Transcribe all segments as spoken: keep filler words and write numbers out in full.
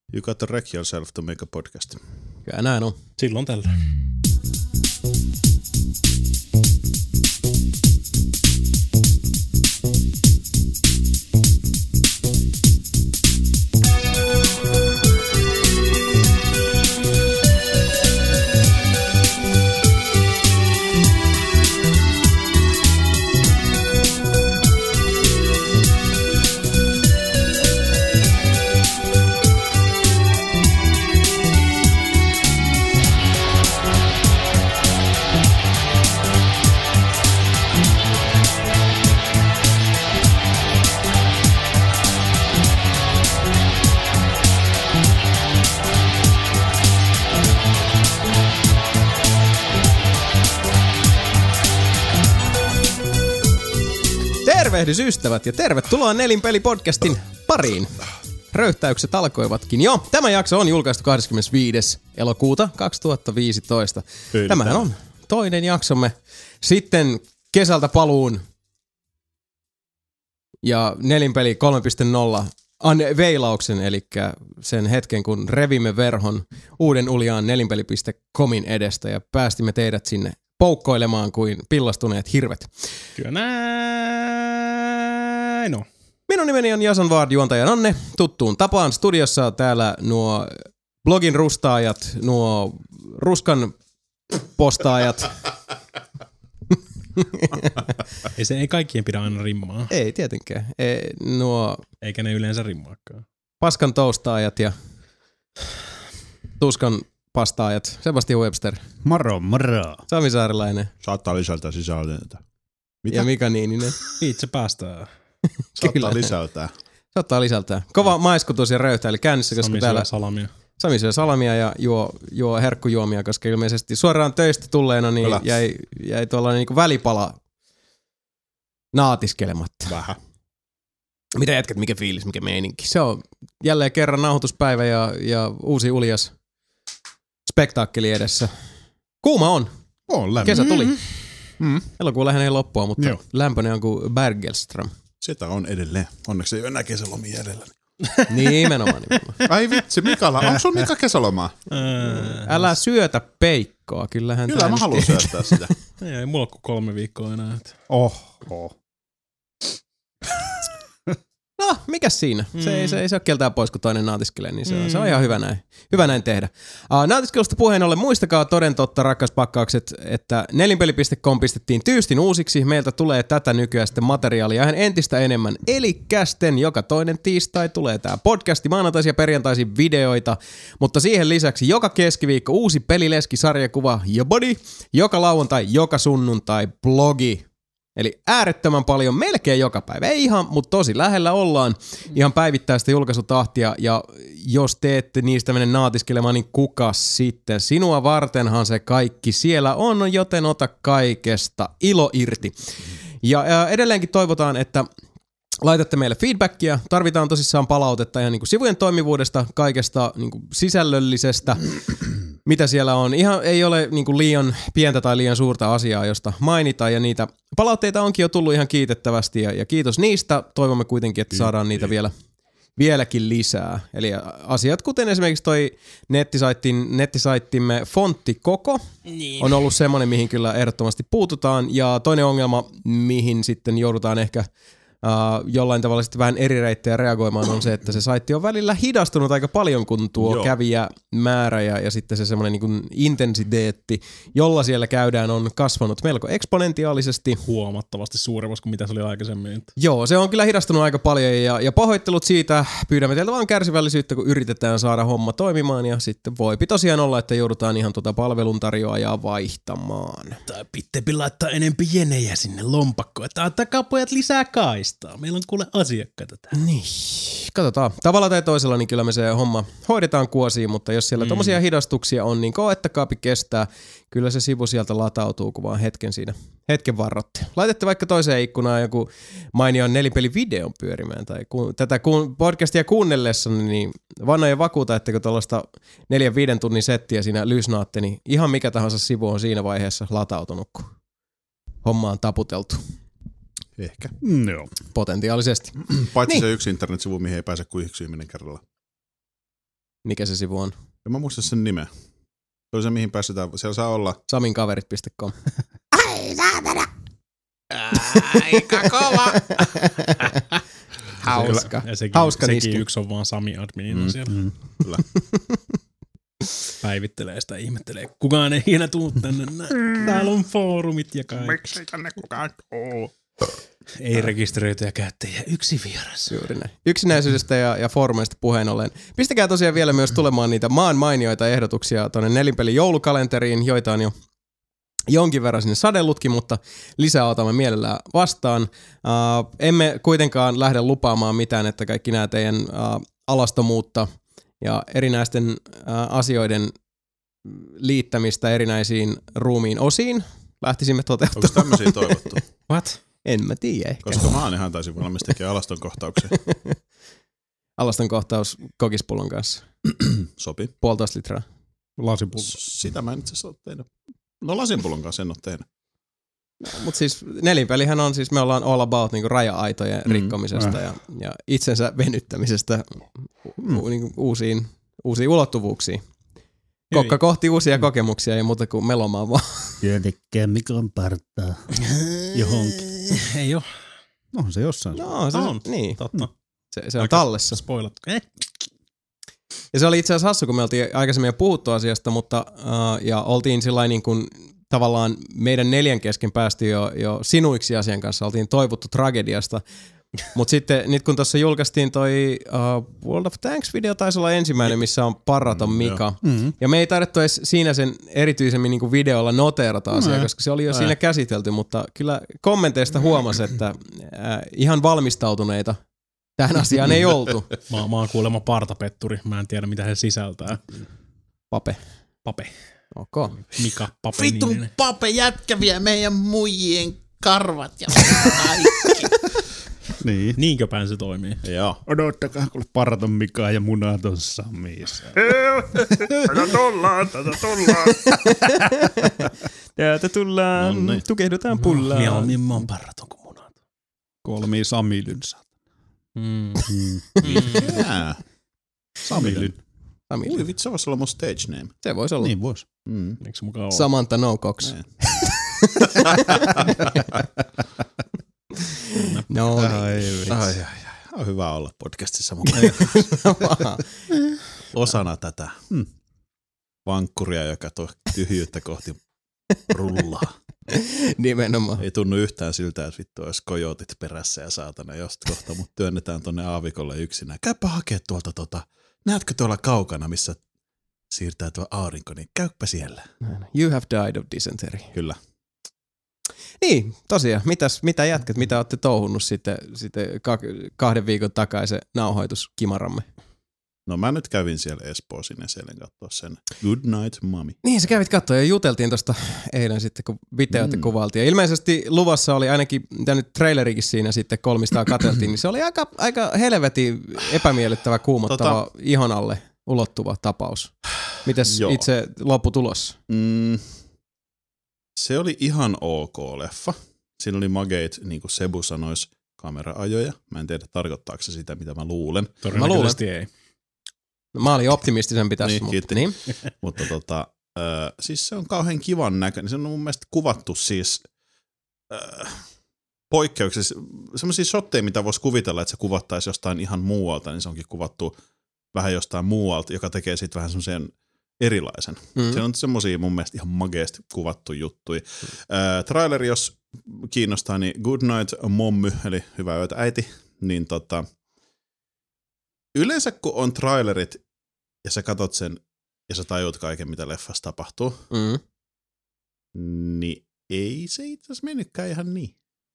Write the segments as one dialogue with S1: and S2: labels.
S1: You got to wreck yourself to make a podcast.
S2: Kyllä näin on.
S3: Silloin tällöin.
S2: Tervehdys ystävät ja tervetuloa Nelinpeli-podcastin pariin. Röyhtäykset alkoivatkin jo. Tämä jakso on julkaistu kahdeskymmenesviides elokuuta kaksituhattaviisitoista.
S1: Kyllä.
S2: Tämähän on toinen jaksomme sitten kesältä paluun. Ja Nelinpeli kolme piste nolla veilauksen, eli sen hetken kun revimme verhon uuden uljaan nelinpeli piste comin edestä ja päästimme teidät sinne poukkoilemaan kuin pillastuneet hirvet.
S3: Kyllä näin on.
S2: Minun nimeni on Jason Ward, juontaja Nanne. Tuttuun tapaan studiossa täällä nuo blogin rustaajat, nuo ruskan postaajat.
S3: Ei se ei kaikkien pidä aina rimmaa.
S2: Ei tietenkään. Ei, nuo
S3: Eikä ne yleensä rimmaakaan.
S2: paskan toustaajat ja tuskan pastaajat. Sebastian Webster.
S4: Moro, moro.
S2: Sami Saarilainen.
S1: Saattaa lisätä sisältöä. Mitä?
S2: Ja Mika Niininen.
S3: Itse päästään.
S1: Saattaa lisätä.
S2: Saattaa lisältää. Kova maiskutus ja röyhtäily käynnissä, koska
S3: Sami
S2: täällä
S3: syö salamia.
S2: Sami syö salamia ja juo, juo herkkujuomia, koska ilmeisesti suoraan töistä tulleena niin
S1: Älä.
S2: jäi, jäi tuollainen niin kuin välipala naatiskelematta.
S1: Vähän.
S2: Mitä jätkät, mikä fiilis, mikä meininki? Se on jälleen kerran nauhoituspäivä ja, ja uusi uljas spektaakkeli edessä. Kuuma on.
S1: On lämmin.
S2: Kesä tuli.
S1: Mm.
S2: Elokuun lähenee loppua, mutta
S1: Joo.
S2: lämpöinen on kuin Bergelström.
S1: Sitä on edelleen. Onneksi ei ole enää kesälomia jäljellä.
S2: Nimenomaan, nimenomaan.
S1: Ai vitsi, Mikala. Onko sun Mika kesälomaa?
S2: Älä syötä peikkoa, kyllähän
S1: Kyllä
S2: tää
S1: mä
S2: nyt
S1: haluan
S2: tiedät.
S1: syöttää sitä.
S3: Ei, ei mulla ole kuin kolme viikkoa enää. Että.
S1: Oh, oh.
S2: No, mikäs siinä? Mm. Se, ei, se ei se ole keltään pois, kun toinen naatiskelee, niin se, mm. on, se on ihan hyvä näin. Hyvä näin tehdä. Uh, naatiskelusta puheen ollen muistakaa toden totta, rakkas pakkaukset, että nelinpeli piste com pistettiin tyystin uusiksi. Meiltä tulee tätä nykyään sitten materiaalia ihan entistä enemmän. Elikkästen joka toinen tiistai tulee tää podcasti, maanantaisin ja perjantaisin videoita, mutta siihen lisäksi joka keskiviikko uusi pelileskisarjakuva ja body, joka lauantai, joka sunnuntai blogi. Eli äärettömän paljon, melkein joka päivä. Ei ihan, mutta tosi lähellä ollaan ihan päivittäistä julkaisutahtia. Ja jos te ette niistä mene naatiskelemaan, niin kuka sitten? Sinua vartenhan se kaikki siellä on, joten ota kaikesta ilo irti. Ja, ja edelleenkin toivotaan, että laitatte meille feedbackia. Tarvitaan tosissaan palautetta ihan niin kuin sivujen toimivuudesta, kaikesta niin kuin sisällöllisestä, mitä siellä on. Ihan ei ole niin kuin liian pientä tai liian suurta asiaa, josta mainitaan, ja niitä palautteita onkin jo tullut ihan kiitettävästi, ja, ja kiitos niistä. Toivomme kuitenkin, että saadaan niitä vielä, vieläkin lisää. Eli asiat, kuten esimerkiksi toi nettisaittin, nettisaittimme fonttikoko, niin. On ollut semmoinen, mihin kyllä ehdottomasti puututaan, ja toinen ongelma, mihin sitten joudutaan ehkä Uh, jollain tavalla sitten vähän eri reittejä reagoimaan on se, että se saitti on välillä hidastunut aika paljon, kun tuo Joo. kävijämäärä ja, ja sitten se semmoinen niin kuin intensiteetti, jolla siellä käydään, on kasvanut melko eksponentiaalisesti.
S3: Huomattavasti suuremmaksi kuin mitä se oli aikaisemmin.
S2: Joo, se on kyllä hidastunut aika paljon ja, ja pahoittelut siitä. Pyydämme teiltä vaan kärsivällisyyttä, kun yritetään saada homma toimimaan, ja sitten voipi tosiaan olla, että joudutaan ihan tuota palveluntarjoajaa vaihtamaan.
S3: Tai pittepi laittaa enempi jenejä sinne lompakkoon, että antakaa pojat lisää kaista. Meillä on kuule asiakkaita täällä.
S2: Niin, katsotaan. Tavalla tai toisella niin kyllä me se homma hoidetaan kuosiin, mutta jos siellä mm. tommosia hidastuksia on, niin koettakaapi kestää. Kyllä se sivu sieltä latautuu, kun vaan hetken siinä, hetken varrotte. Laitette vaikka toiseen ikkunaan joku mainion nelipelivideon pyörimään, tai ku, tätä ku, podcastia kuunnellessa, niin vanna ja vakuuta, että kun tuollaista neljän viiden tunnin settiä siinä lysnaatte, niin ihan mikä tahansa sivu on siinä vaiheessa latautunut, kun homma on taputeltu.
S1: Ehkä.
S4: Mm, joo.
S2: Potentiaalisesti.
S1: Paitsi
S2: niin.
S1: se yksi internetsivu, mihin ei pääse kuin yksi ihminen kerralla.
S2: Mikä se sivu on?
S1: En mä muista sen nimeä. Se oli se, mihin päästetään. Siellä saa olla...
S2: saminkaverit piste com.
S4: Ai saatana! Aika kova!
S2: Hauska.
S3: Ja sekin,
S2: Hauska
S3: sekin
S2: niski.
S3: yksi on vaan Sami adminina
S1: Mm,
S3: siellä.
S1: mm, kyllä.
S3: Päivittelee sitä, ihmettelee. Kukaan ei ikinä tuu tänne. Täällä on foorumit ja kaikki.
S1: Miksei tänne kukaan oo?
S3: Ei rekisteröityjä käyttäjiä, yksi vieras.
S2: Juuri näin. Yksinäisyydestä ja, ja foorumeista puheen ollen. Pistäkää tosiaan vielä myös tulemaan niitä maan mainioita ehdotuksia tuonne Nelinpelin joulukalenteriin, joita on jo jonkin verran sinne sadellutkin, mutta lisää otamme mielellään vastaan. Uh, emme kuitenkaan lähde lupaamaan mitään, että kaikki nämä teidän uh, alastomuutta ja erinäisten uh, asioiden liittämistä erinäisiin ruumiin osiin lähtisimme
S1: Onko
S2: toteuttamaan.
S1: tämmöisiä toivottu?
S3: What?
S2: En mä tiedä ehkä.
S1: Koska mä oon ihan täysin valmis tekemään alaston kohtauksia.
S2: Alaston kohtaus kokispullon kanssa.
S1: Sopi.
S2: Puolitoista litraa.
S3: Lasipullo.
S1: Sitä mä en itse asiassa ole tehnyt. No lasinpullon kanssa en ole tehnyt.
S2: Mutta siis nelinpelihän on siis, me ollaan all about niinku raja-aitojen
S1: Mm.
S2: rikkomisesta
S1: Äh.
S2: ja, ja itsensä venyttämisestä
S1: Mm.
S2: u, niinku uusiin, uusiin ulottuvuuksiin. Kokka kohti uusia kokemuksia ja muuta kuin melomaan vaan.
S5: Työntekijä Mikon partaa johonkin.
S3: Ei oo.
S5: No se jossain.
S2: No, se
S3: On.
S2: niin.
S3: Totta.
S2: Se, se on
S3: Aika
S2: tallessa.
S3: Spoilattu. Eh?
S2: Ja se oli itse asiassa hassu, kun me oltiin aikaisemmin jo puhuttu asiasta, mutta uh, ja oltiin sillain niin kuin tavallaan meidän neljän kesken päästy jo, jo sinuiksi asian kanssa, oltiin toivottu tragediasta. Mutta sitten nyt kun tuossa julkaistiin toi uh, World of Tanks-video, taisi olla ensimmäinen, missä on Parraton Mika.
S5: Mm-hmm.
S2: Ja me ei taidettu edes siinä sen erityisemmin niin kuin videolla noteerata asiaa,
S5: Mm.
S2: koska se oli jo
S5: Ei.
S2: siinä käsitelty, mutta kyllä kommenteista huomasi, että uh, ihan valmistautuneita tähän asiaan ei oltu.
S3: Mä, mä oon kuulemma partapetturi. Mä en tiedä mitä se sisältää.
S2: Pape.
S3: Pape.
S2: Ok.
S3: Mika Pape
S4: Vitun
S3: niminen.
S4: pape jätkä vie meidän muijien karvat ja kaikki.
S5: Niin.
S3: Niinkö päin se toimii?
S1: Joo.
S5: Odottakaa, kuule Paraton Mika ja munaton Samis.
S1: Tätä tullaan, tätä tullaan.
S2: Täältä tullaan,
S1: No niin.
S2: tukehdutaan pullaan.
S3: Mieluummin mä oon parraton kuin munat.
S5: Kolmi Samilynsa.
S3: Mm.
S1: Jää.
S5: Samilyn.
S2: Sami.
S1: Ui vitsi, se voisi olla mun stage name.
S2: Se voisi olla.
S5: Niin vois.
S1: Mm.
S3: Eikö se mukaan ole?
S2: Samantha No Cox.
S1: Niin.
S2: No niin.
S5: Ai,
S1: Ai, ai, ai. On hyvä olla podcastissa mukaan. Osana tätä
S5: Mm.
S1: vankkuria, joka tuo tyhjyyttä kohti rullaa.
S2: Nimenomaan.
S1: Ei tunnu yhtään siltä, että vittu olisi kojotit perässä ja saatana josta kohta, mutta työnnetään tonne aavikolle yksinään. Käypä hakea tuolta tota, näetkö tuolla kaukana, missä siirtää tuo aurinko, niin käyppä siellä.
S2: You have died of dysentery.
S1: Kyllä.
S2: Niin, tosiaan. Mitäs, mitä jätkät, mitä olette touhunnut sitten, sitten kak- kahden viikon takaisen nauhoituskimaramme?
S1: No mä nyt kävin siellä Espoossa eilen katsoa sen Good Night Mommy.
S2: Niin, sä kävit katsoa ja juteltiin tosta eilen sitten, kun videoita mm. kuvailtiin. Ja ilmeisesti luvassa oli ainakin, mitä nyt trailerikin siinä sitten kolmistaan katseltiin, niin se oli aika, aika helvetin epämiellyttävä, kuumottava, tota, ihon alle ulottuva tapaus. Mites
S1: Joo.
S2: itse lopputulos?
S1: Mm, se oli ihan ok leffa. Siinä oli mageit, niin kuin Sebu sanoisi, kameraajoja. Mä en tiedä, tarkoittaako se sitä, mitä mä luulen.
S3: Todennäköisesti ei.
S2: No, mä olin optimistisempi tässä,
S1: Niin,
S2: mutta
S1: kiitti.
S2: niin.
S1: Mutta tota, äh, siis se on kauhean kivan näköinen. Se on mun mielestä kuvattu siis äh, poikkeuksessa. Sellaisia shotteja, mitä voisi kuvitella, että se kuvattaisi jostain ihan muualta, niin se onkin kuvattu vähän jostain muualta, joka tekee siitä vähän semmoisen erilaisen. Mm. Se on semmosia mun mielestä ihan mageesti kuvattu juttuja. Mm. Äh, traileri, jos kiinnostaa, niin Good Night Mommy, eli Hyvää yötä äiti, niin tota, yleensä kun on trailerit ja sä katot sen ja sä tajut kaiken, mitä leffassa tapahtuu,
S2: Mm.
S1: niin ei se itse asiassa mennytkään ihan niin.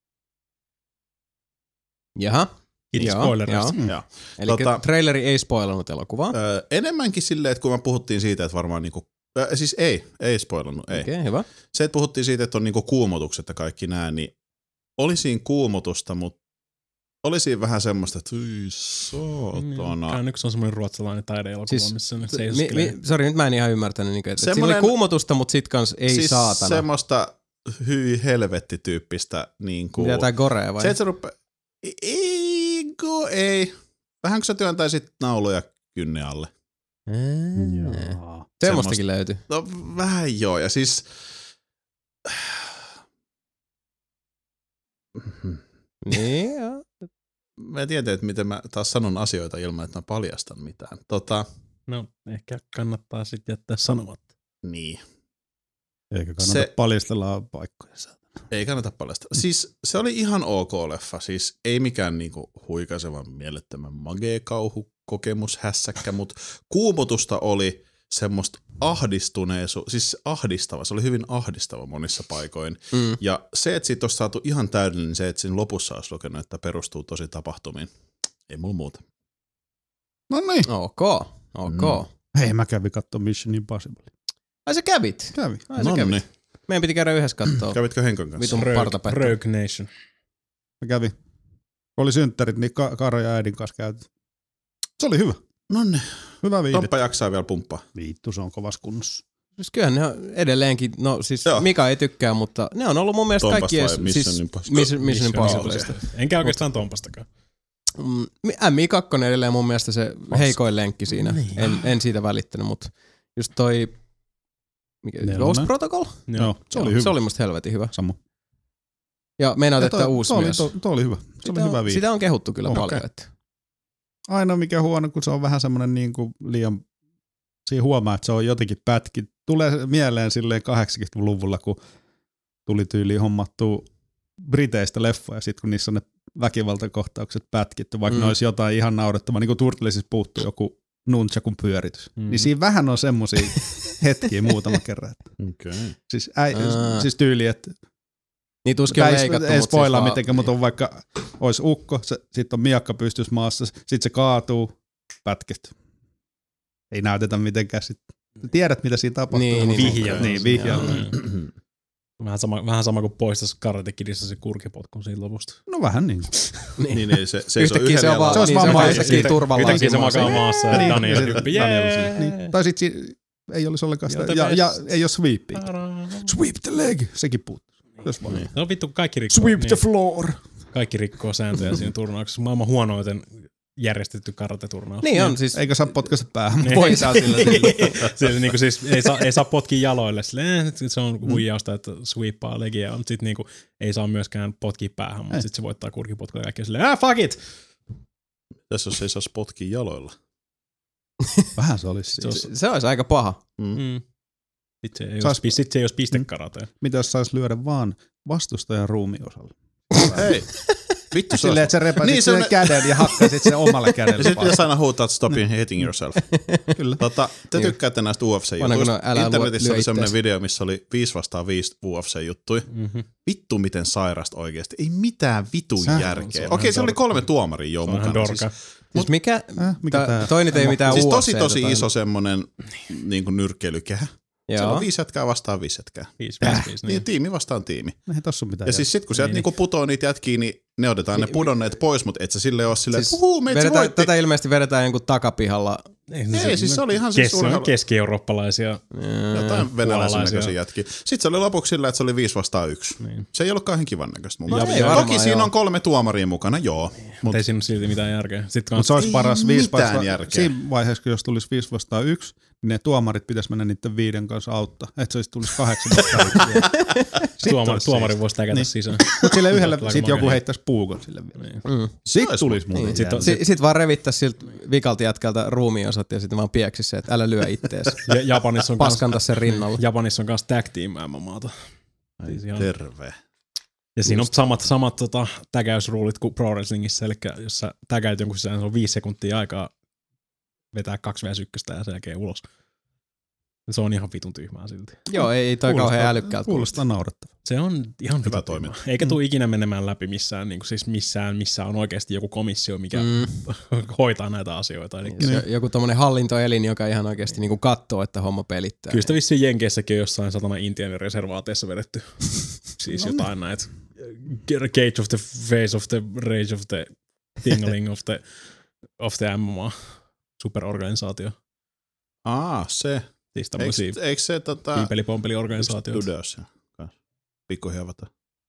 S2: Jaha.
S3: Kiitos
S2: Joo,
S3: spoilerista.
S2: joo.
S1: Ja,
S2: Eli
S1: Tota-
S2: traileri ei spoilannut elokuvaa.
S1: ö, enemmänkin silleen, että kun me puhuttiin siitä, että varmaan niinku, ö, siis ei, ei spoilannut, ei.
S2: Okei, okay, hyvä.
S1: Se, että puhuttiin siitä, että on niinku kuumotukset ja kaikki nää, niin oli siinä kuumotusta, mutta oli siinä vähän semmoista, että hyi saatana.
S3: Käyn yksi on semmoinen ruotsalainen taideelokuva,
S2: Siis-
S3: missä ne
S2: Mi,
S3: seisoskelee.
S2: mi, sori, nyt mä en ihan ymmärtänyt. Niin kuin, että
S1: Semmonen-
S2: siinä oli kuumotusta, mutta sit kans ei
S1: siis
S2: saatana.
S1: semmoista hyi helvetti tyyppistä niinku.
S2: Mitä jotain gorea vai?
S1: Se, että se rupe... Ei, go, ei. Vähän kun sä työntäisit nauloja kynne alle.
S5: Jaa.
S2: Semmostakin löytyy.
S1: No vähän joo, ja siis...
S2: Niin joo.
S1: Mä en tiedä, että miten mä taas sanon asioita ilman, että mä paljastan mitään. Tota,
S3: No, ehkä kannattaa sitten jättää sanomatta.
S1: niin.
S5: Eikä kannata
S1: Se-
S5: paljastella paikkoja.
S1: Ei kannata paljastaa. Siis se oli ihan ok leffa, siis ei mikään niinku huikaisevan mielettömän magee-kauhukokemus, hässäkkä, mutta kuumotusta oli semmoista ahdistuneesu, siis ahdistava, se oli hyvin ahdistava monissa paikoin.
S2: Mm.
S1: Ja se, että siitä olisi saatu ihan täydellinen, niin se, että siinä lopussa olisi lukenut, että perustuu tosi tapahtumiin. Ei mulla muuta.
S5: No niin.
S2: Ok, ok.
S1: Mm.
S5: Hei, mä kävin katsoa Mission Impossible.
S2: Ai sä kävit?
S5: Kävi.
S2: Ai sä
S1: No
S2: kävit.
S1: niin.
S2: Meidän piti käydä yhdessä kattoo.
S1: Kävitkö Henkon kanssa?
S2: Vitun partapetto.
S3: Rogue Nation.
S5: Mä kävin. Kun oli synttärit, niin Ka- Karo ja äidin kanssa käytiin. Se oli hyvä.
S1: No niin.
S5: Hyvä viide.
S1: Tomppa jaksaa vielä pumppaa.
S5: Vittu, se on kovassa kunnossa.
S2: Siis kyllähän ne on edelleenkin, no siis
S1: Joo.
S2: Mika ei tykkää, mutta ne on ollut mun mielestä
S1: Tompasta
S2: kaikki
S1: vai
S2: edes,
S1: Mission
S2: siis
S1: Impossible?
S2: Mission, Mission
S3: Mission
S2: Impossibleista.
S3: Enkä oikeastaan Tompastakaan.
S2: Mm, M I kaksi edelleen mun mielestä se heikoin lenkki siinä.
S3: Niin.
S2: En, en siitä välittänyt, mutta just toi mikä,
S5: Nelonen.
S2: Ghost Protocol?
S5: Joo, se oli
S2: Joo,
S5: hyvä.
S2: Se oli musta helvetin hyvä.
S5: Sama.
S2: Ja meinaat,
S5: Ja
S2: että
S5: toi-
S2: uusi
S5: toi oli-
S2: myös.
S5: Toi, toi oli hyvä. Se
S2: sitä,
S5: oli hyvä
S2: on,
S5: viide.
S2: sitä on kehuttu kyllä
S5: Okei.
S2: paljon. Että.
S5: Ainoa mikä huono, kun se on vähän semmoinen niin kuin liian, siinä huomaa, että se on jotenkin pätki. Tulee mieleen silleen kahdeksankymmentäluvulla, kun tuli tyyliin hommattua Briteistä leffoja, sit kun niissä on ne väkivaltakohtaukset pätkitty, vaikka
S2: Mm.
S5: ne olisi jotain ihan naurettavaa, niin kuin Turtlesissa puuttuu joku nunchakun pyöritys.
S3: Mm.
S5: Niin siinä vähän on semmosia hetkiä muutama kerran.
S1: Okay.
S5: Siis, äi,
S2: Aa.
S5: siis tyyli, että
S2: Niin tuskin on
S5: ei,
S2: leikattu,
S5: ei
S2: mutta
S5: spoilaa
S2: siis
S5: mitenkään, mutta on vaikka olisi ukko, sitten on miakka pystys maassa, sitten se kaatuu, pätkitty. Ei näytetä mitenkään sit. Tiedät, mitä siinä tapahtuu.
S2: Niin,
S5: mutta-
S2: niin,
S3: Vihjaat.
S5: Niin, vihjaat.
S3: Joo. Vähän sama, vähän sama kuin poistaisi Karate Kidissa se kurkipotkun siitä lopusta.
S5: No vähän niin.
S2: niin.
S1: Niin, niin se, se
S2: Yhtäkkiä se on vaan,
S5: Se olisi
S2: niin,
S5: vaan
S2: se on vaan
S5: maassa
S2: yhtäkkiä
S5: siitä.
S2: turvalla.
S3: Yhtäkkiä se makaa maassa ja
S5: Niin,
S3: Daniel
S5: ja
S3: hyppi.
S5: sit Daniel
S3: Jee!
S5: niin. Tai sitten ei olisi ollenkaan sitä.
S3: You're the
S5: Ja, ja
S3: best.
S5: ei ole sweepia. Sweep the leg. Sekin puuttuu. Jos vaan.
S3: No vittu, kaikki rikkoo,
S5: Sweep the
S3: niin,
S5: floor.
S3: kaikki rikkoo sääntöjä siinä turnauksessa. Maailman huonoiten järjestetty karate-turnaus.
S2: Niin on siis.
S5: Eikä saa potkaista päähän.
S3: Niin.
S2: Voi saa sillä sillä.
S3: Se, niin kuin siis, ei, saa, ei saa potkia jaloille. Silleen, eh, se on huijausta, että sweepaa legiä. Mutta sitten niin ei saa myöskään potkia päähän, mutta
S5: Ei.
S3: sitten se voittaa kurkipotkulla ja kaikki silleen, ah fuck it!
S1: Tässä jos ei saa spotkia jaloilla.
S5: Vähän se olisi
S3: Se
S5: siis.
S3: olisi-
S2: Se olisi aika paha.
S1: Mm.
S3: Mm. Sitten se ei,
S5: Sais-
S3: olisi, sit se ei olisi pistekarateen.
S5: Mitä jos saisi lyödä vaan vastustajan ruumiosalla?
S1: Hei, vittu se
S5: Silleen,
S1: olisi.
S5: että sä repäisit
S1: Niin,
S5: niin,
S1: se on
S5: sen
S1: ne-
S5: käden ja hakkasit sen omalle
S1: Ja
S5: kädelle.
S1: sitten
S5: vaan.
S1: pitäisi aina huutaa, että stop hitting yourself.
S5: Kyllä.
S1: Tota, te
S2: Niin.
S1: tykkäätte näistä U F
S2: Vanha
S1: C-jutuista.
S2: kun älä
S1: Internetissä
S2: lyö
S1: oli semmoinen
S2: ittees.
S1: video, missä oli viisi vastaan viisi U F C-juttui.
S3: Mm-hmm.
S1: Vittu miten sairasta oikeasti. Ei mitään vitun
S5: Sä-
S1: järkeä.
S3: se on
S1: Okei,
S3: ihan
S1: se oli
S3: dorka.
S1: kolme tuomaria jo
S3: Se on ihan
S1: mukana.
S3: dorka.
S1: Siis,
S2: Siis mikä,
S5: Äh, mikä
S2: ta,
S5: tää?
S2: toi nyt ei mitään
S1: siis
S2: U F C
S1: tosi tosi
S2: tota-
S1: iso semmoinen niin kuin nyrkkeilykehä. Siellä
S2: Joo.
S1: on viisi jätkää vastaan viisi jätkää.
S3: Viisi, viisi, viisi,
S1: Niin,
S3: niin.
S1: tiimi vastaan tiimi.
S5: Eihän tossa ole mitään.
S1: Ja siis sit kun sieltä
S3: Niin.
S1: niinku putoo niitä jätkiä, niin ne otetaan ne
S2: Mi-
S1: pudonneet pois, mutta et sä silleen oo silleen,
S2: Siis
S1: että uhuu, meitsi
S2: vedetään,
S1: voitti.
S2: tätä ilmeisesti vedetään jonkun takapihalla.
S3: Ei,
S1: Ei, siis se oli ihan siis
S3: kes,
S1: urheilu-
S3: keski-eurooppalaisia.
S1: Jotain venäläisen
S3: puolalaisia.
S1: näköisiä jätkiä. Sitten se oli lopuksi sillä, että se oli viisi vastaan yksi.
S3: Niin.
S1: Se ei ollut kauhean kivan näköistä mun
S2: No
S1: mielestä.
S2: ei varmaan,
S1: Toki siinä
S2: joo.
S1: on kolme tuomaria mukana, joo.
S3: Mutta
S1: Mutta
S3: ei siinä ole silti mitään järkeä. Sitten
S5: Mutta se olisi
S1: Ei
S5: paras viisi
S1: mitään
S5: vastaan.
S1: järkeä.
S5: Siinä vaiheessa, kun jos tulisi viisi vastaan yksi, niin ne tuomarit pitäisi mennä niiden viiden kanssa auttaa. Että se olisi tulisi kahdeksan vastaan yksi.
S3: tuomari,
S5: olisi
S3: tuomari
S5: siisti.
S3: voisi täkätä
S5: Niin.
S3: sisään.
S5: Mutta sille yhdelle
S3: Aika
S5: sit joku
S3: makea.
S5: heittäisi puukon sille vielä.
S3: Niin.
S2: Mm.
S5: Sitten tulisi muuten.
S2: Niin.
S3: Sitten on-
S2: Sitten sit vaan revittäisi siltä vikalta jätkältä ruumiosat ja sitten vaan pieksisi se, että älä lyö ittees.
S3: Ja Japanissa on kans,
S2: Paskanta sen rinnalla.
S3: Japanissa on myös tag team M M A:ta. Siis ihan-
S1: terve.
S3: Ja siinä on samat, samat tota, tägäysruulit kuin Pro Wrestlingissä, eli jos sä tägäät jonkun sisään, se on viisi sekuntia aikaa vetää kaksi vs yksi ja sen jälkeen ulos. Se on ihan vitun tyhmää silti.
S2: Joo, ei, ei toi kauhean älykkäältä.
S5: Kuulostaa naurettavaa.
S3: Se on ihan
S1: Hyvä
S3: vitun
S1: toiminta.
S3: tyhmää. Eikä tule ikinä menemään läpi missään, niin kuin siis missään, missä on oikeasti joku komissio, mikä
S2: Mm.
S3: hoitaa näitä asioita. Eli
S2: Se, joku tommonen hallintoelin, joka ihan oikeasti niinku kattoo, että homma pelittää.
S3: kyllä sitä vissiin Jenkeissäkin on jossain satana Intian reservaateissa vedetty. Siis jotain näitä Cage of the Face of the Rage of the Tingling of the, of the M M A superorganisaatio.
S1: Aa, se.
S3: Siis tämmöisiä
S1: Eikö, eikö se tota...
S3: pimpeli-pompeli-organisaatioita.
S1: Studios kanssa? Pikkuhievata.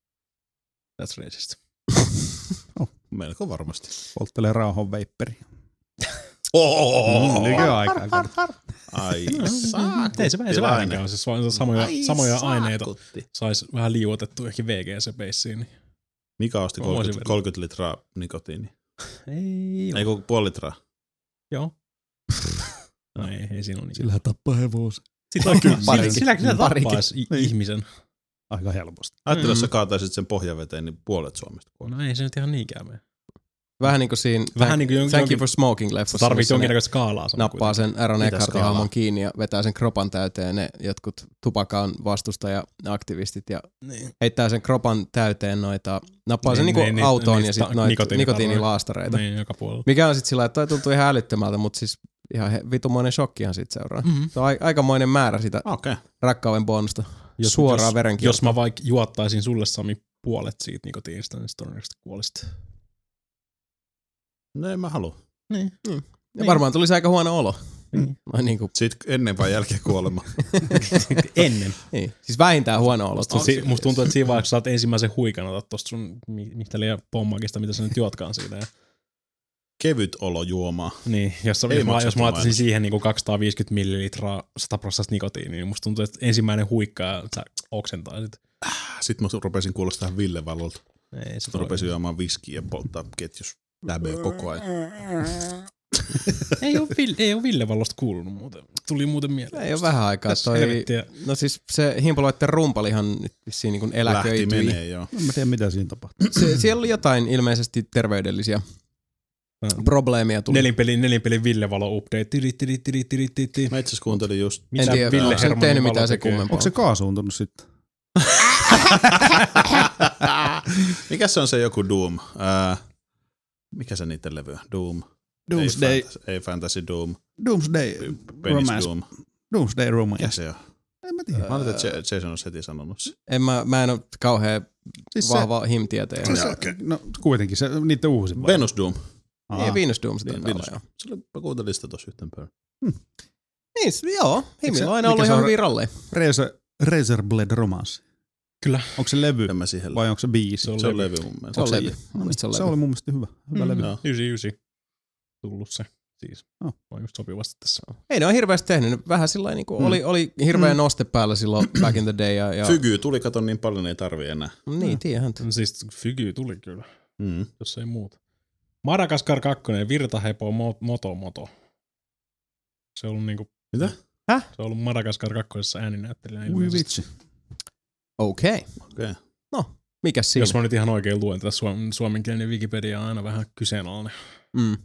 S3: That's racist.
S1: Melko varmasti.
S5: Polttelee rauhan veipperi.
S1: Oh,
S5: Mm, nykyaikaa.
S1: ai
S3: Ei se, ei se vähän
S1: saakuttilainen.
S3: on. Se on samoja,
S1: Ai
S3: samoja aineita.
S1: saakutti.
S3: Sais vähän liuotettu ehkä V G C-peissiin. Niin.
S1: Mika osti
S3: Mä voisin
S1: kolmekymmentä,
S3: vedä.
S1: kolmekymmentä litraa nikotiinia.
S3: Ei
S1: Ei kun puoli litraa.
S3: Joo. No ei, ei siinä ole niin.
S5: Sillähän tappaa hevosen.
S3: Sillä kyllä,
S2: Parikin.
S3: sillä kyllä
S2: Parikin.
S3: tappaisi i-
S5: Niin.
S3: ihmisen.
S5: Aika helposti.
S1: Ajattele,
S2: Mm.
S1: jos sä kaataisit sen pohjaveteen, niin puolet Suomesta kuolee.
S3: No ei se nyt ihan niinkään mene.
S2: Vähän niin kuin siinä
S3: Vähän niin kuin jonkin,
S2: Thank You for Smoking -leffassa.
S3: sä tarvit
S2: missä ne
S3: jonkinnäköistä skaalaa. sana
S2: nappaa
S3: kuitenkin.
S2: sen Aaron
S1: Mitä
S2: Eckhartin
S1: skaalaa?
S2: hahmon kiinni ja vetää sen kropan täyteen ne jotkut tupakan vastustaja-aktivistit ja
S3: Niin.
S2: heittää sen kropan täyteen noita, nappaa
S3: Niin,
S2: sen niinku
S3: niin, niin,
S2: autoon
S3: niin,
S2: ja
S3: sta-
S2: sitten noita
S3: nikotiinitaroja.
S2: nikotiinilaastareita.
S3: Niin, joka puolella.
S2: Mikä on sitten sillä, että toi tuntuu ihan älyttömältä, mutta siis ihan he- vitumoinen shokkihan siitä seuraa.
S3: Mm-hmm.
S2: Se on a- aikamoinen määrä sitä
S1: Okei. Okay.
S2: rakkauden bonusta.
S3: Jos,
S2: Suoraan
S3: jos,
S2: verenkiertoon.
S3: Jos mä vaikka juottaisin sulle Sami puolet siitä nikotiinista, niin sit todennäköisesti kuolisit.
S1: No en mä halua.
S3: Niin.
S2: Ja
S3: Niin.
S2: varmaan tulisi aika huono olo.
S3: Niin.
S2: Noin niin, kuin,
S1: Sitten ennen vai jälkeen kuolema.
S3: Ennen.
S2: niin. Siis vähintään huono olo.
S3: Musta, si- musta tuntuu, että siinä vaiheessa saat ensimmäisen huikan otat tosta sun mi- mistä liian pommakista, mitä sä nyt juotkaan siitä. Ja,
S1: Kevyt olo juomaa.
S3: niin, jos,
S1: Ei
S3: jos, mä,
S1: maksettu
S3: jos mä laittaisin
S1: mainos.
S3: siihen niin kaksisataaviisikymmentä millilitraa sata prosenttia nikotiinia, niin musta tuntuu, että ensimmäinen huikka ja sä oksentaisit.
S1: Sitten mä rupesin kuulostaa Ville Valolta.
S3: Ei se
S1: Mä rupesin juomaan viskiä ja polttaa ketjus lämmöä koko ajan.
S3: ei, ole Ville, ei ole Ville Vallosta kuulunut muuten. Tuli muuten mieleen.
S2: Ei ole vähän aikaa.
S3: Tässä
S2: Toi,
S3: helvettiä.
S2: no siis se Himpoloitten rumpalihan nyt vissiin niin kuin
S1: Lähti
S2: eläköityi.
S1: menee joo.
S5: En mä tiedä, mitä siinä tapahtuu.
S2: Se, siellä oli jotain ilmeisesti terveydellisiä probleemia tuli.
S3: Nelinpelin, nelinpelin Ville Valo update. Tiri, tiri, tiri, tiri, tiri, tiri.
S1: Mä itse asiassa kuuntelin just.
S2: En tiedä,
S3: Ville
S2: onko se nyt
S3: Hermannin
S2: tehnyt
S3: Valo
S2: mitään se
S3: tekee?
S2: kummempaa.
S5: Onko se kaasuuntunut sitten?
S1: Mikä se on se joku Doom? Ää, mikä se niiden levy on? Doom.
S5: Doomsday,
S1: Ei fantasy, ei fantasy Doom.
S5: Doomsday
S1: Penis
S5: Romance.
S1: Doom.
S5: Doomsday
S1: Mikä
S5: Romance.
S1: se on?
S5: En mä tiedä.
S1: Mä olin, että Jason olisi heti sanonut se.
S2: En mä, mä en ole kauhean
S5: Siis se,
S2: vahva him-tietäjä.
S5: siis se, no kuitenkin se niiden uusin vai?
S1: Venus Doom.
S5: Aa.
S2: Ei, Venus Doom sitä
S1: Niin,
S2: taitaa
S1: Venus.
S2: olla, joo.
S1: Se oli, mä kuuntelin sitä tossa yhten päivän.
S2: Niin, s- joo. Himillä
S5: se-
S2: on aina
S5: mikä
S2: ollut
S5: se
S2: ihan
S5: on?
S2: hyviä ralleja.
S5: Razor, Razor Blade Romance.
S3: Kyllä.
S5: Onko se levy
S1: En mä siihen.
S5: vai onko se biisi?
S3: Se on
S1: Se on
S3: levy.
S1: levy mun mielestä.
S2: Se on
S5: se-
S2: levy. Mun mielestä se on
S5: Se
S2: levy.
S5: oli mun mielestä hyvä. Hyvä
S3: Mm.
S5: levy.
S1: Joo.
S3: yhdeksänkymmentäyhdeksän tullut se. Siis.
S5: Oh.
S3: On just sopivasti tässä.
S2: Ei ne on hirveästi tehnyt. Vähän sillä niin kuin oli, oli hirveä noste päällä silloin back in the day. Ja, ja...
S1: Fygy tuli, kato niin paljon, ei tarvii enää.
S2: Niin, tiedän.
S3: No siis Fygy tuli kyllä,
S1: Mm.
S3: jos ei muuta. Madagaskar kaksi, Virtahepo, Mo- Moto, Moto. Se on ollut niinku...
S1: Mitä?
S2: Häh?
S3: Se on ollut Madagaskar kakkosessa ääninäyttelijänä.
S5: Ui
S3: ilmeisesti.
S5: vitsi.
S2: Okei.
S1: Okei. Okay.
S2: No, mikäs siinä?
S3: Jos mä nyt ihan oikein luen tätä suom- suomenkielinen Wikipedia on aina vähän kyseenalainen.
S2: Mm.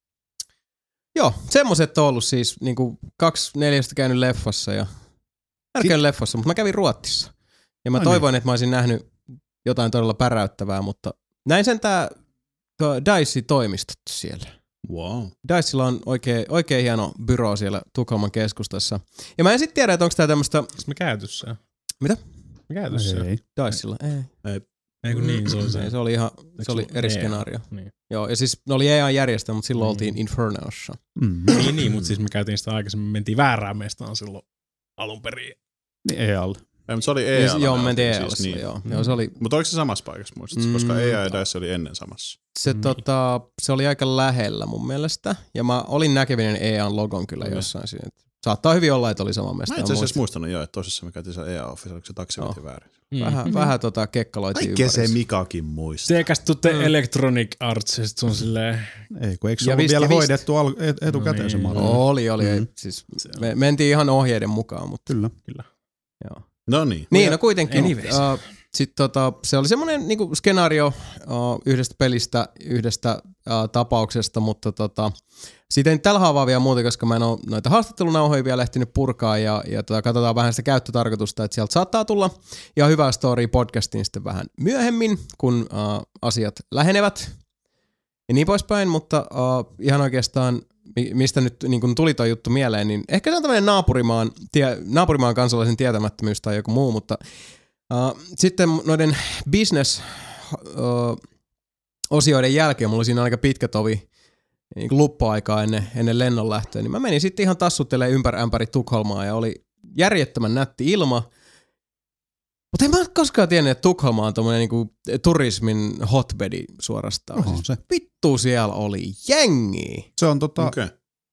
S2: Joo, semmoset on ollut siis niinku kaksi neljästä käynyt leffassa ja... Mä en käynyt leffassa, mutta mä kävin Ruotsissa. Ja mä
S5: No
S2: toivoin, että mä olisin nähnyt jotain todella päräyttävää, mutta näin sen tää Dice-toimistot siellä.
S1: Wow.
S2: Dicella on oikein, oikein hieno byro siellä Tukholman keskustassa. Ja mä en sit tiedä, että onko tää tämmöstä...
S3: Onko me käyty se?
S2: Mitä?
S3: Me käyty se?
S5: Ei.
S2: Dicella? Ei.
S3: Ei kun niin, se oli se.
S2: Ei, se oli ihan, se oli eri
S3: E A?
S2: skenaario.
S3: Niin.
S2: Joo, ja siis ne oli E A järjestä, mutta silloin
S3: Niin.
S2: oltiin Infernossa.
S5: Mm.
S3: niin, niin, mutta siis me käytiin sitä aikaisemmin, mentiin väärään mestaan silloin alun perin.
S5: Niin ei alle.
S1: Ei, mutta se oli
S2: Niin,
S1: E A.
S2: joo, me mentiin E Alle
S1: siis,
S2: silloin,
S1: niin.
S2: joo. joo. Se oli,
S1: Mutta oliko se samassa paikassa muistatko?
S2: Mm.
S1: Koska E A ja Dice oli ennen samassa.
S2: se,
S3: Niin.
S2: tota, se oli aika lähellä mun mielestä. Ja mä olin näkevinen E A:n logon kyllä
S1: Okei.
S2: jossain siinä. Saattaa hyvin olla, että oli sama
S1: Mä
S2: mesta.
S1: itse asiassa muistanut jo, että tosissaan me käytiin siellä E A-offissa, oliko se taksi
S2: Joo.
S1: veti väärin.
S3: Mm.
S2: Vähän, vähän tota kekkaloitiin
S1: Kaikkea se
S2: ympärissä.
S1: Mikakin muistaa.
S3: Teekäs tutte
S2: Mm.
S3: Electronic Arts, ja sit se on silleen...
S5: Ei, kun eikö se
S2: Ja
S5: ollut
S2: vist-
S5: vielä
S2: ja vist-
S5: hoidettu al- et- etukäteen se
S3: No niin.
S5: malli?
S2: Oli, oli.
S5: Mm.
S2: Mm. Siis
S3: Se on-
S2: me mentiin ihan ohjeiden mukaan, mutta
S5: Kyllä.
S3: Kyllä.
S2: joo.
S1: No niin.
S2: Niin, no kuitenkin.
S3: Anyways.
S2: Uh, Sitten tota, se oli semmoinen niinku skenaario uh, yhdestä pelistä, yhdestä uh, tapauksesta, mutta tota, siitä ei tällä haavaa vielä muuta, koska mä en ole noita haastattelunauhoja vielä ehtinyt purkaa ja, ja tota, katsotaan vähän sitä käyttötarkoitusta, että sieltä saattaa tulla ihan hyvää story podcastiin sitten vähän myöhemmin, kun uh, asiat lähenevät ja niin poispäin, mutta uh, ihan oikeastaan mistä nyt niin kun tuli toi juttu mieleen, niin ehkä se on tämmöinen naapurimaan, tie, naapurimaan kansalaisen tietämättömyys tai joku muu, mutta uh, sitten noiden business uh, osioiden jälkeen, mulla oli siinä aika pitkä tovi niin kuin luppuaikaa ennen, ennen lennon lähtöä, niin mä menin sitten ihan tassuttelemaan ympäri ämpäri Tukholmaa ja oli järjettömän nätti ilma, mutta en mä koskaan tiennyt, että Tukholma on tommonen niinku turismin hotbedi suorastaan.
S5: Oho, se.
S2: Vittu siellä oli jengiä.
S5: Se on tota,
S1: Okei.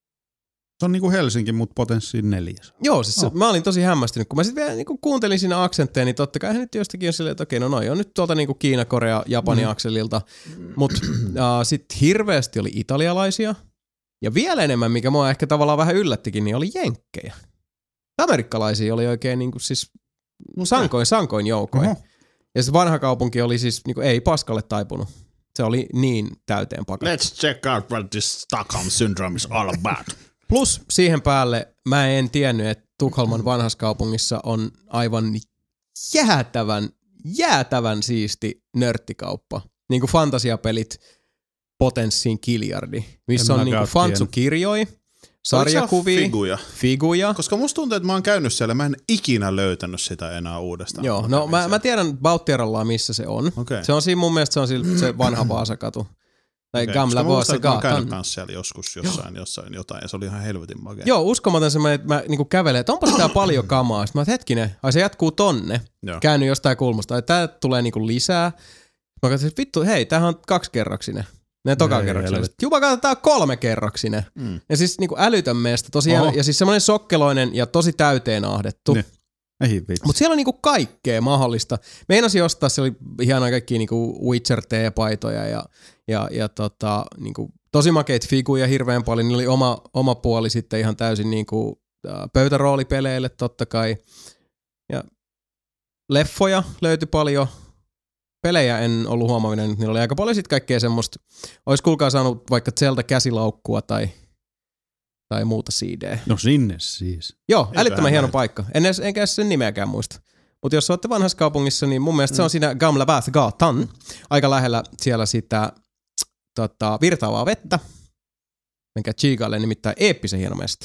S5: Se on niinku Helsinki, mutta potenssiin neljäs.
S2: Joo, siis
S5: Oh.
S2: mä olin tosi hämmästynyt, kun mä sitten vielä niinku kuuntelin siinä aksentteja, niin totta kai nyt jostakin on silleen, että okei, no noi on nyt tuolta niinku Kiina, Korea, Japani mm. akselilta, mutta uh, sitten hirveästi oli italialaisia, ja vielä enemmän, mikä mua ehkä tavallaan vähän yllättikin, niin oli jenkkejä. Amerikkalaisia oli oikein niinku siis sankoin, sankoin joukoin.
S5: Oho.
S2: Ja se vanha kaupunki oli siis niinku ei paskalle taipunut. Se oli niin täyteen pakattu.
S1: Let's check out what this Stockholm syndrome is all about.
S2: Plus siihen päälle mä en tiennyt, että Tukholman vanhassa kaupungissa on aivan jäätävän, jäätävän siisti nörttikauppa. Niinku fantasiapelit potenssiin kiljardi, missä
S5: En
S2: on niinku
S5: mäkään
S2: fantsukirjoja, sarjakuvia,
S1: Figuja.
S2: figuja.
S1: Koska musta tuntuu, että mä oon käynyt siellä, mä en ikinä löytänyt sitä enää uudestaan.
S2: Joo, no mä, mä tiedän Bautierallaan, missä se on.
S1: Okay.
S2: Se on siinä mun mielestä se on sillä, se vanha Vaasakatu. Tai
S1: Okay.
S2: Gamla
S1: Koska mä muistan, että mä oon
S2: Vaasagatan.
S1: käynyt kanssa siellä joskus jossain, jossain jotain, ja se oli ihan helvetin makea.
S2: Joo, uskomaton semmoinen, että mä niinku kävelen, että onpas tää paljon kamaa. Sitten mä oon, että hetkinen, ai se jatkuu tonne.
S1: Joo.
S2: Käynyt jostain kulmasta, että tää tulee niinku lisää. Mä katsoin, että vittu, hei, tämähän on kaksikerroksinen. Ne tokakerroksinen. Juba katsotaan kolmekerroksinen.
S1: Mm.
S2: Ja siis niinku älytön meistä tosiaan.
S5: Oho.
S2: Ja siis semmoinen sokkeloinen ja tosi täyteen ahdettu.
S5: Ne. Ei vitsi.
S2: Mutta siellä on niinku kaikkea mahdollista. Meinasin ostaa, se oli hienoa kaikkia niinku Witcher-teepaitoja ja, ja, ja tota, niinku, tosi makeita figuja hirveän paljon. Niillä oli oma, oma puoli sitten ihan täysin niinku, äh, pöytäroolipeleille totta kai. Ja leffoja löytyi paljon. Pelejä en ollut huomaavinen, että niillä oli aika paljon sitten kaikkea semmoista. Ois kuulkaa saanut vaikka Zelda käsilaukkua tai, tai muuta C D.
S5: No sinne siis.
S2: Joo,
S1: Eiköhän
S2: älyttömän hieno
S1: näin.
S2: paikka. En edes, enkä edes sen nimeäkään muista. Mutta jos olette vanhassa kaupungissa, niin mun mielestä mm. se on siinä Gamla Vaasagatan. Aika lähellä siellä sitä tota, virtaavaa vettä. Menkää chiikaille, nimittäin eeppisen hieno mesta.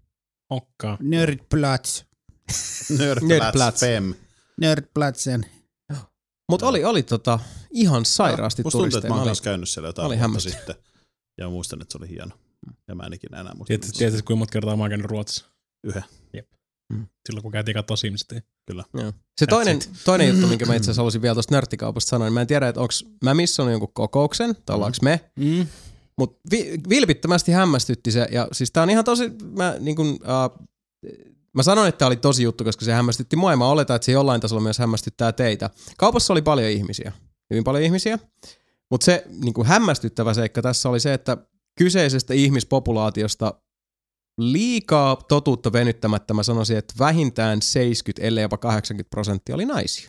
S3: Okka.
S4: Nerdplatz.
S2: Nerdplatz.
S1: Nerdplatz. Fem.
S4: Nerdplatzen.
S2: Mutta oli, oli tota, ihan sairaasti
S1: Musta tuntuu, että
S2: turisteja.
S1: mä
S2: Mä
S1: oon
S2: olin-
S1: kanssa käynyt siellä jotain
S2: oli
S1: vuotta
S2: hämmästynyt.
S1: sitten. Ja muistan, että se oli hieno. Ja mä en ikinä enää muista.
S3: Tiedätkö, tiedätkö kuinka monta kertaa mä oon käynyt Ruotsissa?
S1: Yhden.
S3: Silloin kun käytiin katsoa Simsitia.
S2: Joo. Se toinen, toinen juttu, minkä mä itse asiassa halusin vielä tuosta nörttikaupasta sanoa, niin mä en tiedä, että onko mä missannut jonkun kokouksen, tai ollaanko me,
S3: Mm.
S2: mutta vi, vilpittömästi hämmästytti se, ja siis tää on ihan tosi, mä niin kun, uh, mä sanon, että tää oli tosi juttu, koska se hämmästytti mua, ja mä oletan, että se jollain tasolla myös hämmästyttää teitä. Kaupassa oli paljon ihmisiä, hyvin paljon ihmisiä, mutta se niin kun hämmästyttävä seikka tässä oli se, että kyseisestä ihmispopulaatiosta liikaa totuutta venyttämättä mä sanoisin, että vähintään seitsemänkymmentä, ellei jopa kahdeksankymmentä prosenttia oli naisia.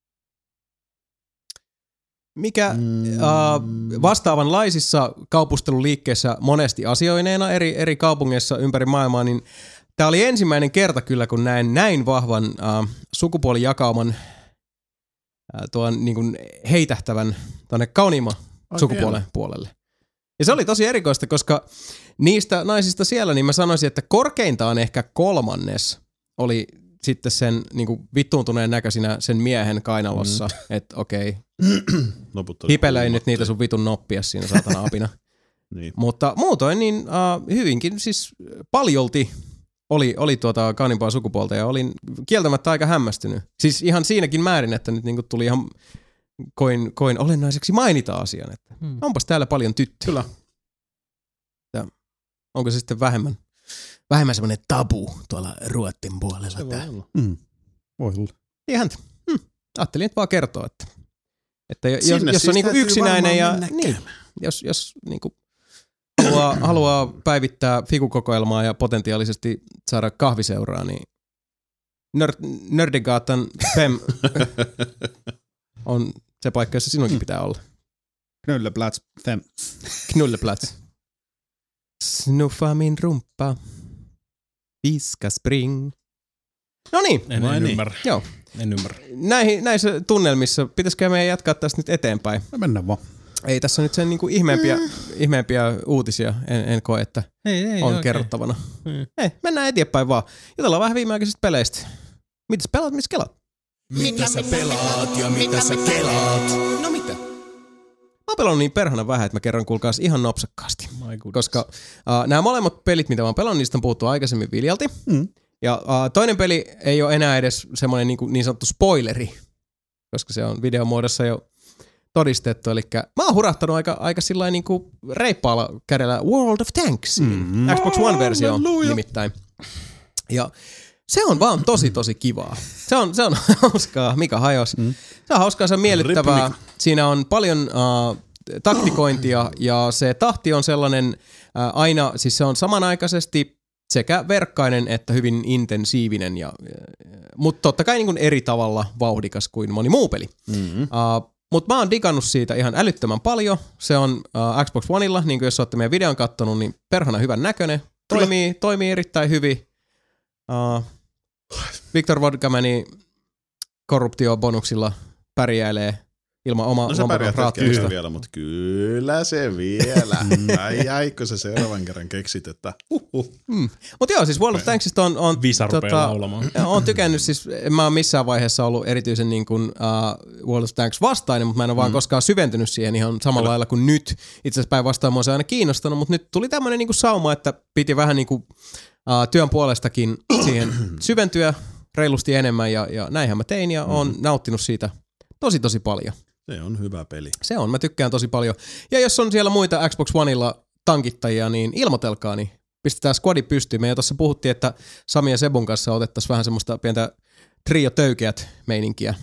S2: Mikä mm. uh, vastaavanlaisissa kaupusteluliikkeissä monesti asioineena eri, eri kaupungeissa ympäri maailmaa, niin tämä oli ensimmäinen kerta kyllä, kun näin näin vahvan uh, sukupuolijakauman uh, tuon niin kuin heitähtävän tuonne kauniimman sukupuolen puolelle. Ja se oli tosi erikoista, koska niistä naisista siellä, niin mä sanoisin, että korkeintaan ehkä kolmannes oli sitten sen niin kuin vittuuntuneen näköisinä sen miehen kainalossa, mm. että okei,
S1: Loput oli
S2: hipelöi nyt
S1: kulmattuja.
S2: niitä sun vitun noppia siinä saatana apina.
S1: Niin.
S2: Mutta muutoin niin uh, hyvinkin siis paljolti oli, oli tuota kauniimpaa sukupuolta ja olin kieltämättä aika hämmästynyt. Siis ihan siinäkin määrin, että nyt niin kuin tuli ihan koin, koin olennaiseksi mainita asian, että hmm. onpas täällä paljon tyttöjä.
S1: Kyllä.
S2: Ja onko se sitten vähemmän, vähemmän semmoinen tabu tuolla Ruotsin puolella?
S1: Se voi
S2: Tää?
S1: olla.
S5: Mm. Voi olla.
S2: Ihan, hmm. ajattelin nyt vaan kertoa, että, että jos,
S1: Sinne
S2: jos
S1: siis
S2: on niinku
S1: täytyy
S2: yksinäinen ja
S1: varmaan mennä
S2: niin, jos, jos niinku haluaa, haluaa päivittää figukokoelmaa ja potentiaalisesti saada kahviseuraa, niin Nörd, Nördigatan Fem on se paikka, jossa sinunkin pitää olla.
S5: Knulleplatz fem.
S2: Knulleplatz. Snuffa min rumpa. Viska spring. No niin,
S3: En,
S1: Vai
S3: en
S1: niin?
S3: ymmärrä.
S2: joo.
S3: En ymmärrä.
S2: Näihin, näissä tunnelmissa pitäisikö meidän jatkaa tästä nyt eteenpäin?
S5: No mennään vaan.
S2: Ei tässä nyt sen niinku ihmeempiä, ihmeempiä uutisia, en, en koe, että
S3: Ei, ei,
S2: on
S3: oikein.
S2: kerrottavana.
S3: Mm.
S2: Ei, mennään eteenpäin vaan. Jutellaan vähän viimeaikaisista peleistä. Mitäs pelaat, missä kelaat?
S6: Mitä sä pelaat ja mitä sä kelaat?
S2: No mitä? Mä oon pelannut niin perhana vähän, että mä kerron kuulkaas ihan nopsakkaasti.
S3: My goodness.
S2: Koska uh, nämä molemmat pelit, mitä mä oon pelannut, niistä on puhuttu aikaisemmin viljalti.
S5: Mm.
S2: Ja uh, toinen peli ei ole enää edes semmoinen niin, niin sanottu spoileri, koska se on videomuodossa jo todistettu. Eli mä oon hurahtanut aika, aika sillain niin kuin reippaalla kädellä World of Tanksiin. Mm-hmm. Xbox One-versio nimittäin. Ja se on vaan tosi tosi kivaa. Se on, se on hauskaa. Mika hajos. Mm. Se on hauskaa, se on miellyttävää. Rip, Siinä on paljon uh, taktikointia ja se tahti on sellainen uh, aina, siis se on samanaikaisesti sekä verkkainen että hyvin intensiivinen, ja, mutta totta kai niin kuin eri tavalla vauhdikas kuin moni muu peli. Mm-hmm. Uh, mutta mä oon digannut siitä ihan älyttömän paljon. Se on uh, Xbox Oneilla, niin kuin jos olette meidän videon kattonut, niin perhana hyvän näköinen. Toimii, toimii erittäin hyvin. Uh, Victor Vodkamani korruptiobonuksilla pärjäilee ilman omaa
S1: no lompakon vielä, mutta kyllä se vielä. ai ai, kun sä seuraavan kerran keksit, että uhuh.
S2: Mm. Mutta joo, siis World of Tanksista on... on
S3: Visa rupeaa tota, laulamaan.
S2: On tykännyt, siis en mä ole missään vaiheessa ollut erityisen niin kuin, uh, World of Tanks vastainen, mutta mä en ole mm. vaan koskaan syventynyt siihen ihan samalla lailla kuin nyt. Itse asiassa päinvastoin mua se aina kiinnostanut, mutta nyt tuli tämmöinen niin kuin sauma, että piti vähän niin kuin, uh, työn puolestakin siihen syventyä reilusti enemmän, ja, ja näinhän mä tein, ja oon mm. nauttinut siitä tosi tosi paljon.
S1: Se on hyvä peli.
S2: Se on, mä tykkään tosi paljon. Ja jos on siellä muita Xbox Oneilla tankittajia, niin ilmoitelkaa, niin pistetään squadi pystyyn. Me jo tuossa puhuttiin, että Sami ja Sebun kanssa otettaisiin vähän semmoista pientä trio-töykeät meininkiä.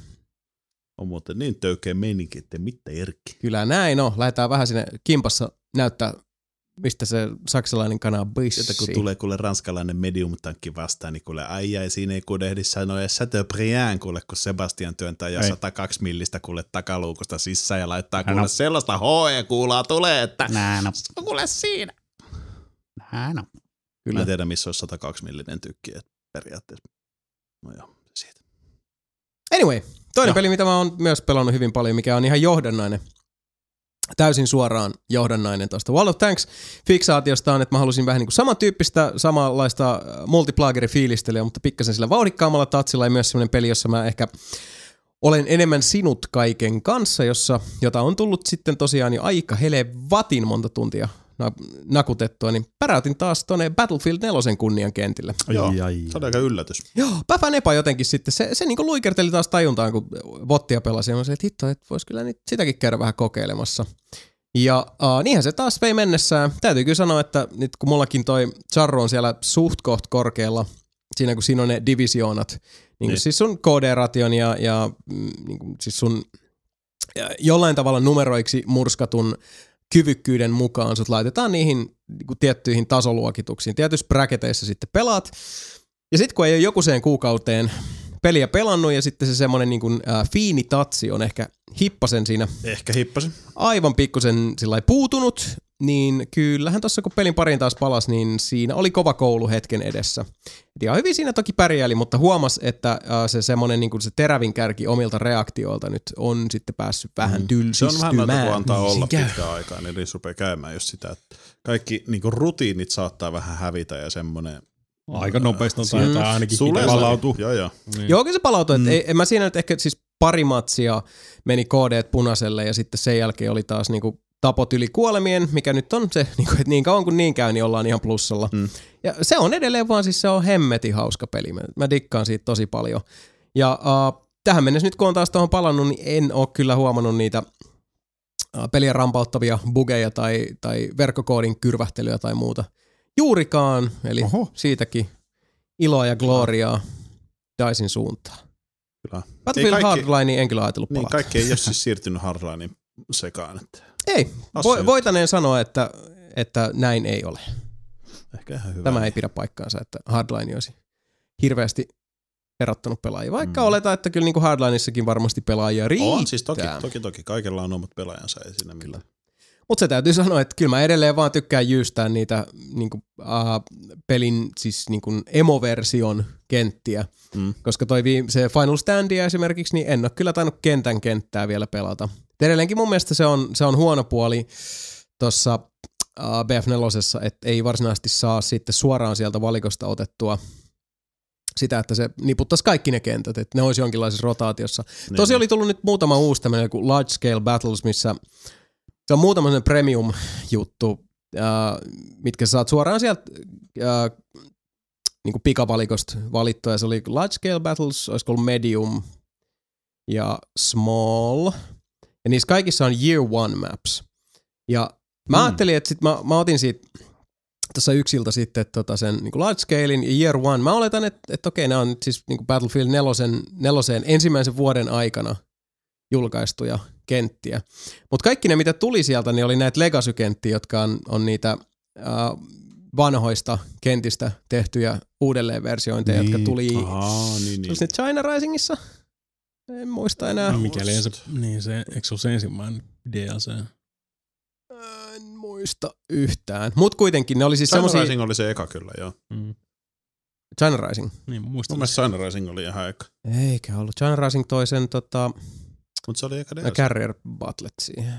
S1: On muuten niin töykeä meininki, että mitä Erkki.
S2: Kyllä näin on. Lähdetään vähän sinne kimpassa näyttää, mistä se saksalainen kana bissi.
S1: Että kun tulee kuule ranskalainen medium-tankki vastaan, niin kuule ai ai, siinä ei kuule ehdi sanoa Chateaubriand, kuule kun Sebastian työntää ja sata kaksi millistä kuule takaluukosta sisään ja laittaa kuule no. sellaista H E-kuulaa tulee, että
S4: nää no. kuule siinä. Nää no.
S1: Kyllä. Mä tiedän, missä olisi sata kaksi millinen tykki, periaatteessa. No joo, siitä.
S2: Anyway, toinen no. peli, mitä mä oon myös pelannut hyvin paljon, mikä on ihan johdannainen. Täysin suoraan johdannainen tuosta World of Tanks-fiksaatiosta on, että mä halusin vähän niin kuin samantyyppistä, samanlaista multiplageri-fiilistelyä, mutta pikkasen sillä vauhdikkaammalla tatsilla, ja myös sellainen peli, jossa mä ehkä olen enemmän sinut kaiken kanssa, jossa, jota on tullut sitten tosiaan jo aika helvatin monta tuntia nakutettua, niin päräytin taas tuonne Battlefield neljä kunnian kentille.
S1: Joo, se oli aika yllätys.
S2: Joo, Päfän Epa jotenkin sitten, se, se niinku luikerteli taas tajuntaan, kun bottia pelasi, ja mä sanoin, että hitto, että vois kyllä nyt sitäkin käydä vähän kokeilemassa. Ja uh, niinhän se taas vei mennessään. Täytyy kyllä sanoa, että nyt kun mullakin toi Charro on siellä suht koht korkealla, siinä kun siinä on ne divisioonat, niin niin. Siis sun K D-ration ja, ja niin kuin, siis sun ja jollain tavalla numeroiksi murskatun kyvykkyyden mukaan sut laitetaan niihin niin kuin tiettyihin tasoluokituksiin. Tietyissä bracketeissa sitten pelaat. Ja sitten kun ei ole jokuseen kuukauteen peliä pelannut ja sitten se semmoinen niin kuin äh, fiini tatsi on ehkä hippasen siinä.
S1: Ehkä hippasen.
S2: Aivan pikkusen sillai puutunut, niin kyllähän tuossa kun pelin parin taas palas, niin siinä oli kova koulu hetken edessä. Et ihan hyvin siinä toki pärjäili, mutta huomas, että äh, se semmoinen niin kuin se terävin kärki omilta reaktioilta nyt on sitten päässyt vähän mm. tylsistymään.
S1: Se on vähän näitä, kun antaa olla pitkään aikaa, niin niissä rupeaa käymään just sitä, että kaikki niin kuin rutiinit saattaa vähän hävitä ja semmoinen.
S3: Aika nopeasti on tai ainakin palautuu.
S1: Joo, joo.
S2: Niin. Joo, kyllä se palautuu. Mm. En mä siinä nyt ehkä siis pari matsia meni K D:t punaiselle ja sitten sen jälkeen oli taas niinku tapot yli kuolemien, mikä nyt on se, niinku, että niin kauan kuin niin käy, niin ollaan ihan plussalla. Mm. Ja se on edelleen vaan siis se on hemmetin hauska peli. Mä, mä dikkaan siitä tosi paljon. Ja uh, tähän mennessä nyt kun on taas tuohon palannut, niin en ole kyllä huomannut niitä uh, pelien rampauttavia bugeja tai, tai verkkokoodin kyrvähtelyä tai muuta. Juurikaan, eli Oho. siitäkin iloa ja gloriaa Dicen suuntaan.
S1: Kyllä.
S2: Battlefield Hardline en kyllä ajatellut
S1: niin,
S2: palata.
S1: kaikki ei ole siis siirtynyt Hardlinein sekaan. Että
S2: ei, vo, voitaneen sanoa, että, että näin ei ole.
S1: Ehkä ihan hyvä.
S2: Tämä ei pidä paikkaansa, että Hardline olisi hirveästi erottanut pelaajia. Vaikka mm. oletaan, että kyllä niin kuin Hardlineissakin varmasti pelaajia riittää.
S1: On siis toki, toki, toki. Kaikella on omat pelaajansa, ei siinä millään.
S2: Mutta se täytyy sanoa, että kyllä mä edelleen vaan tykkään jyystää niitä niinku, uh, pelin siis niinku emo-version kenttiä, mm. koska toi viime, se Final Standia esimerkiksi, niin en ole kyllä tainnut kentän kenttää vielä pelata. Edelleenkin mun mielestä se on, se on huono puoli tuossa uh, B F neljä, että ei varsinaisesti saa sitten suoraan sieltä valikosta otettua sitä, että se niputtaisi kaikki ne kentät, että ne olisi jonkinlaisessa rotaatiossa. Niin. Tosi oli tullut nyt muutama uusi tämmöinen kuin Large Scale Battles, missä se on muutama sellainen premium-juttu, äh, mitkä sä saat suoraan sieltä äh, niin pikavalikosta valittua. Se oli Large Scale Battles, olisiko ollut Medium ja Small. Ja niissä kaikissa on year one maps. Ja mä mm. ajattelin, että sit mä, mä otin siitä tuossa yksi ilta sitten tota sen niin kuin large scalein ja year one. Mä oletan, että, että okei, nämä on nyt siis niin kuin Battlefield nelosen, neloseen ensimmäisen vuoden aikana julkaistuja kenttiä. Mutta kaikki ne, mitä tuli sieltä, niin oli näitä Legacy-kenttiä, jotka on, on niitä äh, vanhoista kentistä tehtyjä uudelleenversiointeja, niin. jotka tuli
S1: Aha, niin, niin.
S2: ne China Risingissa. En muista enää.
S3: No, mikäli se, niin se, eikö se ole se ensimmäinen D L C?
S2: En muista yhtään. Mut kuitenkin ne oli siis
S1: China
S2: semmosia...
S1: Rising oli se eka kyllä, joo.
S3: Mm.
S2: China Rising.
S3: Niin, muistan.
S1: Mun mielestä China Rising oli ihan eka.
S2: Eikä ollut. China Rising toi sen tota...
S1: Mut se oli eka D L C.
S2: Carrier Battlet siihen.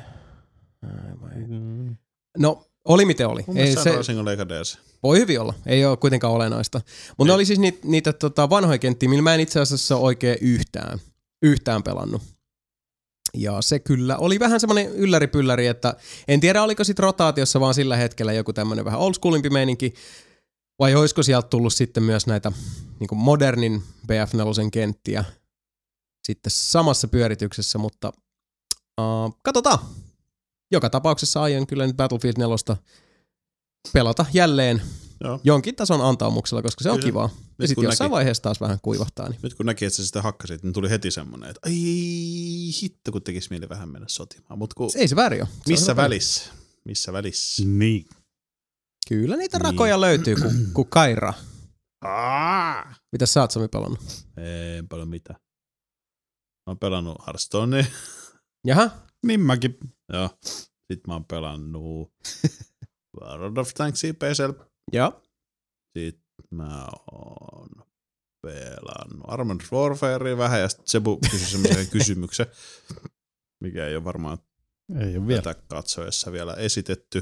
S3: Mm.
S2: No, oli miten oli.
S1: Mun
S2: Ei,
S1: mielestä
S2: se
S1: China Rising oli eka D L C.
S2: voi hyvin olla. Ei ole kuitenkaan olennaista. Mutta ne oli siis niitä, niitä tota vanhoja kenttiä, millä mä en itse asiassa oikein yhtään, yhtään pelannut. Ja se kyllä oli vähän semmoinen ylläripylläri, että en tiedä oliko sit rotaatiossa vaan sillä hetkellä joku tämmönen vähän old schoolimpi meininki, vai olisiko sieltä tullut sitten myös näitä niin kuin modernin B F neljä kenttiä sitten samassa pyörityksessä, mutta uh, katsotaan. Joka tapauksessa aion kyllä nyt Battlefield neljä pelata jälleen
S1: Joo.
S2: jonkin tason antaumuksella, koska se on
S1: Kyllä.
S2: kivaa. Ja sitten jossain
S1: näki,
S2: vaiheessa taas vähän kuivahtaa. Niin.
S1: nyt kun näki, että sä sitä hakkasit, niin tuli heti semmonen, että ai hitto, kun tekis mieli vähän mennä sotimaan. Mut kun,
S2: Ei se väärin ole. Se
S1: missä
S2: on
S1: välissä? Missä välissä?
S5: Niin.
S2: Kyllä niitä
S1: Niin.
S2: rakoja löytyy kuin ku Kaira.
S1: Aa!
S2: Mitä sä oot Sami pelannut?
S1: En paljon mitään. Mä oon pelannut Hearthstonea.
S2: Jaha?
S5: Niin mäkin.
S1: Joo. Sitten mä oon pelannut World of Tanksia P C:llä.
S2: Joo.
S1: Sitten mä oon pelannut Armored Warfarea vähän, ja sitten Sebu kysyi semmoisen kysymyksen, mikä ei ole varmaan
S5: Ei ole vielä.
S1: tätä katsoessa vielä esitetty.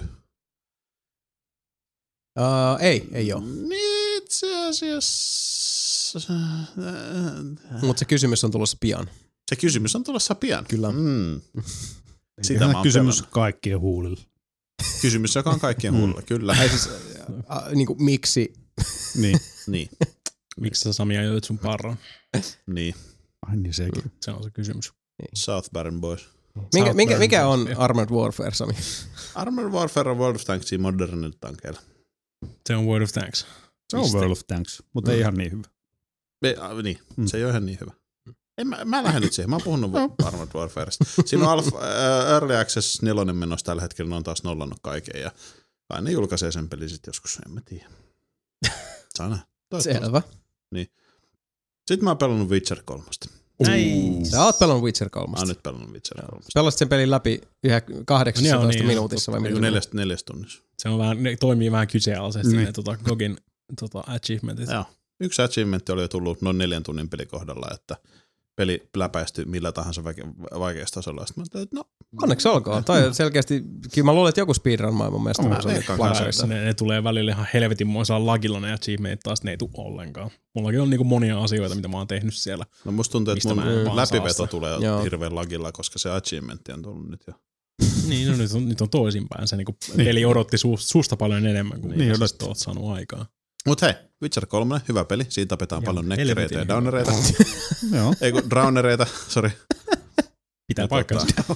S2: Uh, ei, ei oo.
S1: Itse asiassa...
S2: Mutta se kysymys on tulossa pian.
S1: Se kysymys on tulossa pian.
S2: Kyllä.
S1: Mm. Sitä
S5: Eiköhän
S1: mä oon
S5: kysymys
S1: pelannut.
S5: kaikkien huulilla.
S1: Kysymys, joka on kaikkien huulilla, kyllä.
S2: Ai siis, äh, niinku, miksi?
S5: Niin.
S1: Niin,
S3: Miksi sä Sami ajoit sun parran?
S1: niin.
S5: Ai niin sekin.
S3: Se on se kysymys.
S1: South Baron Boys.
S2: Minkä, minkä,
S3: South
S2: mikä
S3: Burn.
S2: on Armored Warfare, Sami?
S1: Armored Warfare on World of Tanksia modernilla tankeilla.
S3: Se on World of Tanks.
S5: Se on
S3: Mistä?
S5: World of Tanks, mutta ei ihan niin hyvä.
S1: Me, äh, niin,
S5: Mm.
S1: se ei ole ihan niin hyvä. En, mä, mä lähden nyt siihen. Mä oon puhunut Armored Warfaresta. Siinä on Alpha, äh, Early Access nelonen menossa tällä hetkellä. Ne on taas nollannut kaiken ja kai ne julkaisee sen pelin sitten joskus. En mä tiedä. Saa nähdä. Toivottavasti.
S2: Selvä.
S1: Sitten mä oon pelannut Witcher kolme.
S2: Sä oot pelannut Witcher kolme.
S1: Mä oon nyt pelannut Witcher kolme.
S2: Pelasit sen pelin läpi yhä kahdeksitoista
S3: Joo, niin,
S2: minuutissa vai
S1: Niin
S2: mitä?
S1: kuin neljäs, neljäs tunnissa.
S3: Se on vähän, ne toimii vähän kyseenalaisesti
S5: Niin.
S3: ne tota, Gogin tota, achievementit.
S1: Joo. Yksi achievementti oli jo tullut noin neljän tunnin pelikohdalla, että peli läpäistyi millä tahansa vaike- vaikeassa tasolla. Sitten mä ajattelin, että no,
S2: Onneksi olkoon. Toi on selkeästi, kyllä mä luulen, että joku speedrun mun mielestä
S1: On,
S2: on, on
S1: eikä
S2: plakkarissa.
S3: Ne, ne tulee välillä ihan helvetinmoisella lagilla ne achievementit, taas ne ei tule ollenkaan. Mullakin on niinku monia asioita, mitä mä oon tehnyt siellä.
S1: no musta tuntuu, että
S3: Mistä
S1: mun
S3: mä en vaan
S1: läpiveto
S3: saa sitä.
S1: tulee
S2: Joo.
S1: hirveän lagilla, koska se achievementti on tullut nyt jo.
S3: Niin, no nyt on, nyt on toisinpäin. Se niinku peli odotti su, susta paljon enemmän kuin
S5: Niin,
S3: niin,
S5: odotti.
S3: oot saanut aikaa.
S1: Mut hei, Witcher kolme, hyvä peli. Siinä tapetaan
S3: Joo,
S1: paljon nekkereitä
S3: helvetin
S1: ja
S3: hyvä.
S1: downereita.
S5: Joo.
S1: Ei kun drownereita, sori.
S3: Pitää
S1: Ja
S3: paikkansa.
S1: tota-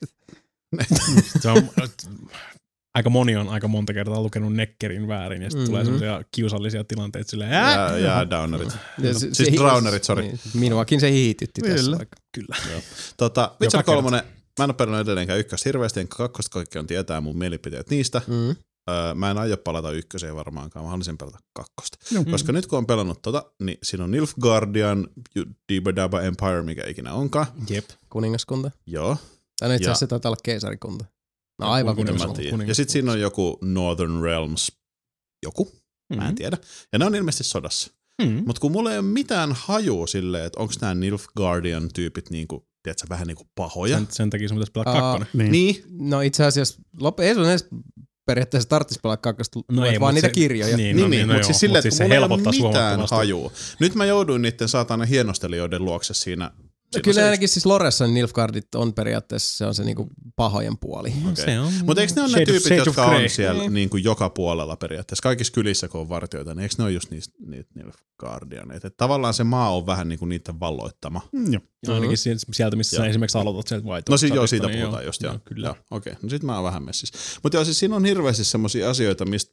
S3: Se on, aika moni on aika monta kertaa lukenut nekkerin väärin ja sitten
S2: Mhm.
S3: tulee semmoisia kiusallisia tilanteita silleen, ää,
S1: Ja, ja downerit.
S2: Ja se-
S1: Siis
S2: se-
S1: drownerit, sori.
S2: niin, Minuakin se hiitytti tässä
S5: Kyllä.
S2: vaikka.
S3: kyllä.
S1: Tota, Witcher
S3: Joka kerta.
S1: kolme, mä en ole pelannut edelleenkään ykköstä hirveästi, enkä kakkosta kaikki on tietää mun mielipiteet niistä.
S2: Mm.
S1: Öö, mä en aio palata ykköseen varmaankaan, mä haluaisin pelata kakkosta.
S5: Joo.
S1: Koska nyt kun on pelannut tota, niin siinä on Nilfgaardian, Diba Daba Empire, mikä ikinä onkaan.
S3: Jep.
S2: Kuningaskunta.
S1: Joo,
S2: Tai no itse
S1: Ja-
S2: asiassa se taitaa olla keisarikunta. No aivan
S3: Kun-
S1: en
S2: kuten
S1: mä
S2: se
S1: tiedä.
S3: kuningas-
S1: Ja sitten siinä on joku Northern Realms, joku, mä en tiedä. Ja ne on ilmeisesti sodassa.
S3: Mm.
S1: Mutta kun mulla ei ole mitään hajua silleen, että onko nämä Nilfgaardian tyypit niinku, tiedätkö, vähän niinku pahoja.
S3: Sen, sen takia sun pitäisi pelata
S2: Aa,
S3: kakkonen.
S5: Niin.
S1: Niin,
S2: No itse asiassa, lop- ei sun edes periaatteessa tarvitsisi pelaa kakkosta,
S3: No ei,
S2: vaan
S3: mut
S2: niitä
S3: se-
S2: kirjoja.
S3: niin.
S1: niin,
S3: no
S1: niin,
S3: no
S1: mutta
S3: joo,
S1: siis silleen,
S3: mut
S1: että
S3: siis se
S1: mulla ei ole
S3: helpottaisi
S1: mitään
S3: huomattavasti.
S1: hajua. Nyt mä jouduin niiden saatana hienostelioiden luokse siinä
S2: Kyllä ainakin siis Loressa Nilfgaardit on periaatteessa se on se niinku pahojen puoli.
S3: No, se on.
S1: Mutta eikö ne ole ne
S3: Shade of-
S1: tyypit,
S3: Shade of
S1: jotka on
S3: Grey.
S1: siellä
S2: Niin.
S1: niin kuin joka puolella periaatteessa? Kaikissa kylissä, kun on vartioita, niin eikö ne ole just niistä, niitä Nilfgaardianeita? Että tavallaan se maa on vähän niin kuin niiden valloittama.
S5: Mm, joo.
S3: Ainakin sieltä, missä
S1: Joo.
S3: sä esimerkiksi aloitat sieltä White
S1: No siis joo,
S3: Walkerista,
S1: siitä
S3: niin
S1: puhutaan just, joo.
S3: joo, kyllä.
S1: Joo, okei, okay. No sit mä oon vähän messissä. Mutta joo, siis siinä on hirveästi semmosia asioita, mistä...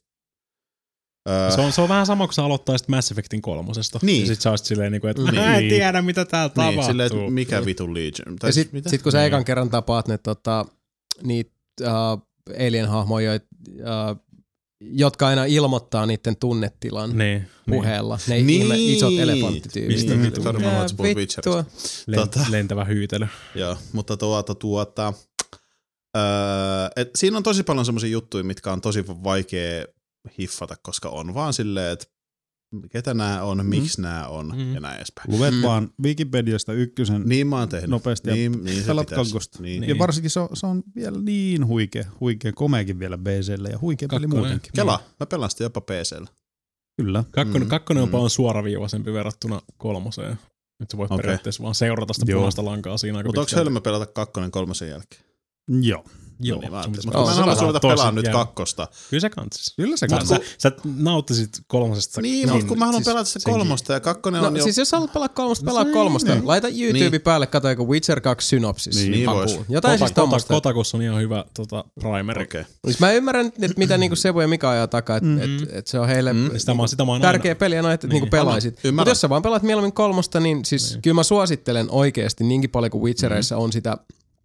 S1: Öö,
S3: Se on, se on vähän sama, kun sä aloittaisit Mass Effectin kolmosesta.
S1: Niin.
S3: Ja sit sä olisit silleen, että
S1: Niin.
S3: mä en tiedä, mitä täällä
S1: niin,
S3: tapahtuu.
S1: silleen, että mikä vitun Legion. Tai
S2: Ja
S1: siis
S2: sit,
S1: mitä?
S2: sit kun sä
S3: Niin.
S2: ekan kerran tapaat ne tota, niitä uh, alien-hahmoja, uh, jotka aina ilmoittaa niiden tunnetilan
S3: Niin,
S2: puheella. Ne
S1: Niin.
S2: ihme isot elefanttityypit.
S3: Mistä
S1: Niin,
S3: vittu?
S1: varmaan
S2: Mitä
S1: oot sä puhut
S2: vittua?
S1: Witcherista.
S3: Len,
S1: Tota.
S3: lentävä hyytelö.
S1: Joo, mutta tuota, tuota, öö, et siinä on tosi paljon semmoisia juttuja, mitkä on tosi vaikea hiffata, koska on vaan silleen, että ketä nämä on, miksi nämä on
S3: Mm.
S1: ja näin edespäin.
S5: Luet
S2: Mm.
S5: vaan Wikipediasta ykkösen
S1: Niin mä oon tehnyt.
S5: nopeasti ja
S1: niin, niin se
S5: pelat
S1: pitäisi.
S5: kakkosta.
S1: Niin.
S5: Ja
S3: Niin.
S5: varsinkin se on, se on vielä niin huikea, huikea komeakin vielä B C:lle ja huikea peli
S3: Kakkonen.
S5: muutenkin.
S1: Kela, mä pelaan sitä jopa P C:llä.
S5: Kyllä.
S3: Kakkonen,
S1: Mm,
S3: kakkonen on
S1: mm.
S3: paljon suoraviivaisempi verrattuna kolmoseen. Nyt sä voit
S1: Okei.
S3: periaatteessa vaan seurata sitä
S5: Joo.
S3: punaista lankaa siinä aika
S1: Mutta onko
S3: pitkälti.
S1: hölmö pelata kakkonen kolmosen jälkeen?
S5: Joo.
S3: Joo.
S1: No niin, mä
S3: se on-
S1: ajattelin.
S3: se
S1: Mutta
S3: on-
S1: mä en
S3: se
S1: halua
S3: on
S1: ruveta
S3: tosi
S1: pelaa nyt
S3: jännä.
S1: kakkosta.
S3: Kyllä se kansis.
S5: Kyllä se
S3: Sä,
S5: kanssa.
S3: sä, sä nauttisit kolmosesta.
S1: Niin, mutta kun mä haluan
S3: siis
S1: pelata sitä
S3: senkin.
S1: kolmosta ja kakkonen
S2: No
S1: on jo...
S2: siis jos haluat pelaa kolmosta, pelaa
S5: No,
S2: kolmosta.
S5: niin.
S2: Laita YouTube
S1: Niin.
S2: päälle, katso joku Witcher kaksi synopsis.
S5: Niin,
S1: niin
S2: Hakuun.
S1: vois.
S2: Jotain siis
S3: Kota, kota,
S2: tommoista.
S3: Kotakussa on ihan hyvä tota, primeri.
S1: Okei. Okay.
S2: Siis mä ymmärrän, että mitä niinku Sebu ja Mika ajaa takaa, että
S3: Mm-hmm.
S2: et, et se on heille
S1: Mm.
S3: Sitä mä, oon- sitä mä oon
S2: tärkeä
S3: aina.
S2: peli ja noin, että
S3: Niin.
S2: niinku pelaisit.
S1: Ymmärrän.
S2: Mutta jos sä vaan pelaat mieluummin kolmosta, niin siis niin. kyllä mä suosittelen oikeasti niinkin paljon kuin Witchereissa on sitä,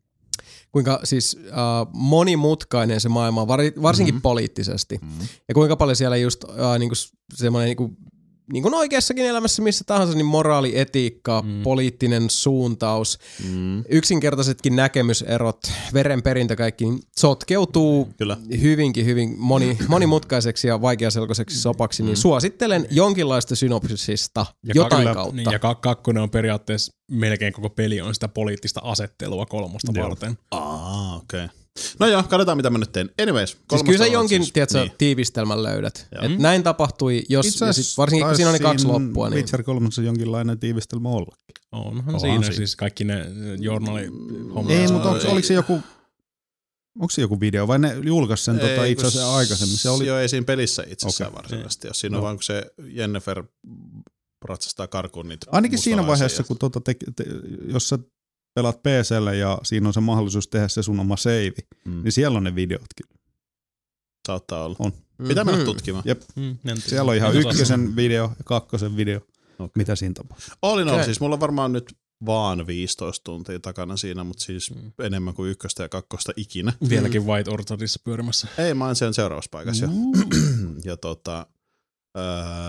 S2: kuinka siis äh, monimutkainen se maailma on, var- varsinkin mm-hmm. poliittisesti. Mm-hmm. Ja kuinka paljon siellä just äh, niinku semmoinen niinku, niin kuin oikeassakin elämässä missä tahansa, niin moraali, etiikka, mm. poliittinen suuntaus,
S1: Mm.
S2: yksinkertaisetkin näkemyserot, verenperintö, kaikki niin sotkeutuu
S1: Kyllä.
S2: hyvinkin, hyvin moni, monimutkaiseksi ja vaikeaselkoiseksi sopaksi, niin suosittelen jonkinlaista synopsisista
S3: Ja
S2: jotain
S3: kak-
S2: kautta.
S3: Niin, ja kak- kakkonen on periaatteessa melkein koko peli on sitä poliittista asettelua kolmosta
S5: Joo.
S3: varten.
S1: Aa, okei. Okay. No joo, katsotaan mitä mä nyt teen. Anyways,
S2: Siis
S1: kolmosta
S2: kyllä sä
S1: on
S2: jonkin,
S1: siis-
S2: tiedätkö,
S1: niin.
S2: tiivistelmän löydät.
S1: Joo.
S2: Et näin tapahtui, jos,
S5: Itse
S2: ja
S5: asiassa
S2: sit, varsinkin kun siinä on ne kaksi
S5: taisi
S2: loppua. Niin,
S5: Witcher kolmossa jonkinlainen tiivistelmä olla.
S3: Onhan
S5: Onhan
S3: siinä
S5: siinä.
S3: siis kaikki ne journalihommat.
S5: Ei,
S1: Joo,
S5: mutta onko,
S1: ei.
S5: oliko se joku, onko se joku video vai ne julkaisi sen tota,
S1: Ei,
S5: itse asiassa
S1: kun
S5: aikaisemmin? Se oli,
S1: Joo, ei siinä pelissä itse asiassa
S5: Okei.
S1: varsinaisesti. Jos siinä on
S5: No.
S1: vaan kun se Jennifer ratsastaa karkuun niitä
S5: ainakin siinä
S1: mustalaisia
S5: vaiheessa,
S1: ja-
S5: kun tota te, te, jos sä pelaat P C:llä ja siinä on se mahdollisuus tehdä se sun oma save,
S1: Mm.
S5: niin siellä on ne videotkin.
S1: Saattaa olla.
S5: On.
S1: Pitää mennä
S2: Mhm.
S1: tutkimaan.
S5: Jep.
S3: Mm,
S5: Siellä on ihan
S3: en osaa
S5: ykkösen video ja kakkosen video,
S1: Okay.
S5: mitä siinä tapahtuu.
S1: All in all,
S2: Okei.
S1: siis mulla on varmaan nyt vaan viisitoista tuntia takana siinä, mutta siis
S3: Mm.
S1: enemmän kuin ykköstä ja kakkosta ikinä.
S3: sanoa. Vieläkin White Orchardissa pyörimässä.
S1: Ei, mä oon sen seuraavassa paikassa jo. Ja tota, öö,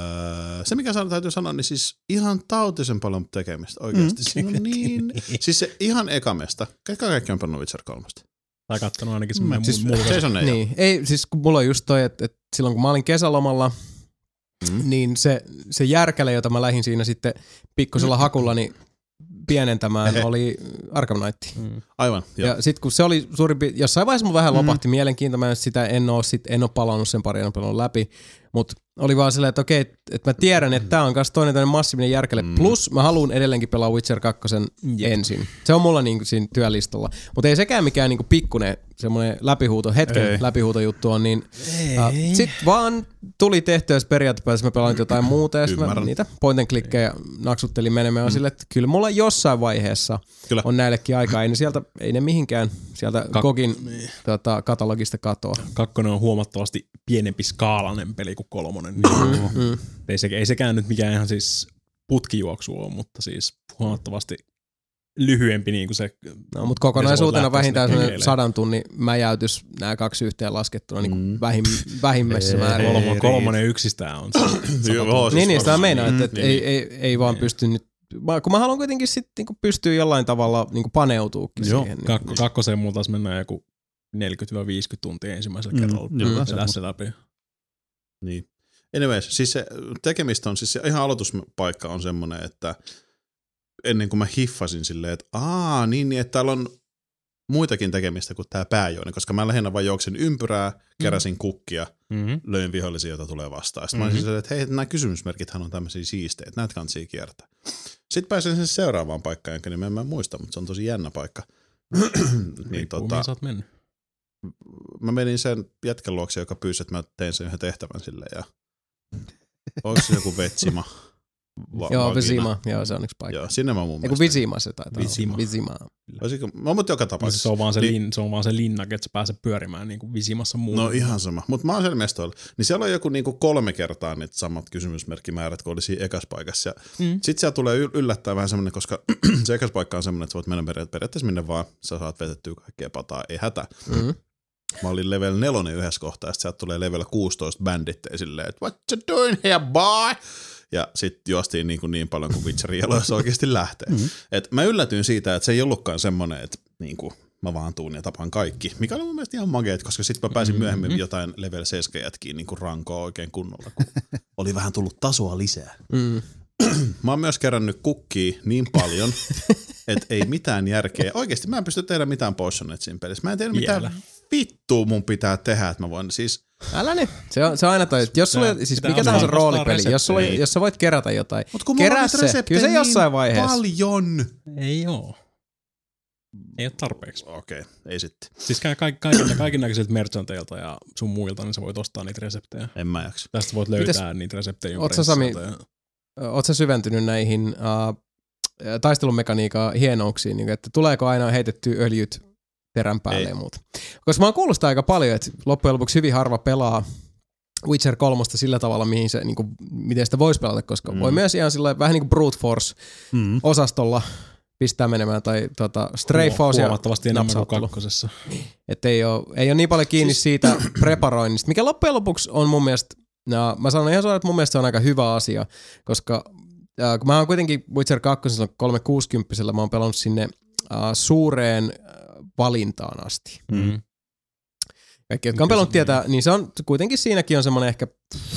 S1: se mikä sanon, täytyy sanoa, niin siis ihan tautisen paljon tekemistä oikeasti. Mm. Siinä on niin, siis se ihan ekamesta. Ketkä kaikki on pelannut Witcher kolmosta?
S3: Tai kattonut ainakin
S5: Mm,
S3: semmoinen
S5: siis
S3: siis, muu,
S1: Jason ei
S2: niin. Ei, siis kun mulla on just toi, että, että silloin kun mä olin kesälomalla,
S1: Mm.
S2: niin se, se järkäle, jota mä lähdin siinä sitten pikkusella hakullani pienentämään,
S1: Ehe.
S2: oli Arkham Knight.
S3: mm.
S1: Aivan, joo.
S2: Ja sit kun se oli suurin piirtein, jossain vaiheessa mun vähän
S5: Mhm.
S2: lopahti mm. mielenkiinto, mä sitä en oo, sit, en oo palannut sen pari, en oo pelannut läpi, mutta oli vaan silleen, että okei, että et mä tiedän, että tää on kanssa toinen tämmönen massiivinen järkele,
S1: Mm.
S2: plus mä haluan edelleenkin pelaa Witcher kaksi
S3: Jep.
S2: ensin. Se on mulla niinku siinä työlistalla, mutta ei sekään mikään niinku pikkunen semmoinen läpihuuto, hetken
S5: Ei.
S2: läpihuutojuttu on, niin äh, sit vaan tuli tehtyä, jos periaatteessa mä pelaan jotain muuta, ja sit mä
S1: Ymmärrän.
S2: niitä point and klikkejä naksuttelin menemään, mm. silleen, että kyllä mulla jossain vaiheessa
S1: Kyllä.
S2: on näillekin aikaa, ei ne sieltä, ei ne mihinkään sieltä
S3: Kak-
S2: Gogin tota, katalogista katoa.
S3: Kakkonen on huomattavasti pienempi skaalainen peli kuin kolmonen. Niin
S2: Mm.
S3: ei, se, ei sekään nyt mikään ihan siis putkijuoksu ole, mutta siis huomattavasti lyhyempi niin kuin se.
S2: No, mutta kokonaisuutena
S3: lähteä
S2: vähintään
S3: sinne
S2: sellainen
S3: kekeilemään.
S2: sadan tunnin mäjäytys, nämä kaksi yhteen laskettuna niin kuin
S1: Mm.
S2: vähim, vähimmässä määrin.
S5: Ei,
S3: Kolmo,
S5: ei
S3: kolmonen yksistään on se.
S1: Joo,
S3: sata
S1: siis
S2: Niin, niin, sitä
S1: varmaan.
S2: mä meinaan, että,
S1: Mm,
S2: että
S1: niin,
S2: ei,
S1: niin.
S2: ei, ei vaan pysty nyt, mä- kun mä haluan kuitenkin sitten niinku pystyä jollain tavalla niinku paneutuukin
S5: Joo,
S2: siihen. Niin.
S3: Kakko, kakkoseen mulla taas mennään joku neljäkymmentä viisikymmentä tuntia ensimmäisellä
S5: Mm,
S3: kerralla.
S5: joo,
S3: Vetää
S5: semmoista.
S3: se läpi.
S1: Niin. Anyways, siis se tekemistä on, siis se ihan aloituspaikka on semmoinen, että ennen kuin mä hiffasin silleen, että aa, niin, niin että täällä on muitakin tekemistä kuin tää pääjuoni, koska mä lähinnä vaan juoksin ympyrää, keräsin kukkia,
S3: Mm-hmm.
S1: löin vihollisia, joita tulee vastaan. Sitten
S3: Mhm.
S1: mä olisin silleen, että hei, nämä kysymysmerkithän on tämmöisiä siistejä, että näitä kansia kiertää. Sitten pääsin sen seuraavaan paikkaan, jonka nimen mä en muista, mutta se on tosi jännä paikka. niin, tota,
S3: sä oot mennyt?
S1: Mä menin sen jätkän luokse, joka pyysi, että mä tein sen yhden tehtävän sille. Ja onko se joku Vetsima? Va-
S2: Joo, Vizima. Joo, se on yksi paikka.
S1: Joo, sinne mä mun
S2: Eiku
S1: mielestä.
S2: Vizima se taitaa
S3: Vizima.
S2: olla. Vizima.
S1: Olisiko, no mutta joka
S3: No,
S1: tapauksessa.
S3: se, on vaan se,
S1: Niin-
S3: lin, se on vaan se linnake, että sä pääset pyörimään niin kuin Visimassa muun.
S1: No ihan sama. Mutta mä oon siellä mestoilla. Niin siellä on joku niinku kolme kertaa niitä samat kysymysmerkkimäärät, kun oli siinä ekas paikassa. Ja
S3: Mm.
S1: sit siellä tulee yl- yllättää vähän semmoinen, koska se ekas paikka on semmoinen, että sä voit mennä peria- periaatteessa minne vaan. Sä saat vetettyä kaikkea pataa, ei hätä.
S2: Mm-hmm.
S1: Mä olin level nelonen yhdessä kohtaa, ja sit sieltä tulee level kuusitoista banditteja silleen, että what you doing here, boy? Ja sit juostiin niin, kuin niin paljon kuin Witcherin jaloissa oikeasti lähtee. Mm-hmm. Et mä yllätyin siitä, että se ei ollutkaan semmoinen, että niin kuin mä vaan tuun ja tapan kaikki, mikä oli mun mielestä ihan mageet, koska sit mä pääsin myöhemmin mm-hmm. jotain level seitsemän jätkiin niin kuin rankoa oikein kunnolla, kun oli vähän tullut tasoa lisää.
S2: Mm.
S1: Mä oon myös kerännyt kukkia niin paljon, että ei mitään järkeä. Oikeesti mä en pysty tehdä mitään potioneita siinä pelissä. Mä en tiedä mitä
S3: Vielä.
S1: vittua mun pitää tehdä, että mä voin siis...
S2: Älä nyt. Se on, se on aina toi, että jos sulle,
S3: Pitää-
S2: siis
S3: pitää
S2: mikä
S3: osata
S2: tahansa
S3: ostaa
S2: roolipeli, jos, sulle,
S3: reseptejä.
S2: jos sä voit kerätä jotain,
S1: Mut kun mulla
S2: kerää
S1: on
S2: se.
S1: niitä
S2: Kyllä se
S1: reseptejä
S2: jossain
S1: niin
S2: vaiheessa.
S1: paljon.
S3: Ei oo. Ei ole tarpeeksi.
S1: Okei, okay, ei sitten.
S3: Siis käy kaikki, kaikki, kaikki näköisiltä merchanteilta ja sun muilta, niin sä voit ostaa niitä reseptejä.
S1: En mä jaksa.
S3: Tästä voit löytää
S2: Mites-
S3: niitä reseptejä
S2: Oot sä, Sami,
S3: Ja...
S2: Oot sä syventynyt näihin uh, taistelumekaniikan hienouksiin, niin että tuleeko aina heitettyä öljyt terän päälle
S1: Ei.
S2: ja muuta? Koska mä oon kuullut sitä aika paljon, että loppujen lopuksi hyvin harva pelaa Witcher kolme sillä tavalla, mihin se, niin kuin, miten sitä voisi pelata, koska mm. voi myös ihan sillä vähän niin kuin brute force-osastolla pistää menemään, tai tota, strafe ja
S3: huomattavasti enemmän kuin
S2: napsauttelu.
S3: kakkosessa.
S2: Että ei ole, ei ole niin paljon kiinni siis... siitä preparoinnista, mikä loppujen lopuksi on mun mielestä, no, mä sanon ihan suoraan, että mun mielestä se on aika hyvä asia, koska äh, kun mä oon kuitenkin Witcher kaksi kolmesataakuusikymmentä, mä oon pelannut sinne äh, suureen äh, valintaan asti.
S3: Mm.
S2: Kaikki, jotka on pelannut tietää, niin se on kuitenkin siinäkin on semmoinen ehkä,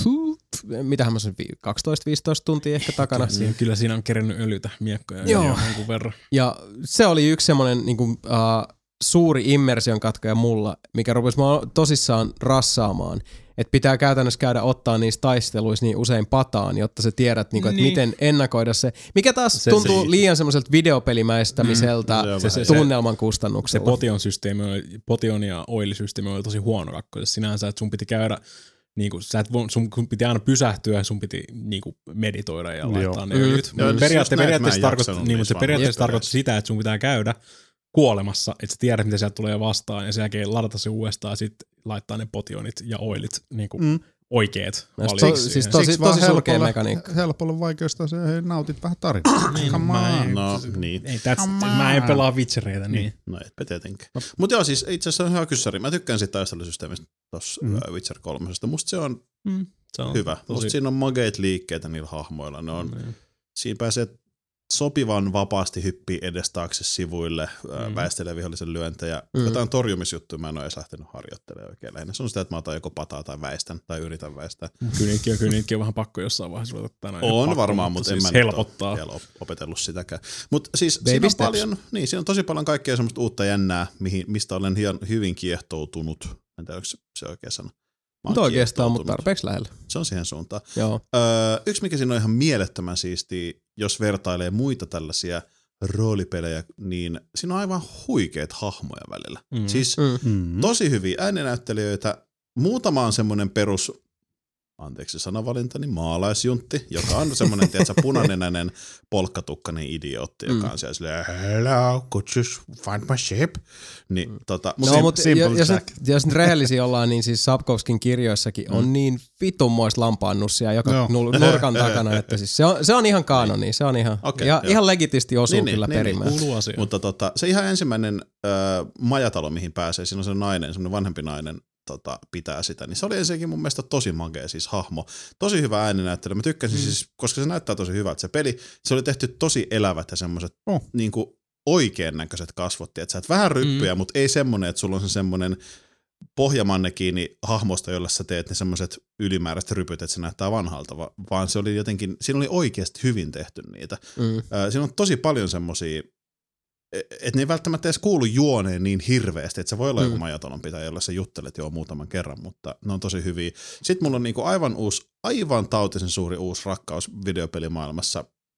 S2: mitähän mä sanon, kaksitoista viisitoista tuntia ehkä takana.
S3: Siinä, kyllä siinä on kerennyt öljytä miekkoja
S2: Joo.
S3: jonkun verran.
S2: Ja se oli yksi semmoinen niin kuin, uh, suuri immersion katkoja mulla, mikä rupesi mua tosissaan rassaamaan. Että pitää käytännössä käydä ottaa niissä taisteluissa niin usein pataan, jotta sä tiedät, niin kuin, että
S3: Niin.
S2: miten ennakoida se. Mikä taas
S3: Se-
S2: tuntuu
S3: se-
S2: liian semmoiselta videopelimäistämiseltä
S1: Mm,
S2: se,
S1: se-
S2: se,
S1: se-
S2: tunnelman
S3: Se
S2: kustannuksella.
S3: potion systeemi, oli, potion ja oil-systeemi oli tosi huono kakkosessa. Sinänsä, että sun piti käydä, niin kuin, sä et, vo- sun piti aina pysähtyä, sun piti niin kuin, meditoida ja laittaa
S5: Joo.
S3: ne
S2: Mm.
S3: öljyt.
S1: Joo,
S3: Mm.
S1: siis
S3: Periaatte,
S1: just näin,
S3: periaatteessa
S1: mä en
S3: tarkoitti,
S1: jaksanut
S3: niin, mutta se
S1: niissä
S3: periaatteessa
S1: vaan
S3: tarkoitti sitä, että sun pitää käydä kuolemassa, että sä tiedät, mitä sieltä tulee vastaan, ja sen jälkeen ladata se uudestaan, ja sitten laittaa ne potionit ja oilit niin kuin
S5: Mm.
S3: oikeet
S2: Mä
S3: valmiiksi
S2: to- siis
S3: siihen.
S2: tosi-
S5: Siksi vaan
S2: tosi surkea
S5: helpolla-
S2: mekaniikka.
S5: Helpolla vaikeasta se hei, nautit vähän tarinaa.
S3: Niin,
S5: Come
S3: mä
S5: on.
S3: en-
S1: No niin.
S3: Ei, that's,
S5: Come
S3: mä en
S5: on.
S3: pelaa Witchereitä, niin.
S1: No etpä tietenkään. No. Mutta joo, siis itse asiassa on hyvä kyssäri. Mä tykkään siitä taistelusysteemistä tuossa
S5: Mm.
S1: mm. Witcher kolmosesta. Musta se on
S3: Mm. Se on
S1: hyvä. Musta
S3: tosi-
S1: siinä on mageet liikkeitä niillä hahmoilla. Ne on,
S3: Mm.
S1: siinä pääsee sopivan vapaasti hyppii edes taakse sivuille, mm.
S3: Mm.
S1: väistelee vihollisen lyöntejä.
S2: Mm.
S1: Mm. Jotain torjumisjuttuja mä en ole edes lähtenyt harjoittelemaan oikein lähinnä. Se on sitä, että mä otan joko pataa tai väistän tai yritän väistää.
S3: Kyllä niitäkin on, kyllä niitäkin on vähän pakko jossain vaiheessa ruveta tänään.
S1: On
S3: pakko,
S1: varmaan, mutta en
S3: siis
S1: mä nyt
S3: helpottaa.
S1: ole vielä op- opetellut sitäkään. Mutta siis
S2: Baby
S1: siinä on,
S2: steps.
S1: paljon, niin, siinä on tosi paljon kaikkea semmoista uutta jännää, mihin, mistä olen hien, hyvin kiehtoutunut. En tiedä, onko se, se oikea sana. Mä oon
S2: Mutta oikeastaan, mutta
S1: kiehtoutunut.
S2: tarpeeksi lähellä.
S1: Se on siihen suuntaan.
S2: Joo.
S1: Öö, yksi, mikä siinä on ihan mielettömän siistiä, jos vertailee muita tällaisia roolipelejä, niin siinä on aivan huikeat hahmoja välillä.
S3: Mm.
S1: Mm. Siis
S2: Mm.
S5: Mm.
S1: tosi hyviä ääninäyttelijöitä. Muutama on semmoinen perus, anteeksi sanavalintani, maalaisjuntti, joka on semmoinen, tiedätkö, punanenäinen polkkatukkainen idiootti, joka
S2: Mm.
S1: on siellä silleen, hello, could you find my ship? Niin,
S2: Mm.
S1: tota,
S2: No,
S1: sim-
S2: mutta
S5: simple
S2: jos,
S5: Jack.
S2: nyt, jos nyt rehellisiä ollaan, niin siis Sapkovskin kirjoissakin on
S1: Mm.
S2: niin vitunmoista lampaannussia joka
S5: Joo.
S2: nul- nurkan takana, että siis se on, se on ihan kanoni, se on ihan,
S1: Okei,
S2: ihan,
S1: joo.
S2: ihan legitisti osuu
S1: Niin, niin,
S2: kyllä
S1: niin,
S2: perimään.
S3: Kuuluu asia.
S1: Mutta tota, se ihan ensimmäinen ö, majatalo, mihin pääsee, siinä on se nainen, semmoinen vanhempi nainen, tota, pitää sitä, niin se oli ensinnäkin mun mielestä tosi magea siis hahmo. Tosi hyvä ääninäyttely. Mä tykkäsin mm. siis, koska se näyttää tosi hyvältä se peli, se oli tehty tosi elävät ja semmoiset
S5: Oh.
S1: niinku oikean näköiset kasvot, että sä et vähän ryppyjä, mm. mutta ei semmoinen, että sulla on se semmoinen pohjamannekiini hahmosta, jolla sä teet ne semmoiset ylimääräiset rypyt, että se näyttää vanhalta, va- vaan se oli jotenkin, siinä oli oikeasti hyvin tehty niitä.
S2: Mm.
S1: Ö, siinä on tosi paljon semmosia, että ne ei välttämättä edes kuulu juoneen niin hirveästi, että se voi olla
S2: Mm.
S1: joku majatalon pitäjä, jolla sä juttelet jo muutaman kerran, mutta ne on tosi hyviä. Sitten mulla on niinku aivan uusi, aivan tautisen suuri uusi rakkaus videopelimaailmassa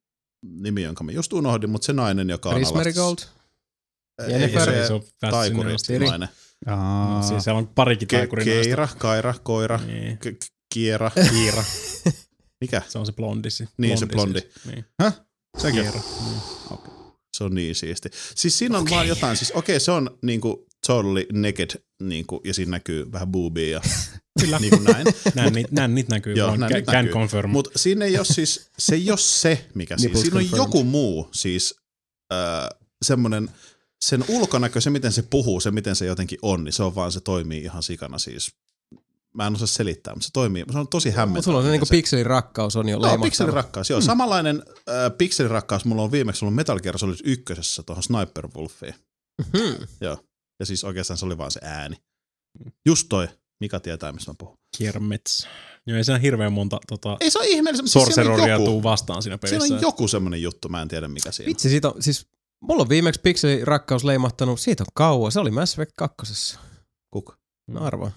S1: nimi, jonka mä just unohdin, mutta se nainen, joka on
S2: Chris
S1: alasti...
S2: Marigold.
S1: Ei,
S2: Jennifer.
S1: se,
S3: Se on
S1: taikuri
S3: Fascinating.
S1: nainen.
S5: Aa,
S3: Siis siellä on parikin
S1: Ke-
S3: taikurin naista.
S1: Keira, Kaira, Koira,
S3: Niin.
S1: K- Kiera.
S3: Kiira.
S1: Mikä?
S3: Se on se blondi.
S1: Niin, se blondi.
S3: Siis. Niin.
S5: sekin.
S3: Kiira.
S1: Se on niin siisti. Siis siinä on okay. vaan jotain, siis okei okay, se on niinku totally naked niinku, ja siinä näkyy vähän boobia ja
S3: Kyllä.
S1: niinku näin.
S3: Nännit, nännit näkyy.
S1: Joo,
S3: Joo,
S1: nännit
S3: can
S1: näkyy.
S3: confirm.
S1: Mutta siinä ei ole siis, se ei ole se, mikä siinä.
S2: Nipples
S1: Siinä on
S2: confirmed.
S1: joku muu, siis äh, semmoinen, sen ulkonäkö, se miten se puhuu, se miten se jotenkin on, niin se on vaan, se toimii ihan sikana siis. Mä en osaa selittää, mutta se toimii, se on tosi hämmentävä.
S2: Mutta sulla on se niinku pikselin rakkaus on jo
S1: Joo,
S2: leimattava.
S1: pikselirakkaus, joo. Mm. Samanlainen äh, pikselirakkaus mulla on viimeksi ollut Metal Gear Solid ykkösessä tuohon Sniper Wolfiin.
S2: Hmm.
S1: Joo. Ja siis oikeastaan se oli vaan se ääni. Just toi. Mika tietää, mistä mä puhun.
S3: Kiermets. Joo, ei siinä hirveän monta tota,
S1: Ei se ole ihmeellistä, mutta siis siellä on
S3: sorceroria
S1: joku,
S3: tuu vastaan siinä pelissä.
S1: siellä on joku semmoinen juttu, mä en tiedä mikä siinä.
S2: Vitsi, siitä on, siis mulla on viimeksi pikselin rakkaus leimahtanut, siitä on kauan. Se oli Mass Effect kakkosessa.
S1: Kuka?
S2: No arvaa.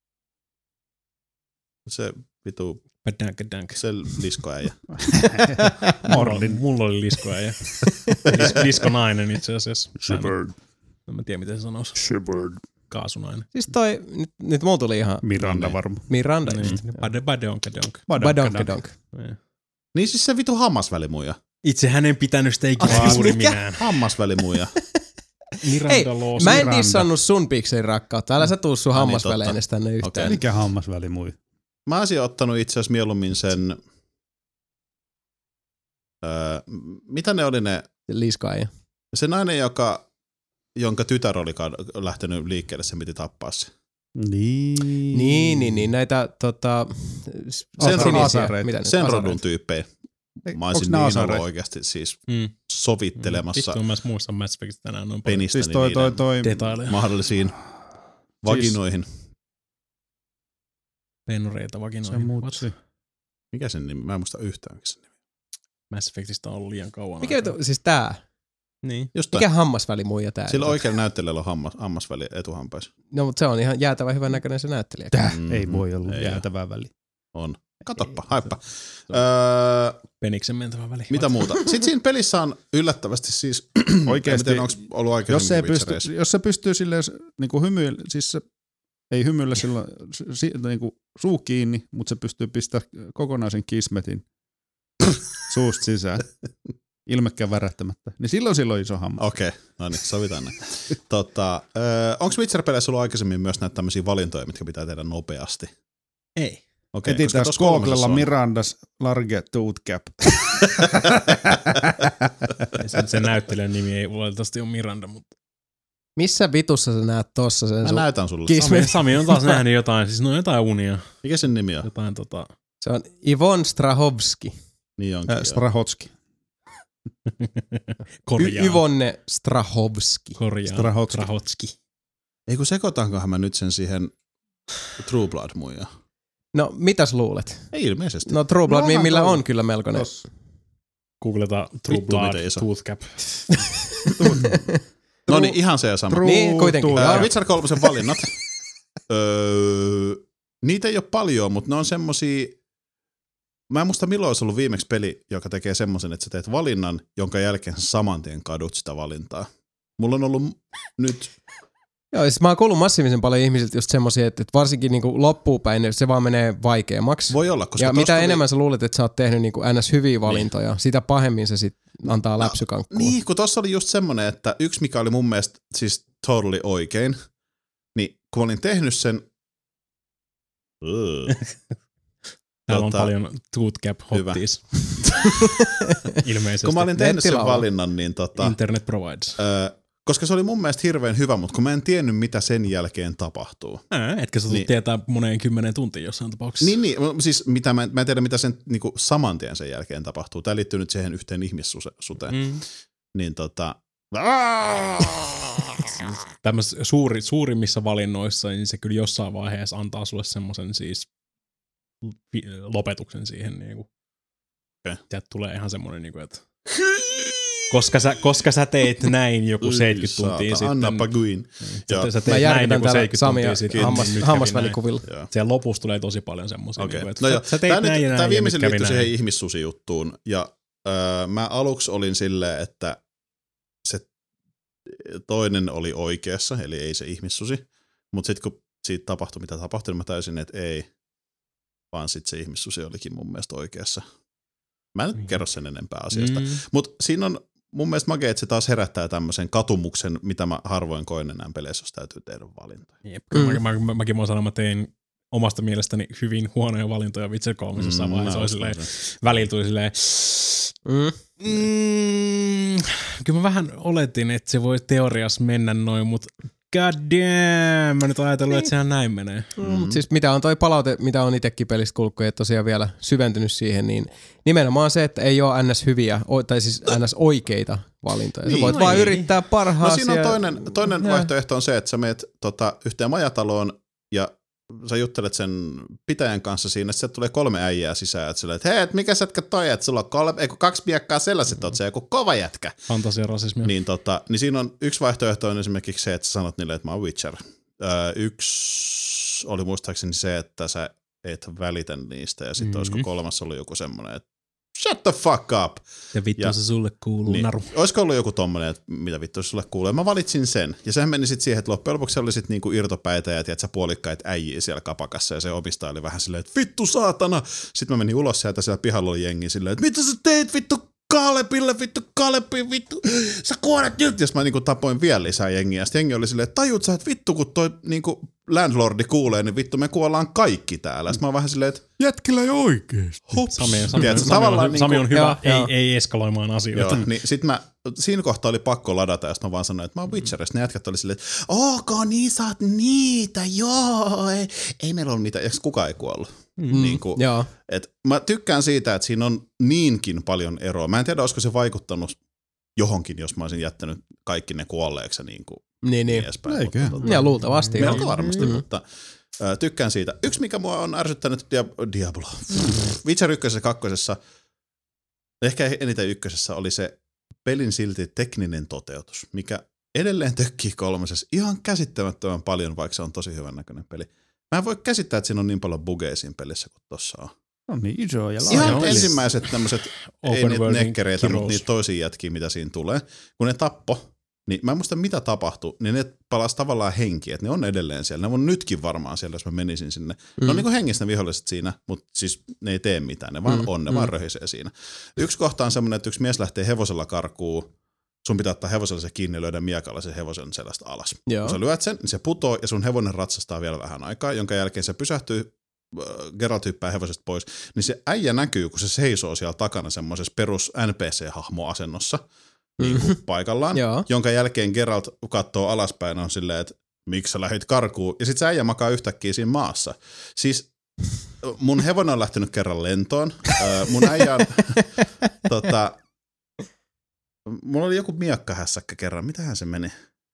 S1: Se vitu,
S3: Badank, dank.
S1: se liskoäijä.
S3: Morlin. Mulla oli liskoäjä. Lis, liskonainen itse asiassa.
S5: Shepard.
S3: En mä tiedä, miten se sanoisi.
S5: Shepard.
S3: Kaasunainen.
S2: Siis toi, nyt, nyt mulla tuli ihan
S5: Miranda varmaan.
S2: Miranda
S3: Niin.
S2: just.
S3: Bad- Badonk, donk.
S2: Badonkedonk.
S3: Niin.
S1: Niin siis se vitu hammasvälimuija.
S3: Itse hän en pitänyt sitä ikinä
S1: Ai,
S3: juuri
S1: mikä?
S3: minään.
S1: Hammasvälimuija.
S3: Miranda
S2: Hei,
S3: Laws.
S2: mä en
S5: Miranda.
S2: dissannut sun pikselin rakkautta. Älä sä tuu sun
S1: Ah, niin,
S2: hammasväleinestä tänne yhtään.
S1: Okei.
S5: Mikä hammasväli mui?
S1: Mä olisin ottanut itse asiassa mieluummin sen, öö, mitä ne oli ne,
S2: Liskaaja.
S1: se nainen, joka, jonka tytär oli kad- lähtenyt liikkeelle, se piti tappaa se.
S5: Niin.
S2: Niin, niin, niin. Näitä tota, s-
S1: Sen
S2: sinisiä,
S5: asareita.
S2: mitä nyt,
S1: Sen
S2: asareita.
S1: rodun tyyppejä. Mä
S5: Onks
S1: olisin
S5: ne
S1: niin ollut
S5: asareita?
S1: oikeasti siis
S3: Mm.
S1: sovittelemassa
S3: Vittu, mä muistan Mass Effectistä tänään noin paljon
S1: penistäni
S5: Siis toi, toi,
S1: niiden
S5: toi.
S3: detaileja.
S1: mahdollisiin vaginoihin.
S3: Penureita
S5: Se
S3: vaginoihin.
S5: mutsi.
S1: Mikä sen nimi? Mä en muista yhtään, mikä sen nimi.
S3: Mass Effectistä on ollut liian kauan.
S2: Mikä
S3: aikaa.
S2: vitu, siis tää?
S3: Niin.
S1: Just toi.
S2: Mikä hammasvälimuija tää?
S1: Sillä oikealla näyttelijällä on hammas, hammasväli etuhampaissa.
S2: No, mutta se on ihan jäätävän hyvän näköinen se näyttelijä.
S5: Täh,
S1: Mhm.
S5: ei voi olla
S1: Ei
S5: jäätävää väliä.
S1: On. Katoppa, haippa. Öö,
S3: Peniksen mentävä väli.
S1: mitä muuta? Sitten siinä pelissä on yllättävästi siis,
S5: Oikeesti,
S1: en tiedä, onko ollut
S5: jos se,
S1: aikaisemmin
S5: ei pysty,
S1: Witchereissä.
S5: jos se pystyy silleen niinku hymyillä, siis se ei hymyillä silloin si, niinku suu kiinni, mutta se pystyy pistämään kokonaisen kismetin suusta sisään. Ilmekään värähtämättä. Niin silloin silloin iso hammas.
S1: Okei, no niin, sovitaan näin. tota, öö, onko Witcher-peleissä ollut aikaisemmin myös näitä tämmöisiä valintoja, mitkä pitää tehdä nopeasti?
S3: Ei.
S1: Okei,
S5: Etsitään
S1: tossa kolmosessa
S5: Googlella
S1: on.
S5: Mirandas Large Tooth Cap.
S3: Sen, sen näyttelijän nimi ei valitettavasti ole Miranda, mutta
S2: Missä vitussa sä näet tossa sen
S1: Mä
S2: sun
S1: näytän sulle.
S2: Kis-
S3: Sami, Sami on taas nähnyt jotain, siis no jotain unia.
S1: Mikä sen nimi on?
S3: Jotain tota...
S2: Se on Ivon Strahovski.
S1: Niin onkin.
S5: Äh,
S1: joo.
S5: Strahotski.
S3: Korjaa.
S2: Y- Yvonne Strahovski.
S3: Korjaa.
S5: Strahotski.
S3: Strahotski.
S1: Ei kun sekoitankohan mä nyt sen siihen True Blood muijaan.
S2: No, mitäs luulet?
S1: Ei ilmeisesti.
S2: No True Blood,
S5: No,
S2: millä
S5: no,
S2: on kyllä melkoinen.
S5: Tossa.
S3: Googleta True
S1: Vittu,
S3: Blood
S1: miten iso.
S3: Tooth Cap.
S1: No niin, ihan se ja sama.
S5: True
S2: Niin, kuitenkin.
S5: Tooth
S1: Ää,
S5: Cap.
S1: Witcher kolmosen valinnat. öö, niitä ei ole paljon, mutta ne on semmosia. Mä en muista milloin olisi ollut viimeksi peli, joka tekee semmoisen, että sä teet valinnan, jonka jälkeen sä saman tien kadut sitä valintaa. Mulla on ollut nyt.
S2: Joo, siis mä oon kuullut massiivisen paljon ihmisiltä just semmosia, että että varsinkin niinku loppuun päin se vaan menee vaikeammaksi.
S1: Voi olla, koska
S2: Ja
S1: tosta
S2: mitä
S1: oli-
S2: enemmän sä luulet, että sä oot tehnyt niinku ns. Hyviä valintoja, niin. sitä pahemmin se sit antaa läpsykankkua.
S1: Niin, kun tossa oli just semmonen, että yksi mikä oli mun mielestä siis totally oikein, niin kun olin tehnyt sen. Öö.
S3: Täällä on
S1: Tota,
S3: paljon Tooth Cap
S1: hyvä.
S3: hotties. Ilmeisesti.
S1: Kun mä olin tehnyt sen
S2: Nettilauva.
S1: valinnan, niin tota,
S3: Internet provides.
S1: öö, koska se oli mun mielestä hirveän hyvä, mutta kun mä en tiennyt, mitä sen jälkeen tapahtuu.
S3: Ää, etkä sä tuu
S1: Niin.
S3: tietää moneen kymmenen tuntiin jossain tapauksessa.
S1: Niin, niin siis mitä mä, mä en tiedä, mitä sen niin kuin saman tien sen jälkeen tapahtuu. Tämä liittyy nyt siihen yhteen ihmissuteen.
S3: Mm.
S1: Niin tota.
S3: Tämmöis suuri, suurimmissa valinnoissa, niin se kyllä jossain vaiheessa antaa sulle semmoisen siis vi- lopetuksen siihen. Niin kuin.
S1: Okei.
S3: Sieltä tulee ihan semmoinen, niin kuin, että koska sä, koska sä teit näin joku seitsemänkymmentä tuntia sitten.
S1: Anna Paguin. Joo.
S3: Sä, sä
S2: Mä
S3: teet näin
S2: järkytän
S3: joku
S2: täällä
S3: seitsemänkymmentä
S2: Samia
S3: tuntia sitten.
S2: hammas,
S3: niin nyt kävi
S2: hammasvälikuvilla.
S1: Joo.
S3: näin. Siellä lopussa tulee tosi paljon semmoisia.
S1: Okei.
S3: Niin kuin, että
S1: No
S3: sä,
S1: joo,
S3: sä teit
S1: tämä,
S3: näin ja
S1: nyt,
S3: näin
S1: tämä
S3: ja
S1: viimeisin
S3: nyt kävi
S1: liittyy siihen
S3: näin.
S1: ihmissusijuttuun. Ja öö, mä aluksi olin silleen, että se toinen oli oikeassa, eli ei se ihmissusi. Mutta sitten kun siitä tapahtui, mitä tapahtui, niin mä täysin, että ei, vaan sitten se ihmissusi olikin mun mielestä oikeassa. Mä en nyt kerro sen enempää asiasta. Mm. Mutta siinä on mun mielestä makea, että se taas herättää tämmöisen katumuksen, mitä mä harvoin koen enää peleissä, jos täytyy tehdä valintoja.
S3: Jep, mm. mä, mä, mä, mäkin voin sanoa, mä tein omasta mielestäni hyvin huonoja valintoja Witcher kolme jossain mm, vaiheessa. Oli silleen, välillä tuli silleen, mm. Mm, kyllä mä vähän oletin, että se voi teoriassa mennä noin, mutta god damn, mä nyt ajatellut, niin. Että sehän näin menee.
S2: Mm. Siis mitä on toi palaute, mitä on itsekin pelistä kuullut, ja tosiaan vielä syventynyt siihen, niin nimenomaan se, että ei ole ns. Hyviä, tai siis ns. Oikeita valintoja. Niin. Sä voit no vaan ei. Yrittää parhaasi.
S1: No siinä on toinen, toinen vaihtoehto on se, että sä meet tota, yhteen majataloon ja sä juttelet sen pitäjän kanssa siinä, että sieltä tulee kolme äijää sisään, että sä että hei, et mikä sätkä toi, että sulla on kolme, eikö kaksi miekkaa sellaiset, että oot se joku kova jätkä.
S3: Fantasiarasismia.
S1: Niin, tota, niin siinä on yksi vaihtoehto on esimerkiksi se, että sä sanot niille, että mä oon Witcher. Öö, yksi oli muistaakseni se, että sä et välitä niistä, ja sitten mm-hmm. olisiko kolmas ollut joku semmoinen, että shut the fuck up.
S3: Ja vittu ja, se sulle kuuluu, niin, naru.
S1: Olisiko ollut joku tommonen, että mitä vittu se sulle kuuluu. Mä valitsin sen. Ja sehän meni sitten siihen, että loppujen lopuksi oli sitten niinku irtopäitä ja tiedät, sä puolikkaita äijiä siellä kapakassa. Ja se omistaja oli vähän silleen, että vittu saatana. Sitten mä menin ulos sieltä, siellä pihalla oli jengi silleen, että mitä sä teet vittu Kalepille, vittu Kalepi, vittu. Sä kuolet nyt. Ja mä niinku tapoin vielä lisää jengiä. Sitten jengi oli silleen, että tajut sä, että vittu kun toi niinku landlordi kuulee, niin vittu me kuollaan kaikki täällä. Sitten mä oon vähän silleen, että
S5: jätkillä ei oikeesti.
S3: Hups. Sami, Sami, Tiedätkö, Sami, on, niinku, Sami on hyvä, joo, ei, joo. ei eskaloimaan asioita.
S1: Joo, niin sit mä, siinä kohtaa oli pakko ladata, ja mä vaan sanoin, että mä oon Witcherista. Ne jätkät oli silleen, että ok, niin sä oot niitä, joo. Ei, ei meillä ole mitään, ja kukaan ei kuollut. Mm, niin kuin, et mä tykkään siitä, että siinä on niinkin paljon eroa. Mä en tiedä, olisiko se vaikuttanut johonkin, jos mä olisin jättänyt kaikki ne kuolleeksi niin kuin
S2: niin, niin.
S1: Eikö? Mutta,
S2: ja luultavasti.
S1: Melko varmasti, mm-hmm. mutta äh, tykkään siitä. Yksi, mikä mua on ärsyttänyt, Diab- Diablo. Witcher ykkösessä ja kakkosessa, ehkä eniten ykkösessä, oli se pelin silti tekninen toteutus, mikä edelleen tökkii kolmosessa ihan käsittämättömän paljon, vaikka se on tosi hyvän näköinen peli. Mä en voi käsittää, että siinä on niin paljon bugeja siinä pelissä kuin tossa on.
S5: On niin iso ja
S1: laaja. Ihan ensimmäiset tämmöiset, ei niitä nekkereitä, heroes. Mutta niitä toisia jätkiä, mitä siinä tulee. Kun ne tappo, niin mä en muista mitä tapahtui, niin ne palasi tavallaan henkiä, että ne on edelleen siellä. Ne on nytkin varmaan siellä, jos mä menisin sinne. Mm. Ne on niin kuin hengissä ne viholliset siinä, mutta siis ne ei tee mitään, ne vaan mm. on, ne mm. vaan röhisee siinä. Yksi kohta on semmoinen, että yksi mies lähtee hevosella karkuun, sun pitää ottaa hevosella se kiinni ja löydä miekalla se hevosen selästä alas. Joo. Kun sä lyöt sen, niin se putoo ja sun hevonen ratsastaa vielä vähän aikaa, jonka jälkeen se pysähtyy, Geralt hyppää hevosesta pois, niin se äijä näkyy, kun se seisoo siellä takana semmoisessa perus N P C-hahmoasennossa niin kuin paikallaan, jonka jälkeen Geralt katsoo alaspäin on silleen, että miksi sä lähdit karkuun, ja sit se äijä makaa yhtäkkiä siinä maassa. Siis mun hevonen on lähtenyt kerran lentoon, mun äijä on tota, mulla oli joku miekkahässäkkä kerran. Mitähän se meni?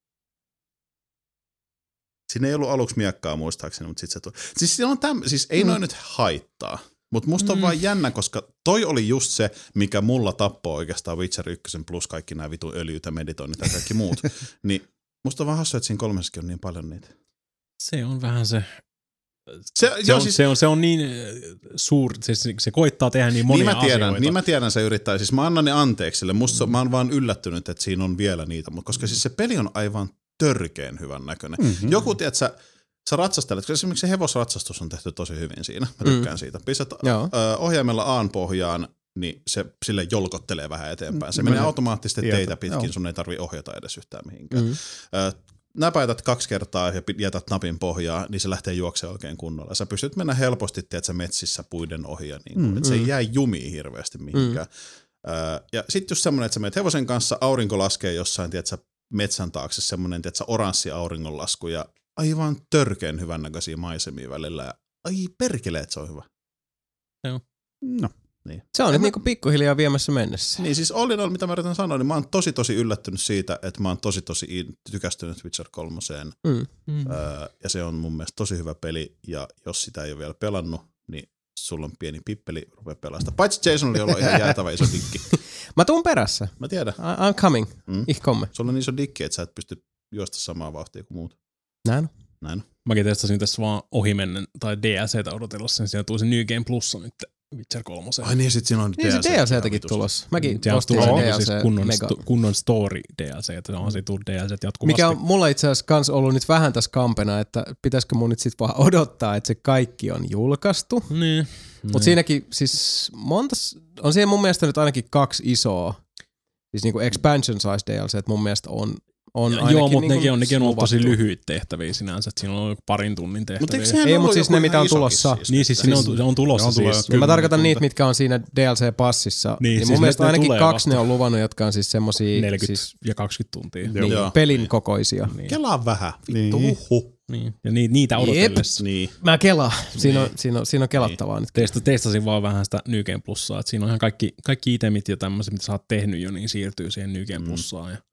S1: Siinä ei ollut aluksi miekkaa muistaakseni, mutta sitten se tuli. Siis, on täm... siis ei mm. noin nyt haittaa, mutta musta on mm. vaan jännä, koska toi oli just se, mikä mulla tappoi oikeastaan Witcher yksi plus kaikki nämä vitun öljyt ja meditoinnit ja kaikki muut. Niin musta on vaan hassu, että siinä kolmessakin on niin paljon niitä.
S3: Se on vähän se...
S1: Se,
S3: se,
S1: jo,
S3: on,
S1: siis,
S3: se, on, se on niin suuri, se, se koittaa tehdä niin monia
S1: niin mä tiedän,
S3: asioita.
S1: Niin mä tiedän, se yrittää. Siis mä annan ne anteeksi sille. Musta, mm. Mä oon vaan yllättynyt, että siinä on vielä niitä, mutta koska siis se peli on aivan törkeen hyvän näköinen. Mm-hmm. Joku, tiedät sä, sä ratsastelet, koska esimerkiksi se hevosratsastus on tehty tosi hyvin siinä. Mä tykkään mm. siitä. Pistät ö, ohjaimella A:n pohjaan, niin se sille jolkottelee vähän eteenpäin. Se mm. menee automaattisesti Tieto. teitä pitkin, joo. Sun ei tarvii ohjata edes yhtään mihinkään. Mm. Ö, näpäytät kaksi kertaa ja jätät napin pohjaa, niin se lähtee juoksemaan oikein kunnolla. Sä pystyt mennä helposti, tiedät sä, metsissä puiden ohi, ja niin mm, että se ei jää jumiin hirveästi mihinkään. Mm. Öö, ja sitten just semmoinen, että sä menet hevosen kanssa, aurinko laskee jossain, tiedät sä, metsän taakse, semmoinen, tiedät sä, oranssi auringonlasku, ja aivan törkeen hyvän näköisiä maisemia välillä, ja ai perkele, että se on hyvä.
S3: Joo.
S5: No.
S2: Niin. Se on nyt niinku pikkuhiljaa viemässä mennessä.
S1: Niin siis all in all, mitä mä yritän sanoa, niin mä oon tosi tosi yllättynyt siitä, että mä oon tosi tosi tykästynyt Witcher kolmoseen. Mm. Mm. Öö, ja se on mun mielestä tosi hyvä peli, ja jos sitä ei ole vielä pelannut, niin sulla on pieni pippeli, rupea pelasta. Paitsi Jasonilla on ihan jäätävä iso dikki.
S2: Mä tuun perässä.
S1: Mä tiedän.
S2: I- I'm coming. Mm. Ich komme.
S1: Sulla on iso dikki, että sä et pysty juosta samaa vauhtia kuin muut.
S2: Näin.
S1: Näin.
S3: Mäkin testasin tässä vaan ohimennen tai D L C:tä odotellessa, niin siellä tuli se New Game Plussa nyt Witcher kolmoseen.
S1: Ai niin, sit siinä on
S2: Niin se D L C:täkin tulossa. Mäkin
S3: Se on
S2: ostin sen
S3: tulossa
S2: D L
S3: siis
S2: C
S3: kunnon,
S2: mega.
S3: sto, kunnon story D L C, että on siitä tullut D L C jatkuvasti.
S2: Mikä on mulla itse asiassa kans ollut nyt vähän tässä kampena, että pitäisikö mun nyt sit vaan odottaa, että se kaikki on julkaistu.
S3: Niin.
S2: Mutta siinäkin siis monta, on siihen mun mielestä nyt ainakin kaksi isoa, siis niinku expansion size D L C, että mun mielestä on, on
S3: ja,
S2: ainakin
S3: joo, mutta
S2: niinku
S3: nekin on, nekin on ollut tosi
S2: luvattu.
S3: lyhyitä tehtäviä sinänsä, että siinä on parin tunnin tehtäviä.
S2: Ei, mutta siis ne, mitä on tulossa.
S1: Siis,
S3: niin, siis siinä on, on tulossa
S5: Joo,
S3: siis.
S2: Kyllä mä tarkoitan niitä, mitkä on siinä D L C-passissa.
S3: Niin,
S2: Niin,
S3: siis
S2: mun
S3: ne-
S2: mielestä
S3: ne
S2: ainakin
S3: tulee
S2: kaksi
S3: vasta.
S2: ne on luvannut, jotka on siis semmosia
S3: neljäkymmentä
S2: siis,
S3: ja kaksikymmentä tuntia.
S2: niin,
S1: Joo.
S2: pelin
S1: Niin.
S2: kokoisia.
S3: Niin.
S1: Kelaa vähän. Vittu,
S5: Niin.
S1: huhu.
S3: Niin. Ja ni, niitä odotellessa.
S1: Niin.
S2: Mä kelaan. Siinä,
S1: Niin.
S2: on, siinä, on, siinä on kelattavaa nyt.
S3: Testa, testasin vaan vähän sitä New Game Plussaa, että siinä on ihan kaikki, kaikki itemit ja tämmöiset, mitä sä oot tehnyt jo, niin siirtyy siihen New Game Plussaan. Ja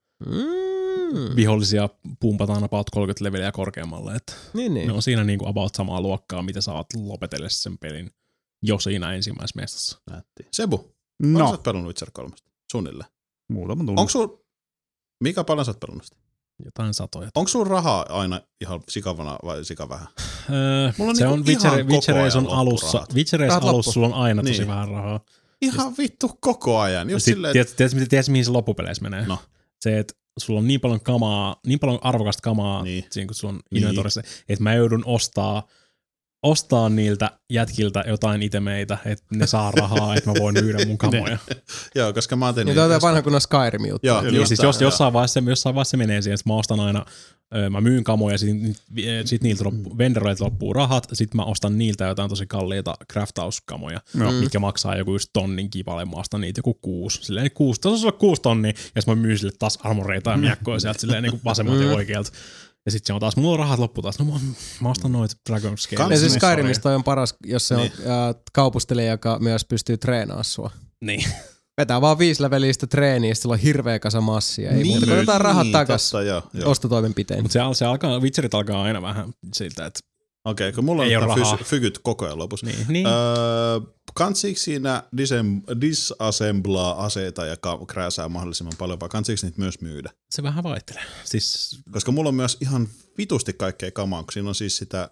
S2: Mm.
S3: vihollisia pumpataan about kolmekymmentä leveliä korkeammalle, että
S2: Niin, niin.
S3: ne on siinä niinku about samaa luokkaa, mitä sä oot lopetellessa sen pelin jo siinä ensimmäisessä mestassa.
S1: Nätti. Sebu, no.
S5: No,
S1: sä oot pelannut Witcher kolme? Suunnilleen.
S5: muutama tunti.
S1: Onko sul, mikä paljon sä oot pelannut sitä?
S3: Jotain satoja.
S1: Onko sulla rahaa aina ihan sikavana vai sikavähän?
S3: Öö,
S1: Mulla on
S3: se
S1: niinku
S3: on Witcher,
S1: ihan koko
S3: Witcher
S1: ajan
S3: on
S1: loppu
S3: alussa.
S1: rahat.
S3: Witcher
S2: Rahat
S3: alussa
S2: loppu.
S3: sulla on aina tosi
S1: Niin.
S3: vähän rahaa.
S1: Ihan vittu koko ajan. Just
S3: Sitten,
S1: silleen,
S3: tiedätkö, tiedätkö, tiedätkö, mihin se loppupeleissä menee?
S1: No.
S3: Se, että sulla on niin paljon kamaa, niin paljon arvokasta kamaa
S1: Niin.
S3: siinä, kun sulla on
S1: Niin.
S3: inventorissa, että mä joudun ostaa, ostaa niiltä jätkiltä jotain itemeitä, että ne saa rahaa, että mä voin myydä mun kamoja.
S1: joo, koska mä oon tehnyt...
S2: Niin toi on tää vanha kunnon Skyrim juttu.
S1: Joo,
S3: Niin,
S1: just
S3: siis
S1: tää,
S3: jos,
S1: joo.
S3: jossain, vaiheessa, jossain vaiheessa se menee siihen, että mä ostan aina, ö, mä myyn kamoja, sit, sit niiltä loppu, vendoreilta loppuu rahat, sit mä ostan niiltä jotain tosi kalliita craftauskamoja,
S5: Joo.
S3: mitkä maksaa joku just tonnin kipale, mä ostan niitä joku kuusi, silleen kuusi, tässä on kuusi tonnia, ja sit mä myyn sille taas armoreita ja miekkoja sieltä silleen niin vasemmalta ja oikealta. Ja sit se on taas, mulla on rahat loppu taas, no mä, mä ostan noita Dragon Scale.
S2: Ja siis
S1: Niin,
S2: Skyrimistä toi on paras, jos se on
S1: Niin.
S2: äh, kaupustelija, joka myös pystyy treenaamaan sua.
S3: Niin.
S2: Vetää vaan viisi levelistä treeniä, ja sillä on hirveä kasa massia. Ei muuta kuin otetaan rahat takas
S1: Totta, joo, joo.
S2: ostotoimenpiteen.
S3: Mutta se, al- se alkaa, Witcherit alkaa aina vähän siltä, että
S1: Okei, okay, kun mulla on
S3: Ei oo
S1: tää
S3: rahaa.
S1: fys- fykyt koko ajan lopussa.
S3: niin, niin.
S1: Öö, kansiiko siinä disem- disassemblaa aseita ja ka- krääsää mahdollisimman paljon, vai kansiiko niitä myös myydä?
S3: se vähän vaihtelee. Siis
S1: Koska mulla on myös ihan vitusti kaikkea kamaa, kun siinä on siis sitä,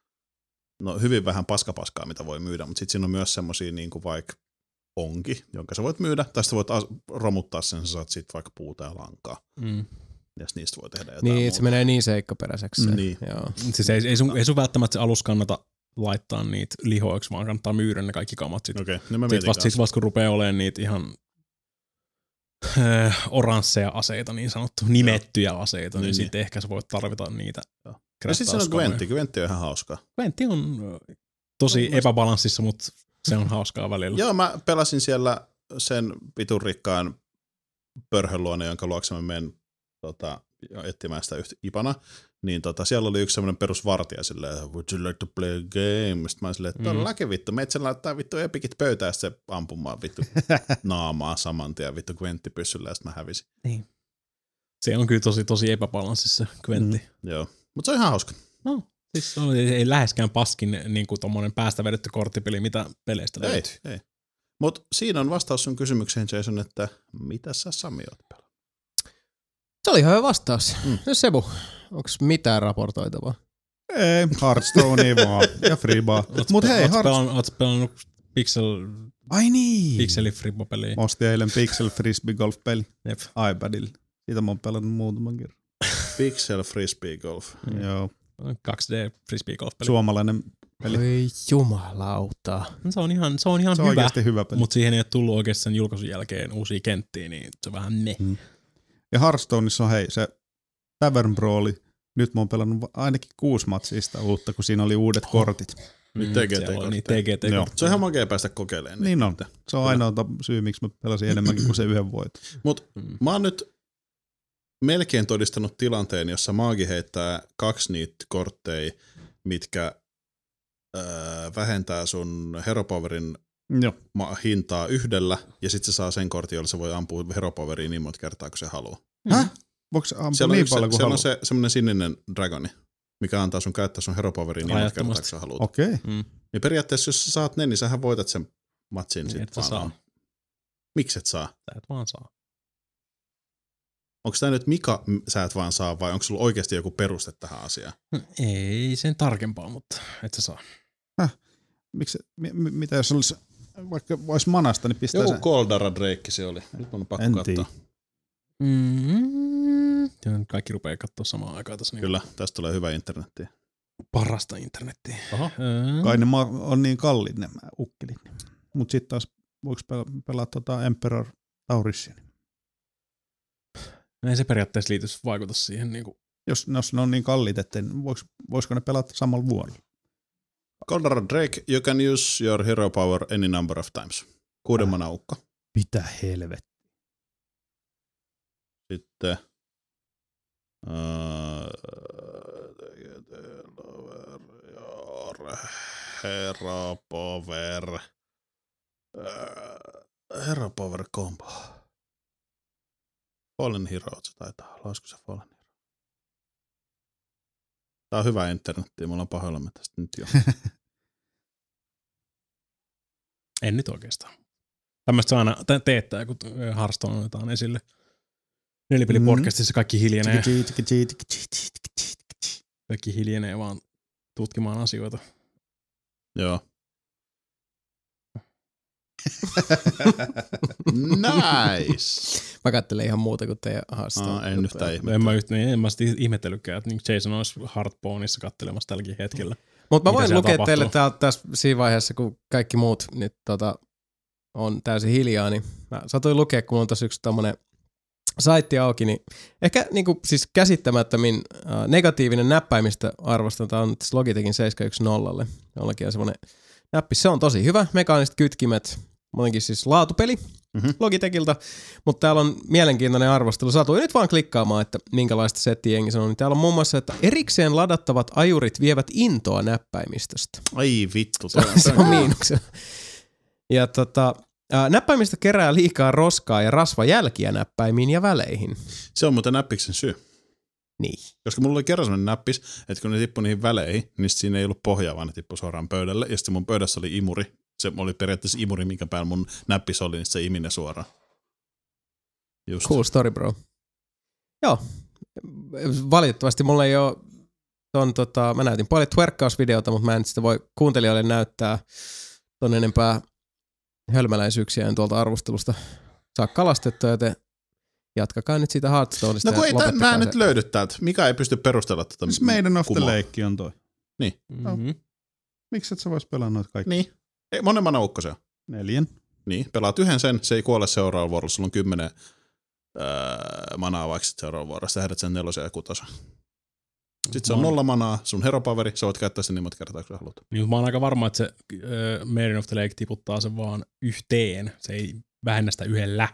S1: no hyvin vähän paskapaskaa, mitä voi myydä, mutta sitten siinä on myös semmosia niin kuin vaikka onki, jonka sä voit myydä, tai sitten voit as- romuttaa sen, sä saat siitä vaikka puuta ja lankaa,
S3: mm.
S1: ja sit niistä voi tehdä jotain
S2: Niin, että se
S1: muuta.
S2: menee niin seikkaperäiseksi. Se.
S1: Niin.
S2: Joo.
S3: Siis ei, ei, sun, ei sun välttämättä se alus kannata laittaa niitä lihoiksi, vaan kannattaa myydä ne kaikki kamat. Sitten
S1: Okei, niin mä
S3: sit
S1: mietin
S3: vasta, sit vasta kun rupeaa olemaan niitä ihan äh, oransseja aseita, niin sanottu, nimettyjä aseita, niin,
S1: Niin,
S3: niin
S1: niin.
S3: sitten ehkä sä voit tarvita niitä.
S1: Joo. Ja sitten siinä on Gwentti, Gwentti on ihan hauskaa.
S3: Gwentti on ö, tosi
S1: No,
S3: epäbalanssissa, mutta se on hauskaa välillä.
S1: Joo, mä pelasin siellä sen vitun rikkaan pörhönluonne, jonka luokse mä menen tota, etsimään sitä yhtä ipana, niin tota, siellä oli yksi semmoinen perusvartija silleen, would you like to play a game? Sitten mä olin silleen, todellakin vittu, meitsen laittaa vittu epikit pöytään, ja sitten se ampumaan vittu naamaa saman tien vittu Gwentti pyssyllä, ja sitten mä hävisin.
S3: Se on kyllä tosi, tosi epäbalanssissa Gwentti. Mm.
S1: Joo, mutta se on ihan hauska.
S3: No, siis on, ei, ei läheskään paskin niin kuin tommonen päästä vedetty korttipeli, mitä peleistä
S1: Ei,
S3: löytyy.
S1: ei. Mutta siinä on vastaus sun kysymykseen, Jason, että mitä sä Sami oot pelannut?
S2: Se oli ihan hyvä vastaus.
S1: Mm.
S2: No Sebu, onko mitään raportoitavaa?
S5: Ei, Hearthstonea vaan ja Freebaa.
S3: Oot-
S5: Mut hei,
S3: oot
S5: Hearthstone.
S3: pelannut, oot pelannut Pixel,
S5: Ai niin.
S3: Pixeli Fribbo-peliä.
S5: Mä ostin eilen Pixel Frisbee Golf-peli
S3: Jep.
S5: iPadilla. Siitä mä oon pelannut muutaman kerran.
S1: Pixel Frisbee Golf.
S3: Mm.
S5: Joo,
S3: kaksi D frisbee golf-peli.
S5: suomalainen peli.
S2: Oi jumalauta.
S3: Se on ihan, se on ihan
S5: Se on
S3: hyvä,
S5: oikeasti hyvä peli.
S3: mutta siihen ei ole tullut oikeasti sen julkaisun jälkeen uusia kenttiä, niin se on vähän me.
S5: Mm. Ja Hearthstoneissa on hei, se Tavern Brawli. Nyt mä oon pelannut va- ainakin kuusi matsista uutta, kun siinä oli uudet kortit.
S1: Nyt
S3: Mm,
S1: T G T
S3: siellä on niin
S1: kortteja.
S3: T G T
S5: Joo.
S3: kortteja.
S1: Se on ihan makea päästä kokeilemaan.
S5: Niin on. Se on ainoa syy, miksi mä pelasin enemmänkin kuin se yhden voiton.
S1: Mut
S3: Mm.
S1: mä oon nyt melkein todistanut tilanteen, jossa maagi heittää kaksi niitä kortteja, mitkä öö, vähentää sun Heropowerin
S5: Joo.
S1: ma- hintaa yhdellä, ja sitten se saa sen kortin, jolla se voi ampua Heropoweriin niin monta kertaa, kun se haluaa.
S5: Häh? Voiko se ampua
S1: Siellä on,
S5: niin
S1: yksi,
S5: paljon kuin
S1: siellä
S5: haluaa?
S1: on se semmoinen sininen dragoni, mikä antaa sun käyttää sun Heropoweriin niin monta kertaa, kun
S3: Rajattomasti.
S1: sä haluat.
S5: Okei. Okay.
S3: Mm.
S1: Niin periaatteessa, jos sä saat ne, niin sähän voitat sen matsin
S3: Niin,
S1: sit
S3: et sä
S1: vaan.
S3: saa.
S1: Miksi et saa?
S3: Sä et vaan saa.
S1: Onko tämä nyt Mika m- sä et vaan saa, vai onko sulla oikeasti joku peruste tähän asiaan?
S3: Ei sen tarkempaa, mutta et sä saa.
S5: Miksi, mi, mi, mitä jos olisi vaikka vois manasta, niin pistää
S1: Joku
S5: sen.
S1: Goldara Drake se oli. Nyt mun on pakko
S5: En
S1: katsoa.
S3: Mm-hmm. Kaikki rupeaa katsoa samaan aikaan tässä.
S1: Kyllä, tästä tulee hyvä internetti.
S3: Parasta internettiä.
S1: Oho.
S3: Mm.
S5: Kai ne ma- on niin kalliit nämä ukkelit. Mut sit taas voiko pelata, pelata tota Emperor Taurissia?
S3: Ei se periaatteessa liity vaikuta siihen. Niin kuin.
S5: Jos, jos ne on niin kalliit, että vois, voisiko ne pelata samalla vuodella?
S1: Goldara Drake, you can use your hero power any number of times. Kuuden mana ukka.
S5: Mitä helvettiä?
S1: Sitten uh, hero power uh, hero power combo. Fallen Hero se taitaa olla. Olisiko se Fallen Hero? Tää on hyvä internetti. Mulla on pahoillamme tästä nyt jo.
S3: En nyt oikeastaan. Tämmöistä se aina teettää, kun Hearthstone otetaan esille. Nelipelipodcastissa kaikki hiljenee. Kaikki hiljenee vaan tutkimaan asioita.
S1: Joo. Nice.
S2: Mä katselen ihan muuta kuin teidän haastaa.
S1: Aa, en yhtään ihmettele.
S3: En mä, yht, en mä sitten ihmettelykään, että Jason olisi Hearthstoneissa katselemassa tälläkin hetkellä.
S2: Mutta mä
S3: Mitä
S2: voin
S3: siellä
S2: lukea
S3: tapahtuu?
S2: teille täältä tässä siinä vaiheessa, kun kaikki muut nyt tota, on täysin hiljaa, niin mä satuin lukea, kun mulla on tossa yksi tommonen saitti auki, niin ehkä niinku, siis käsittämättömin äh, negatiivinen näppäimistä arvostanta on tässä Logitechin seitsemän yksi nolla. Jollakin on semmoinen näppis. Se on tosi hyvä. Mekaaniset kytkimet, muutenkin siis laatupeli mm-hmm. Logitechilta, mutta täällä on mielenkiintoinen arvostelu. Satuin nyt vaan klikkaamaan, että minkälaista settiä jengi sanoo. Niin täällä on muun muassa, että erikseen ladattavat ajurit vievät intoa näppäimistöstä.
S1: Ai vittu.
S2: Se on, se on miinuksena. Ja tota, ää, näppäimistä kerää liikaa roskaa ja rasvajälkiä näppäimiin ja väleihin.
S1: Se on muuten näppiksen syy.
S2: Niin.
S1: Koska mulla oli kerran sellainen näppis, että kun ne tippui niihin väleihin, niin siinä ei ollut pohjaa, vaan ne tippui suoraan pöydälle. Ja sitten mun pöydässä oli imuri. Se oli periaatteessa imuri, minkä päällä mun näppis oli, niin se imi ne suoraan. Just.
S2: Cool story, bro. Joo. Valitettavasti mulla ei ole ton, tota, mä näytin paljon twerkkausvideota, mutta mä en sitä voi kuuntelijoille näyttää ton enempää hölmäläisyyksiä en tuolta arvostelusta saa kalastettua, joten jatkakaa nyt siitä Hearthstoneista.
S1: No kun
S2: ja
S1: ei
S2: lopettakaa
S1: tämä
S2: se.
S1: nyt löydy täältä. Mika ei pysty perustella tätä.
S5: Siis Maiden of the
S1: kumoa.
S5: Lake on toi.
S3: Mm-hmm.
S5: Miksi et sä vois pelaa noita kaikki?
S1: Niin. Ei, monen mana ukko se on.
S5: Neljän.
S1: Niin, pelaat yhden sen, se ei kuole seuraavalla vuorolla. Sulla on kymmenen öö, manaa vaikka sit seuraavalla vuorolla. Sä heidät sen nelosen ja kutosen. Sitten se on nolla manaa, sun heropaveri, sä voit käyttää sen niin monta kertaa, kun sä haluat.
S3: Niin, mä oon aika varma, että se äh, Maiden of the Lake tiputtaa sen vaan yhteen. Se ei vähennä sitä yhdellä.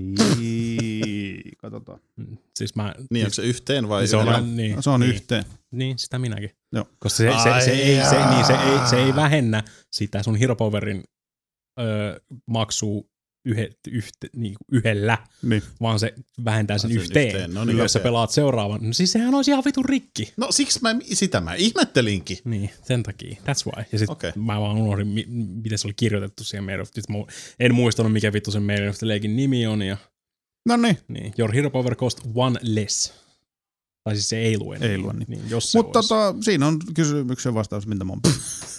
S5: Niin, katsotaan.
S3: Siis mä,
S1: Niin, onko se yhteen vai?
S3: niin se on,
S1: yhdellä?
S3: niin,
S5: No, se on
S3: niin,
S5: yhteen.
S3: Niin, sitä minäkin.
S5: Joo.
S3: Koska se, se, se, ei, se, niin, se, ei, se ei vähennä sitä sun hero powerin öö, maksua yhe, yhte, niin, yhdellä,
S5: Niin.
S3: vaan se vähentää sen
S1: sen
S3: yhteen.
S1: yhteen. No
S3: No
S1: niin,
S3: niin, jos sä
S1: okei.
S3: pelaat seuraavan, no siis sehän olisi ihan vitun rikki.
S1: No siksi mä, sitä mä ihmettelinkin.
S3: Niin, sen takia. That's why. Ja sit
S1: Okei.
S3: mä vaan unohdin, mi- miten se oli kirjoitettu siihen Maiden of the Lake. En muistanut, mikä vittu sen Maiden of the Lakein nimi on. Ja,
S5: No niin.
S3: niin, your hero power cost one less. Tai siis se ei lue.
S5: Ei
S3: niin,
S5: lue niin.
S3: niin, jos se
S5: Mutta
S3: olisi.
S5: tota, siinä on kysymyksen vastaus, mitä mä oon.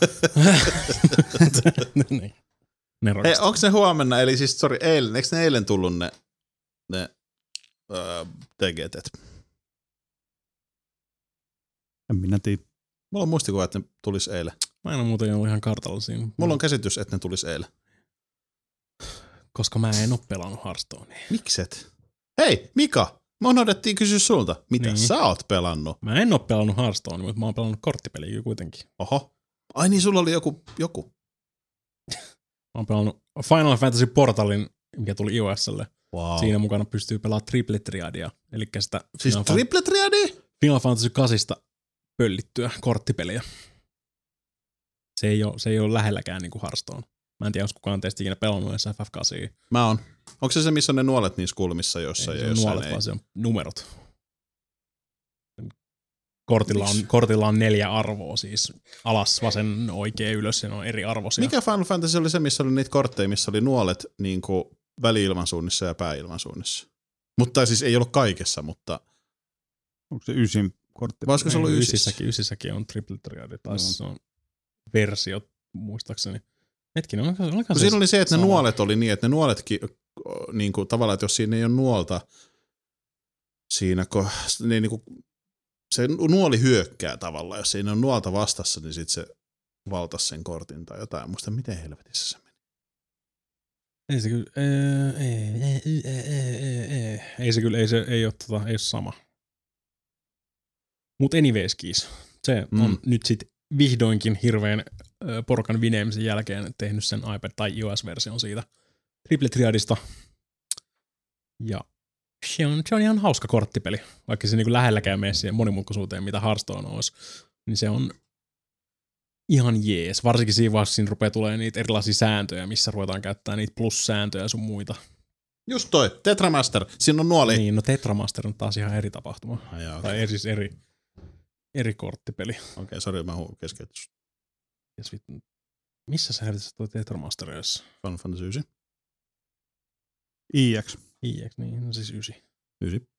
S3: niin. Ne
S1: Hei,
S3: rakastaa.
S1: onko ne huomenna, eli siis, sori, eilen, eikö ne eilen tullut ne, ne öö, T G T?
S5: En minä tiedä.
S1: Mulla on muistikuva, että ne tulis eilen.
S3: Mä en ole muuten ollut ihan kartalla siinä.
S1: Mulla on käsitys, että ne tulis eilen.
S3: Koska mä en ole pelannut Hearthstonea.
S1: Mikset? Hei, Mika! Me unohdettiin kysyä sulta. Mitä
S3: Niin.
S1: sä oot pelannut?
S3: Mä en ole pelannut Hearthstonea, mutta mä oon pelannut korttipeliä kuitenkin.
S1: Oho. Ai niin, sulla oli joku, joku.
S3: Mä oon pelannut Final Fantasy Portalin, mikä tuli iOSlle.
S1: Wow.
S3: Siinä mukana pystyy pelaamaan triple triadia. Eli sitä
S1: Siis
S3: Final,
S1: triple triadi?
S3: Final Fantasy kahdeksan pöllittyä korttipeliä. Se ei ole, se ei ole lähelläkään niin kuin Hearthstone. Mä en tiedä, onko kukaan teistä ikinä pelannut edes F F kahdeksan.
S1: Mä oon. Onko se se, missä on ne nuolet niissä kulmissa
S3: Ei
S1: jossain
S3: se
S1: ja
S3: on
S1: jossain
S3: nuolet,
S1: ei?
S3: vaan se on numerot. Kortilla on,
S1: Miks?
S3: kortilla on neljä arvoa, siis alas, vasen, oikea, ylös, ja ne on eri arvoisia.
S1: Mikä Final Fantasy oli se, missä oli niitä kortteja, missä oli nuolet niin kuin väli-ilmansuunnissa ja pääilmansuunnissa? Mutta siis ei ollut kaikessa, mutta
S5: Onko se ysin kortti?
S1: vai olisiko se ollut ysissä?
S3: ysissäkin, ysissäkin on triple triadi, tai se on versio, muistaakseni. Hetkinen, olikohan olikohan
S1: No
S3: se
S1: siinä oli se, että ne
S3: sama?
S1: nuolet oli niin, että ne nuoletkin niin kuin, tavallaan, että jos siinä ei ole nuolta siinä, kun niin, niin kuin, se nuoli hyökkää tavallaan, jos siinä on nuolta vastassa, niin sitten se valtasi sen kortin tai jotain. Muista, miten helvetissä se meni.
S3: Ei se kyllä, ei, ei, ei, ei, ei, ei. ei se kyllä, ei se ei ole, tota, ei ole sama. Mut anyways, kiis. Se
S1: Mm.
S3: on nyt sit vihdoinkin hirveän ö, porukan vineemisen jälkeen tehnyt sen iPad- tai iOS-version siitä Triple Triadista. Ja se on, se on ihan hauska korttipeli, vaikka se niinku lähelläkään mene siihen monimutkaisuuteen, mitä Hearthstone olisi. Niin se on ihan jees. Varsinkin siinä vaiheessa siinä rupeaa tulemaan niitä erilaisia sääntöjä, missä ruvetaan käyttää niitä plus-sääntöjä ja sun muita.
S1: Just toi, Tetramaster, siinä on nuoli.
S3: Niin, no Tetramaster on taas ihan eri tapahtuma.
S1: Ai jaa,
S3: Tai
S1: okei,
S3: eri, siis eri, eri korttipeli.
S1: okay, sori, mä hu- keskeytys.
S3: Ja sit, missä sä helvetissä toi Tetramaster olisi?
S1: Final Fantasy yhdeksän.
S5: I X.
S3: I X, niin, no siis ysi.
S1: Yhdeksän.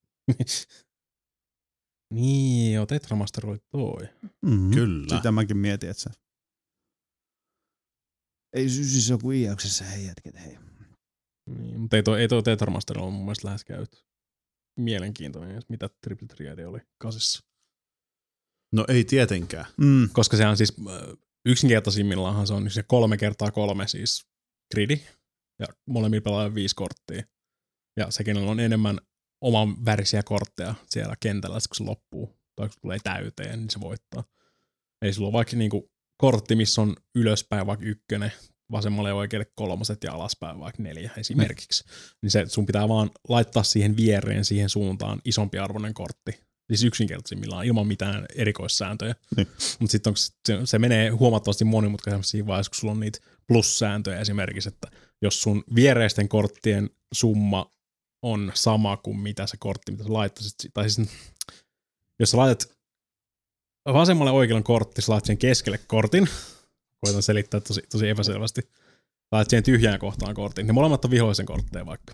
S3: Niin, joo, Tetramaster oli toi.
S5: Mm-hmm.
S1: Kyllä.
S5: Sitä mäkin mietin, että se... Ei sysissä ole kuin I X:ssä, hei jätket, hei.
S3: Niin, mutta ei toi, ei toi Tetramaster ole mun mielestä lähes käyt mielenkiintoinen, mitä Triple Triad oli kasissa.
S1: No ei tietenkään.
S5: Mm.
S3: Koska se on siis äh, yksinkertaisimmillaan se on se kolme kertaa kolme siis gridi, ja molemmilla pelaa viisi korttia. Ja se, kenellä on enemmän oman värisiä kortteja siellä kentällä, kun se loppuu, tai kun se tulee täyteen, niin se voittaa. Eli sulla on vaikka niinku kortti, missä on ylöspäin vaikka ykkönen, vasemmalle ja oikealle kolmoset ja alaspäin vaikka neljä esimerkiksi. Mm. Niin se, sun pitää vaan laittaa siihen viereen, siihen suuntaan isompi arvoinen kortti. Siis yksinkertaisimmillaan, ilman mitään erikoissääntöjä.
S5: Niin.
S3: Mutta sitten se, se menee huomattavasti monimutkaisemmin siinä vaiheessa, kun sulla on niitä plus-sääntöjä esimerkiksi, että jos sun viereisten korttien summa on sama kuin mitä se kortti, mitä sä laittaisit, tai siis jos sä laitat vasemmalle oikealle kortti, sä laitat sen keskelle kortin, koitan selittää tosi, tosi epäselvästi, laitat siihen tyhjään kohtaan kortin, ne molemmat on vihollisen kortteja vaikka.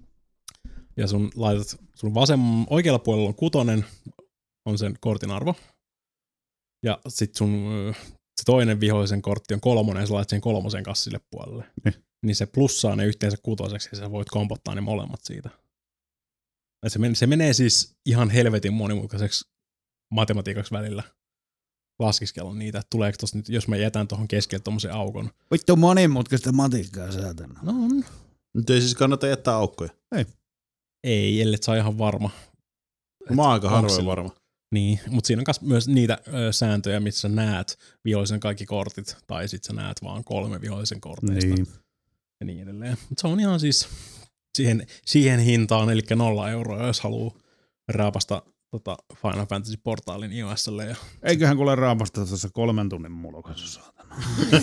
S3: Ja sun laitat, sun vasemman, oikealla puolella on kutonen, on sen kortin arvo. Ja sit sun se toinen vihollisen kortti on kolmonen, ja sä laitat sen kolmosen kassille puolelle.
S5: Ne.
S3: Niin se plussaa ne yhteensä kutoseksi, ja sä voit kompottaa ne molemmat siitä. Et se, men, se menee siis ihan helvetin monimutkaiseksi matematiikaksi välillä. Laskiskella niitä, että tuleeko tossa nyt, jos mä jätän tuohon keskelle tommosen aukon.
S5: Vittu monimutkaista matikkaa saatana.
S3: No on.
S1: Nyt ei siis kannata jättää aukkoja.
S3: Ei, ellei sä ihan varma.
S1: Mä oon aika
S3: onko
S1: harvoin
S3: sillä-
S1: varma.
S3: Niin, mutta siinä on kas myös niitä ö, sääntöjä, missä sä näet vihollisen kaikki kortit, tai sit sä näet vaan kolme vihollisen korteista
S5: Niin.
S3: ja niin edelleen. Mut se on ihan siis siihen, siihen hintaan, eli nolla euroa, jos haluaa raapasta tota Final Fantasy-portaalin iOSlle. Ja
S5: Eiköhän kuule raapasta tuossa kolmen tunnin mulokassa saatana.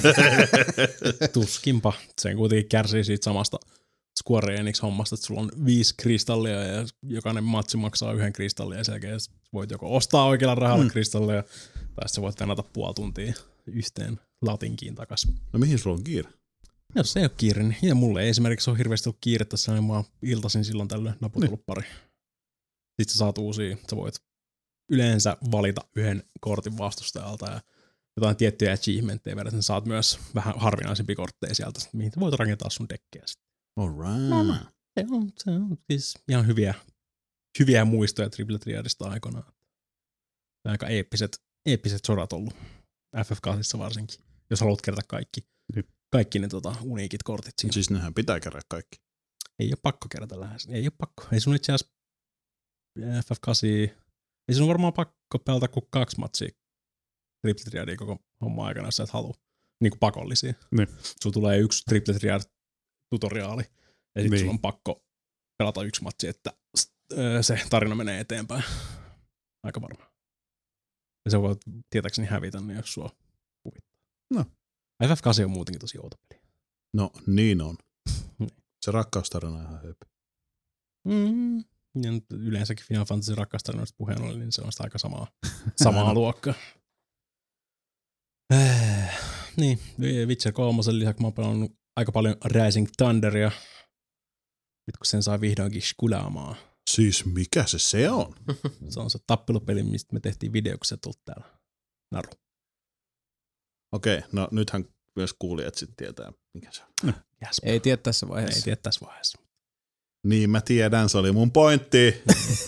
S3: tuskinpa. Sen kuitenkin kärsii siitä samasta Square Enix-hommasta, että sulla on viisi kristallia ja jokainen matsi maksaa yhden kristallin ja sen jälkeen voit joko ostaa oikealla rahalla mm. kristallia tai sitten voit venata puoli tuntia yhteen latinkiin takas.
S1: No mihin sulla on kiire?
S3: Jos se ei ole kiire, niin ja mulle ei esimerkiksi ole hirveästi ollut kiire tässä, niin mä oon iltaisin silloin tällöin naputellut niin. pari. Sitten sä saat uusia, sä voit yleensä valita yhden kortin vastustajalta ja jotain tiettyjä achievementteja verran, niin saat myös vähän harvinaisempia kortteja sieltä, mihin voit rakentaa sun dekkejä sitten.
S1: Alright.
S3: No, no. Se on, se on siis ihan hyviä, hyviä muistoja Triple Triadista aikanaan. Aika eeppiset, eeppiset sodat ollut. F F kahdessa varsinkin, jos haluat kerätä kaikki,
S5: Jep.
S3: kaikki ne tota, uniikit kortit siinä.
S1: Siis nehän pitää kerätä kaikki.
S3: Ei ole pakko kerätä lähes. Ei ole pakko. Ei sun itse asiassa F F kahdeksan, ei sun varmaan pakko pelata kuin kaksi matsia Triple Triadia koko homma aikana, jos sä et halua. Niin kuin pakollisia.
S5: Niin.
S3: Sulla tulee yksi Triple Triad tutoriaali, ja sitten
S5: Niin.
S3: sulla on pakko pelata yksi matsi, että se tarina menee eteenpäin. Aika varma. Ja se voi tietääkseni hävitä, niin jos sua huvittaa.
S5: No.
S3: F F kahdeksan on muutenkin tosi outo peli.
S1: No niin on.
S3: Niin.
S1: Se rakkaustarina on ihan höpö.
S3: Mm. Ja nyt yleensäkin Final Fantasy rakkaustarinoista puheen oli, niin se on sitä aika samaa, samaa luokkaa. Äh, niin, Witcher kolmosen lisäksi mä oon pelannut aika paljon Rising Thunderia. Nyt kun sen saa vihdoinkin skulaamaan.
S1: Siis mikä se se on?
S3: Se on se tappelupeli, mistä me tehtiin video, kun se tuli täällä. Naru.
S1: Okei, no nythän myös kuulijat sitten tietää, mikä se on.
S3: Yes.
S2: Ei tiedä tässä vaiheessa.
S3: Ei tiedä tässä vaiheessa.
S1: Niin mä tiedän, se oli mun pointti.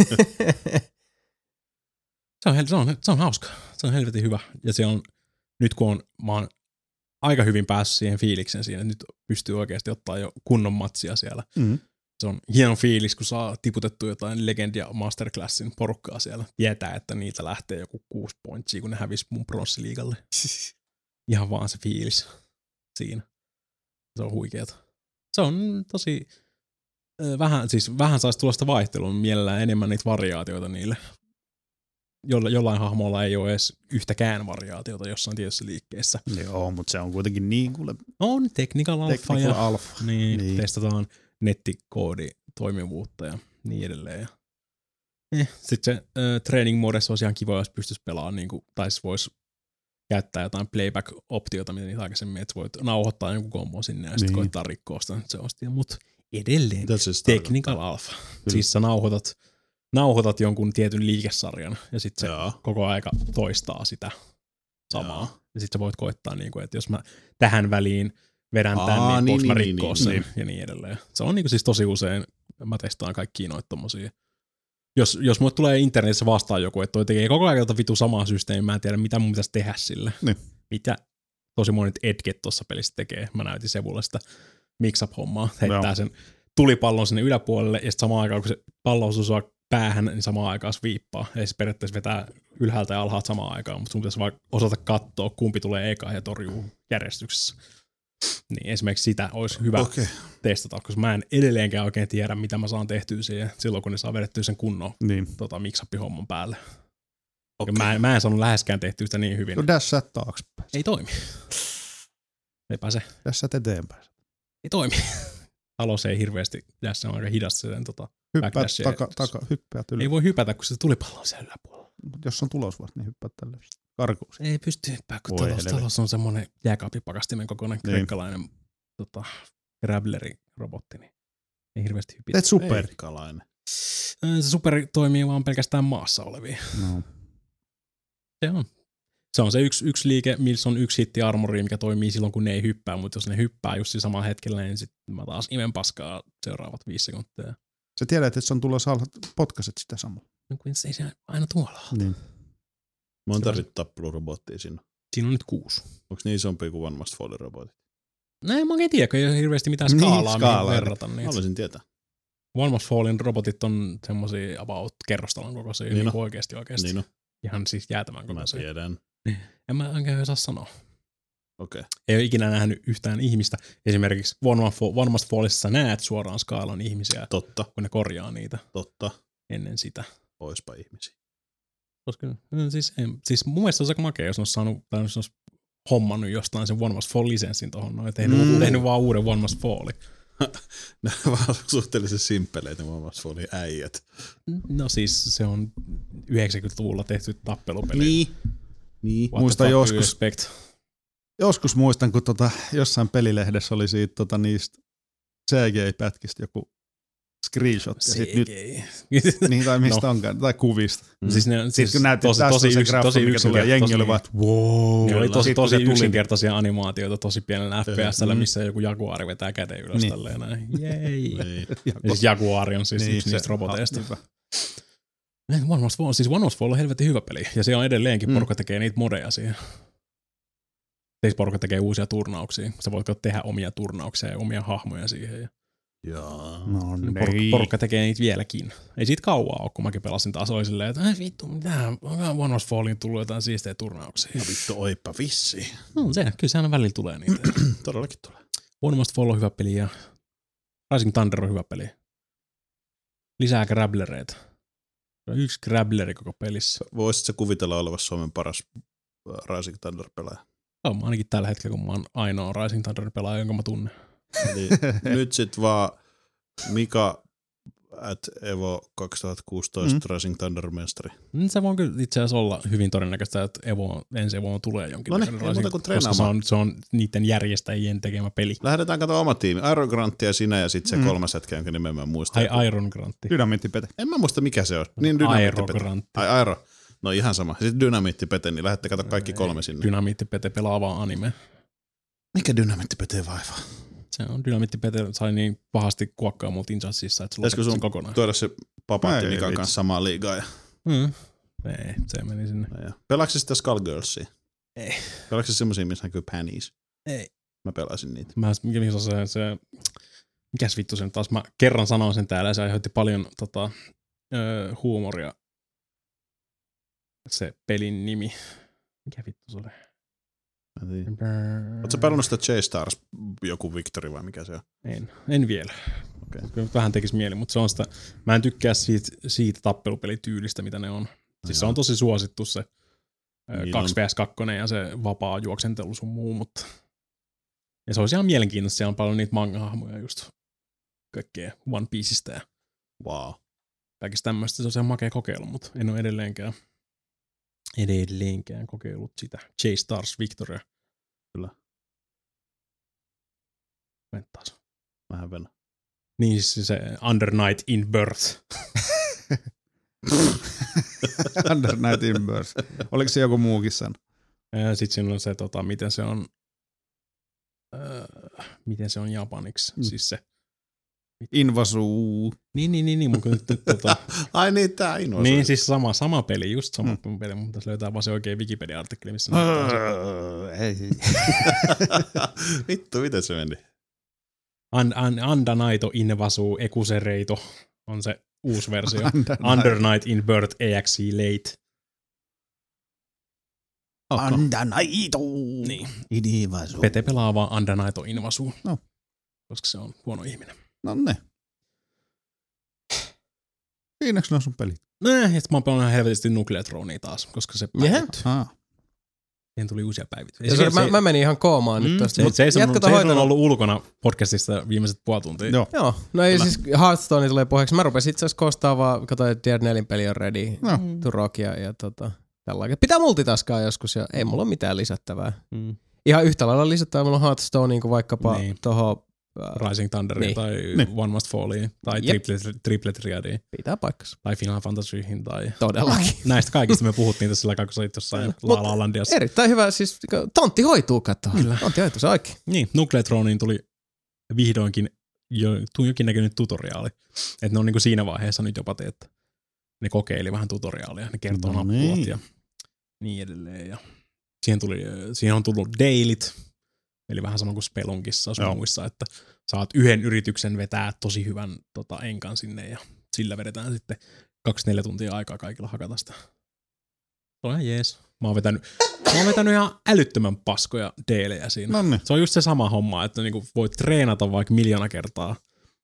S3: Se on, se, on, se on hauska. Se on helvetin hyvä. Ja se on, nyt kun on, mä oon aika hyvin päässyt siihen fiiliksen siinä, että nyt pystyy oikeasti ottaa jo kunnon matsia siellä.
S5: Mm.
S3: Se on hieno fiilis, kun saa tiputettua jotain Legendia Masterclassin porukkaa siellä. Tietää, että niitä lähtee joku kuusi pointsia, kun ne hävisi mun pronssiliigalle. Ihan vaan se fiilis siinä. Se on huikeeta. Se on tosi äh, vähän, siis vähän saisi tulla sitä vaihtelua, mielellään enemmän niitä variaatioita niille. Jolla, jollain hahmolla ei ole edes yhtäkään variaatiota jossain tietyssä liikkeessä.
S5: Joo, mutta se on kuitenkin niin kuule.
S3: On Technical Alpha
S5: Technical
S3: ja
S5: Alpha.
S3: Niin,
S5: Niin.
S3: testataan nettikoodi toimivuutta ja niin edelleen. Ja eh, sitten se äh, training modessa olisi ihan kiva, jos pystyisi pelaamaan, niin kuin, tai siis voisi käyttää jotain playback-optiota, mitä niitä aikaisemmin, että voit nauhoittaa jonkun kombon sinne ja sitten
S5: Niin.
S3: koittaa rikkoa sitä. Se on sitten, mutta edelleen
S1: Mitä se siis
S3: Technical Alpha. Siis sä nauhoitat, nauhoitat jonkun tietyn liikesarjan ja sitten se
S1: Joo.
S3: koko aika toistaa sitä samaa.
S1: Joo.
S3: Ja sitten sä voit koittaa, niin kuin, että jos mä tähän väliin vedän
S1: Aa,
S3: tän, niin,
S1: niin,
S3: voinko mä
S1: niin,
S3: rikkoa
S1: niin,
S3: sen
S1: niin.
S3: ja niin edelleen. Se on niin kuin siis tosi usein, mä testaan kaikkia noita tommosia. Jos, jos mulle tulee internetissä vastaan joku, että toi tekee koko ajan jotain vitu samaa systeemiä, mä en tiedä mitä mun pitäisi tehdä sille.
S5: Niin.
S3: Mitä tosi monet Edget tuossa pelissä tekee. Mä näytin Sevulle sitä mix-up-hommaa. Heittää
S5: Joo.
S3: sen tulipallon sinne yläpuolelle ja sitten samaan aikaan, kun se pallo osuu sua päähän, niin samaan aikaan sviippaa. Eli se periaatteessa vetää ylhäältä ja alhaalta samaan aikaan, mutta sun pitäisi vaan osata katsoa, kumpi tulee eka ja torjuu järjestyksessä. Niin esimerkiksi sitä olisi hyvä
S1: Okei.
S3: testata, koska mä en edelleenkään oikein tiedä, mitä mä saan tehtyä siihen silloin, kun ne saa vedettyä sen kunnon
S5: Niin.
S3: tota, mix-up-homman päälle.
S1: Okei.
S3: Ja mä, en- mä en saanut läheskään tehtyä sitä niin hyvin.
S5: No dassaa taaksepäin.
S3: Ei toimi. Ei pääse.
S5: Dassaat eteenpäin.
S3: Ei toimi. Talous ei hirveästi, tässä on aika hidasta sen tota,
S5: Hyppäät
S3: backdashia.
S5: taka, taka, hyppäät yli.
S3: Ei voi hypätä, kun se tulipallo on siellä yläpuolella.
S5: Mut jos on tulosvuosi, niin hyppäät tälle karkuun.
S3: Ei pysty hyppää, kun
S5: Voi
S3: talous,
S5: helvetti.
S3: talous on semmoinen jääkaapipakastimen kokoinen
S5: Niin.
S3: kreikkalainen tota, grappleri-robotti, niin ei hirveästi hypitä.
S5: Teet super.
S1: Kreikkalainen.
S3: Se super toimii vaan pelkästään maassa oleviin.
S5: No.
S3: Se on. Se on se yksi, yksi liike, missä on yksi hitti armori, mikä toimii silloin, kun ne ei hyppää, mutta jos ne hyppää just siinä samalla hetkellä, niin sitten mä taas imen paskaa seuraavat viisi sekuntia.
S5: Sä tiedät, että se on tulossa alhaat, potkaset sitä samalla.
S3: No kun se ei se aina tuolla.
S5: Niin.
S1: Monta
S3: Se on-
S1: tappelurobottia siinä on?
S3: Siinä on nyt kuusi.
S1: Onko niin isompi kuin One Must Fall robotit?
S3: No en mä oikein tiedä, kun ei ole hirveästi mitään
S5: Niin,
S3: skaalaa, niin,
S5: skaalaa.
S3: mihin verrata niitä.
S1: Haluaisin tietää.
S3: One Must Fallin robotit on semmosia about kerrostalon kokoisia,
S1: Niin
S3: niin,
S1: on.
S3: niin oikeasti oikeasti.
S1: Niin no,
S3: Ihan siis jäätävän
S1: mä
S3: kokoisia.
S1: tiedän.
S3: En mä oikein osaa sanoa.
S1: Okei. Okay.
S3: Ei ole ikinä nähnyt yhtään ihmistä. Esimerkiksi One Must Fall- One Must Fallissa sä näet suoraan skaalan ihmisiä,
S1: Totta,
S3: kun ne korjaa niitä
S1: totta.
S3: ennen sitä.
S1: Oispa ihmisiä.
S3: Koska, no siis, en, siis mun mielestä se on aika makea, jos ne olisi saanut, tai jos ne olisi hommannut jostain sen One Must Fall-lisenssin tohon noin, tehnyt, mm. tehnyt vaan uuden One Must Fallin.
S1: Ne vaan suhteellisen simppeleitä One Must Fallin äijät.
S3: No siis se on yhdeksänkymmentäluvulla tehty tappelupeli.
S1: Niin. Niin.
S3: What
S5: Muistan
S3: the fuck
S5: joskus-
S3: you expect?
S5: Joskus muistan, kun tota, jossain pelilehdessä oli siitä tota, niistä C G I-pätkistä joku screenshot. Ja sit nyt, niin, tai mistä
S3: No.
S5: onkaan, tai kuvista.
S3: Mm. Siis ne,
S5: Siis kun näytti, että tässä on se graffa, mikä tulee, ja jengi oli vaan, että wow.
S3: Ne oli tosi,
S5: Sit kun
S3: tosi
S5: se tuli-
S3: yksinkertaisia animaatioita tosi pienellä F P S:llä,
S5: Mm.
S3: missä joku jaguari vetää käteen ylös
S5: Niin.
S3: tälleen näin. Jei.
S1: Niin.
S3: Ja siis jaguari on siis
S5: Niin,
S3: yksi
S5: se-
S3: niistä roboteista.
S5: hyvä.
S3: One Must Fall, siis One Must Fall on helvetin hyvä peli, ja se on edelleenkin,
S5: Mm.
S3: porukka tekee niitä modeja siihen. Siis porukka tekee uusia turnauksia. Sä voit tehdä omia turnauksia ja omia hahmoja siihen. Ja
S1: Jaa.
S5: No
S3: porukka,
S5: niin.
S3: porukka tekee niitä vieläkin. Ei siitä kauaa ole, kun mäkin pelasin taas oli silleen, että ai vittu, mitä, onko One Must Falliin tullut jotain siistejä turnauksia.
S1: No vittu, oipa vissi.
S3: No se, kyllä se aina välillä tulee niitä.
S1: Todellakin tulee.
S3: One Must Fall on hyvä peli ja Rising Thunder on hyvä peli. Lisää grabblereita. Se on yksi grabbleri koko pelissä.
S1: Voisitko kuvitella olevassa Suomen paras äh, Rising Thunder-pelaaja?
S3: On mä ainakin tällä hetkellä, kun mä oon ainoa Rising Thunder-pelaaja, jonka mä tunnen.
S1: Eli nyt sit vaan Mika at Evo kaksituhattakuusitoista mm. Rising Thunder-mestari.
S3: Mm, Se voi kyllä itse asiassa olla hyvin todennäköistä, että Evo, ensi Evoon tulee jonkin
S1: No niin,
S3: näköinen
S1: ei muuta
S3: Rising,
S1: kuin
S3: koska se
S1: treenaamaan.
S3: on, se on niiden järjestäjien tekemä peli.
S1: Lähdetään katsomaan oma tiimi. Iron Grant ja sinä ja sitten se
S5: Mm.
S1: kolmas hetki, jonka nimen mä muistan.
S3: Ai Iron Grantti.
S5: Dynamiittipete.
S1: En mä muista mikä se on. Niin
S3: Aero
S1: dynamiittipete.
S3: Grantti.
S1: Ai Aero. No ihan sama. Sitten dynamiittipete, niin lähdette katsomaan kaikki kolme sinne.
S3: Dynamiittipete pelaa vaan anime.
S1: Mikä Dynamitti-Pete vaivaa?
S3: Se on Dynamitti-Pete sai niin pahasti kuokkaa muut Injusticeissa, että se lopetti sen kokonaan.
S1: Tuoda se Papaatti
S5: Ei,
S1: Mikan
S5: vitsi.
S1: kanssa samaa liigaa? Ja...
S3: Mm. Ei, se meni sinne.
S1: Pelaatko se sitä Skullgirlsia?
S3: Ei.
S1: Pelaatko se semmosia, missä näkyy panties?
S3: Ei.
S1: Mä pelasin niitä.
S3: Mä, mikä se, se, se, mikäs vittu sen taas, mä kerran sanoin sen täällä ja se aiheutti paljon tota, öö, huumoria. Se pelin nimi. Mikä vittu se oli?
S1: Ootko pelannut sitä J-Stars joku Victory vai mikä se on?
S3: En, en vielä.
S1: Okay.
S3: Kyllä vähän tekisi mieli, mutta se on sitä, mä en tykkää siitä, siitä tappelupelityylistä, mitä ne on. Siis se on tosi suosittu se niin kaksi vastaan kaksi ja se vapaa juoksentelu sun muu, mutta ja se olisi ihan mielenkiintoista, siellä on paljon niitä manga-hahmoja just kaikkea One Pieceistä ja
S1: wow.
S3: kaikista tämmöistä. Se on ihan makea kokeilu, mutta en ole edelleenkään edelleenkään kokeillut sitä J-Stars Victoria.
S1: Kyllä.
S3: Venttaas.
S1: Vähän vielä.
S3: Niin siis se Under Night in Birth.
S5: Under Night in Birth. Oliko se joku muukin sen?
S3: Sitten siinä on se, tota, miten se on äh, miten se on japaniksi. Mm. Siis se.
S5: Invasu.
S3: Niin, niin, niin, niin mutta nyt, tota,
S1: ai niin, tää Invasu.
S3: Niin, siis sama, sama peli, just sama mm. peli, mutta tässä löytää vaan se oikein Wikipedia-artikkeli, missä
S5: Ei.
S1: Vittu, miten se meni?
S3: And, and, Anda Naito Invasu Ekusereito on se uusi versio. Under, Under Night in Birth E X E Late.
S5: Anda Naito.
S3: Niin.
S5: Invasu.
S3: Pete pelaa vaan Anda Naito Invasu.
S5: No.
S3: Koska se on huono ihminen.
S5: No ne. Siinäks ne on sun pelit?
S3: Näin, että mä oon pelannut helvetisti Nucleatronia taas, koska se päivittyi. Siihen tuli uusia päivityksiä.
S2: Se, mä, mä menin ihan koomaan mm, nyt tosta.
S3: Se, se, se, se on ollut ulkona podcastista viimeiset puoli tuntia.
S2: Joo. Joo. No ei siis Hearthstone tulee puheeksi. Mä rupesin itse asiassa koostaa vaan, katsoin, että Tier neljä peli on ready. No. To rock ja, ja tota, tällainen. Pitää multitaskaa joskus ja ei mulla ole mitään lisättävää. Mm. Ihan yhtä lailla lisättävää mulla on Hearthstoneen kuin vaikkapa niin. Tohon
S3: Rising Thunderiin niin. tai niin. One Must Falliin tai Triplet, Triplet Triadiin.
S2: Pitää paikkansa.
S3: Tai Final Fantasyihin tai...
S2: Todellakin.
S3: Näistä kaikista me puhuttiin tässä aikaa, kun sä olit jossain La La Landiassa.
S2: Erittäin hyvä, siis tontti hoituu katsoa. Kyllä. Tontti hoituu, se oikein.
S3: Niin, Nucleatroniin tuli vihdoinkin jo, jokin näköinen tutoriaali. Että ne on niinku siinä vaiheessa nyt jopa te, että ne kokeili vähän tutoriaalia. Ne kertoo no nappulat niin. ja niin edelleen. Ja siihen, tuli, siihen on tullut dailit. Eli vähän sama kuin Spelunkissa jos muissa, että saat yhden yrityksen vetää tosi hyvän tota, enkan sinne ja sillä vedetään sitten kaksi neljä tuntia aikaa kaikilla hakata sitä. Se on ihan jees. Mä oon vetänyt, mä oon vetänyt ihan älyttömän paskoja deilejä siinä. Nonne. Se on just se sama homma, että niinku voit treenata vaikka miljoona kertaa.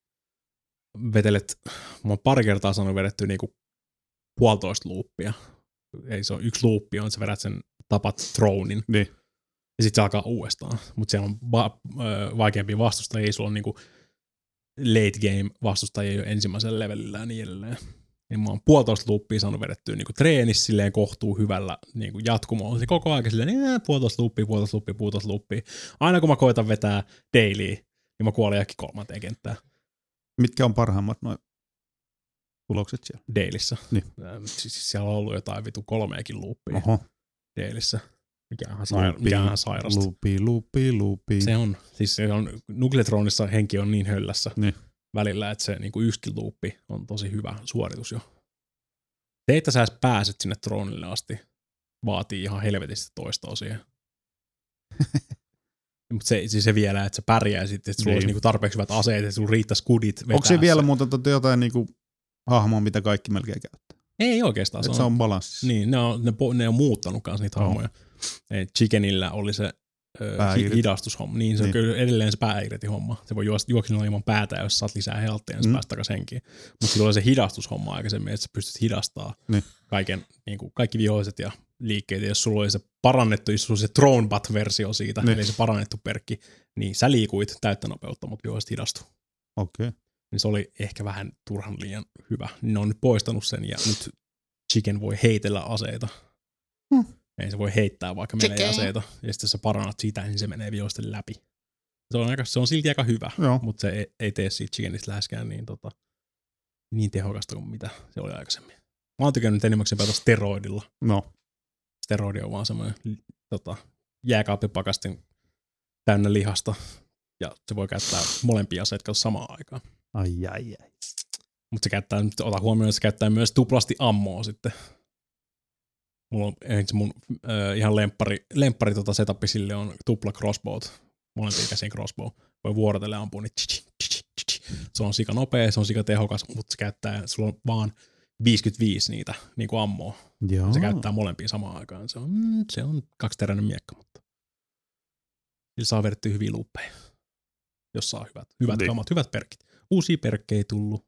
S3: Vetelet, mä oon pari kertaa saanut vedettyä niinku puolitoista loopia. Ei se on yksi loopi, on että sä vedät sen tapat thronin. Niin. Ja sit se alkaa uudestaan. Mutta siellä on va- ö, vaikeampia vastustajia. Ei sulla ole niinku late game vastustajia jo ensimmäisellä levelillä ja niin edelleen. Ja mä oon puolitoista loopia saanut vedettyä niinku treenissä silleen kohtuu hyvällä niinku jatkumolla. Se koko ajan silleen, niin puolitoista loopia, puolitoista loopia, puolitoista loopia. Aina kun mä koitan vetää dailyä, niin mä kuolen jälkeen kolmanteen kenttään.
S5: Mitkä on parhaimmat noin tulokset siellä?
S3: Dailyssä.
S5: Niin.
S3: Siis siellä on ollut jotain vitu kolmeakin loopia. Oho. Dailyssä. Mikä on saira- mikä on sairasta.
S5: Lupi, lupi, lupi.
S3: Se on, siis se on, Nucleatronissa henki on niin höllässä
S5: niin.
S3: välillä, että se niinku yksikin luuppi on tosi hyvä suoritus jo. Se, että sä edes pääset sinne tronille asti, vaatii ihan helvetistä toistoa siihen. Mutta se, siis se vielä, että sä pärjäisit, että sulla niin. olisi niinku tarpeeksi hyvät aseet, että sulla riittäisi kudit vetää.
S5: Onko se vielä muuta jotain niinku hahmoa, mitä kaikki melkein käyttää?
S3: Ei oikeastaan.
S5: Se on, se on balanssissa.
S3: Niin, ne on, ne, ne on muuttanut kanssa niitä oh. hahmoja. Chickenillä oli se ö, hidastushomma. Niin, se niin. on kyllä edelleen se pääigretti-homma. Se voi juoksilla ilman päätä, ja jos saat lisää healthia, niin mm. päästä takaisin henkiin. Mutta sillä oli se hidastushomma aikaisemmin, että sä pystyt hidastamaan niin. kaiken, niin kuin kaikki viholliset ja liikkeet. Ja jos sulla oli se parannettu, jos sulla oli se Throne Butt-versio siitä, niin. eli se parannettu perkki, niin sä liikuit täyttä nopeutta, mutta viholliset hidastu.
S5: Okei. Okay.
S3: Niin se oli ehkä vähän turhan liian hyvä. Ne on nyt poistanut sen, ja nyt Chicken voi heitellä aseita. Hmm. Ei se voi heittää vaikka melee aseita, ja sitten sä parannat sitä, niin se menee vihollisten läpi. Se on, aika, se on silti aika hyvä, Joo. mutta se ei, ei tee siitä Chickenistä läheskään niin, tota, niin tehokasta kuin mitä se oli aikaisemmin. Mä oon tykännyt enimmäkseen pelata steroidilla.
S5: No.
S3: Steroidi on vaan semmoinen tota, jääkaappipakasten täynnä lihasta. Ja se voi käyttää molempia aseita samaan aikaan.
S5: Ai ai ai.
S3: Mutta se käyttää, nyt ota huomioon, että se käyttää myös tuplasti ammoa sitten. Mulla on se mun äh, ihan lemppari, lemppari tota setappi sille on tupla crossbowt. Molempia käsin crossbow. Voi vuorotelle ampua, niin tsch, tsch, tsch. Se on sika nopea, se on sika tehokas, mutta se käyttää, sulla on vaan viisikymmentäviisi niitä niin kuin ammoa.
S5: Joo.
S3: Se käyttää molempia samaan aikaan. Se on, se on kaksiteräinen miekka, mutta sillä saa vedettyä hyviä luuppeja, jos saa hyvät, hyvät
S1: niin.
S3: kamat, hyvät perkit. Uusia perkkejä tullut.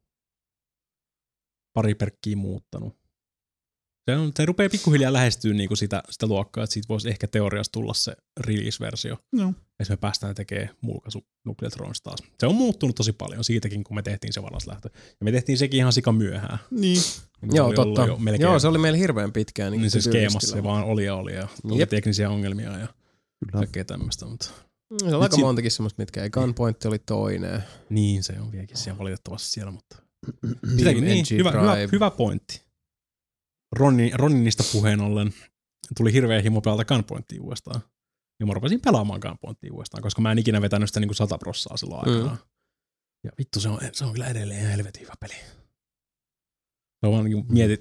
S3: Pari perkkiä muuttanut. Se, on, se rupeaa pikkuhiljaa lähestyä niinku sitä, sitä luokkaa, että siitä voisi ehkä teoriassa tulla se release-versio.
S5: No.
S3: Ja me päästään tekemään mulkaisu Nucleatrons taas. Se on muuttunut tosi paljon siitäkin, kun me tehtiin se varaslähtö. Ja me tehtiin sekin ihan sika myöhään.
S5: Niin.
S3: Niin
S2: Joo, totta.
S3: Jo melkein,
S2: Joo, se oli meillä hirveän pitkään. Niin,
S3: niin se skeemassa se vaan oli ja oli ja tuli
S2: Jep.
S3: teknisiä ongelmia ja
S5: Kyllä.
S3: kaikkea tämmöistä. Mutta
S2: Se on aika
S3: si-
S2: montakin semmoista, mitkä ei. Gunpoint oli toinen.
S3: niin, se on vieläkin siellä valitettavasti siellä, mutta
S2: Beam
S3: sitäkin, niin,
S2: N G
S3: hyvä, hyvä,
S2: Tribe.
S3: hyvä pointti. Ronni, Ronninista puheen ollen tuli hirveä himo pelata Gunpointia uudestaan. Ja mä rupesin pelaamaan Gunpointia uudestaan, koska mä en ikinä vetänyt sitä niinku sata prossaa silloin aikanaan. Mm. Ja vittu, se on, se on kyllä edelleen ihan helvetin hyvä peli. Se on vaan niinku mietit,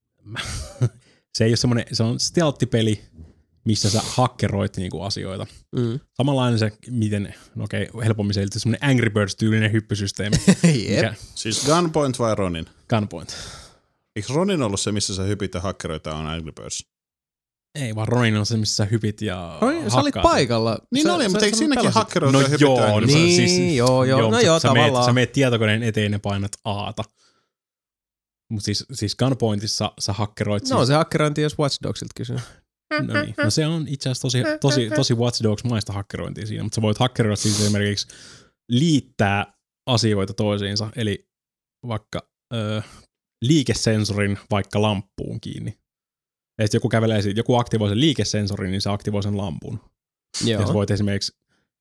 S3: se ei ole semmonen, se on stealth-peli, missä sä hakkeroit niinku asioita.
S2: Mm.
S3: Samanlainen se, miten, no okei, helpommin se ilti, semmonen Angry Birds-tyylinen hyppysysteemi.
S2: Jep.
S1: Siis Gunpoint vai Ronin?
S3: Gunpoint.
S1: Eikö Ronin ollut se, missä sä hypit ja hakkeroita on Angry Birds?
S3: Ei, vaan Ronin on se, missä sä hypit ja
S2: Oi, sä olit
S3: hakkaat.
S2: paikalla.
S1: Niin
S2: sä,
S1: oli, mutta eikö
S2: sä
S1: siinäkin
S2: pelasit?
S1: hakkeroita
S3: No
S1: ja hypit
S3: joo,
S1: ja Angry
S3: no
S1: Birds?
S2: Niin,
S3: siis,
S2: joo, joo, no
S3: mutta
S2: joo,
S3: sä
S2: tavallaan.
S3: Meet, sä meet tietokoneen eteen ja painat Aata. Mutta siis, siis Gunpointissa sä hakkeroit
S2: No
S3: siis...
S2: se hakkerointi, jos Watch Dogsilta kysyy.
S3: No niin, no se on itse asiassa tosi, tosi, tosi Watch Dogs-maista hakkerointia siinä, mutta sä voit hakkeroida siis esimerkiksi liittää asioita toisiinsa, eli vaikka ö, liikesensorin vaikka lamppuun kiinni. Ja sitten joku kävelee siitä, joku aktivoi sen liikesensorin, niin se aktivoi sen lampun.
S2: Joo.
S3: Ja sä voit esimerkiksi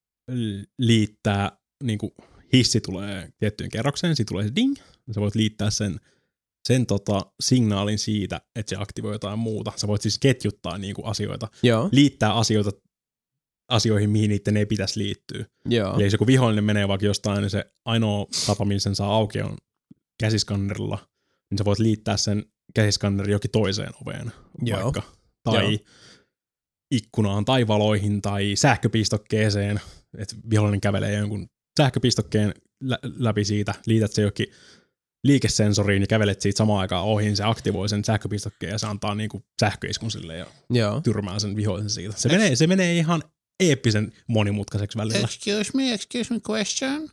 S3: liittää, niin kuin hissi tulee tiettyyn kerrokseen, siitä tulee se ding, ja sä voit liittää sen, sen tota, signaalin siitä, että se aktivoi jotain muuta. Sä voit siis ketjuttaa niin kuin asioita,
S2: Joo.
S3: liittää asioita asioihin, mihin niiden ei pitäisi liittyä.
S2: Joo.
S3: Eli jos joku vihollinen menee vaikka jostain, niin se ainoa tapa, millä sen saa auki on käsiskannerilla, niin sä voit liittää sen käsiskannerin jokin toiseen oveen
S2: Joo.
S3: vaikka. Tai
S2: Joo.
S3: ikkunaan tai valoihin tai sähköpistokkeeseen, että vihollinen kävelee jonkun sähköpistokkeen lä- läpi siitä, liität se jokin liikesensoriin ja kävelet siitä samaan aikaan ohi, niin se aktivoi sen sähköpistokkeen ja se antaa niinku sähköiskun sille ja
S2: Joo.
S3: tyrmää sen vihollisen siitä. Se menee, se menee ihan eeppisen monimutkaiseksi välillä.
S4: Excuse me, excuse me, question.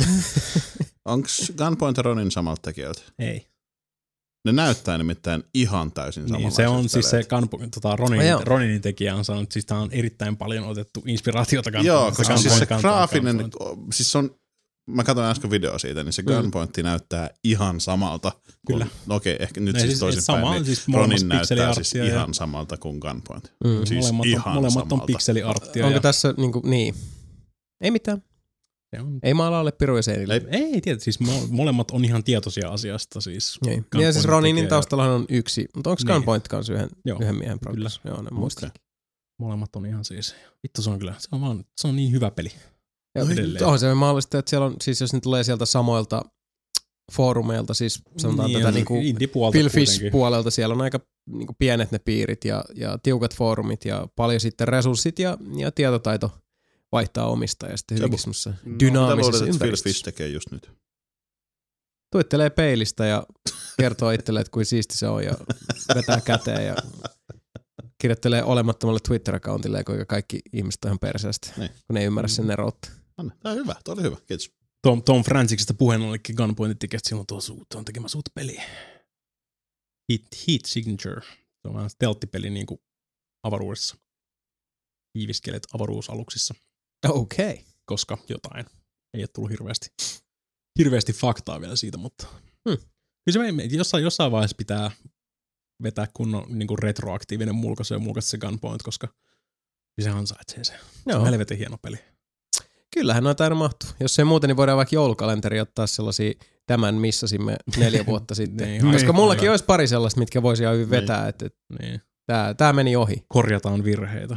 S1: Onko Gunpoint ja Ronin samalta tekijältä?
S3: Ei.
S1: Ne näyttää nimittäin ihan täysin
S3: Niin,
S1: samanlaiset
S3: se on siis se
S1: peleet.
S3: Gunpo- tota, Ronin,
S2: Ah, joo.
S3: Roninin tekijä on sanonut, että siis tää on erittäin paljon otettu inspiraatiota Gunpointista.
S1: Joo, koska
S3: Gunpoint,
S1: siis se
S3: Gunpoint,
S1: graafinen,
S3: Gunpoint.
S1: siis on, mä katsoin äsken videoa siitä, niin se
S2: Mm.
S1: Gunpointti näyttää ihan samalta. Kuin,
S3: Kyllä.
S1: no okei, ehkä nyt
S3: Ne
S1: siis
S3: siis-
S1: toisinpäin,
S3: sama,
S1: niin
S3: siis molemmat
S1: Ronin näyttää siis
S3: pikseliarttia ja-
S1: ihan samalta kuin Gunpoint.
S2: Mm.
S1: Siis
S3: molemmat
S1: ihan
S3: on, molemmat on
S1: samalta.
S3: pikseliarttia.
S2: Onko
S3: ja
S2: tässä niinku, niin. Ei mitään.
S3: se on,
S2: Ei maala alle piruja seinille.
S3: ei, ei tiedä, siis mo- molemmat on ihan tietoisia asiasta. Siis
S2: Ei.
S3: Gunpoint
S2: Ja siis Roninin
S3: tekijä
S2: taustallahan on yksi, mutta onko
S3: Niin.
S2: Gunpoint kanssa yhden,
S3: Joo,
S2: yhden miehen
S3: kyllä.
S2: projektissa? Joo, ne muistan.
S1: Okei.
S3: molemmat on ihan siis, vittu se on kyllä, se on vaan, se on niin hyvä peli.
S2: Ja
S3: edelleen.
S2: on se mahdollista, että siellä on, siis jos ne tulee sieltä samoilta foorumeilta, siis sanotaan
S3: niin,
S2: tätä
S3: on
S2: niinku
S3: indie-puolta
S2: Phil Fish
S3: kuitenkin.
S2: puolelta, siellä on aika niinku pienet ne piirit ja, ja tiukat foorumit ja paljon sitten resurssit ja, ja tietotaito vaihtaa omista ja sitten hyvinkin semmoisessa dynaamisessa
S1: Mitä Phil
S2: ympäristössä.
S1: Fish tekee just nyt?
S2: Tuittelee peilistä ja kertoo itselleen, että kuin siisti se on ja vetää käteen ja kirjoittelee olemattomalle Twitter-accountille, kuinka kaikki ihmiset on ihan perseestä,
S1: Niin.
S2: kun ne ei ymmärrä sen eroutta.
S1: Anna, tää on hyvä, tää oli hyvä, kiitos.
S3: Tom, Tom Francisista puheen ollekin Gunpointit tekee, että silloin tuo suutta on tekemässä uutta peliä. Heat, Heat Signature. Se on vähän stealth-peli niin kuin avaruudessa. Hiiviskelet avaruusaluksissa,
S2: Okei. Okay.
S3: koska jotain. Ei ole tullut hirveästi, hirveästi faktaa vielä siitä, mutta
S2: Hmm.
S3: kyllä se me, jossain, jossain vaiheessa pitää vetää kunnon niin kuin retroaktiivinen mulkaisu ja mulkaista se Gunpoint, koska se ansaitsee se. Se
S2: Joo.
S3: on helvetin hieno peli.
S2: Kyllähän noita aina mahtuu. Jos ei muuten, niin voidaan vaikka joulukalenteri ottaa sellaisia, tämän missasimme neljä vuotta sitten.
S3: Niin,
S2: Koska
S3: niin,
S2: mullakin
S3: aivan.
S2: olisi pari sellaista, mitkä voisi ihan hyvin
S1: Niin.
S2: vetää, että
S3: Niin.
S2: tää, tää meni ohi.
S3: Korjataan virheitä.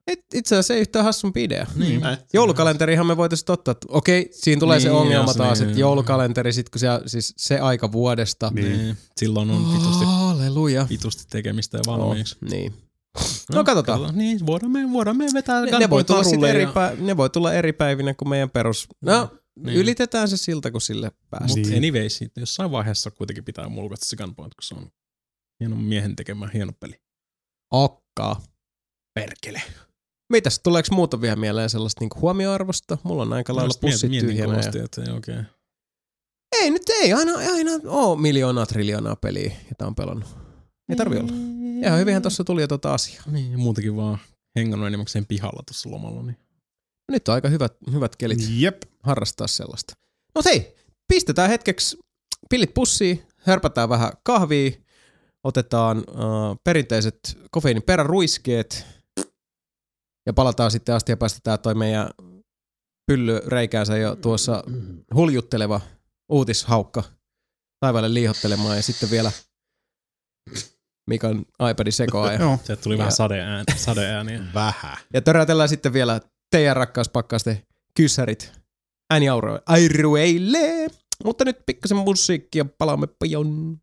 S2: Et, itse asiassa ei yhtään hassumpi idea.
S3: Niin.
S2: Joulukalenterihan me voitaisiin ottaa, että okei, siinä tulee niin, se ongelma
S3: jos,
S2: taas,
S3: niin,
S2: että joulukalenteri, sit kun se, siis se aika vuodesta.
S3: Niin. Silloin on vitusti,
S2: Halleluja.
S3: vitusti tekemistä ja valmiiksi.
S2: No, niin. No, no katsotaan.
S3: katsotaan. Niin, voidaan me, voidaan me vetää
S2: ne, ne, voi tulla sit eri
S3: ja...
S2: pä, ne voi tulla eri päivinä kuin meidän perus. No, niin. Ylitetään se siltä, kun sille päästään.
S3: Mutta
S5: Niin.
S3: anyways, jossain vaiheessa kuitenkin pitää mulkata se Gunpoint, kun se on hieno miehen tekemä hieno peli.
S2: Okkaa.
S3: Perkele.
S2: Mitäs, tuleeko muuta vielä mieleen sellaista niinku huomioarvosta? Mulla on aika lailla pussit tyhjänä.
S3: Kovasti,
S2: ja...
S3: että ei oikein.
S2: Ei nyt ei aina, aina oo miljoonaa triljoonaa peliä, jota on pelannut. Ei tarvi olla. Ihan hyvinhän tossa tuli jo tota asiaa.
S3: Niin, ja muutenkin vaan hengannut enimmäkseen pihalla tuossa lomalla. Niin.
S2: Nyt on aika hyvät, hyvät kelit
S5: Jep.
S2: harrastaa sellaista. No hei, pistetään hetkeksi pillit pussiin, hörpätään vähän kahvia, otetaan uh, perinteiset kofeiinin peräruiskeet ja palataan sitten asti ja päästetään toi meidän pylly reikäänsä jo tuossa huljutteleva uutishaukka taivaalle liihottelemaan ja sitten vielä Mikan iPadin sekoaja.
S5: Joo.
S3: Sieltä tuli vähän sadeääni, sadeääniä.
S1: Vähän.
S2: Ja törätellään sitten vielä teidän rakkauspakkausten kyssärit ääniaurueille. Mutta nyt pikkasen musiikkia, palaamme pian.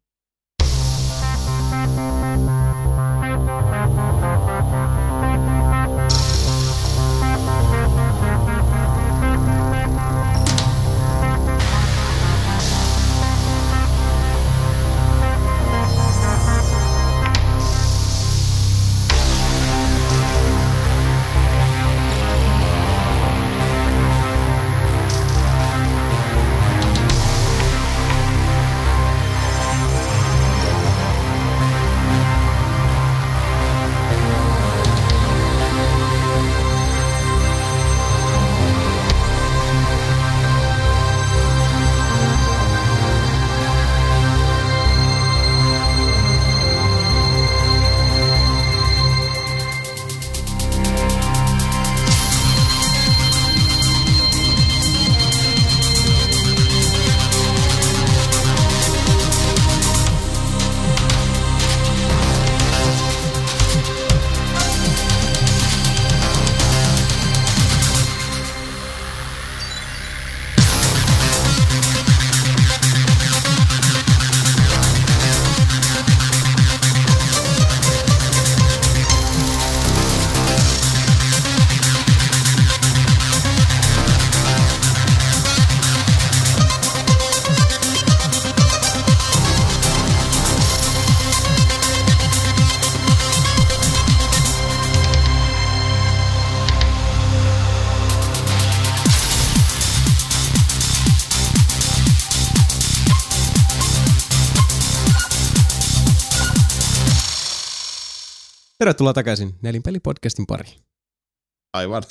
S2: Tervetuloa takaisin Nelinpeli-podcastin pariin.
S1: Aivan.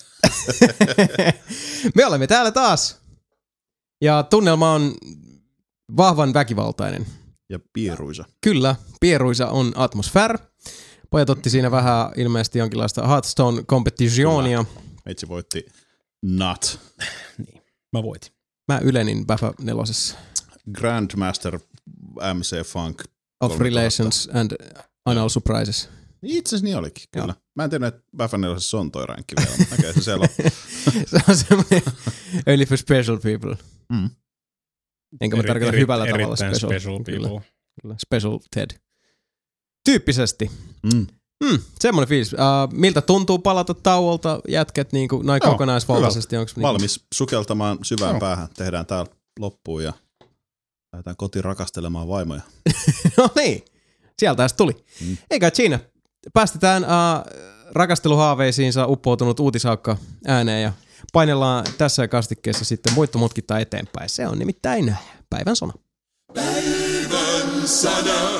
S2: Me olemme täällä taas. Ja tunnelma on vahvan väkivaltainen.
S1: Ja pieruisa.
S2: Kyllä, pieruisa on atmosfär. Pojat otti siinä vähän ilmeisesti jonkinlaista Hearthstone-kompetitionia.
S1: Meitsi voitti Not.
S3: Niin, mä voitin.
S2: Mä ylenin Baffa nelosessa.
S1: Grandmaster M C Funk.
S2: Of Relations and Anal Surprises.
S1: Itse asiassa niin olikin, kyllä. Joo. Mä en tiedä, että Baffa nelosessa on toi rankki vielä, mutta näkee se siellä on.
S2: Se on semmoinen only for special people.
S1: Mm.
S2: Enkä mä tarkoita hyvällä tavalla
S3: special.
S2: special
S3: people.
S2: Kyllä, kyllä. Special Ted. Tyyppisesti.
S1: Mm.
S2: Mm, semmoinen fiilis. Uh, miltä tuntuu palata tauolta jätket niin kuin, noin kokonaisvaltaisesti? Onko
S1: valmis niin sukeltamaan syvään
S5: Joo.
S1: päähän. Tehdään täällä loppuun ja lähdetään kotiin rakastelemaan vaimoja.
S2: No niin, sieltä se tuli. Mm. Eikä siinä. Päästetään uh, rakasteluhaaveisiinsa uppoutunut uutishaukka ääneen ja painellaan tässä kastikkeessa sitten muittomutkittaa eteenpäin. Se on nimittäin päivän sana.
S6: Päivän sana.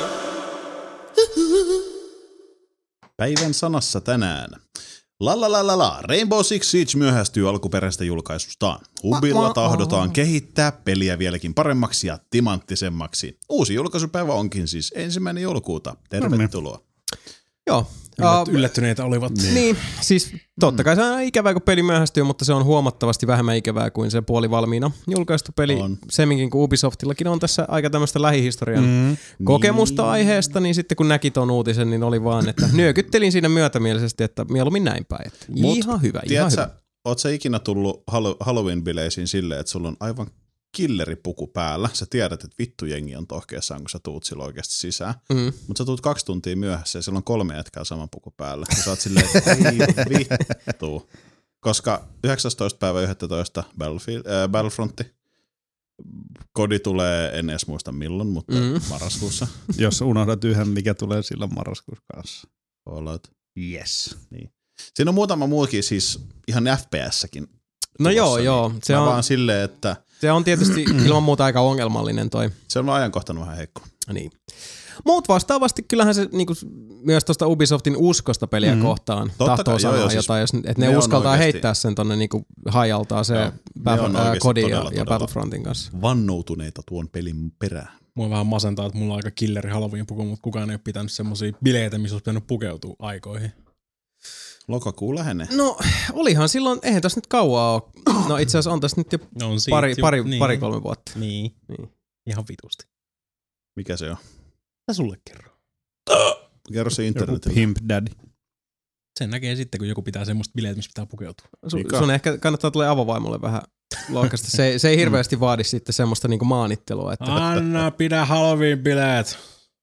S1: Päivän sanassa tänään. La la la la la. Rainbow Six Siege myöhästyy alkuperäisestä julkaisustaan. Hubilla tahdotaan kehittää peliä vieläkin paremmaksi ja timanttisemmaksi. Uusi julkaisupäivä onkin siis ensimmäinen joulukuuta. Tervetuloa.
S2: Joo.
S3: Yllätt,
S2: Uh,
S3: yllättyneitä olivat.
S2: niin. niin, siis totta kai se on ikävää, kun peli myöhästyy, mutta se on huomattavasti vähemmän ikävää kuin se puolivalmiina julkaistu peli.
S1: On.
S2: Semminkin kuin Ubisoftillakin on tässä aika tämmöistä lähihistorian mm. kokemusta niin. aiheesta, niin sitten kun näki ton uutisen, niin oli vaan, että nyökyttelin siinä myötämielisesti, että mieluummin näin päin. Että ihan hyvä, ihan hyvä.
S1: Oot sä ikinä tullut Halloween-bileisiin silleen, että sulla on aivan killeripuku päällä. Sä tiedät, että vittu jengi on tohkeessaan, kun sä tuut silloin oikeasti sisään. Mm. Mutta sä tuut kaksi tuntia myöhässä ja siellä on kolme jätkää sama puku päällä. Ja sä oot silleen, että ei vittu. Koska yhdeksästoista päivä yhdestoista Battlefield, äh, Battlefrontti. Kodi tulee, en edes muista milloin, mutta mm. marraskuussa.
S5: Jos unohdat yhden, mikä tulee silloin marraskuussa kanssa.
S1: Olet.
S5: Yes.
S1: Niin. Siinä on muutama muukin siis ihan F P S-säkin.
S2: No joo, niin joo.
S1: Se on vaan silleen, että
S2: se on tietysti ilman muuta aika ongelmallinen toi.
S1: Se on ajankohtanut vähän heikko.
S2: Niin. Muut vastaavasti kyllähän se niinku, myös tuosta Ubisoftin uskosta peliä mm-hmm. kohtaan
S1: Totta
S2: tahtoo
S1: kai,
S2: sanoa
S1: joo,
S2: jotain,
S1: siis
S2: että ne, ne uskaltaa oikeasti heittää sen tonne niinku hajaltaa se Kodin ja, ja Battlefrontin kanssa.
S1: Vannoutuneita tuon pelin perään.
S3: Mua vähän masentaa, että mulla on aika killeri Halloween puku, mutta kukaan ei ole pitänyt semmosia bileitä, missä olisi pitänyt pukeutua aikoihin.
S1: Lokakuu lähenee.
S2: No olihan silloin, eihän tässä nyt kauaa ole. No itse asiassa on tässä nyt jo no, pari, pari, niin. pari kolme vuotta.
S3: Niin. niin. Ihan vitusti.
S1: Mikä se on?
S3: Mä sulle kerron.
S1: Kerro se internetillä.
S5: Pimp Daddy.
S3: Sen näkee sitten, kun joku pitää semmoista bileitä, missä pitää pukeutua.
S2: Sun, sun ehkä kannattaa tulla avovaimolle vähän lohkasta. Se, se ei hirveästi vaadi sitten semmoista niinku maanittelua. Että
S3: Anna, pidä Halloween-bileet.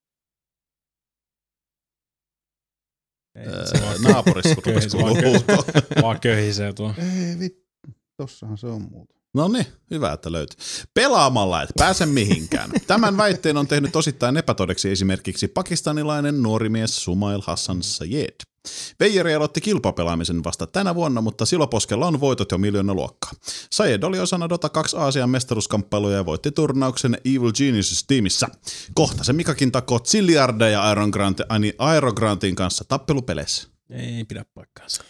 S1: Naapurissa, kun rupesi kuuluu.
S3: Vaan köhisee tuo.
S5: Ei vittu, tossahan se on muuta.
S1: No niin, hyvä, että löytyy. Pelaamalla et pääse mihinkään. Tämän väitteen on tehnyt osittain epätodeksi esimerkiksi pakistanilainen nuori mies Sumail Hassan Sayed. Veijeri aloitti kilpapelaamisen vasta tänä vuonna, mutta Siloposkella on voitot jo miljoona luokkaa. Sayed oli osana Dota kaksi Aasian mestaruuskamppailuja ja voitti turnauksen Evil Geniuses-tiimissä. Kohta se Mikakin takoo zilliardeja Aerograntin kanssa tappelupeleissä.
S3: Ei pidä paikkaansa.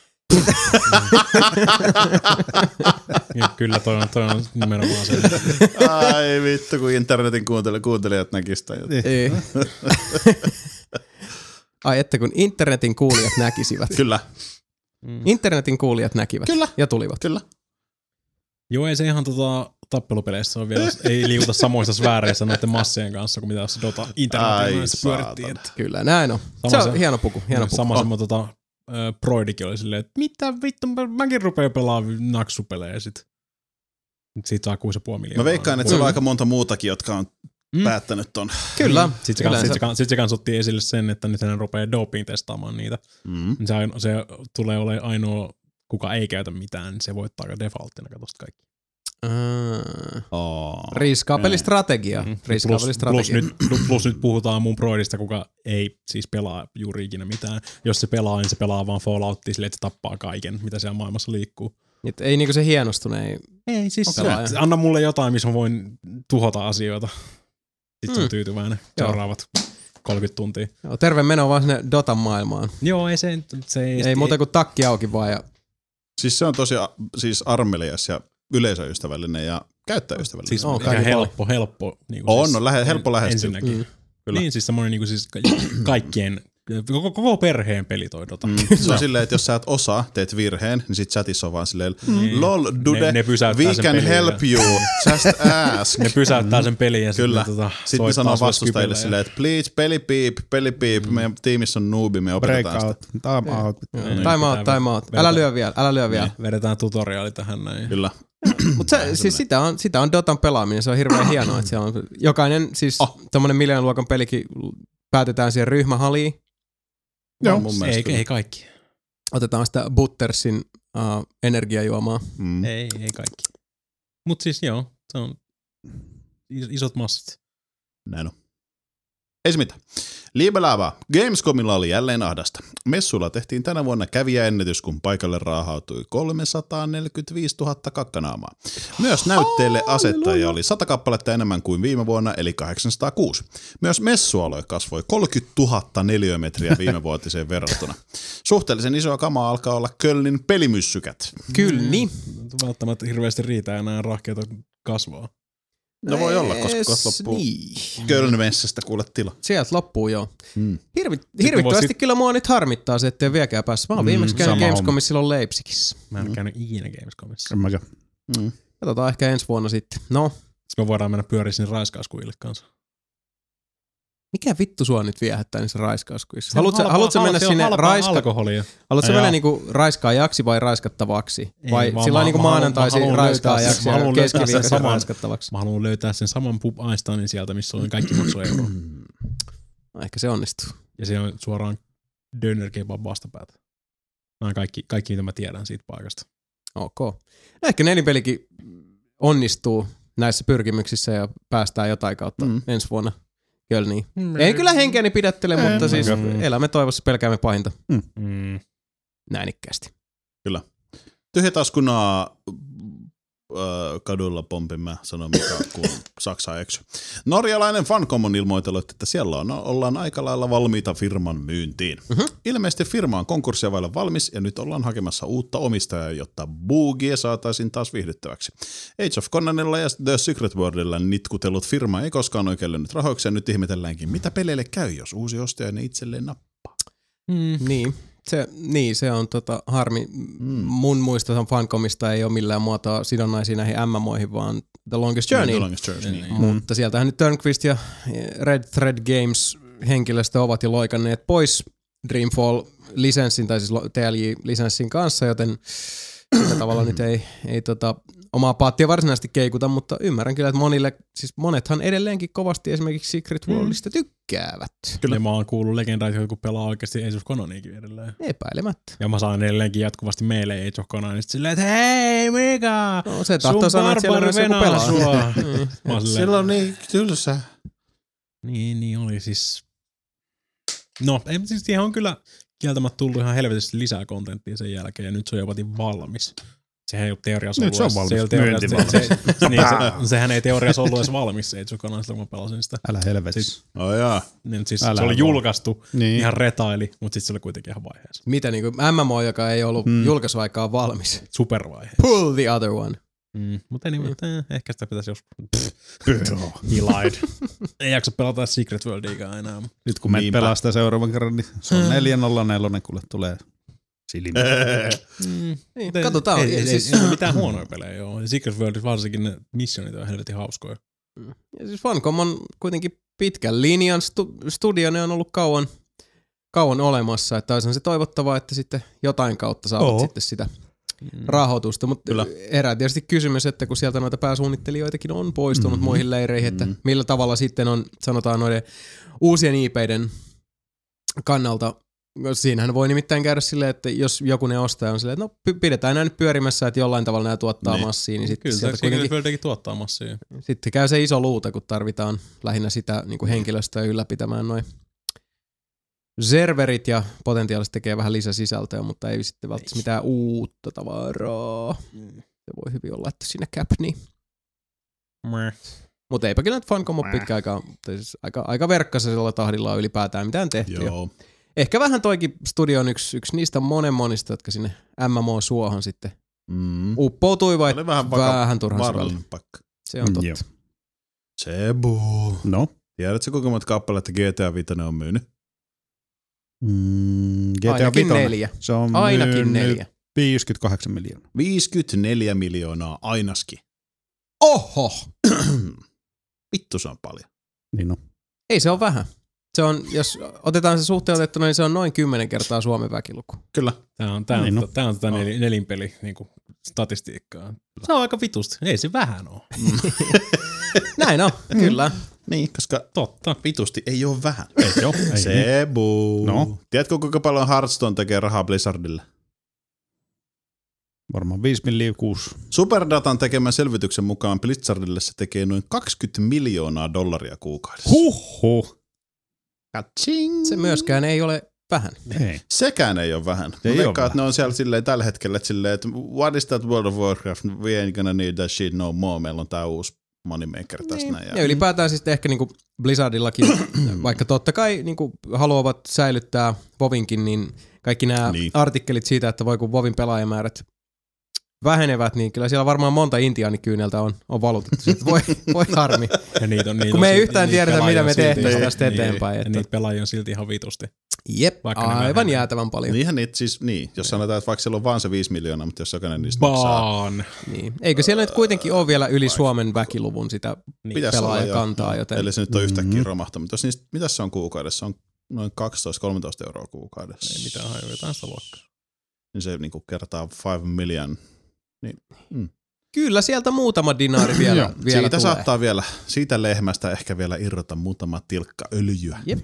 S3: Kyllä toi on, toi on nimenomaan se.
S1: Ai vittu, kun internetin kuuntelijat näkisivät tai jotain.
S2: Ei. Ai että kun internetin kuulijat näkisivät.
S1: Kyllä.
S2: Internetin kuulijat näkivät.
S1: Kyllä.
S2: Ja tulivat.
S1: Kyllä.
S3: Joo, ei se ihan tota, tappelupeleissä on vielä, ei liuta samoissa sfääreissä noiden massien kanssa, kuin mitä tässä Dota internetin pyörittiin. Että.
S2: Kyllä, näin on. Sama se on se, hieno puku, hieno puku.
S3: Sama oh. semmoinen tota, Broidikin oli silleen, että mitä vittu, mäkin rupean pelaamaan naksupelejä sit. Siitä saa kuusi ja puoli miljoonaa.
S1: Mä veikkaan, että mm. se on aika monta muutakin, jotka on mm. päättänyt ton.
S2: Kyllä.
S3: Sitten se, kans, sit se, sit se kans otti esille sen, että nyt hän rupeaa doping testaamaan niitä. Mm. Se, se tulee olemaan ainoa, kuka ei käytä mitään, niin se voittaa aika defaulttina katosta kaikki.
S2: Uh,
S1: oh.
S2: Riskaapelistrategia.
S3: Mm-hmm.
S2: Riskaapelistrategia.
S3: Plus, plus, nyt, plus nyt puhutaan mun broidista, kuka ei siis pelaa juuri ikinä mitään. Jos se pelaa, niin se pelaa vaan Falloutia silleen, että se tappaa kaiken, mitä siellä maailmassa liikkuu.
S2: Et ei niinku se hienostune. Ei,
S3: ei siis se, anna mulle jotain, missä mä voin tuhota asioita. Sitten mm. se on tyytyväinen. Seuraavat kolmekymmentä tuntia.
S2: Joo, terve meno vaan sinne Dotan maailmaan.
S3: Joo, ei se... se ei,
S2: ei muuta kuin takki auki vaan. Ja
S1: siis se on tosi siis armelias ja yleisöystävällinen ja käyttäjäystävällinen.
S3: Siis on helppo, helppo. Niin
S1: on,
S3: siis,
S1: on lähe, helppo lähestyä.
S3: Ensinnäkin. Mm. Kyllä. Niin, siis semmoinen niin kuin siis kaikkien, koko, koko perheen peli toi Dota.
S1: Mm. Se on silleen, että jos sä et osaa, teet virheen, niin sit chatissa on vaan silleen, mm. lol, dude, ne, ne we can help you, just ask.
S3: Ne pysäyttää sen pelin ja
S1: kyllä.
S3: sitten tota,
S1: sitten ne sanoo vastustajille silleen, että please, peli piip, peli piip, mm. meidän tiimissä on noobi, me opetetaan
S5: break
S1: sitä.
S5: Out, time out.
S2: Time out, time out. Älä lyö vielä, älä lyö vielä.
S3: Vedetään tutoriaali tähän näin.
S1: Kyllä.
S2: Mutta siis sitä on, sitä on Dotan pelaaminen, se on hirveän hienoa, että siellä on jokainen, siis oh. tommonen miljoonan luokan pelikin päätetään siihen ryhmähaliin.
S3: Joo, ei, ei kaikki.
S2: Otetaan sitä Buttersin uh, energiajuomaa.
S3: Mm. Ei, ei kaikki. Mut siis joo, se on isot massit.
S1: Näin on. Ei se mitään. Liibelava. Gamescomilla oli jälleen ahdasta. Messuilla tehtiin tänä vuonna kävijäennätys, kun paikalle raahautui kolmesataaneljäkymmentäviisituhatta kakkanaamaa. Myös näytteelle asettajia oli sata kappaletta enemmän kuin viime vuonna, eli kahdeksansataakuusi. Myös messualue kasvoi kolmekymmentätuhatta neliömetriä viime vuotiseen verrattuna. Suhteellisen isoa kamaa alkaa olla Kölnin pelimyssykät.
S2: Kyllä niin.
S3: Välttämättä hirveästi riitä enää rahkeita kasvaa.
S1: No voi olla, koska kohta loppuu
S2: Niin.
S1: Köln-messästä kuule tila.
S2: Sieltä loppuu, joo.
S1: Mm.
S2: Hirvi, hirvittävästi
S3: sit...
S2: kyllä mua nyt harmittaa se, ettei vieläkään päässyt. Mä oon viimeksi
S5: Mm,
S2: käynyt
S5: sama
S2: Gamescomissa silloin Leipzigissä.
S3: Mä en mm. käynyt ikinä Gamescomissa.
S5: En mäkään.
S1: Mm.
S2: Katsotaan ehkä ensi vuonna sitten. No,
S3: Sitten me voidaan mennä pyöriä sinne raiskauskujille kanssa.
S2: mikä vittu sua nyt viehättää niissä raiskauskuissa?
S3: Se on
S2: Haluatko,
S3: halpaa-
S2: haluatko mennä
S3: se on
S2: sinne
S3: halpaa
S2: raiska...
S3: alkoholia.
S2: Haluatko
S5: Jaa.
S2: mennä niinku raiskaajaksi vai raiskattavaksi?
S3: Ei,
S2: Vai
S3: vaan
S2: sillä
S3: mä-
S2: niinku
S3: mä haluan-
S2: maanantaisin
S3: mä haluan
S2: raiskaajaksi
S3: löytää sen- mä
S2: ja
S3: haluan löytää sen
S2: keskiviikkoisin
S3: saman-
S2: raiskattavaksi?
S3: Mä haluan löytää sen saman Pub Einsteinin sieltä, missä on kaikki maksueuroa.
S2: No, ehkä se onnistuu.
S3: Ja se on suoraan Döner Kebab vastapäätä. Nämä on kaikki, kaikki, mitä mä tiedän siitä paikasta.
S2: Ok. No ehkä nelipelikin onnistuu näissä pyrkimyksissä ja päästään jotain kautta mm. ensi vuonna Kölniin. Mm. En kyllä henkeäni pidättele,
S5: En
S2: mutta siis
S3: mäkään.
S2: elämme toivossa, pelkäämme pahinta.
S3: Mm.
S2: Näinikkäästi.
S1: Tyhjätaskunaa äh, kadulla pompin, mä sanon mikä kun Saksa eksy. Norjalainen Fancom on ilmoitellut, että siellä on, ollaan aika lailla valmiita firman myyntiin.
S2: Mhm.
S1: Ilmeisesti firma on konkurssia vailla valmis ja nyt ollaan hakemassa uutta omistajaa, jotta Boogie saataisiin taas viihdyttäväksi. Age of Conanilla ja The Secret Worldilla nitkutellut firma ei koskaan oikein löynyt rahoiksi ja nyt ihmetelläänkin, mitä peleille käy, jos uusi ostaja ne itselleen nappaa.
S2: Mm. Niin. Se, niin, se on tota, harmi. Mm. Mun muista Fancomista ei ole millään muotoa sidonnaisia näihin M M Oihin, vaan The Longest Journey.
S1: The Longest Journey, niin.
S2: Mm. Mutta sieltähän nyt Turnquist ja Red Thread Games henkilöstö ovat jo loikanneet pois Dreamfall-lisenssin, tai siis T L J-lisenssin kanssa, joten sillä tavalla nyt ei, ei tota, omaa paattia varsinaisesti keikuta, mutta ymmärrän kyllä, että monille, siis monethan edelleenkin kovasti esimerkiksi Secret Worldista tykkäävät.
S3: Kyllä. Ja mä oon kuullut legendaa, että joku pelaa oikeasti Age of Conaniakin edelleen.
S2: Epäilemättä.
S3: Ja mä saan edelleenkin jatkuvasti meille Age of Conanista silleen, että hei Mika,
S2: No, se tahtoo sanoa, että siellä myös joku pelaa.
S3: sua.
S2: Mm.
S3: Mä oon silleen,
S1: Silloin niin tylsä.
S3: niin, niin oli siis. No, ei, siis siihen on kyllä kieltämättä tullut ihan helvetisti lisää kontenttia sen jälkeen, ja nyt se on jopa valmis. Sehän ei ole teoriassa
S5: Nyt
S3: ollut
S5: se on
S3: edes-
S5: valmis.
S3: ei ole teoriassa,
S5: Myynti
S3: se, se, niin, se, sehän ei teoriassa ollut edes valmis, se Age of Conanista, kun mä pelasin sitä.
S5: Älä helvetissä.
S1: Oh jaa.
S3: Niin, siis
S5: Älä
S3: se oli
S5: vaan.
S3: julkaistu,
S5: Niin.
S3: ihan retaili, mutta sitten se oli kuitenkin ihan vaiheessa.
S2: Mitä niinku M M O, joka ei ollut mm. julkaisuaikaan valmis.
S3: Supervaiheessa.
S2: Pull the other one.
S3: Mm, mutta anyway, mm. ehkä sitä pitäisi joskus. He lied. Ei jaksa pelata Secret Worldiikaan enää.
S5: Nyt kun me
S1: Niinpä.
S5: pelaa sitä seuraavan kerran, niin se on neljä nolla neljä, kuule tulee silmä.
S3: Mm.
S2: Niin, katsotaan.
S3: Ei, ei,
S2: siis,
S3: ei, ei ole mitään huonoja pelejä, joo. Ja Secret Worldissa varsinkin ne missionit on helvetin hauskoja.
S2: ja siis Fancom on kuitenkin pitkän linjan stu- studio, ne on ollut kauan, kauan olemassa, että olisihan se toivottavaa, että sitten jotain kautta saavat
S5: Oo.
S2: sitten sitä rahoitusta, mutta herää tietysti kysymys, että kun sieltä noita pääsuunnittelijoitakin on poistunut mm-hmm. muihin leireihin, että mm-hmm. millä tavalla sitten on, sanotaan noiden uusien I P:iden kannalta, siinähän voi nimittäin käydä silleen, että jos joku ne ostaa on silleen, että no pidetään nämä nyt pyörimässä, että jollain tavalla nämä tuottaa
S1: Niin.
S2: massia, niin sitten
S3: Kyllä se
S2: sieltä
S3: Secret
S2: kuitenkin,
S3: Worldikin tuottaa massia.
S2: sitten käy se iso luuta, kun tarvitaan lähinnä sitä niin kuin henkilöstöä ylläpitämään noin serverit ja potentiaalisesti tekee vähän lisäsisältöä, mutta ei sitten välttämättä mitään uutta tavaraa. Se voi hyvin olla, että siinä cap niin. Mutta eipä kyllä nyt Fancom ole pitkä aikaa, tai siis aika, aika verkkaisella tahdilla on ylipäätään mitään tehty.
S1: Joo.
S2: Ehkä vähän toikin studio on yksi, yksi niistä monen monista, jotka sinne M M O-suohon sitten
S1: Mm.
S2: uppoutui vai
S1: Oli vähän,
S2: vähän turhan syvällä.
S1: vaarallinen paikka.
S2: Se on totta.
S5: Joo.
S1: Sebu.
S5: No.
S1: Tiedätkö kuinka monta kappaletta G T A viisi on myynyt?
S5: Mm, G T A
S2: Ainakin
S5: viisi.
S2: neljä.
S5: Se on
S2: Ainakin
S5: myynyt
S2: neljä.
S5: viisikymmentäkahdeksan miljoonaa.
S1: viisikymmentäneljä miljoonaa ainakin.
S2: Oho!
S1: Vittu se on paljon.
S5: Niin on.
S2: Ei se on vähän. Se on, jos otetaan se suhteutettuna, niin se on noin kymmenen kertaa Suomen väkiluku.
S1: Kyllä.
S3: Tää on, tää on,
S5: Niin
S3: niin
S5: no.
S3: tää on tätä
S1: No.
S3: nel, nelinpeli niinku, statistiikkaa. Se on aika vitusti. Ei se vähän oo.
S2: Näin on, kyllä.
S1: Niin, koska
S3: Totta.
S1: vitusti ei ole vähän.
S5: Ei joo. Ei.
S1: Sebu.
S5: No.
S1: Tiedätkö kuinka paljon Hearthstone tekee rahaa Blizzardille?
S5: Varmaan viisi milliä kuusi.
S1: Superdatan tekemän selvityksen mukaan Blizzardille se tekee noin kaksikymmentä miljoonaa dollaria kuukaudessa.
S5: Huhhuh.
S1: Katching.
S2: Se myöskään ei ole vähän.
S5: Ei.
S1: Sekään ei ole vähän.
S5: Ei
S1: Mä
S5: ole
S1: veikkaan, että
S5: vähän.
S1: ne on siellä silleen tällä hetkellä, että, silleen, että what is that World of Warcraft? We ain't gonna need that shit no more. Meillä on tää uusi moneymaker tässä
S2: Niin.
S1: näin.
S2: Ja ylipäätään sitten ehkä niinku Blizzardillakin, vaikka totta kai niinku haluavat säilyttää WoWinkin, niin kaikki nämä
S1: Niin.
S2: artikkelit siitä, että voi kun WoWin pelaajamäärät vähenevät, niin kyllä siellä varmaan monta intiaanikyyneltä on, on valutettu. Voi, voi harmi.
S3: Ja niitä on, niitä
S2: kun me
S3: on,
S2: ei yhtään tiedetä, mitä me tehtäisiin tästä
S3: niin,
S2: eteenpäin.
S3: Ja
S2: Että...
S3: niitä pelaajia on silti ihan vitusti.
S2: Jep, aivan jäätävän paljon.
S1: Niinhän niitä siis, niin, jos sanotaan, että vaikka siellä on vaan se viisi miljoonaa, mutta jos jokainen niistä
S3: Vaan.
S1: maksaa.
S2: Niin. Eikö siellä nyt kuitenkin ole vielä yli Suomen väkiluvun sitä pelaajakantaa, joten...
S1: Eli se nyt on yhtäkkiä romahtanut. Jos niistä, mitä se on kuukaudessa? Se on noin kaksitoista kolmetoista euroa kuukaudessa.
S3: Ei mitään hajua, jotain sitä luokkaa.
S1: Niin se niinku kertaa viisi million. Niin, mm.
S2: Kyllä sieltä muutama dinaari vielä, vielä
S1: siitä
S2: tulee.
S1: saattaa vielä, siitä lehmästä ehkä vielä irrota muutama tilkka öljyä.
S2: Jep.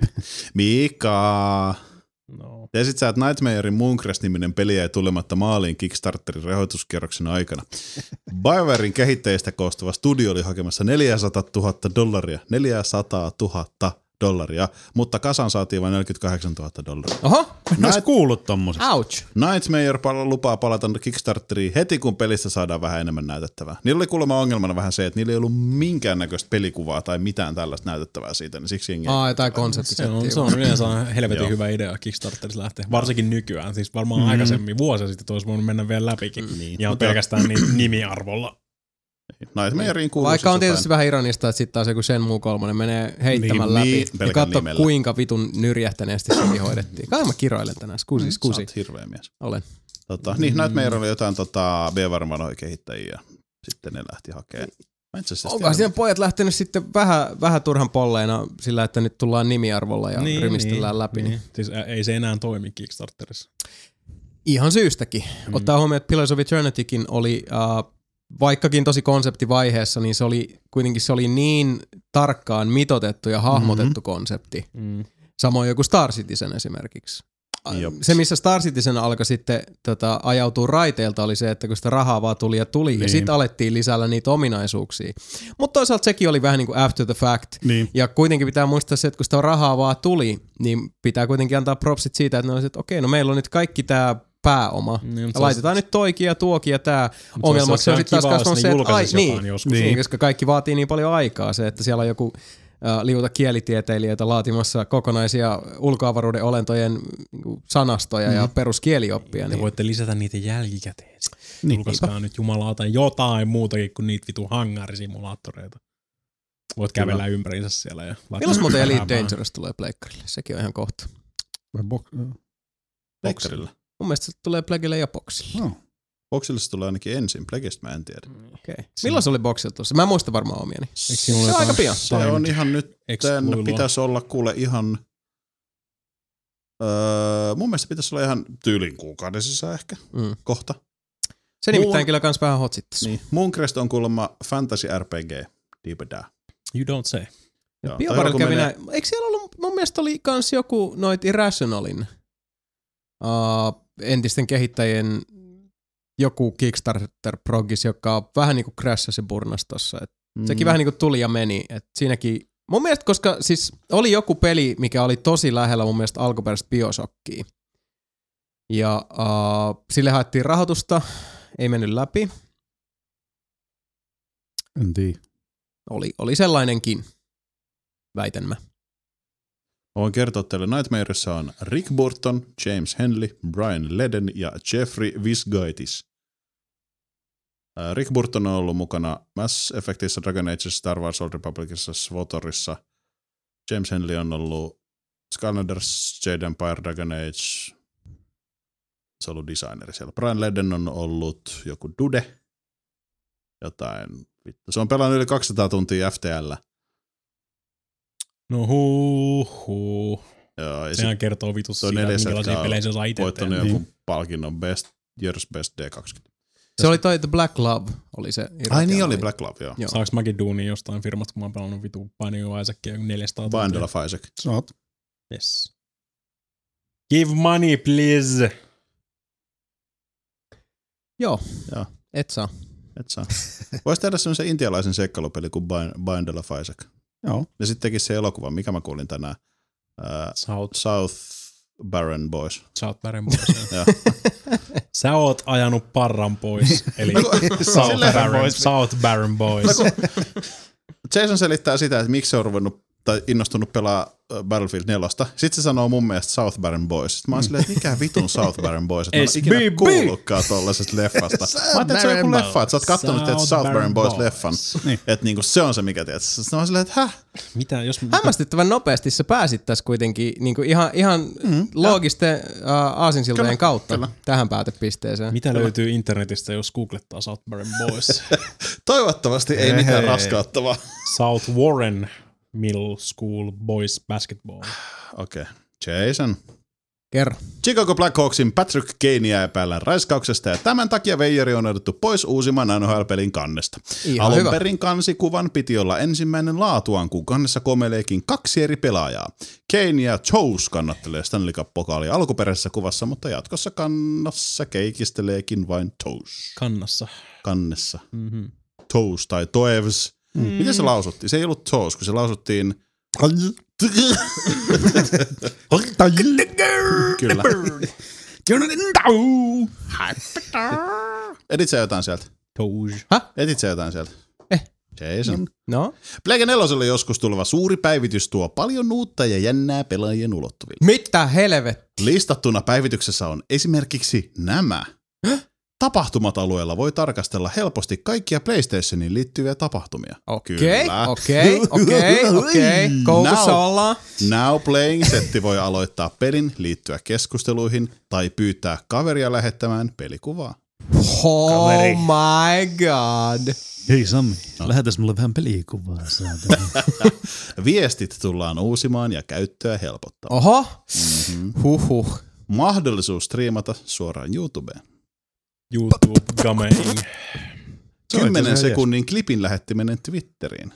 S1: Mika!
S3: No.
S1: Tiesit sä, että Nightmarein Mooncrest-niminen peli jäi tulematta maaliin Kickstarterin rahoituskierroksen aikana. BioWarein kehittäjistä koostuva studio oli hakemassa neljäsataatuhatta dollaria. neljäsataatuhatta dollaria, mutta kasan saatiin vain neljäkymmentäkahdeksantuhatta dollaria.
S2: Oho!
S5: En ois kuullut tommosesta.
S2: Ouch!
S1: Nightmare pal- lupaa palata Kickstarteriin heti, kun pelistä saadaan vähän enemmän näytettävää. Niillä oli kuulemma ongelmana vähän se, että niillä ei ollut minkäännäköistä pelikuvaa tai mitään tällaista näytettävää siitä, niin siksi jengi...
S2: Aa, jotain
S3: Se
S2: konseptisettiä.
S3: on, se on yleensä helvetin
S1: Joo.
S3: hyvä idea Kickstarterissa lähteä, varsinkin nykyään. Siis varmaan mm-hmm. aikaisemmin vuosia sitten olisi voinut mennä vielä läpikin. Mm-hmm. Ja on pelkästään niin nimiarvolla.
S1: Nightmareen kuuluisi
S2: Vaikka on
S1: jotain.
S2: tietysti vähän ironista, että sitten taas joku Shenmue kolme menee heittämään
S1: Niin,
S2: läpi
S1: niin,
S2: ja
S1: pelkän
S2: katso
S1: nimellä.
S2: kuinka vitun nyrjähtäneesti sekin hoidettiin. Kai mä kiroilen tänään, skusi,
S1: Sä
S2: skusi.
S1: oot hirveä mies.
S2: Olen.
S1: Tota, niin, Nightmare oli jotain tota, BioWare kehittäjiä. Sitten ne lähti hakemaan. Mä itse asiassa
S2: Onkohan
S1: tiedän.
S2: siinä pojat lähtenyt sitten vähän, vähän turhan polleina sillä, että nyt tullaan nimiarvolla ja niin, rymistellään läpi. Niin.
S3: Siis ä, ei se enää toimi Kickstarterissa.
S2: Ihan syystäkin. Mm. Ottaa huomioon, että Pillars of Eternitykin oli, äh, vaikkakin tosi konseptivaiheessa, niin se oli kuitenkin se oli niin tarkkaan mitotettu ja hahmotettu mm-hmm. konsepti.
S3: Mm.
S2: Samoin joku Star Citizen esimerkiksi.
S1: Jop.
S2: Se, missä Star Citizen alkoi sitten tota, ajautua raiteilta, oli se, että kun sitä rahaa vaan tuli ja tuli, niin. ja sitten alettiin lisällä niitä ominaisuuksia. Mutta toisaalta sekin oli vähän niin kuin after the fact.
S5: Niin.
S2: Ja kuitenkin pitää muistaa se, että kun sitä rahaa vaan tuli, niin pitää kuitenkin antaa propsit siitä, että ne olisivat, että okei, no meillä on nyt kaikki tämä pääoma.
S3: Niin,
S2: ja laitetaan nyt toikin ja tuokin ja tämä. Ongelmaksi on sitten taas kasvanut se, että ai, niin, niin, koska kaikki vaatii niin paljon aikaa. Se, että siellä on joku äh, liuta kielitieteilijöitä laatimassa kokonaisia ulkoavaruuden olentojen sanastoja mm. ja peruskielioppia.
S3: Te
S2: Niin.
S3: voitte lisätä niitä jälkikäteen.
S5: Niin.
S3: Julkaiskaa nyt jumalauta jotain muutakin kuin niitä vitu hangarisimulaattoreita. Voit kävellä ympäriinsä siellä. Ja
S2: Milloin muuten Elite Dangerous tulee pleikkarille? Sekin on ihan kohta.
S5: Vai bok-
S1: Pleikkarilla.
S2: Mun mielestä se tulee Plagille ja Boxille.
S5: No.
S1: Boxille se tulee ainakin ensin, Plagista mä en tiedä.
S2: Okay. Milloin se oli Boxilla tuossa? Mä en muista varmaan omiani.
S3: Eikö siinä
S2: Se
S3: ole
S2: on aika
S3: jotain
S2: pian.
S1: Se on ihan nyt,
S3: Excluilua?
S1: pitäisi olla kuule ihan, öö, mun mielestä pitäisi olla ihan tyylin kuukauden sisään ehkä,
S2: Mm.
S1: kohta.
S2: Se nimittäin
S1: Muun-
S2: kyllä kans vähän hotsittas.
S1: Niin. Mooncrest on kuulemma fantasy R P G, Deepada.
S3: You don't say.
S1: Joo,
S2: BioWare
S1: toi
S2: kävi
S1: menee-
S2: näin. Eikö siellä ollut, mun mielestä oli kans joku noit Irrationalin uh, entisten kehittäjien joku Kickstarter-progis, joka vähän niinku crashasi ja burnasi tossa. Et
S1: Mm.
S2: sekin vähän niinku tuli ja meni. Et siinäkin, mun mielestä, koska siis oli joku peli, mikä oli tosi lähellä mun mielestä alkuperäistä Bioshockia. Ja uh, sille haettiin rahoitusta, ei mennyt läpi.
S5: En tiedä.
S2: Oli, oli sellainenkin, väitän mä.
S1: Mä voin kertoa teille, Nightmareissa on Rick Burton, James Henley, Brian Ledden ja Jeffrey Visgaitis. Ää, Rick Burton on ollut mukana Mass Effectissa, Dragon Ageissa, Star Wars Old Republicissa, SWOTORissa. James Henley on ollut Skylanders, Jade Empire, Dragon Age. Se on ollut designeri siellä. Brian Ledden on ollut joku Dude. Jotain. Vittu. Se on pelannut yli kaksisataa tuntia F T L.
S3: No huu, huu.
S1: Joo, ja
S3: Sehän kertoo vitus
S1: toi
S3: siitä,
S1: neljäs
S3: minkälaisia
S1: jätkä on
S3: pelejä se saa itse
S1: voittanut
S3: tehdä.
S1: joku palkinnon Best, Year's Best D kaksikymmentä.
S2: Se oli toi The Black Love, oli se.
S1: Ai niin oli Black Love, joo.
S2: Joo.
S3: Saanko mäkin duunia jostain firmasta, kun mä oon pelannut vitu Binding of Isaacia neljäsataa tuntia?
S1: Bindle of Isaac.
S5: Saat.
S3: Yes. Give money, please.
S2: Joo,
S1: Joo.
S2: et saa.
S1: Et saa. Voisi tehdä semmoisen intialaisen seikkailupeli kuin Bindle of Isaac.
S5: Joo.
S1: Ja sitten tekisi se elokuva, mikä mä kuulin tänään. Uh,
S3: South,
S1: South Baron Boys.
S3: South Baron Boys.
S1: Joo.
S3: Sä oot ajanut parran pois, eli
S1: No kun-
S3: South
S1: silleen-
S3: Baron, South Baron Boys.
S1: No kun Jason selittää sitä, että miksi se on ruvennut tai innostunut pelaa Battlefield neljä. Sitten se sanoo mun mielestä South Barren Boys. Sitten mä oon silleen, että mikä vitun South Barren Boys? Että mä oon ikinä kuullutkaan tollasesta leffasta. Mä ajattelin, että se on joku leffa, että sä oot kattonut South, South Barren Boys-leffan. Niin. Että niinku se on se, mikä tiedät. Sitten mä oon silleen, että häh?
S3: Mitä, jos...
S2: Hämmästyttävän nopeasti sä pääsit tässä kuitenkin niinku ihan, ihan mm, loogisten uh, aasinsiltojen kyllä, kautta kyllä. tähän päätepisteeseen.
S3: Mitä kyllä. löytyy internetistä, jos googlettaa South Barren Boys?
S1: Toivottavasti ei mitään hei. raskauttavaa.
S3: South Warren Middle School Boys Basketball.
S1: Okei. Okay. Jason.
S2: Kerro.
S1: Chicago Blackhawksin Patrick Kanea epäillään raiskauksesta ja tämän takia veijari on otettu pois uusimman N H L-pelin kannesta. Alun perin kansikuvan piti olla ensimmäinen laatuaan, kun kannessa komeileekin kaksi eri pelaajaa. Kanea Chose kannattelee Stanley Cup-pokaalia alkuperäisessä kuvassa, mutta jatkossa kannassa keikisteleekin vain Chose.
S3: Kannassa.
S1: Kannessa.
S3: Mm-hmm.
S1: Toes tai Toevs. Mm. Miten se lausuttiin? Se ei ollut Toes, kun se lausuttiin... Kyllä. Edit sä jotain sieltä?
S3: Toes.
S2: Häh?
S1: Edit sä jotain sieltä?
S2: Eh.
S1: Jason.
S2: No?
S1: Pleikän neloselle joskus tuleva suuri päivitys tuo paljon uutta ja jännää pelaajien ulottuville.
S2: Mitä helvet?
S1: Listattuna päivityksessä on esimerkiksi nämä. Tapahtumat alueella voi tarkastella helposti kaikkia PlayStationiin liittyviä tapahtumia.
S2: Okei, okei, okei, okei. Koukussa ollaan.
S1: Now Playing-setti voi aloittaa pelin, liittyä keskusteluihin tai pyytää kaveria lähettämään pelikuvaa.
S2: Oh Kaveri. My god.
S5: Hei Sami, no. lähetäs mulle vähän pelikuvaa.
S1: Viestit tullaan uusimaan ja käyttöä helpottamaan.
S2: Oho,
S1: mm-hmm.
S2: huhhuh.
S1: Mahdollisuus striimata suoraan YouTubeen.
S3: YouTube gaming.
S1: Kymmenen sekunnin klipin lähettäminen Twitteriin.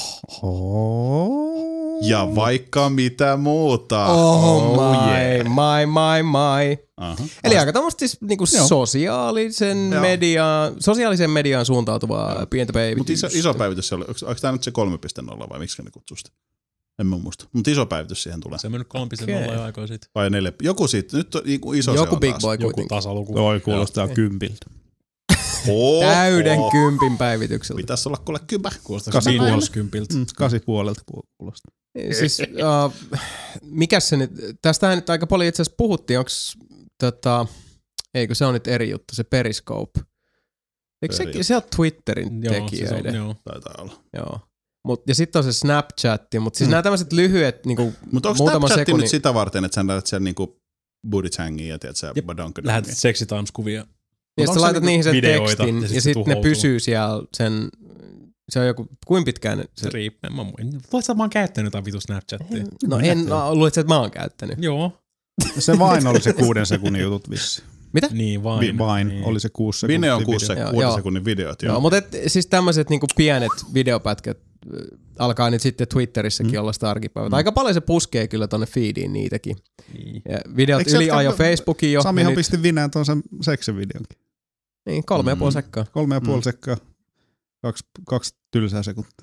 S5: Oh.
S1: Ja vaikka mitä muuta.
S2: Oh, oh my, yeah. my, my, my.
S1: Aha.
S2: Eli aika tämmöistä siis niinku sosiaalisen mediaan, sosiaalisen mediaan suuntautuvaa Joo. pientä päivitystä.
S1: Mutta iso, iso päivitys, onko tämä nyt se kolme piste nolla vai miksi ne kutsuu sitä? En mä muista. Mutta iso päivitys siihen tulee.
S3: Se on mennyt kolme piste nolla jo aikaa sitten.
S1: Vai neljä. Joku siitä. Nyt on iso
S2: Joku
S1: se on
S2: big
S1: taas.
S2: boy
S3: Joku tasaluku.
S5: Toi kuulostaa kympiltä.
S1: Oh,
S2: Täyden
S1: oh.
S2: kympin päivitykseltä.
S1: Pitäisi olla kuule kymä.
S3: Kuulostaa viidoskympiltä.
S5: Mm, kasi puolelta kuulostaa.
S2: Siis, uh, mikäs se nyt, tästähän nyt aika paljon itse asiassa puhuttiin, onks tota, eikö se on nyt eri juttu, se Periscope. Eikö se, se on Twitterin
S3: joo,
S2: tekijöiden?
S3: Siis on, joo.
S1: Taitaa olla.
S2: Joo. Mut, ja sitten on se Snapchatti, mutta siis mm. nämä tämmöiset lyhyet niinku
S1: Mutta onko
S2: muutama
S1: Snapchatti
S2: sekunnin...
S1: nyt sitä varten, että sä näet siellä niinku booty changia ja tiedät sä badonkadongia?
S3: Lähetät seksitimes-kuvia.
S2: Ja sitten laitat niihin sen
S3: videoita,
S2: tekstin ja, ja sitten sit ne pysyy siellä sen, se on joku, kuin pitkään se...
S3: Riippuen, mä voit mä oon käyttänyt jotain vitu Snapchattia.
S2: No en, no, luulit että mä oon käyttänyt.
S3: Joo.
S5: Se vain oli se kuuden sekunnin jutut vissi.
S2: Mitä?
S3: Niin, vain.
S5: Vi, vain
S3: niin.
S5: oli se kuusi sekunnin
S1: Vine on kuusi
S5: video.
S1: kuuden sekunnin videot.
S2: Joo, joo mutta et, siis tämmöiset niinku pienet videopätkät alkaa nyt sitten Twitterissäkin mm. olla sitä arkipäivää. Mm. Aika paljon se puskee kyllä tonne feediin niitäkin. Niin. Ja videot eikö yli ajo Facebookiin jo.
S5: Samihan
S2: nyt...
S5: pisti Vineen tuon sen seksivideonkin.
S2: Niin, kolme ja puoli sekkaa.
S5: Kolme ja puoli
S2: mm.
S5: sekkaa. Kaksi, kaksi tylsää sekuntia.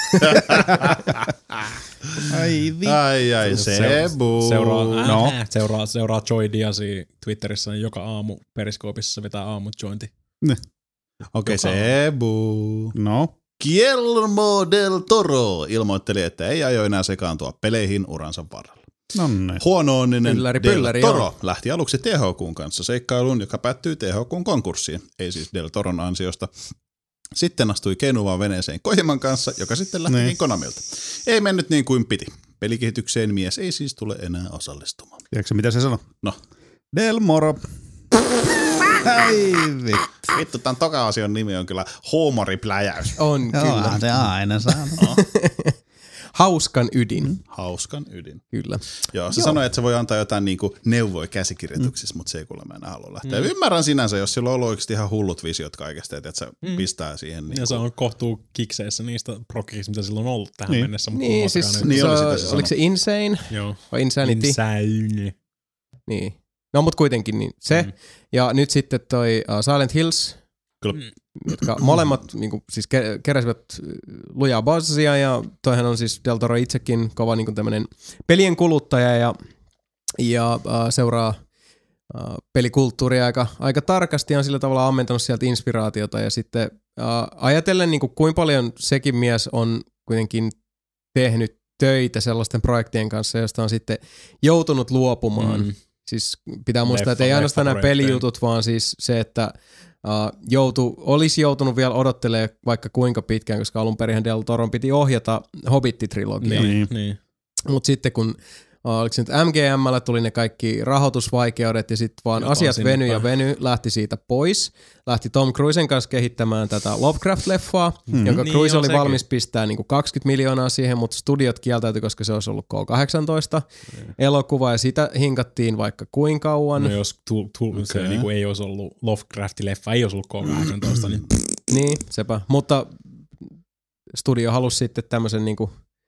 S1: ai vi. Ai ai, Sebu.
S3: Seuraa, no. seuraa, seuraa Joy Diazia Twitterissä joka aamu Periskoopissa vetää aamut jointi.
S1: Ne. Okei, okay, Sebu.
S5: No.
S1: Guillermo del Toro ilmoitteli, että ei aio enää sekaantua peleihin uransa varrella.
S5: Nonne.
S1: Huono-onninen
S2: pylläri,
S1: Del
S2: pylläri,
S1: Toro
S2: joo.
S1: lähti aluksi T H Q:n kanssa seikkailuun, joka päättyi T H Q:n konkurssiin. Ei siis Del Toron ansiosta. Sitten astui Kenuvaan veneeseen Kojiman kanssa, joka sitten lähtikin niin. Konamilta. Ei mennyt niin kuin piti. Pelikehitykseen mies ei siis tule enää osallistumaan.
S5: Tiedätkö mitä se sanoi?
S1: No.
S5: Del Moro. Ai vittu.
S1: Vittu, tämän toka-asian nimi on kyllä huumoripläjäys.
S2: On
S5: joo,
S2: kyllä.
S5: Se aina sanoo.
S2: Hauskan ydin. Mm.
S1: Hauskan ydin.
S2: Kyllä.
S1: Joo, se Joo. sanoi, että se voi antaa jotain niinku neuvoja käsikirjoituksissa, mm. mutta se ei kuulemma enää halua lähteä. Mm. Ymmärrän sinänsä, jos sillä on ollut oikeasti ihan hullut visiot kaikesta, että se mm. pistää siihen. Niinku...
S3: Ja se on kohtuu kikseissä niistä prokkeista, mitä sillä on ollut tähän
S2: niin.
S3: mennessä. Mutta
S2: niin, siis
S1: niin
S2: se,
S1: oli sitä se
S2: oliko se Insane?
S3: Joo.
S2: Vai Insanity?
S3: Insane.
S2: Niin. No, mutta kuitenkin niin se. Mm. Ja nyt sitten toi uh, Silent Hills,
S1: Kyllä.
S2: jotka molemmat niinku, siis keräsivät lujaa bossia, ja toihan on siis Del Toro itsekin kova niinku tämmönen pelien kuluttaja ja, ja uh, seuraa uh, pelikulttuuria aika, aika tarkasti ja on sillä tavalla ammentanut sieltä inspiraatiota ja sitten uh, ajatellen niinku, kuinka paljon sekin mies on kuitenkin tehnyt töitä sellaisten projektien kanssa, josta on sitten joutunut luopumaan. Mm. Siis pitää muistaa, leffa, että ei ainoastaan nämä pelijutut, vaan siis se, että uh, joutu, olisi joutunut vielä odottelemaan vaikka kuinka pitkään, koska alun perin Del Toron piti ohjata Hobbit-trilogiaa.
S3: Niin, niin.
S2: Mutta sitten kun uh, oliko se nyt M G M:llä tuli ne kaikki rahoitusvaikeudet ja sitten vaan Jopa asiat veny ja veny, lähti siitä pois. Lähti Tom Cruisen kanssa kehittämään tätä Lovecraft-leffaa, mm. jonka niin Cruise oli sekin. valmis pistää niinku kaksikymmentä miljoonaa siihen, mutta studiot kieltäytyi, koska se olisi ollut K kahdeksantoista mm. elokuva ja sitä hinkattiin vaikka kuinka kauan.
S3: No jos tu, tu, okay. se niinku ei olisi ollut Lovecraft-leffa, ei olisi ollut K kahdeksantoista, niin...
S2: Niin, sepä. Mutta studio halusi sitten tämmöisen niinku,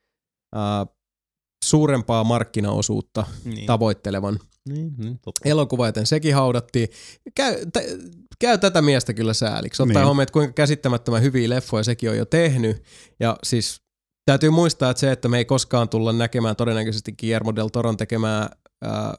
S2: uh, suurempaa markkinaosuutta niin. tavoittelevan
S3: niin, niin, totta.
S2: elokuva, joten sekin haudattiin. Käy, t- käy tätä miestä kyllä sääliksi. Ottaa niin. huomioon, että kuinka käsittämättömän hyviä leffoja sekin on jo tehnyt. Ja siis täytyy muistaa, että se, että me ei koskaan tulla näkemään todennäköisesti Guillermo del Toron tekemää äh,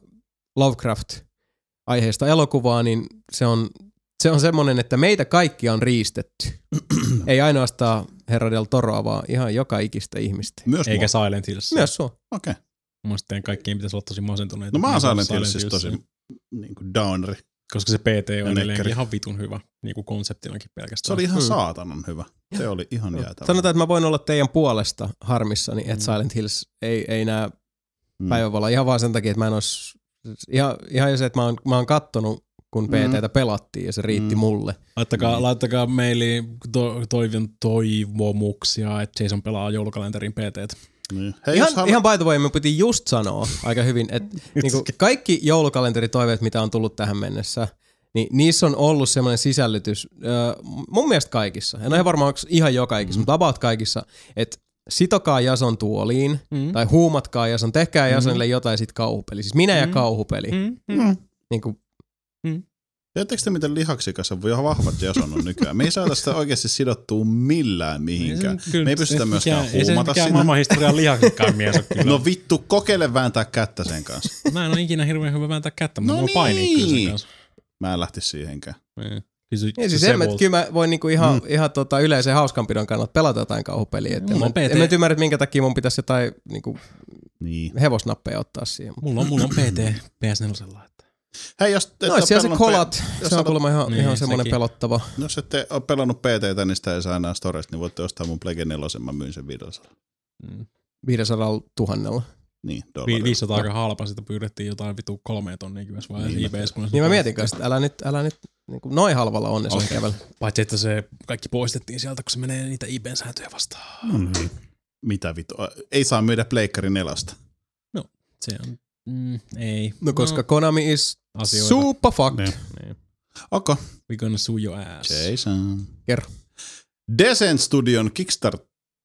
S2: Lovecraft-aiheista elokuvaa, niin se on, se on semmoinen, että meitä kaikkia on riistetty. Ei ainoastaan herra del Toroa, vaan ihan joka ikistä ihmistä.
S1: Myös
S3: Eikä mua. Silent Hills.
S2: Myös sua.
S1: Okei. Okay.
S3: Mielestäni kaikkien pitäisi olla tosi masentuneita.
S1: No mä oon Silent Hillsissä tosi niin kuin downeri.
S3: Koska se P T on edelleenkin ihan vitun hyvä, niin kuin konseptinakin pelkästään.
S1: Se oli ihan hmm. saatanan hyvä. Se oli ihan jäätävä.
S2: Sanotaan, että mä voin olla teidän puolesta harmissani, että hmm. Silent Hills ei, ei näe hmm. päivänvaloa. Ihan vaan sen takia, että mä en ois... Ihan, ihan jo se, että mä oon, mä oon kattonut, kun P T:tä pelattiin ja se riitti mm. mulle.
S3: Laittakaa,
S1: mm.
S3: laittakaa meiliin to, toivon toivomuksia, että Jason pelaa joulukalenterin P T:tä.
S1: Niin. Hei,
S2: ihan,
S1: halu...
S2: ihan by the way, me piti just sanoa aika hyvin, että niinku kaikki joulukalenteritoiveet, mitä on tullut tähän mennessä, niin niissä on ollut semmoinen sisällytys, äh, mun mielestä kaikissa, en ole ihan varmaan ihan joka ikissa, mm. mutta about kaikissa, että sitokaa Jason tuoliin, mm. tai huumatkaa Jason, tehkää Jasonille mm. jotain sit kauhupeli. Siis minä mm. ja kauhupeli. Mm. Mm. Niin kuin
S1: Mm. Tiedättekö te, miten lihaksikas on ihan vahvat Jason on nykyään? Me ei saada sitä oikeasti sidottua millään mihinkään. Me ei pystytä myöskään huumata sinne. Ei se mikään
S3: maailmanhistorian lihaksikkaan mies on kyllä.
S1: No vittu, kokeile vääntää kättä sen kanssa.
S3: Mä en ole ikinä hirveän hyvä vääntää kättä, mutta
S1: no
S3: mä
S1: niin.
S3: painin kyllä sen kanssa.
S1: Mä en lähtisi siihenkään.
S3: Niin.
S2: Se, ja siis en mä, kyllä mä voin niinku ihan, mm. ihan tota yleisen hauskanpidon kannalta pelata jotain kauhupeliä. En mä, en mä ymmärrä, minkä takia mun pitäisi jotain niinku niin. hevosnappeja ottaa siihen.
S3: Mulla on, mulla on P T P S neljä.
S1: Hei, jos et
S2: no, siellä se kolat, pe- se on kuulemma ihan, niin, ihan semmoinen pelottava.
S1: Jos ette ole pelannut P T:tä, niin sitä ei saa enää storesta, niin voitte ostaa mun Plege nelosen, mä myyn sen viisisataa.
S2: Mm. viisisataa tuhannella.
S1: Niin, dollaria.
S3: viisisataa aika halpa, sitä pyydettiin jotain vitu kolmea tonnia kyllä, vai niin, I B S.
S2: Niin mä mietin kanssa, että älä nyt, älä nyt niin kuin noin halvalla onnessa okay. kävellä.
S3: Paitsi, että se kaikki poistettiin sieltä, kun se menee niitä I B:n sääntöjä vastaan.
S1: No niin. Mitä vittu? Ei saa myydä Pleikkari nelosta.
S3: No, se on, mm, ei.
S2: No koska no. Konami is
S3: asioita.
S2: Super fucked.
S3: Niin. Niin.
S1: Okay.
S3: We gonna sue your ass.
S1: Jason.
S2: Kerro.
S1: Descent Studion Kickstart.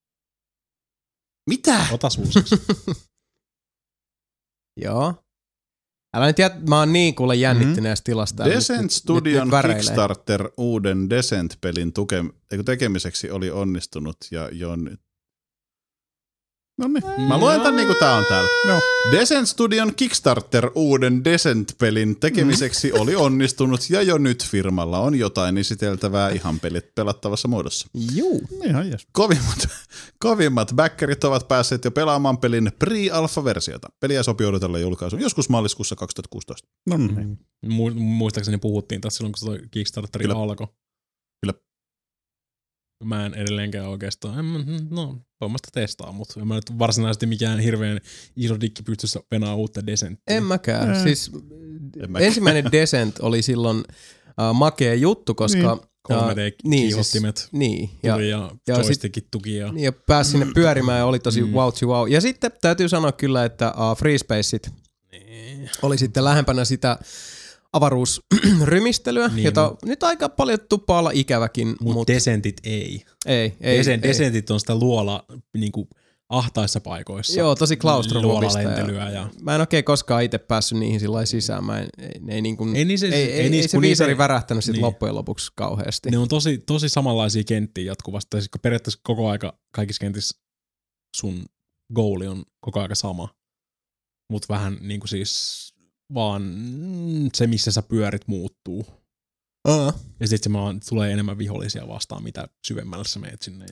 S1: Mitä?
S3: Ota suusiksi.
S2: Joo. Älä nyt jät, mä oon niin kuule jännittyneestä mm-hmm. tilasta.
S1: Descent
S2: nyt,
S1: Studion
S2: nyt, nyt
S1: Kickstarter uuden Descent-pelin tuke- tekemiseksi oli onnistunut ja jo nyt. No niin, mä luen tän niinku tää on täällä. No. Descent Studion Kickstarter uuden Descent-pelin tekemiseksi mm. oli onnistunut ja jo nyt firmalla on jotain esiteltävää ihan pelit pelattavassa muodossa.
S2: Juu.
S1: Ihan jes. Kovimmat, kovimmat backerit ovat päässeet jo pelaamaan pelin pre-alpha-versiota. Peliä sopii odotella julkaisuun joskus maaliskuussa kaksituhattakuusitoista.
S3: No niin. Mu- muistaakseni puhuttiin tässä silloin, kun se Kickstarteri
S1: Kyllä.
S3: alkoi.
S1: Kyllä.
S3: Mä en edelleenkään oikeastaan, en, no tuommoista testaa, mutta en mä nyt varsinaisesti mikään hirveän iso dikki pystyssä venaa uutta Descenttia.
S2: En mäkään. Mm. Siis en mäkään. Ensimmäinen Descent oli silloin uh, makea juttu, koska
S3: niin. kolme D-kiihottimet
S2: uh, niin, siis,
S3: tuli ja, ja joystickit tuki. Ja,
S2: ja pääsi sinne pyörimään ja oli tosi mm. wow, wow. Ja sitten täytyy sanoa kyllä, että uh, Free Spaceit niin. oli sitten lähempänä sitä avaruusrymistelyä, niin, jota mut, nyt aika paljon tuppaa olla ikäväkin.
S3: Mutta mut Descentit ei.
S2: Ei, ei,
S3: Descent,
S2: ei.
S3: Descentit on sitä luola niinku ahtaissa paikoissa.
S2: Joo, tosi klaustrofobista.
S3: Ja, ja...
S2: Mä en oikein koskaan itse päässyt niihin sillä sisään. Mä en, ei, ei, niin kuin,
S3: ei, niin se,
S2: ei, ei,
S3: ei,
S2: ei se viisari värähtänyt sit
S3: niin.
S2: loppujen lopuksi kauheasti.
S3: Ne on tosi, tosi samanlaisia kenttiä jatkuvasti. Tai periaatteessa koko aika kaikissa kentissä sun goali on koko aika sama. Mutta vähän niinku siis vaan se, missä sä pyörit, muuttuu.
S2: Uh-huh.
S3: Ja sitten se vaan tulee enemmän vihollisia vastaan, mitä syvemmällä sä meet sinne. Ja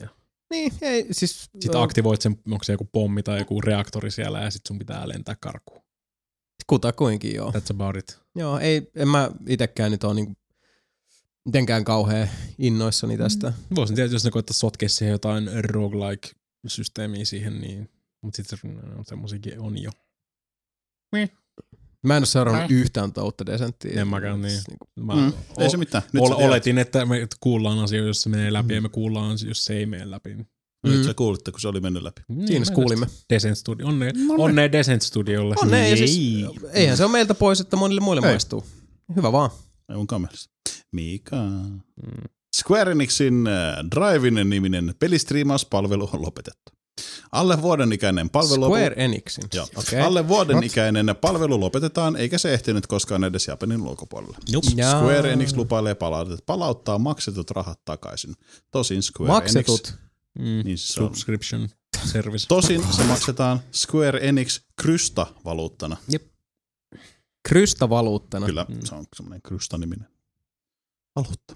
S2: Niin, ei siis...
S3: Sitten
S2: ö,
S3: aktivoit sen, onko se joku pommi tai joku reaktori siellä ja sitten sun pitää lentää karkuun.
S2: Kutakuinkin joo.
S3: That's about it.
S2: Joo, ei, en mä itekään nyt ole niinku mitenkään kauhean innoissani tästä.
S3: Mm. Voisin tietysti, jos ne koettaisiin sotkea siihen jotain roguelike-systeemiä siihen, niin... Mutta sitten semmoisiakin on jo.
S2: Mä en ole seurannut yhtään uutta Descenttiä.
S3: En mäkään niin.
S2: Niinku,
S3: Mä
S1: Mm, ei se mitään. Nyt
S3: ol,
S1: sä tiedät.
S3: oletin, että me kuullaan asioita, jos se menee läpi, mm. ja me kuullaan, jos se ei mene läpi.
S1: Nyt
S2: Mm.
S1: sä kuulitte, kun se oli mennyt läpi.
S2: Siinä se kuulimme.
S3: Descent Studio. Onne, onne Descent Studiolle.
S2: On ne, ja
S3: Jei.
S2: siis, eihän se ole meiltä pois, että monille muille
S5: Ei.
S2: maistuu. Hyvä vaan.
S1: Ei munkaan mielestä. Mika. Mm. Square Enixin äh, Drive-niminen pelistriimauspalvelu on lopetettu. Alle vuoden ikäinen palvelu...
S2: Square Enixin.
S1: Joo.
S2: Okay.
S1: Alle vuoden ikäinen palvelu lopetetaan, eikä se ehtinyt koskaan edes Japanin ulkopuolelle.
S2: Jaa.
S1: Square Enix lupailee palautetta, palauttaa maksetut rahat takaisin. Tosin Square
S2: Maksetut.
S1: Enix...
S3: Mm.
S1: Niin se on.
S3: Subscription service.
S1: Tosin se maksetaan Square Enix Krysta-valuuttana.
S2: Krysta-valuuttana.
S1: Kyllä, se on semmoinen Krysta-niminen valuutta.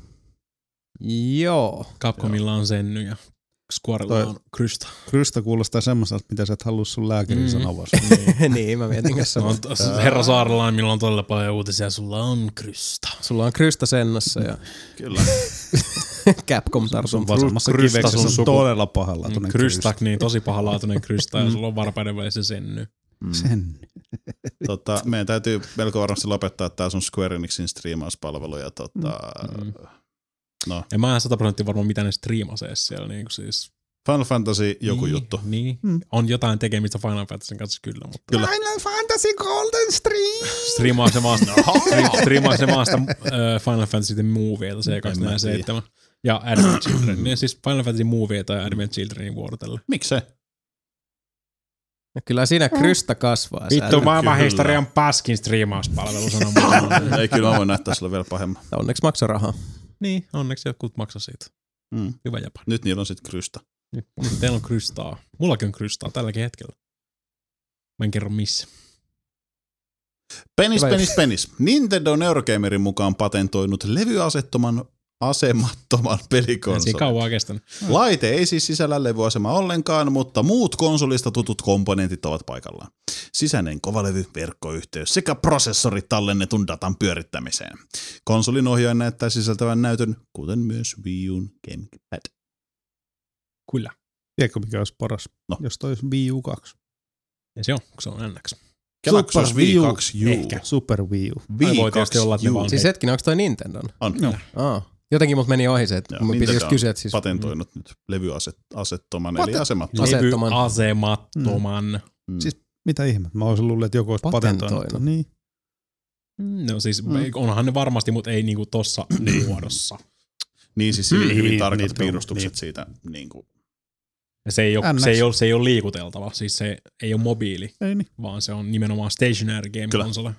S2: Joo.
S3: Capcomilla on Zenny ja Squarella
S5: Toi-
S3: on Krysta.
S5: Krysta kuulostaa semmoiselta, mitä sä et halua sun lääkärin
S3: Mm.
S5: sanoa.
S2: niin, mä mietin kanssa.
S3: On tos- Herra Saarelainen, millä on todella paljon uutisia, sulla on Krysta.
S2: Sulla on Krysta Sennassa ja
S1: Kyllä.
S2: Capcom tartun.
S5: Sun vasemmassa
S3: Krysta
S5: kiveksessä
S3: sun
S5: on
S3: suku-
S5: todella pahalaatuinen
S3: Krysta, niin tosi pahalaatuinen Krysta, ja sulla on varpaiden välissä Zenny.
S1: Mm.
S5: Sen.
S1: Tota, meidän täytyy melko varmasti lopettaa tää sun Square Enixin striimauspalvelu. Ja tota,
S3: Mm.
S1: no,
S3: En mä ihan sata prosenttia varmaan mitä ne striimas edes siellä. Niin kuin siis,
S1: Final Fantasy joku
S3: niin,
S1: juttu.
S3: Niin,
S5: Mm.
S3: on jotain tekemistä Final Fantasyn kanssa kyllä, mutta
S1: Kyllä.
S5: Final Fantasy Golden Stream!
S3: striimaa se vaan sitä, stri- striimaa se vaan sitä äh, Final Fantasy Movieita, C
S1: En mä
S3: kaksikymmentäseitsemän. Ja Advent Children. Niin siis Final Fantasy Movieita ja Advent Childrenin vuorotelle.
S1: Miksei?
S2: No kyllä siinä Krysta kasvaa.
S3: Vittu,
S2: Sä-
S3: maailman
S1: Kyllä.
S3: historian paskin striimauspalvelu sanoo mukaan.
S1: Ei, kyllä mä voin näyttää sulle vielä pahemman.
S2: Onneksi maksaa rahaa.
S3: Niin, onneksi jotkut maksaa siitä.
S1: Mm.
S3: Hyvä Japan.
S1: Nyt niillä on sit Krysta.
S3: Nyt, nyt teillä on krystaa. Mullakin on krystaa tälläkin hetkellä. Mä en kerro missä.
S1: Penis,
S2: Hyvä
S1: penis, penis. Nintendo on Eurogamerin mukaan patentoinut levyasettoman asemattoman
S3: Ei siinä
S1: pelikonsolin.
S3: kauan kestänyt.
S1: Laite ei siis sisällä levyasemaa ollenkaan, mutta muut konsolista tutut komponentit ovat paikallaan. Sisäinen kovalevy, verkkoyhteys sekä prosessori tallennetun datan pyörittämiseen. Konsolin ohjaaja näyttää sisältävän näytön, kuten myös Wii U:n Gamepad.
S3: Kyllä.
S5: Tiedätkö mikä olisi paras?
S1: No.
S5: Jos toi olisi Wii U kaksi.
S3: Ja se on, kun se on N X.
S1: Kelakko se olisi Wii
S5: Wii U.
S1: kaksi U.
S3: Ehkä.
S5: Super Wii U.
S1: Wii
S3: voi tietysti olla, että ne
S1: U.
S3: vaan-
S2: Siis hetkinen, onko toi Nintendon?
S1: On.
S5: Joo.
S2: Aa. Jotenkin mut meni ohi se, että
S1: Joo,
S2: mun piti
S1: Nintendo
S2: just
S1: on
S2: kysyä, että siis...
S1: patentoinut nyt levyasettoman, eli
S5: Pate-
S1: asemattoman.
S2: Asettoman.
S3: Asemattoman.
S1: Mm.
S5: Siis mitä ihmettä? Mä olisin luullut, että joku olisi patentoinut.
S2: Patentoinut.
S5: Niin.
S3: No siis
S5: Mm.
S3: onhan ne varmasti, mutta ei niinku tossa muodossa.
S1: Niin, siis hyvin,
S5: Niin,
S1: hyvin tarkat
S5: niitä on,
S1: piirustukset
S5: niin.
S1: siitä. Niin kuin.
S3: Ja se ei, ole,
S5: N X.
S3: se, ei ole, se ei ole liikuteltava, siis se ei ole mobiili,
S5: Ei niin.
S3: vaan se on nimenomaan stationary game
S1: Kyllä.
S3: konsole.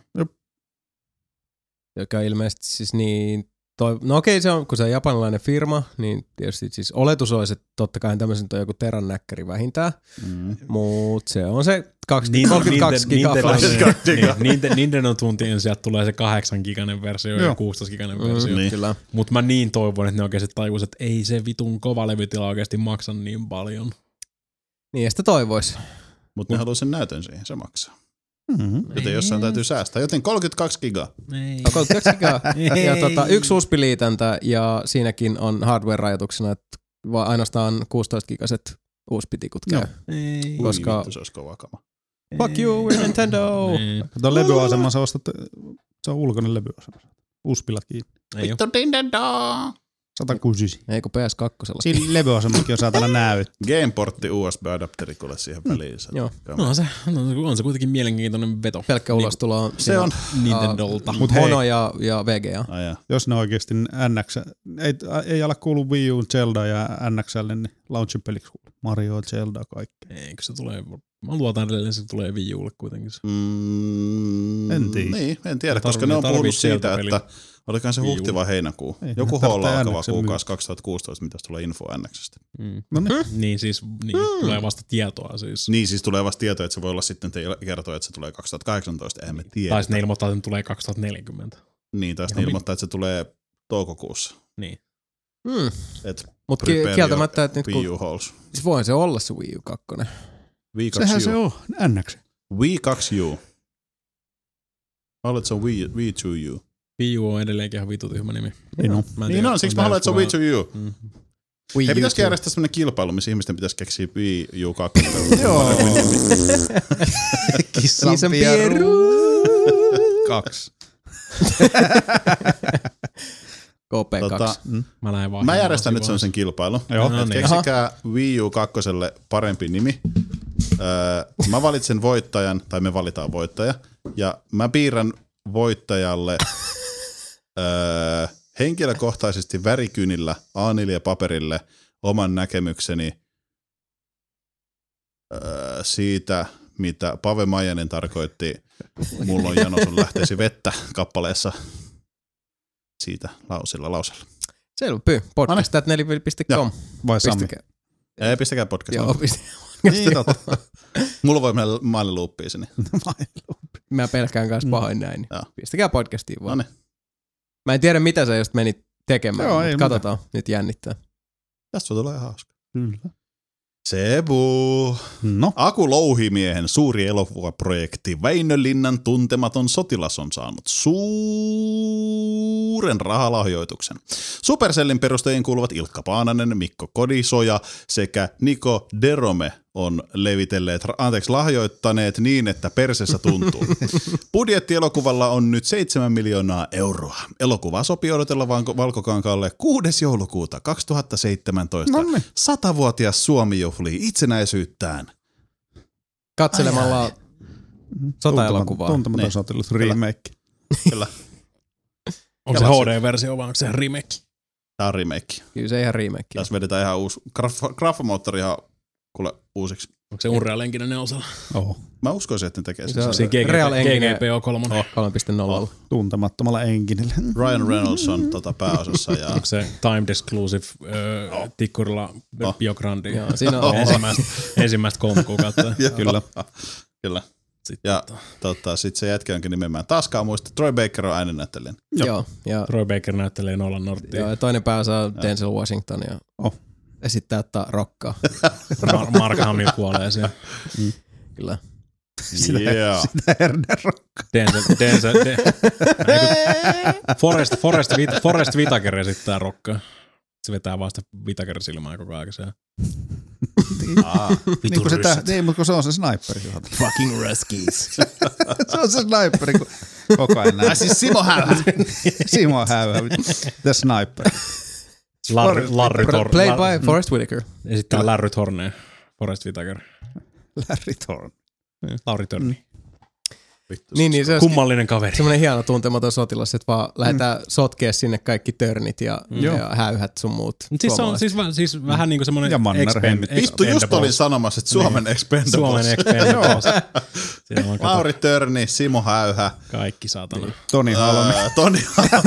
S2: Joka ilmeisesti siis niin... Toi, no okei, se on, kun se on japanilainen firma, niin tietysti siis oletus olisi, että totta kai tämmöisen on joku terannäkkäri vähintään,
S1: Mm.
S2: mutta se on se kaksikymmentä,
S3: Niin,
S2: kolmekymmentäkaksi gigaa flash.
S3: Nintendo, Nintendo tuntien sieltä tulee se kahdeksan giganen versio ja
S5: Joo.
S3: kuusitoista giganen
S2: Mm,
S3: versio.
S1: Niin.
S2: Kyllä.
S3: Mutta mä niin toivon, että ne oikeasti tajuisivat, että ei se vitun kova levytila oikeasti maksa niin paljon.
S2: Niin, ja sitä toivois.
S1: Mutta ne haluaa sen näytön siihen, se maksaa.
S5: Mm-hmm.
S1: Joten jossain täytyy säästää. Joten kolmekymmentäkaksi gigaa.
S3: Ei.
S2: No, kolmekymmentäkaksi gigaa. Ja tota, yksi U S B-liitäntä ja siinäkin on hardware-rajoituksena, että vaan ainoastaan kuusitoista gigaset U S B-tikut käy.
S3: Ei.
S1: Ui,
S2: Koska-
S1: vittu, se olisi kova kama.
S2: Fuck you, we're Nintendo!
S3: Ei.
S5: Tuo levyasema, sä ostat, se on ulkoinen levyasema. Uspilla kiinni.
S3: Ei oo.
S4: Vittu Nintendo!
S5: sata kuusikymmentä.
S2: Ei kun P S kaksi.
S5: Siinä levyasemakin on saatana näyt.
S1: Gameportti U S B-adapteri kuule siihen väliin. Se-
S2: Joo.
S3: No on se, no, on se kuitenkin mielenkiintoinen veto.
S2: Pelkkä ulostulo on.
S1: Se on.
S3: Nintendolta.
S2: Uh,
S5: Mut hei.
S2: Mono ja, ja V G A.
S1: Ai jaa.
S5: Jos ne oikeasti N X, ei, ei ala kuulu Wii U, Zelda ja N X L, niin launchin peliksi kuulu. Mario, Zelda, kaikki.
S3: Eikö se tulee, mä luotan edelleen, että se tulee Wii Ulle kuitenkin.
S1: Mm,
S5: En tiedä.
S1: Niin, en tiedä,
S3: Tarvii-
S1: koska ne on
S3: tarvii
S1: puhunut siitä,
S3: Zelda-pelin.
S1: että olikohan se
S3: Wii U.
S1: huhti vai heinäkuu.
S5: Ei,
S1: Joku
S5: ne tarvitsee
S1: holla alkava
S5: N X:n
S1: kuukausi kaksituhattakuusitoista, mitä tulee info Nxstä.
S3: Mm.
S5: No niin.
S3: Niin siis, niin, tulee vasta tietoa siis.
S1: Niin, siis tulee vasta tieto, että se voi olla sitten teille kertoa, että se tulee kaksituhattakahdeksantoista, eihän me tiedä.
S3: Tai sitten ne ilmoittaa, että ne tulee kaksitusneljäkymmentä.
S1: Niin, taas
S3: Ihan
S1: ne
S3: mi-
S1: ilmoittaa, että se tulee toukokuussa.
S3: Niin.
S2: Mm.
S1: Et
S2: Mutta
S1: prepare
S2: kieltämättä, että nyt
S1: Wii
S2: kun...
S1: U holes.
S2: Siis voihan se olla se Wii U kaksi.
S1: Wii
S5: Sehän
S1: kaksi
S5: se
S1: U.
S5: on, ennäksi.
S1: Wii kaksi U. Mä haluan, että se on Wii, Wii kaksi U.
S3: Wii U on edelleenkin ihan vitu tyhmä nimi.
S5: Niin on.
S3: Mä en
S1: Niin
S3: tiedä,
S1: on, siksi mä haluan, että se on Wii kaksi U.
S3: Mm.
S2: Wii
S1: Ei
S2: U
S1: pitäisi
S2: two.
S1: järjestää semmoinen kilpailu, missä ihmisten pitäisi keksiä Wii U kaksi.
S5: Joo.
S2: Kissan pieru.
S5: Kaksi.
S2: K P kaksi.
S1: Tota,
S3: Mä näin vaan.
S1: mä järjestän nyt sen kilpailu.
S5: Joo.
S3: No
S1: Et
S3: niin.
S1: keksikää Wii U kakkoselle parempi nimi. Öö, mä valitsen voittajan, tai me valitaan voittaja. Ja mä piirrän voittajalle öö, henkilökohtaisesti värikynillä A neljä paperille oman näkemykseni öö, siitä, mitä Pave Maijanen tarkoitti mulla on jano sun lähteisi vettä kappaleessa siitä lausilla lausella.
S2: Selvä, pyy. Podcast at nelipeli piste com.
S5: Vai Sami?
S2: Pistäkää.
S1: Ei, pistäkää podcast.
S2: Joo, pistäkää.
S5: Niin, totta.
S1: Mulla voi mennä maaliluuppiin sinne.
S2: Mä pelkään kanssa pahoin näin. Niin
S1: Joo.
S2: pistäkää podcastiin vaan.
S1: Noniin.
S2: Mä en tiedä, mitä sä just menit tekemään,
S5: Joo,
S2: mutta
S5: ei
S2: katsotaan. Nyt jännittää.
S1: Tästä tulee hauska.
S5: Kyllä.
S1: Sebu.
S5: No.
S1: Aku Louhimiehen suuri elokuvaprojekti Väinölinnan tuntematon sotilas on saanut suuren rahalahjoituksen. Supercellin perustajien kuuluvat Ilkka Paananen, Mikko Kodisoja sekä Niko Derome on levitelleet, anteeksi, lahjoittaneet niin, että persessä tuntuu. Budjetti elokuvalla on nyt seitsemän miljoonaa euroa. Elokuva sopii odotella Valkokankaalle kuudes joulukuuta kaksituhattaseitsemäntoista.
S5: Noniin.
S1: Satavuotias Suomi juhlii itsenäisyyttään.
S2: Katselemalla sota-elokuvaa.
S5: Tuntematon
S1: Niin.
S5: sotilas remake.
S1: Kyllä,
S3: Onko se
S1: Kelasin.
S3: H D-versio vai onko se remake?
S1: tämä on remake.
S2: Kyllä se ihan remake.
S1: Tässä vedetään ihan uusi, graffa, graffamoottori ihan kuule uusiksi.
S3: Onko se Unreal Engine nelosella?
S5: Oho.
S1: Mä uskoisin, että ne tekee
S2: Se
S1: sen.
S2: on-
S3: Siinä G G P,
S2: Real Engine.
S3: G G P O kolme.
S2: kolme piste nolla.
S5: Tuntemattomalla enginellä.
S1: Ryan Reynolds on tota pääosassa. Ja
S3: Onko se timed exclusive äh, tikkurilla
S1: Oh.
S3: Biograndi?
S2: Joo, siinä on-
S3: ensimmäistä, ensimmäistä kolme kuukautta.
S1: Kyllä. Kyllä.
S3: Sitten
S1: Ja tota, sit se jätkä onkin nimenomaan taaskaan muista. Troy Baker on äänennäyttelijän.
S2: Joo, ja,
S3: Troy Baker näyttelee Nolan Northia.
S2: joo, ja toinen pääosa on Denzel Washington ja
S5: Oh.
S2: esittää ottaa rokkaa.
S3: Mar- Mark Hamill kuolee siellä.
S2: Kyllä.
S1: Yeah.
S5: Sitä hernerokka.
S3: Denzel, Denzel, de, eiku, Forrest, Forrest, Vit, Forrest Whitaker esittää rokkaa. Se vetää vasta Whitaker silmää koko ajan. Se.
S1: Ah,
S5: Niin kuin se, tä, niin, mutta kun se on se sniperi.
S2: Fucking Ruskies.
S5: Se on se sniperi, kun koko ajan näin.
S1: siis Simo Häyhä.
S5: Simo Häyhä. The sniper.
S3: Larry, Larry Thor,
S2: Played
S3: Lar-
S2: by Forrest Whitaker.
S3: esittää Larry Thornea. Forrest Whitaker.
S5: Larry Thorne.
S3: Lauri Törni.
S1: Vittu.
S2: Niin, niin se on
S3: Kummallinen kaveri.
S2: semmoinen hieno tuntematon sotilas, että vaan lähdetään mm. sotkea sinne kaikki törnit ja,
S5: Joo.
S2: ja häyhät sun muut.
S3: Mut siis se on siis, vä- siis vähän niinku semmoinen
S5: Ja Mannerheim.
S1: Vittu, just olin sanomassa, että Suomen Expendables.
S3: Suomen Expendables. Siinä on kato
S1: Lauri Törni, Simo Häyhä,
S3: kaikki saatana.
S5: Toni Halme.
S1: ää, Toni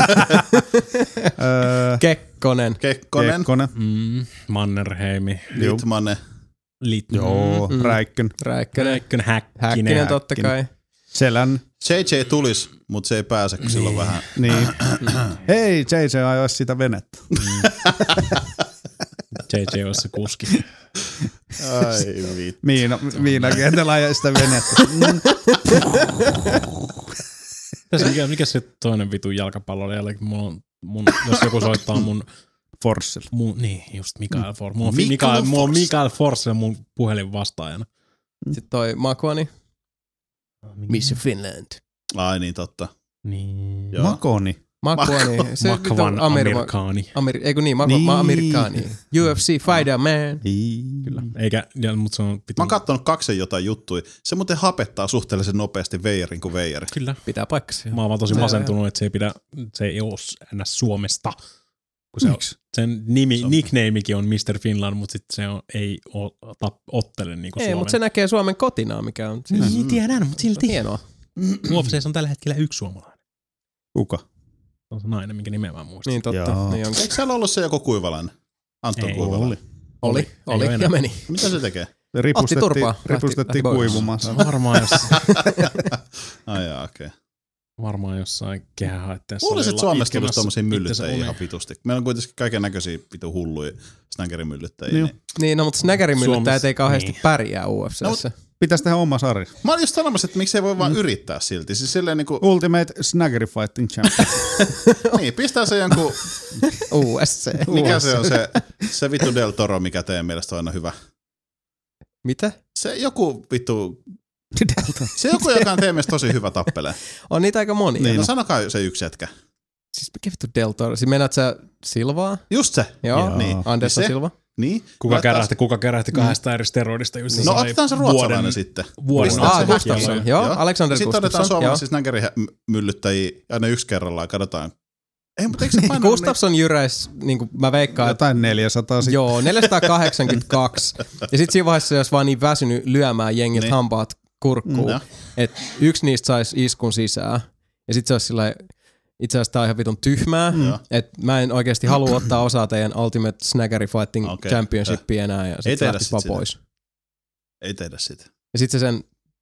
S5: Öö,
S2: Kekkonen.
S1: Kekkonen,
S5: Kekkonen.
S3: Mm, Mannerheimi.
S1: Litmanen.
S3: Lit-
S5: Joo.
S2: Mm.
S5: Räikkön.
S2: Räikkönen.
S3: Räikkönen, Häkkinen.
S2: Häkkinen totta kai.
S5: Selän.
S1: J J tulis, mutta se ei pääse, kun sillä on vähän.
S5: Niin. Hei, J J ajoisi sitä venettä.
S3: J J olisi se kuski.
S1: Ai vittu.
S5: Miina, Miina kentällä ajoi sitä venettä. Mm.
S3: Tässä mikä, mikä se toinen vitu jalkapallo oli jälleen, mulla on, mun, jos joku soittaa mun,
S5: Forssell.
S3: mun niin just Mikael Forss. Mulla on,
S1: Mikael
S3: Mikael, mulla on
S1: Forss.
S3: Mikael Forss mun puhelin vastaajana.
S2: Sitten toi Makwani. Miss Finland.
S1: Ai niin, totta.
S3: Niin.
S1: Joo.
S5: Makoni.
S2: Makwani. Se vittu
S3: Makvan
S2: Amer...
S3: Amerikaani.
S2: Amer... Eikö niin, Makwa...
S5: Niin.
S2: niin. Amerikaani. U F C fighter man.
S3: Kyllä. Eikä, ja, mutta se on
S1: Mä
S3: pitu.
S1: oon kattonut kaksen jotain juttuja. Se muuten hapettaa suhteellisen nopeasti veijarin kuin veijari.
S3: Kyllä.
S2: Pitää paikkansa.
S3: Mä oon vaan tosi
S2: Se-
S3: masentunut, että se ei pidä, se ei oo ns. Suomesta. Kun se on,
S5: Miksi?
S3: sen nimi,
S1: Se on-
S3: nicknamekin on mister Finland, mutta sitten se on, ei o, ota, ottele niinku
S2: Ei,
S3: Suomen.
S2: mutta se näkee Suomen kotinaa, mikä on siis
S3: Niin, tiedän, mutta
S2: se on
S3: silti.
S2: hienoa.
S3: U F C:ssä on tällä hetkellä yksi suomalainen.
S5: Kuka?
S3: Se on se nainen, minkä nimeä mä muistan.
S2: Niin totta.
S5: Joo.
S2: Niin onkin.
S1: Eikö siellä ollut se joku kuivalainen? Anton
S3: Ei.
S1: Kuivalainen.
S2: Oli,
S3: Ei
S2: oli
S3: oo enää.
S2: ja meni.
S1: Mitä se tekee?
S5: Se ripustettiin,
S2: turpaa. Lähti-
S5: ripustettiin
S2: lähti pois.
S5: kuivumaan.
S3: Varmaan jos...
S1: Ai jaa, okei. Okay.
S3: Varmaan jossain kehähaitteen
S1: Luulisin, että Suomessa tulisi
S3: itkemässä
S1: tommosia myllyttäjiä
S3: itsensä
S1: ihan
S3: uniin.
S1: vitusti. Meillä on kuitenkin kaiken näköisiä vitu hulluja snaggerimyllyttäjiä.
S5: Joo.
S1: Niin.
S2: Niin, no mutta snaggerimyllyttäjät
S3: Suomessa-
S2: ei kauheasti
S3: niin.
S2: pärjää U F C:ssä.
S5: Pitäisi tehdä oma sarja.
S1: Mä olin just sanomassa, että miksei voi vaan mm. yrittää silti. Siis silleen niinku,
S5: Ultimate Snaggery Fighting Champion.
S1: niin, pistää se jonkun,
S2: U S C.
S1: mikä se on se, se vittu Del Toro, mikä teidän mielestä on aina hyvä.
S2: Mitä?
S1: Se joku vittu, se joku, joka on teidän mielestä tosi hyvä tappelee.
S2: On niitä aika monia.
S1: Niin,
S2: No,
S1: no sanokaa se yksi jätkä.
S2: siis mikä vittu Del Toro? Siis meinaat sä Silvaa?
S1: Just se.
S2: Joo,
S5: Joo.
S1: Niin.
S2: Anderson
S1: Se-
S2: Silva.
S1: Niin.
S3: Kuka
S1: Laittaa-
S3: kärähti, kuka kärähti kahdesta eri steroidista. Just
S1: No
S3: sai
S1: otetaan se ruotsalainen
S3: vuoden-
S1: sitten.
S3: Vuoden
S1: Pistetään
S2: Ah,
S1: se
S2: Gustafsson.
S1: häkkiin.
S2: Joo, Alexander
S1: Sitten otetaan
S2: Gustafsson. Joo.
S1: suomalaisia snaggerimyllyttäjiä aina yksi kerrallaan, katsotaan. Ei, mutta eikö se painanut
S2: Gustafsson jyräis, niin kuin mä veikkaan, että
S5: Jotain neljäsataa sitten.
S2: joo, neljäsataakahdeksankymmentäkaksi. Ja sit siinä vaiheessa se olisi vaan niin väsynyt lyömään jengiltä
S1: Niin.
S2: hampaat kurkkuun,
S1: No.
S2: että yksi niistä saisi iskun sisään. Ja sit se olisi sillä itse asiassa tää on ihan vitun tyhmää,
S1: Mm.
S2: että mä en oikeasti halua ottaa osaa teidän Ultimate Snaggery Fighting
S1: Okei.
S2: Championshipia enää, ja
S1: Ei
S2: sit se
S1: tehdä
S2: lähtisi
S1: sit
S2: vaan
S1: sitä.
S2: pois.
S1: Ei tehdä sitä.
S2: Ja sit se sen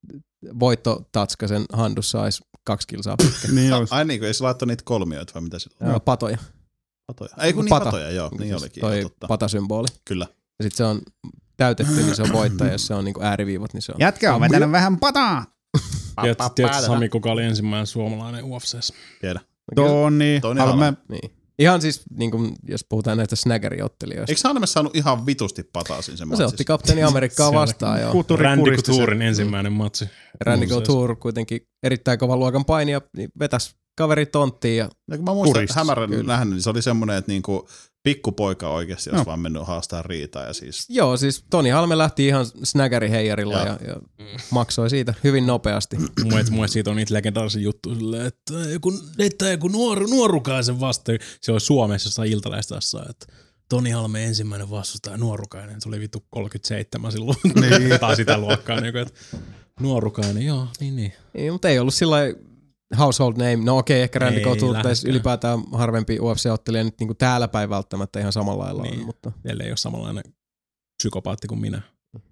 S2: voittotatska sen handussa olisi kaksi kilsaa pitkä.
S5: Niin olisi.
S1: Ai niin, kun ei se laittoi niitä kolmioita vai mitä sillä on?
S2: Joo, patoja.
S1: Patoja. Ei kun niin
S2: Pata.
S1: patoja, joo. Niin
S2: Siis
S1: olikin.
S2: toi
S1: joo, totta.
S2: patasymboli.
S1: Kyllä.
S2: Ja sit se on täytetty, niin se on voittaja, jos se on niinku ääriviivat, niin se on.
S5: Jätkä on vetänyt vähän pataa.
S3: Tiedätkö, tiedätkö Sami, kuka oli ensimmäinen suomalainen U F C:ssä?
S1: Tiedä.
S5: Toni,
S1: Toni
S5: Halme.
S1: Halme.
S2: Niin. Ihan siis, niin kuin, jos puhutaan näistä snaggeriottelijoista.
S1: Eikö Halme saanut ihan vitusti pataa siinä sen
S2: No se otti kapteeni Amerikkaa
S3: Se oli
S2: vastaan, joo.
S5: Kuturi
S3: Randy
S5: kuristi sen.
S3: Couturen ensimmäinen matsi.
S2: Randy
S3: U F C:ssä.
S2: Couture kuitenkin erittäin kovan luokan painija, niin vetäisi kaveri tonttiin ja
S1: Ja kun mä muistan
S5: Kuristus,
S1: hämärän
S2: kyllä.
S1: nähnyt, niin se oli semmoinen, että niinku pikkupoika oikeasti olisi
S5: No.
S1: vaan mennyt haastaa riitaa. Ja siis,
S2: joo, siis Toni Halme lähti ihan snaggeri-heijarilla
S1: Joo.
S2: ja, ja maksoi siitä hyvin nopeasti.
S3: Mun mielestä, mun mielestä siitä on niitä legendaarisia juttuja silleen, että joku, että joku nuoru, nuorukaisen vastaan. Se oli Suomessa jossain iltaleistassa, että Toni Halme ensimmäinen vastustaja nuorukainen. Se oli vittu kolmekymmentäseitsemän silloin. Niin. Tai sitä luokkaa. Niin kuin, että nuorukainen, joo, niin niin.
S2: Niin, mutta ei ollut sillä household name. No okei, ehkä Randy
S3: Ei
S2: Couture tai
S3: läheskään.
S2: ylipäätään harvempi U F C-ottelija nyt niin kuin täällä päin välttämättä ihan samalla lailla
S3: Niin.
S2: on, mutta
S3: Ellei ole samanlainen psykopaatti kuin minä.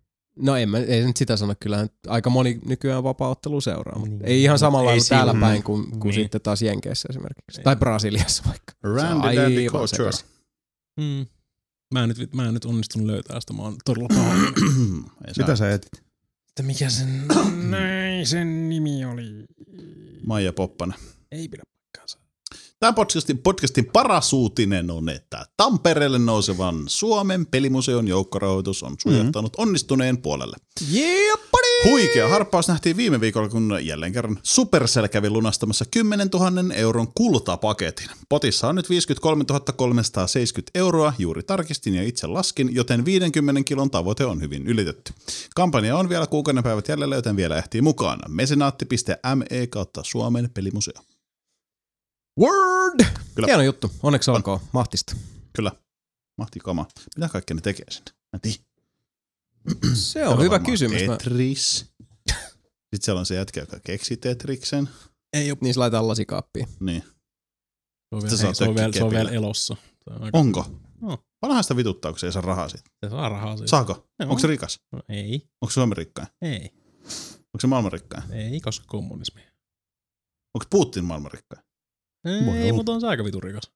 S2: no en mä, ei nyt sitä sano, kyllähän aika moni nykyään vapaa-ottelu seuraa, mutta
S3: Niin.
S2: ei ihan samalla
S3: Ei
S2: lailla täällä
S3: siinä.
S2: päin kuin, kuin
S3: Niin.
S2: sitten taas Jenkeissä esimerkiksi.
S3: Niin.
S2: Tai Brasiliassa vaikka.
S1: Randy
S2: Se on
S1: Dandy
S2: aivan
S1: Couture.
S2: sekas.
S3: Mm. Mä, en nyt, mä en nyt onnistunut löytää sitä, mä oon todella pahoillani.
S1: Ei saa.
S5: Mitä sä etit?
S3: Että mikä sen, näin sen nimi oli?
S1: Maija Poppanen.
S3: Ei pidä paikkaansa.
S1: Tämän podcastin, podcastin paras uutinen on, että Tampereelle nousevan Suomen pelimuseon joukkorahoitus on sujahtanut onnistuneen puolelle.
S2: Yeah, buddy!
S1: Huikea harppaus nähtiin viime viikolla, kun jälleen kerran Supercell kävi lunastamassa kymmenentuhannen euron kultapaketin. Potissa on nyt viisikymmentäkolmetuhatta kolmesataaseitsemänkymmentä euroa, juuri tarkistin ja itse laskin, joten viidenkymmenen kilon tavoite on hyvin ylitetty. Kampanja on vielä kuukauden päivät jäljellä, joten vielä ehtii mukaan. Mesenaatti piste me kautta Suomen pelimuseo.
S2: Word!
S1: Kyllä.
S2: Hieno juttu. Onneksi olkoon. Mahtista.
S1: Kyllä. Mahti kama. Mitä kaikkea ne tekee sinne? Mä en tiedä.
S2: Se on hyvä
S1: varmaan
S2: kysymys. Mä...
S1: Tetris. Sitten siellä on se jätkä, joka keksi Tetriksen.
S3: Ei ole.
S2: Niin se laitetaan lasikaappiin.
S1: Niin.
S3: Se on
S1: Se
S3: vielä,
S1: saa
S3: hei, se on vielä, se on
S1: tökkikepillä.
S3: vielä elossa. Se on aika-
S1: Onko?
S3: No.
S1: Vanhaan sitä vituttaa, kun se ei saa rahaa siitä.
S3: Se saa rahaa siitä.
S1: Saako?
S3: Joo.
S1: Onko se rikas?
S3: No, ei,
S1: Onko se Suomen rikkain?
S3: ei,
S1: Onko se maailman rikkain?
S3: ei, koska kommunismi.
S1: Onko Putin maailman rikkain?
S5: Voi
S3: Ei,
S5: olla.
S3: mutta on se aika vitun rikas.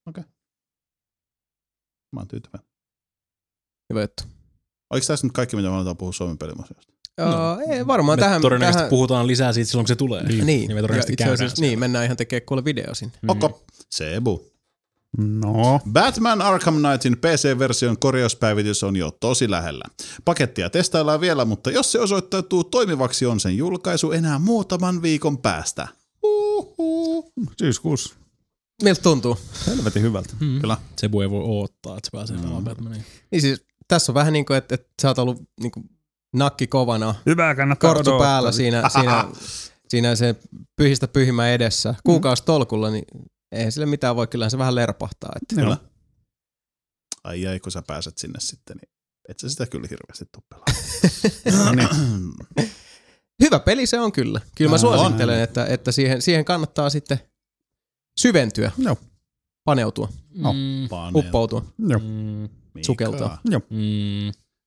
S1: Mä oon tyytyväinen.
S2: Hyvä juttu.
S1: Oliko tässä nyt kaikki, mitä me halutaan puhua Suomen pelimuseosta?
S2: No, ei, varmaan
S3: Me
S2: tähän...
S3: todennäköisesti
S2: tähän...
S3: puhutaan lisää siitä silloin, kun se tulee.
S2: Niin,
S3: Niin me todennäköisesti
S2: ja itse
S3: käydään
S2: asiassa,
S3: siellä.
S2: niin, mennään ihan tekemään kuule video sinne.
S3: Mm.
S1: Oko. Sebu.
S5: No.
S1: Batman Arkham Knightin P C-version korjauspäivitys on jo tosi lähellä. Pakettia testaillaan vielä, mutta jos se osoittautuu toimivaksi, on sen julkaisu enää muutaman viikon päästä. Uhuhu.
S5: Syyskuussa.
S2: Miltä tuntuu?
S5: Helvetin hyvältä.
S3: Mm.
S1: Kyllä.
S3: Sebu ei voi odottaa, että se pääsee pelaamaan Batmania.
S2: Niin siis tässä on vähän niin kuin, että, että sä oot ollut niin kuin nakki kovana,
S5: Hyvää kannattaa
S2: kortsu
S5: odottaa.
S2: päällä siinä, siinä, siinä se pyhistä pyhimmän edessä, kuukausi tolkulla, niin eihän sille mitään voi, kyllähän se vähän lerpahtaa. Että.
S1: Kyllä. Ai ai, kun sä pääset sinne sitten, niin et sä sitä kyllä hirveästi tuu pelaamaan.
S5: No niin.
S2: Hyvä peli se on kyllä. Kyllä mä
S5: On.
S2: suosittelen, että, että siihen, siihen kannattaa sitten syventyä,
S5: Joo.
S2: paneutua,
S5: No.
S3: Mm.
S1: Paneutua.
S2: uppoutua.
S5: Joo.
S3: Mm.
S1: Mika.
S2: sukeltaa.
S5: Joo.
S3: Mm.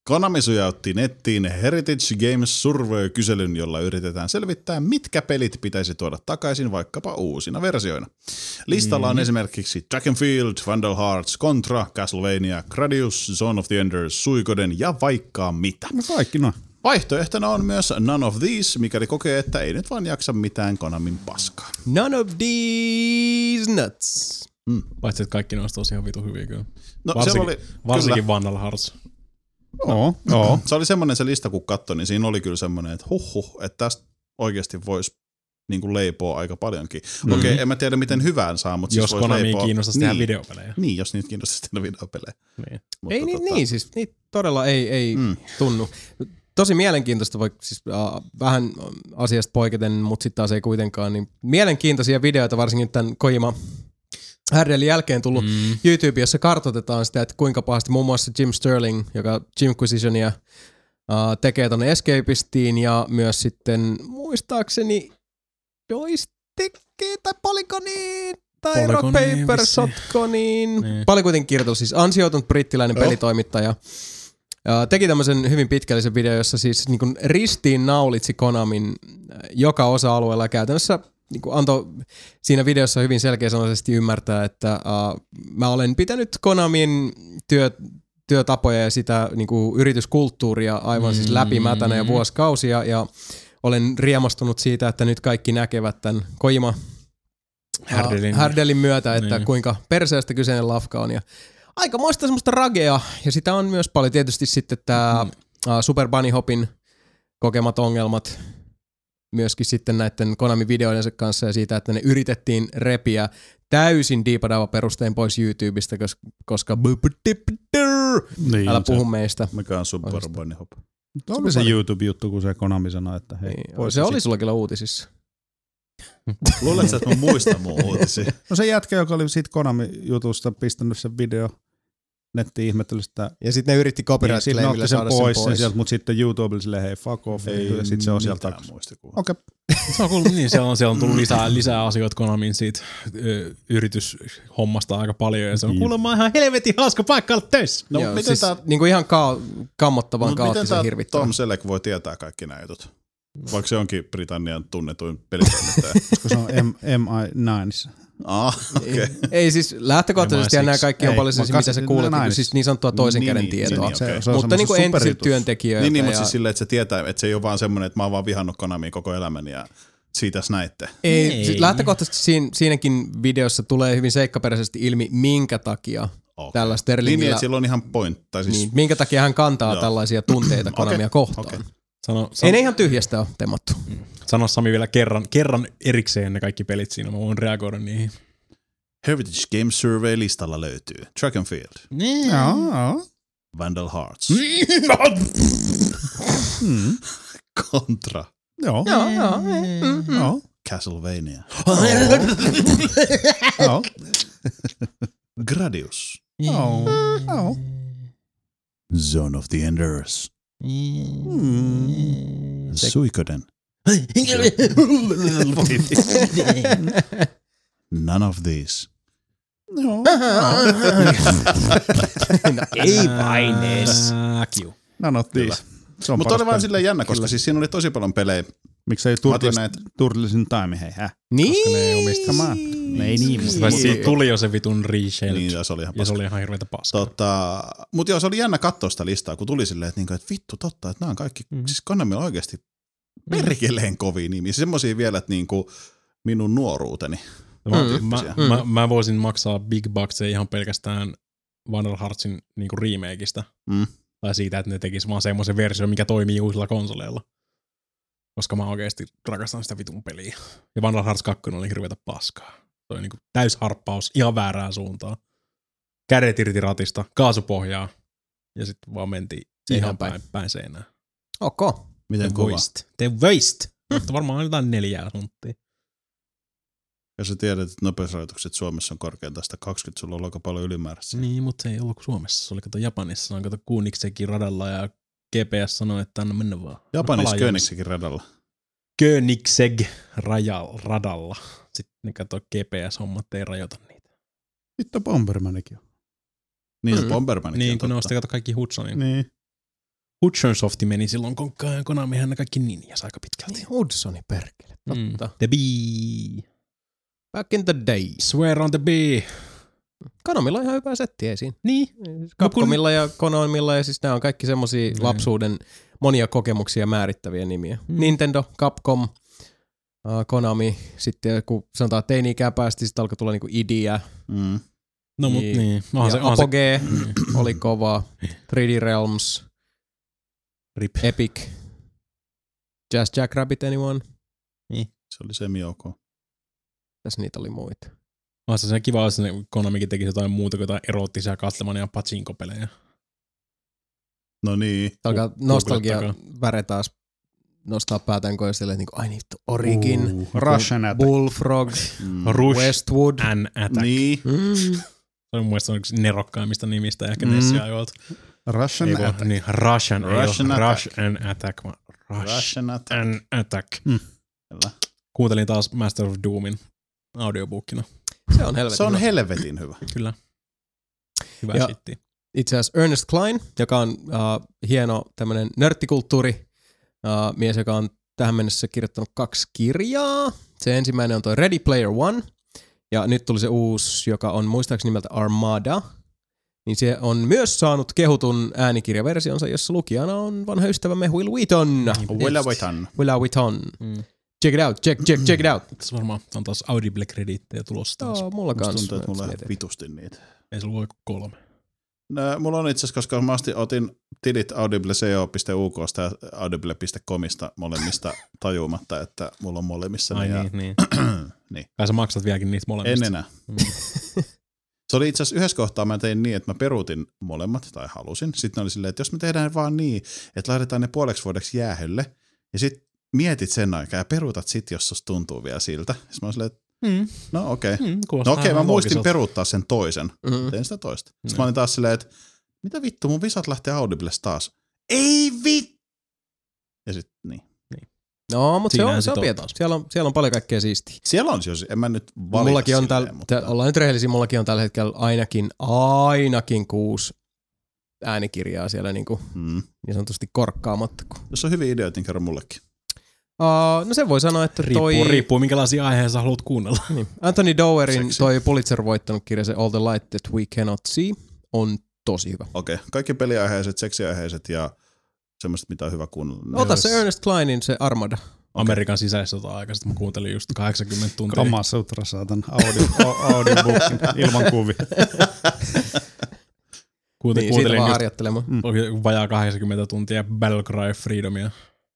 S1: Konami sujautti nettiin Heritage Games Survey-kyselyn, jolla yritetään selvittää, mitkä pelit pitäisi tuoda takaisin vaikkapa uusina versioina. Listalla on mm. esimerkiksi Track and Field, Vandal Hearts, Contra, Castlevania, Gradius, Zone of the Enders, Suikoden ja vaikka mitä.
S5: No kaikki no.
S1: Vaihtoehtona on myös None of These, mikäli kokee, että ei nyt vaan jaksa mitään Konamin paskaa.
S2: None of these nuts.
S3: Mm. Paitsi, että kaikki noista olisi ihan vitu hyviä kyllä.
S1: No,
S3: varsinkin
S1: oli,
S3: varsinkin Vandal Hearts.
S5: Oo, oo.
S1: Se oli semmoinen se lista, kun katsoi, niin siinä oli kyllä semmoinen, että huh huh, että tästä oikeasti voisi niin kuin leipoa aika paljonkin. Mm-hmm. Okei, okay, en mä tiedä miten hyvään saa, mutta
S3: jos
S1: siis voisi leipoa. Jos
S3: Konamiin kiinnostaisi
S1: niin.
S3: tehdä videopelejä.
S1: Niin, jos niitä kiinnostaisi tehdä videopelejä.
S3: Niin.
S1: Mutta
S2: ei niin,
S1: tota...
S2: niin, siis niitä todella ei, ei mm. tunnu. Tosi mielenkiintoista, vaikka siis äh, vähän asiasta poiketen, mutta sitten taas ei kuitenkaan, niin mielenkiintoisia videoita, varsinkin tämän Kojima Härdelin jälkeen tullut mm. YouTube, jossa kartoitetaan sitä, että kuinka pahasti muun muassa Jim Sterling, joka Jimquisitionia äh, tekee tonne Escapistiin ja myös sitten muistaakseni Joyce tekee tai Polygoniin tai Rock Paper Shotguniin. Niin. Paljon kuitenkin kirjoitus, siis ansioitunut brittiläinen oh. pelitoimittaja. Uh, teki tämmöisen hyvin pitkällisen video, jossa siis niin kuin ristiin naulitsi Konamin joka osa-alueella ja käytännössä niin kuin antoi siinä videossa hyvin selkeäsanaisesti ymmärtää, että uh, mä olen pitänyt Konamin työ, työtapoja ja sitä niin kuin yrityskulttuuria aivan mm-hmm. siis läpimätänä ja vuosikausia ja olen riemastunut siitä, että nyt kaikki näkevät tämän Kojima
S3: Härdelin,
S2: Härdelin myötä, että
S3: niin.
S2: kuinka perseestä kyseinen lafka on ja aika muista semmoista ragea, ja sitä on myös paljon tietysti sitten tämä mm. Super Bunny Hopin kokemat ongelmat myöskin sitten näiden Konami-videoidensa kanssa ja siitä, että ne yritettiin repiä täysin diipadava perustein pois YouTubesta, koska
S5: niin,
S2: älä puhu meistä.
S1: Mikä on Super Bunny Hop?
S5: Oli se YouTube-juttu, kun se Konami sanoi, että hei.
S2: Niin, se oli sulla kyllä uutisissa.
S1: Luuletko, että mä muistan mun uutisia?
S5: No se jätkä, joka oli siitä Konami-jutusta pistänyt sen video nettiin ihmettelystä.
S2: Ja sitten ne yritti copyright-claimillä
S5: sen
S2: saada
S5: pois,
S2: sen pois.
S5: Sieltä, mutta sitten YouTube oli silleen, hei fuck off,
S1: ei
S5: ja sitten se on sieltä takaisin.
S1: Okei.
S5: Okay.
S3: Se on kuullut, niin siellä on, siellä on tullut lisää, lisää asioita Konamin siitä ö, yrityshommasta aika paljon, ja se on kuulemma ihan helvetin hauska paikka olla töissä.
S2: No, Joo, miten siis tää... niin kuin ihan ka- kammottavan kaoottisen hirvittävän.
S1: Tom Selleck voi tietää kaikki nämä jutut? Vaikka se onkin Britannian tunnetuin pelitoimittaja.
S5: Koska se on M I yhdeksän.
S1: Ah, okei. Okay.
S2: Ei, ei siis lähtökohtaisesti ja nämä kaikki on paljon siis, mitä sä kuulet, niin, siis niin sanottua toisen
S1: niin,
S2: käden
S1: niin,
S2: tietoa.
S1: Niin, okay.
S2: se, mutta niin kuin entisiltä työntekijöiltä.
S1: Niin, niin
S2: ja...
S1: mutta siis silleen, että se tietää, että se ei ole vaan semmoinen, että mä oon vaan vihannut Konamiin koko elämäni ja siitä näitte.
S2: Ei, ei. Siis lähtökohtaisesti siinä, siinäkin videossa tulee hyvin seikkaperäisesti ilmi, minkä takia okay. tällä Sterlingillä...
S1: Niin, että sillä on ihan point. Tai siis...
S2: niin, minkä takia hän kantaa Joo. tällaisia tunteita Konamia okay. kohtaan. Okay.
S3: Sano, sano,
S2: ei ne ihan tyhjästä ole temattu.
S3: Sano Sami vielä kerran, kerran erikseen ne kaikki pelit siinä, mä voin reagoida niihin.
S1: Heritage Game Survey-listalla löytyy Track and Field,
S5: mm. no.
S1: Vandal Hearts, mm. Contra,
S5: joo.
S2: Joo, joo. Mm-hmm.
S5: joo.
S1: Castlevania,
S5: oh. oh.
S1: Gradius,
S5: oh. Oh.
S1: Zone of the Enders,
S5: mm.
S1: Suikoden, None of these.
S5: No.
S2: no ei vain edes.
S5: None of these.
S1: Mutta oli vaan silleen jännä, koska siis siinä oli tosi paljon pelejä.
S5: Miksei Turtles in Time, hei hä?
S2: Niin.
S3: Koska ne ei omista.
S5: Ne ei niin.
S3: niin. Siitä tuli jo se vitun reshell.
S1: Niin, ja se oli ihan
S3: paska. Ja se oli ihan hirveätä paskaa.
S1: Tota, mutta joo, se oli jännä katsoa sitä listaa, kun tuli silleen, että, niinku, että vittu totta, että nämä on kaikki, mm. siis Konami on oikeasti perkeleen kovia nimiä. Semmosia vielä, että niinku minun nuoruuteni.
S3: Mä, mm. mä, mä, mä voisin maksaa big bucks ihan pelkästään Vandal Heartsin niinku remakeista.
S1: Mm.
S3: Tai siitä, että ne tekis vaan semmoisen version, mikä toimii uusilla konsoleilla. Koska mä oikeesti rakastan sitä vitun peliä. Ja Vandal Hearts kaksi oli hirveätä paskaa. Se oli niinku täysharppaus ihan väärään suuntaan. Kädet irti ratista, kaasupohjaa. Ja sitten vaan mentiin ihan päin, päin, päin seinään.
S2: Okay.
S1: Miten kova?
S3: The Waste. Mutta varmaan jotain neljää sunttia.
S1: Ja sä tiedät, että nopeusrajoitukset Suomessa on korkeintaan sitä kaksikymmentä, sulla on aika paljon ylimääräistä.
S3: Niin, mutta se ei ollut Suomessa. Se oli kato Japanissa. Se on kato Koenigseggin radalla ja G P S sanoi, että anna mennä vaan.
S1: Japanissa Koenigseggin radalla.
S3: Koenigsegg radalla. Sitten ne kato G P S-hommat ei rajoita niitä.
S5: Vittu Bombermanikin on.
S1: Niin, mm. Bombermanikin
S3: niin,
S1: on
S3: kun
S1: totta.
S3: ne osti kato kaikki Hudsonin.
S5: Niin.
S3: Hudson Softi meni silloin, kun Konamihan ne kaikki ninjas aika pitkälti.
S2: Niin Hudsoni perkele, totta.
S3: Mm. The Bee.
S2: Back in the day.
S3: Swear on the Bee.
S2: Konamilla on ihan hyvä setti, ei siinä.
S3: Niin.
S2: Capcomilla ja Konamilla, ja siis nämä on kaikki semmosia
S3: Mm.
S2: lapsuuden monia kokemuksia määrittäviä nimiä. Mm. Nintendo, Capcom, uh, Konami, sitten kun sanotaan teini-ikää päästi, sitten alkoi tulla niinku idiä.
S1: Mm.
S3: No mut
S2: Niin.
S3: niin. Onhan
S2: Ja
S3: se, onhan se.
S2: Apogee oli kova. three D Realms,
S3: Rip.
S2: Epic, Jazz Jackrabbit, anyone?
S1: Se oli semi-ok.
S2: Tässä niitä oli muita.
S3: Onhan se se kiva, jos ne Konamikin tekisi jotain muuta kuin jotain erottisia katlemania pachinko-pelejä.
S1: No niin.
S2: Alkaa nostalgia
S3: googlettakaa.
S2: väre taas nostaa päätään koja silleen, että niinku, ai niin, Origin,
S5: Uh, Russian Attack.
S2: Bullfrog,
S1: Mm.
S3: Rush
S2: Westwood.
S3: and Attack.
S1: Niin.
S2: Mm.
S3: Se on mun mielestä yksi nerokkaimmista nimistä ehkä
S1: Mm.
S3: mm. Nessia-ajoilta.
S5: Russian
S3: Ei vaan,
S5: Attack.
S3: niin, Russian,
S1: Russian
S3: Russian
S1: Attack.
S3: Rush and Attack. Vaan Rush
S1: Russian Attack.
S3: and Attack.
S1: Kyllä.
S3: Kuuntelin taas Master of Doomin audiobookina.
S2: Se on helvetin
S1: Se on
S2: hyvä.
S1: helvetin hyvä.
S3: Kyllä. Hyvä
S2: Ja-
S3: shitti.
S2: Itse asiassa Ernest Cline, joka on uh, hieno tämmönen nörttikulttuuri uh, mies, joka on tähän mennessä kirjoittanut kaksi kirjaa. Se ensimmäinen on toi Ready Player One, ja nyt tuli se uusi, joka on muistaakseni nimeltä Armada. Niin se on myös saanut kehutun äänikirjaversionsa, jossa lukijana on vanha ystävämme Will Wheaton.
S1: Willa Waitan.
S2: Will Wheaton.
S3: Mm.
S2: Check it out, check, check, check it out.
S3: Tässä varmaan on taas Audible-krediittejä tulossa taas.
S2: Joo, mulla
S1: Musta
S2: kanssa.
S1: tuntuu, että mulla
S2: Mietin.
S1: on vitusti niitä.
S3: Ei sulla voi kolme.
S1: No, mulla on itse asiassa, koska mä asti otin tilit audible piste co piste u k:sta ja audible piste comista molemmista tajumatta, että mulla on molemmissa.
S3: Ai
S1: ja
S3: niin, niin.
S1: Niin.
S3: Kai sä maksat vieläkin niistä molemmista.
S1: En enää.
S3: Mm.
S1: Se oli itse asiassa yhdessä kohtaa, mä tein niin, että mä peruutin molemmat, tai halusin. Sitten oli silleen, että jos me tehdään vaan niin, että laitetaan ne puoleksi vuodeksi jäähylle, ja sitten mietit sen aikaa ja peruutat sit, jos susta tuntuu vielä siltä. Sitten mä olin silleen, että
S3: Mm.
S1: no okei. Okay.
S3: Mm,
S1: No okei, okay, mä muistin
S3: loogiselta.
S1: peruuttaa sen toisen.
S2: Mm.
S1: Tein sitä toista. Sitten
S3: Mm.
S1: mä olin taas silleen, että mitä vittu, mun visat lähtee Audibles taas. Ei vittu! Ja sit niin.
S2: No, mutta se
S3: Siinähän
S2: on, se
S3: sit
S2: on
S3: on
S2: pientä.
S3: taas.
S2: Siellä on, siellä on paljon kaikkea siistiä.
S1: Siellä on siis, en mä nyt valita
S2: Mullakin on
S1: silleen,
S2: tällä,
S1: mutta...
S2: ollaan nyt rehellisiä, mullakin on tällä hetkellä ainakin, ainakin kuusi äänikirjaa siellä niinku,
S1: Mm.
S2: niin sanotusti korkkaamatta. Kun.
S1: Jos on hyviä ideoita, niin kerro mullekin.
S2: Uh, no se voi sanoa, että
S3: Riippuu,
S2: toi
S3: riippuu minkälaisia aiheita sä haluat kuunnella.
S2: niin, Anthony Dowerin
S1: Seksi.
S2: toi Pulitzer-voittanut kirja, se All the Light That We Cannot See, on tosi hyvä.
S1: Okei, okay. Kaikki peliaiheiset, seksiaiheiset ja semmoiset, mitä on hyvä kuunnella.
S2: Ota se Ernest Clinein, se Armada.
S3: Amerikan sisäissota aikaisesti mä kuuntelin just kahdeksankymmentä tuntia.
S5: Kama Sutra, saatan audio, au- audiobookin ilman kuvia.
S3: Kuuntelin,
S2: Niin, siitä
S3: kuuntelin
S2: vaan
S3: just
S2: harjoittelemaan.
S3: oli vajaa kahdeksankymmentä tuntia Battlecry Freedomia.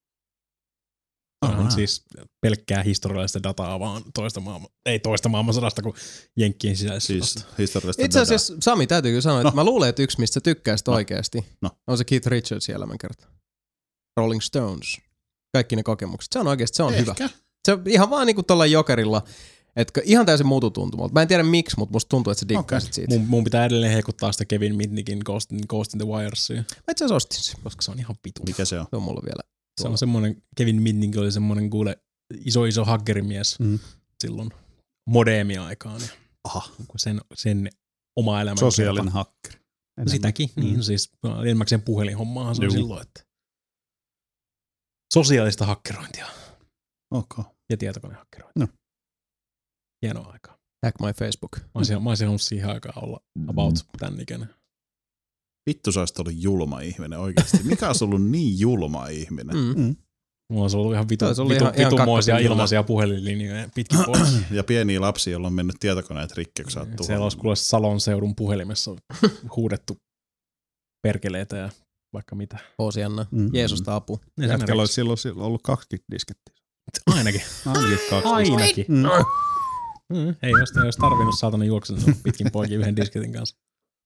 S3: On
S1: Aha.
S3: siis pelkkää historiallista dataa vaan toista maailman, ei toista maailmansodasta kuin Jenkkien sisäissodasta.
S1: Siis historiallista
S2: Itse asiassa Sami, täytyy kyllä sanoa, että
S1: No.
S2: mä luulen, että yksi, mistä tykkäisit
S1: No.
S2: oikeasti,
S1: No.
S2: on se Keith Richards elämänkerta. Rolling Stones. Kaikki ne kokemukset. Se on oikeasti, se on
S1: Ehkä.
S2: hyvä. Se on ihan vaan niinku tuolla jokerilla, että ihan täysin muutu tuntumalta. Mä en tiedä miksi, mutta musta tuntuu, että sä dikkaisit
S1: Okei.
S2: siitä.
S3: Mun, mun pitää edelleen heikuttaa sitä Kevin Mitnickin Ghost, in- Ghost in the Wiresia,
S2: Mä itse asiassa ostin sen.
S3: koska se on ihan vitu.
S1: Mikä se on?
S2: Se on mulla vielä.
S3: Se on semmoinen, Kevin Mitnick oli semmoinen kuule iso iso hakkerimies
S5: Mm.
S3: silloin modeemi-aikaan. Ja
S1: Aha.
S3: sen, sen oma elämä.
S5: Sosiaalinen hakkeri. Enemmän.
S3: Sitäkin, mm. niin siis enimmäkseen puhelinhommaahan se on
S5: Juu.
S3: silloin, että sosiaalista hakkerointia
S1: Okay.
S3: ja tietokonehakkerointia.
S5: No.
S3: Hienoa aikaa.
S2: Hack my Facebook.
S3: Mä olisin, mä olisin halunnut siihen aikaan olla about tämän ikäinen.
S1: Vittu sä olisit ollut julma ihminen oikeasti. Mikä olisi ollut niin julma ihminen?
S2: Mm.
S5: Mm.
S3: Mulla olisi ollut ihan vitu,
S2: Taisi olla
S3: vitu,
S2: ihan- ihan
S3: vitunmoisia
S2: kakkosen
S3: ilmaisia puhelinlinjoja pitkin pois.
S1: Ja pieniä lapsia, joilla on mennyt tietokoneet rikki, kun sä oot
S3: Siellä
S1: tuhannut.
S3: olisi kuule Salon seudun puhelimessa huudettu perkeleitä ja vaikka mitä.
S2: Hoosianna.
S5: Mm.
S2: Jeesusta apu.
S5: Jätkällä olisi silloin, silloin ollut kaksi diskettiä.
S3: Ainakin.
S5: Ainakin kaksi.
S3: Ainakin.
S5: Mm.
S3: Mm, ei jos ei olisi tarvinnut saatana juoksen pitkin poikin yhden disketin kanssa.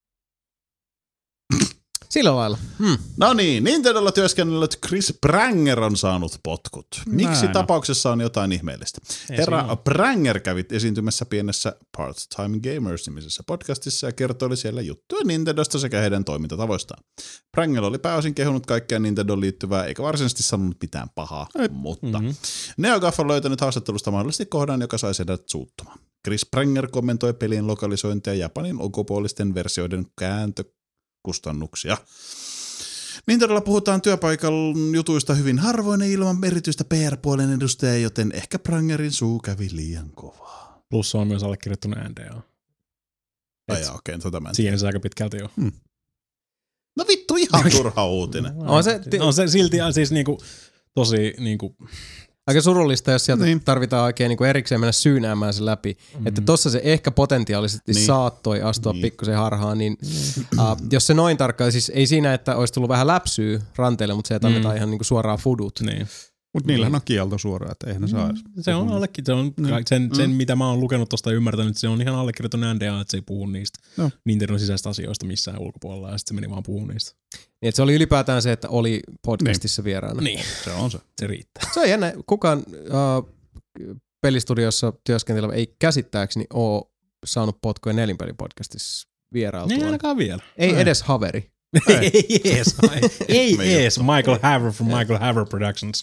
S2: Sillä lailla. Hmm.
S1: No niin, Nintendolla työskennellyt Chris Pranger on saanut potkut. Miksi
S5: Näin on.
S1: tapauksessa on jotain ihmeellistä?
S3: Ei
S1: Herra
S3: siinä ole.
S1: Pranger kävi esiintymässä pienessä Part-Time Gamers-nimisessä podcastissa ja kertoi siellä juttuja Nintendosta sekä heidän toimintatavoistaan. Pranger oli pääosin kehunut kaikkea Nintendoon liittyvää eikä varsinaisesti sanonut mitään pahaa,
S5: Ei.
S1: mutta
S3: Mhm.
S1: NeoGAF on löytänyt haastattelusta mahdollisesti kohdan, joka sai sedät suuttumaan. Chris Pranger kommentoi pelin lokalisointia Japanin ulkopuolisten versioiden kääntökustannuksia. Nintendolla puhutaan työpaikan jutuista hyvin harvoin ilman erityistä P R-puolen edustajaa, joten ehkä Prangerin suu kävi liian kovaa.
S3: Plus on myös allekirjoittanut N D A.
S1: Ai jaa, okei, tota mä en
S3: Siihen se aika pitkälti on.
S5: Hmm.
S1: No vittu, ihan turha uutinen.
S2: On se, ti-
S3: on se silti siis niinku, tosi niinku,
S2: aika surullista, jos sieltä
S5: Niin.
S2: tarvitaan oikein niin kuin erikseen mennä syynäämään se läpi. Mm-hmm. Että tossa se ehkä potentiaalisesti
S1: Niin.
S2: niin. saattoi astua
S1: Niin.
S2: niin. pikkusen harhaan, niin uh, jos se noin tarkkaan, siis ei siinä, että olisi tullut vähän läpsyä ranteille, mutta se, että annetaan
S3: Mm.
S2: ihan niin kuin suoraan fudut.
S3: niin.
S5: Mutta niillähän on kielto suoraan, että eihän ne saa edes.
S3: Se on allekin, se on sen, sen mitä mä oon lukenut tosta ja ymmärtänyt, se on ihan allekirjoittanut N D A, että se ei puhu niistä
S5: No.
S3: Nintendon sisäistä asioista missään ulkopuolella, ja sitten se meni vaan puhua niistä.
S2: Niin, että se oli ylipäätään se, että oli podcastissa niin. vieraana.
S3: Niin,
S5: Se on se.
S3: se riittää.
S2: Se on jännä. Kukaan uh, pelistudiossa työskentelevä ei käsittääkseni ole saanut potkuja nelinpelipodcastissa vierailtua.
S3: Ei ainakaan vielä.
S2: Ei
S5: Ei.
S2: edes haveri.
S3: Ei ees, ei
S1: Me
S3: ees, Michael Haver from Michael Haver Productions.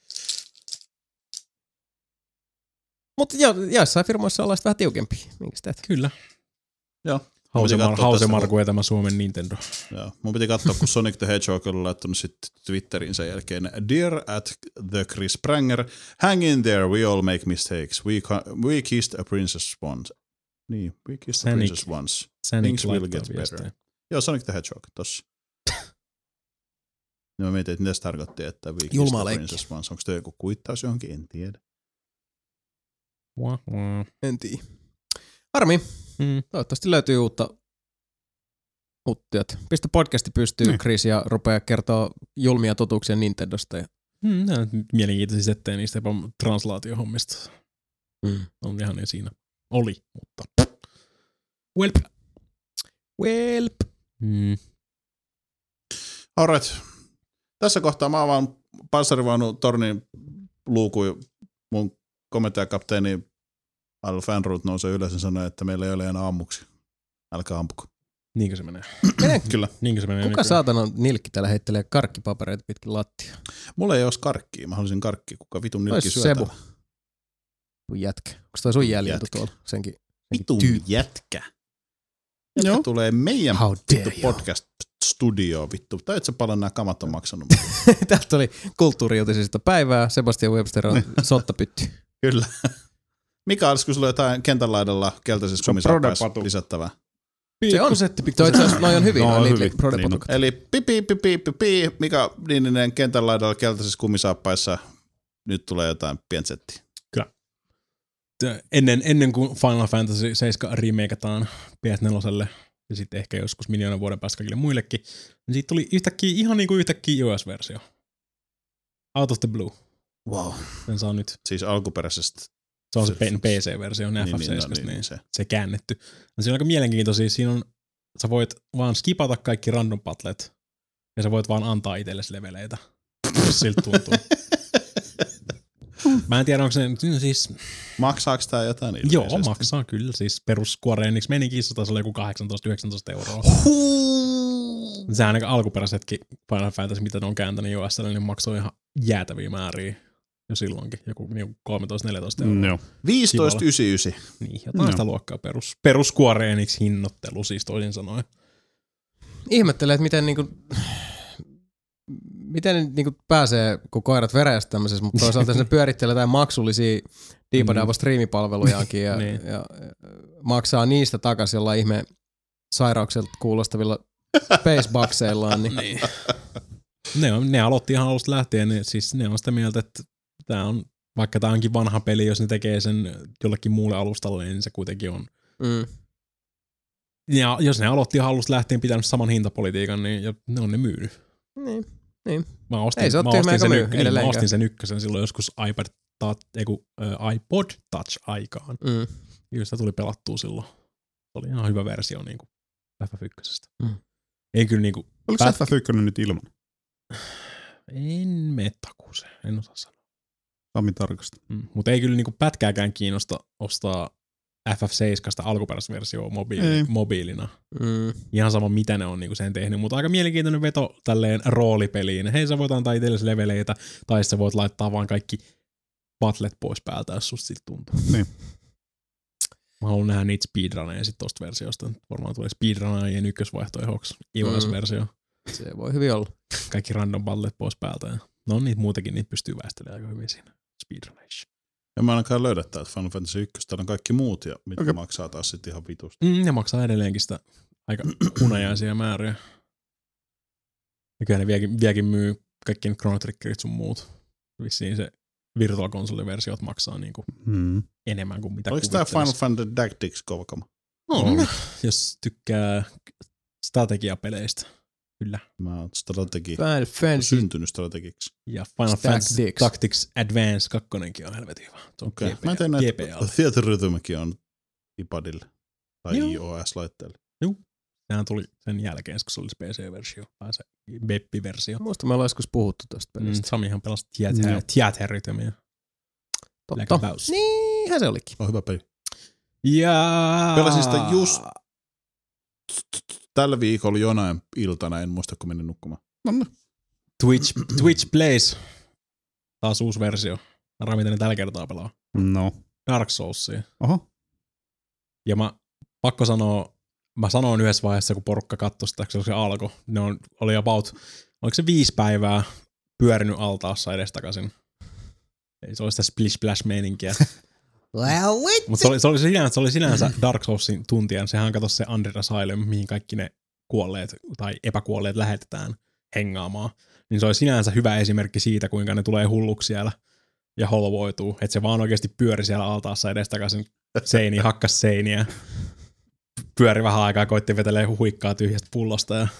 S2: Mutta jo, joissain firmoissa ollaan vähän tiukempia. Minkäs teet?
S3: Kyllä.
S1: Joo.
S3: Hausemar,
S1: katsoa
S3: Hausemarku
S1: tässä,
S3: ja tämä Suomen Nintendo.
S1: Joo. Mun piti katsoa, kun Sonic the Hedgehog oli laittanut sitten Twitteriin sen jälkeen. Dear at the Chris Pranger, hang in there, we all make mistakes. We, ca- we kissed a princess once. Niin, we kissed a
S3: Sonic.
S1: princess once.
S3: Sonic
S1: Things will
S3: laittaa
S1: get
S3: viestejä.
S1: better. Joo, Sonic the Hedgehog, tossa. Ja mä mietin, että mitä se tarkoitti, että we kissed
S2: Julmaa
S1: a
S2: leikkiä.
S1: princess once. Onko toi joku kuittaus johonkin? En tiedä.
S3: Wah, wah.
S2: En tiedä. Harmi.
S3: Mm.
S2: Toivottavasti löytyy uutta uuttiot. Pistä podcasti pystyy,
S5: Niin.
S2: Chris, ja rupeaa kertoa julmia totuuksia Nintendosta. Ja...
S3: Mm, nämä on mielenkiintoisia settejä niistä jopa translaatiohommista.
S2: Mm.
S3: On ihan niin siinä. Oli, mutta... Welp.
S2: Welp.
S3: Mm.
S1: Alright. Tässä kohtaa mä avaan panssarivaunu tornin luukui. Mun komentajakapteeni Al Fanroot nousee ylös ja sanoo, että meillä ei ole enää ammuksi. Älkää ampuko.
S3: Niinkö se menee?
S1: Kyllä.
S3: Niinkö se menee
S2: Kuka
S3: nykyään?
S2: saatana nilkki täällä heittelee karkkipapereita pitkin lattia?
S1: Mulla ei olisi karkkia. Mä haluaisin karkkia. Kuka vitun nilkki
S2: Ois
S1: syö
S2: Sebu.
S1: täällä?
S2: Sun jätkä. Onko toi sun jäljiltä
S1: Jätkä.
S2: tuolla? Senkin.
S1: Vitun
S2: tyy-
S1: jätkä. Jätkä
S5: Joo.
S1: tulee meidän
S2: How dare
S1: vittu
S2: you.
S1: podcast-studioon vittu. Tai et sä paljon nää kamat on maksanut.
S2: Täältä oli kulttuuriutisista päivää. Sebastian Webster on sottapytty.
S1: Kyllä. Mikä olisi, kun sulla on jotain kentän laidalla keltaisessa
S5: Se on
S1: kumisaappaissa
S5: prodepatu.
S1: lisättävää?
S2: Se on se. Toi itse asiassa noi on hyvin.
S5: No,
S2: noi
S5: on
S2: niitä
S5: hyvin.
S2: prodepatukat.
S1: Eli pipi, pipi, pipi, Mika Niininen kentän laidalla keltaisessa kumisaappaissa. Nyt tulee jotain piensettiä.
S3: Ennen, ennen kuin Final Fantasy seitsemän remakeataan P S neljä ja sitten ehkä joskus miljoonan vuoden päästä kaikille muillekin, niin siitä tuli yhtäkkiä, ihan niin kuin yhtäkkiä iOS-versio. Out of the blue.
S1: Wow.
S3: Sen saa nyt.
S1: Siis alkuperäisestä.
S3: Se on se,
S1: Se-
S3: P C-versio, ne F F seitsemän, niin,
S1: niin,
S3: niin,
S1: se.
S3: se käännetty. No, siinä on aika mielenkiintoisia. Siinä on, sä voit vaan skipata kaikki random battlet ja sä voit vaan antaa itsellesi leveleitä, jos siltä tuntuu. Mä en tiedä, onko se no siis...
S1: Maksaako tää jotain
S3: Joo,
S1: ilmeisesti?
S3: maksaa kyllä. Siis perus Square Enix menikin, se taisi olla joku kahdeksantoista yhdeksäntoista euroa. Se ainakaan alkuperäisetkin Final Fantasy, mitä ne on kääntänyt jo S L, niin maksoi ihan jäätäviä määriä jo silloinkin. Joku niin kolmetoista neljätoista euroa.
S5: Mm, joo.
S1: viisitoista yhdeksänkymmentäyhdeksän.
S3: Niin, jotain
S5: Joo.
S3: sitä luokkaa perus, perus Square Enix hinnoittelu, siis toisin sanoen.
S2: Ihmettelee, että miten niinku... Miten ne niinku pääsee, kun koirat veräjästä tämmöisessä, mutta toisaalta ne pyörittelee jotain maksullisia diipadaava striimipalvelujaankin ja,
S3: Niin.
S2: ja, ja maksaa niistä takaisin jollain ihme sairaukselta kuulostavilla spacebakseillaan. Niin.
S3: Niin. ne, on, ne aloitti ihan alusta lähtien, niin siis ne on sitä mieltä, että tää on, vaikka tää onkin vanha peli, jos ne tekee sen jollekin muulle alustalle, niin se kuitenkin on.
S2: Mm.
S3: Ja jos ne aloitti ihan alusta lähtien pitänyt saman hintapolitiikan, niin jo- ne on ne myynyt.
S2: Niin. Niin.
S3: Mä ostin,
S2: Ei se oo
S3: mä
S2: tyhmä
S3: ostin,
S2: eikä
S3: sen,
S2: myy
S3: yk- niin, mä
S2: edelleenkään.
S3: ostin sen ykkösen silloin joskus iPad touch, eiku, äh, iPod Touch-aikaan.
S2: Mm.
S3: Kyllä sitä tuli pelattua silloin. Se oli ihan hyvä versio niin kuin F F yksi.
S2: Mm.
S3: Ei kyllä niinku,
S5: Oliko
S3: Pät-
S5: se F F yksi nyt ilman?
S3: en mene takuuseen, en osaa sanoa.
S5: Sami tarkasta.
S3: Mm. Mutta ei kyllä niinku pätkääkään kiinnosta ostaa F F seitsemän alkuperäisversioa mobiili,
S5: Ei.
S3: mobiilina.
S2: Mm.
S3: Ihan sama mitä ne on niinku sen tehnyt, mutta aika mielenkiintoinen veto tälleen roolipeliin. Hei, sä voit antaa itsellesi leveleitä, tai sä voit laittaa vaan kaikki battlet pois päältä, jos susta siltä tuntuu.
S5: Niin.
S3: Mä haluan nähdä niitä speedruneja sit tosta versiosta. Varmaan tulee speedrunaajien ykkösvaihtoehdoksi iOS-versio.
S2: Se voi hyvin olla.
S3: Kaikki random ballet pois päältä. Ja no niitä muutenkin, niitä pystyy väistelemään aika hyvin siinä speedrunissa.
S1: En mä ainakaan löydä täältä Final Fantasy yksi, täällä on kaikki muut, ja mitkä okay. maksaa taas sitten ihan vitusti.
S3: Mm, ne maksaa edelleenkin sitä aika hunajaisia määriä. Nykyään ne vieläkin, vieläkin myy kaikki Chrono Triggerit sun muut. Vissiin se Virtual Console-versiot maksaa niinku
S5: Hmm.
S3: enemmän kuin mitä
S1: Oliko tää Final Fantasy Tactics kova kama?
S3: On, jos tykkää strategiapeleistä. Kyllä.
S1: Mä oon strategi.
S2: Final Fantasy.
S1: Syntynyt strategiksi.
S3: Ja Final Fantasy
S2: Tactics.
S3: Tactics Advance kakkonenkin on helvetin hyvä.
S1: Okei.
S3: Okay.
S1: Mä tein näitä,
S3: G P A.
S1: Theater Rhythmkin on iPadille. Tai
S3: Joo.
S1: iOS-laitteelle.
S3: Sehän tuli sen jälkeen, kun se oli se P C-versio tai se web-versio.
S2: Muista me ollaan joskus puhuttu tosta
S3: Mm,
S2: pelistä.
S3: Samihan pelasi
S5: Joo.
S3: Theater Rhythmia. Black
S2: Totta.
S3: Mouse.
S2: Niinhän se olikin.
S1: On hyvä peli.
S3: Ja...
S1: Pelasin sitä just tällä viikolla jonain iltana, en muista kun menin nukkumaan. No,
S3: Twitch, Twitch Plays. Taas uusi versio. Arvaa, miten ne tällä kertaa pelaa.
S5: No.
S3: Dark Soulsia.
S5: Oho.
S3: Ja mä pakko sanoa, mä sanoin yhdessä vaiheessa, kun porukka katsoi sitä, kun se alkoi, ne on, oli about, oliko se viisi päivää pyörinyt altaassa edestakaisin. Ei se oli sitä splish splash meininkiä.
S2: Well,
S3: Mutta se oli, se, oli sinänsä, se oli sinänsä Dark Soulsin tuntien. Sehän katsoi se Under Asylum, mihin kaikki ne kuolleet tai epäkuolleet lähetetään hengaamaan. Niin se oli sinänsä hyvä esimerkki siitä, kuinka ne tulee hulluksi siellä ja holvoituu. Että se vaan oikeasti pyöri siellä altaassa edestakaisin seiniä, hakkas seiniä. Pyöri vähän aikaa, koitti vetelee huikkaa tyhjästä pullosta ja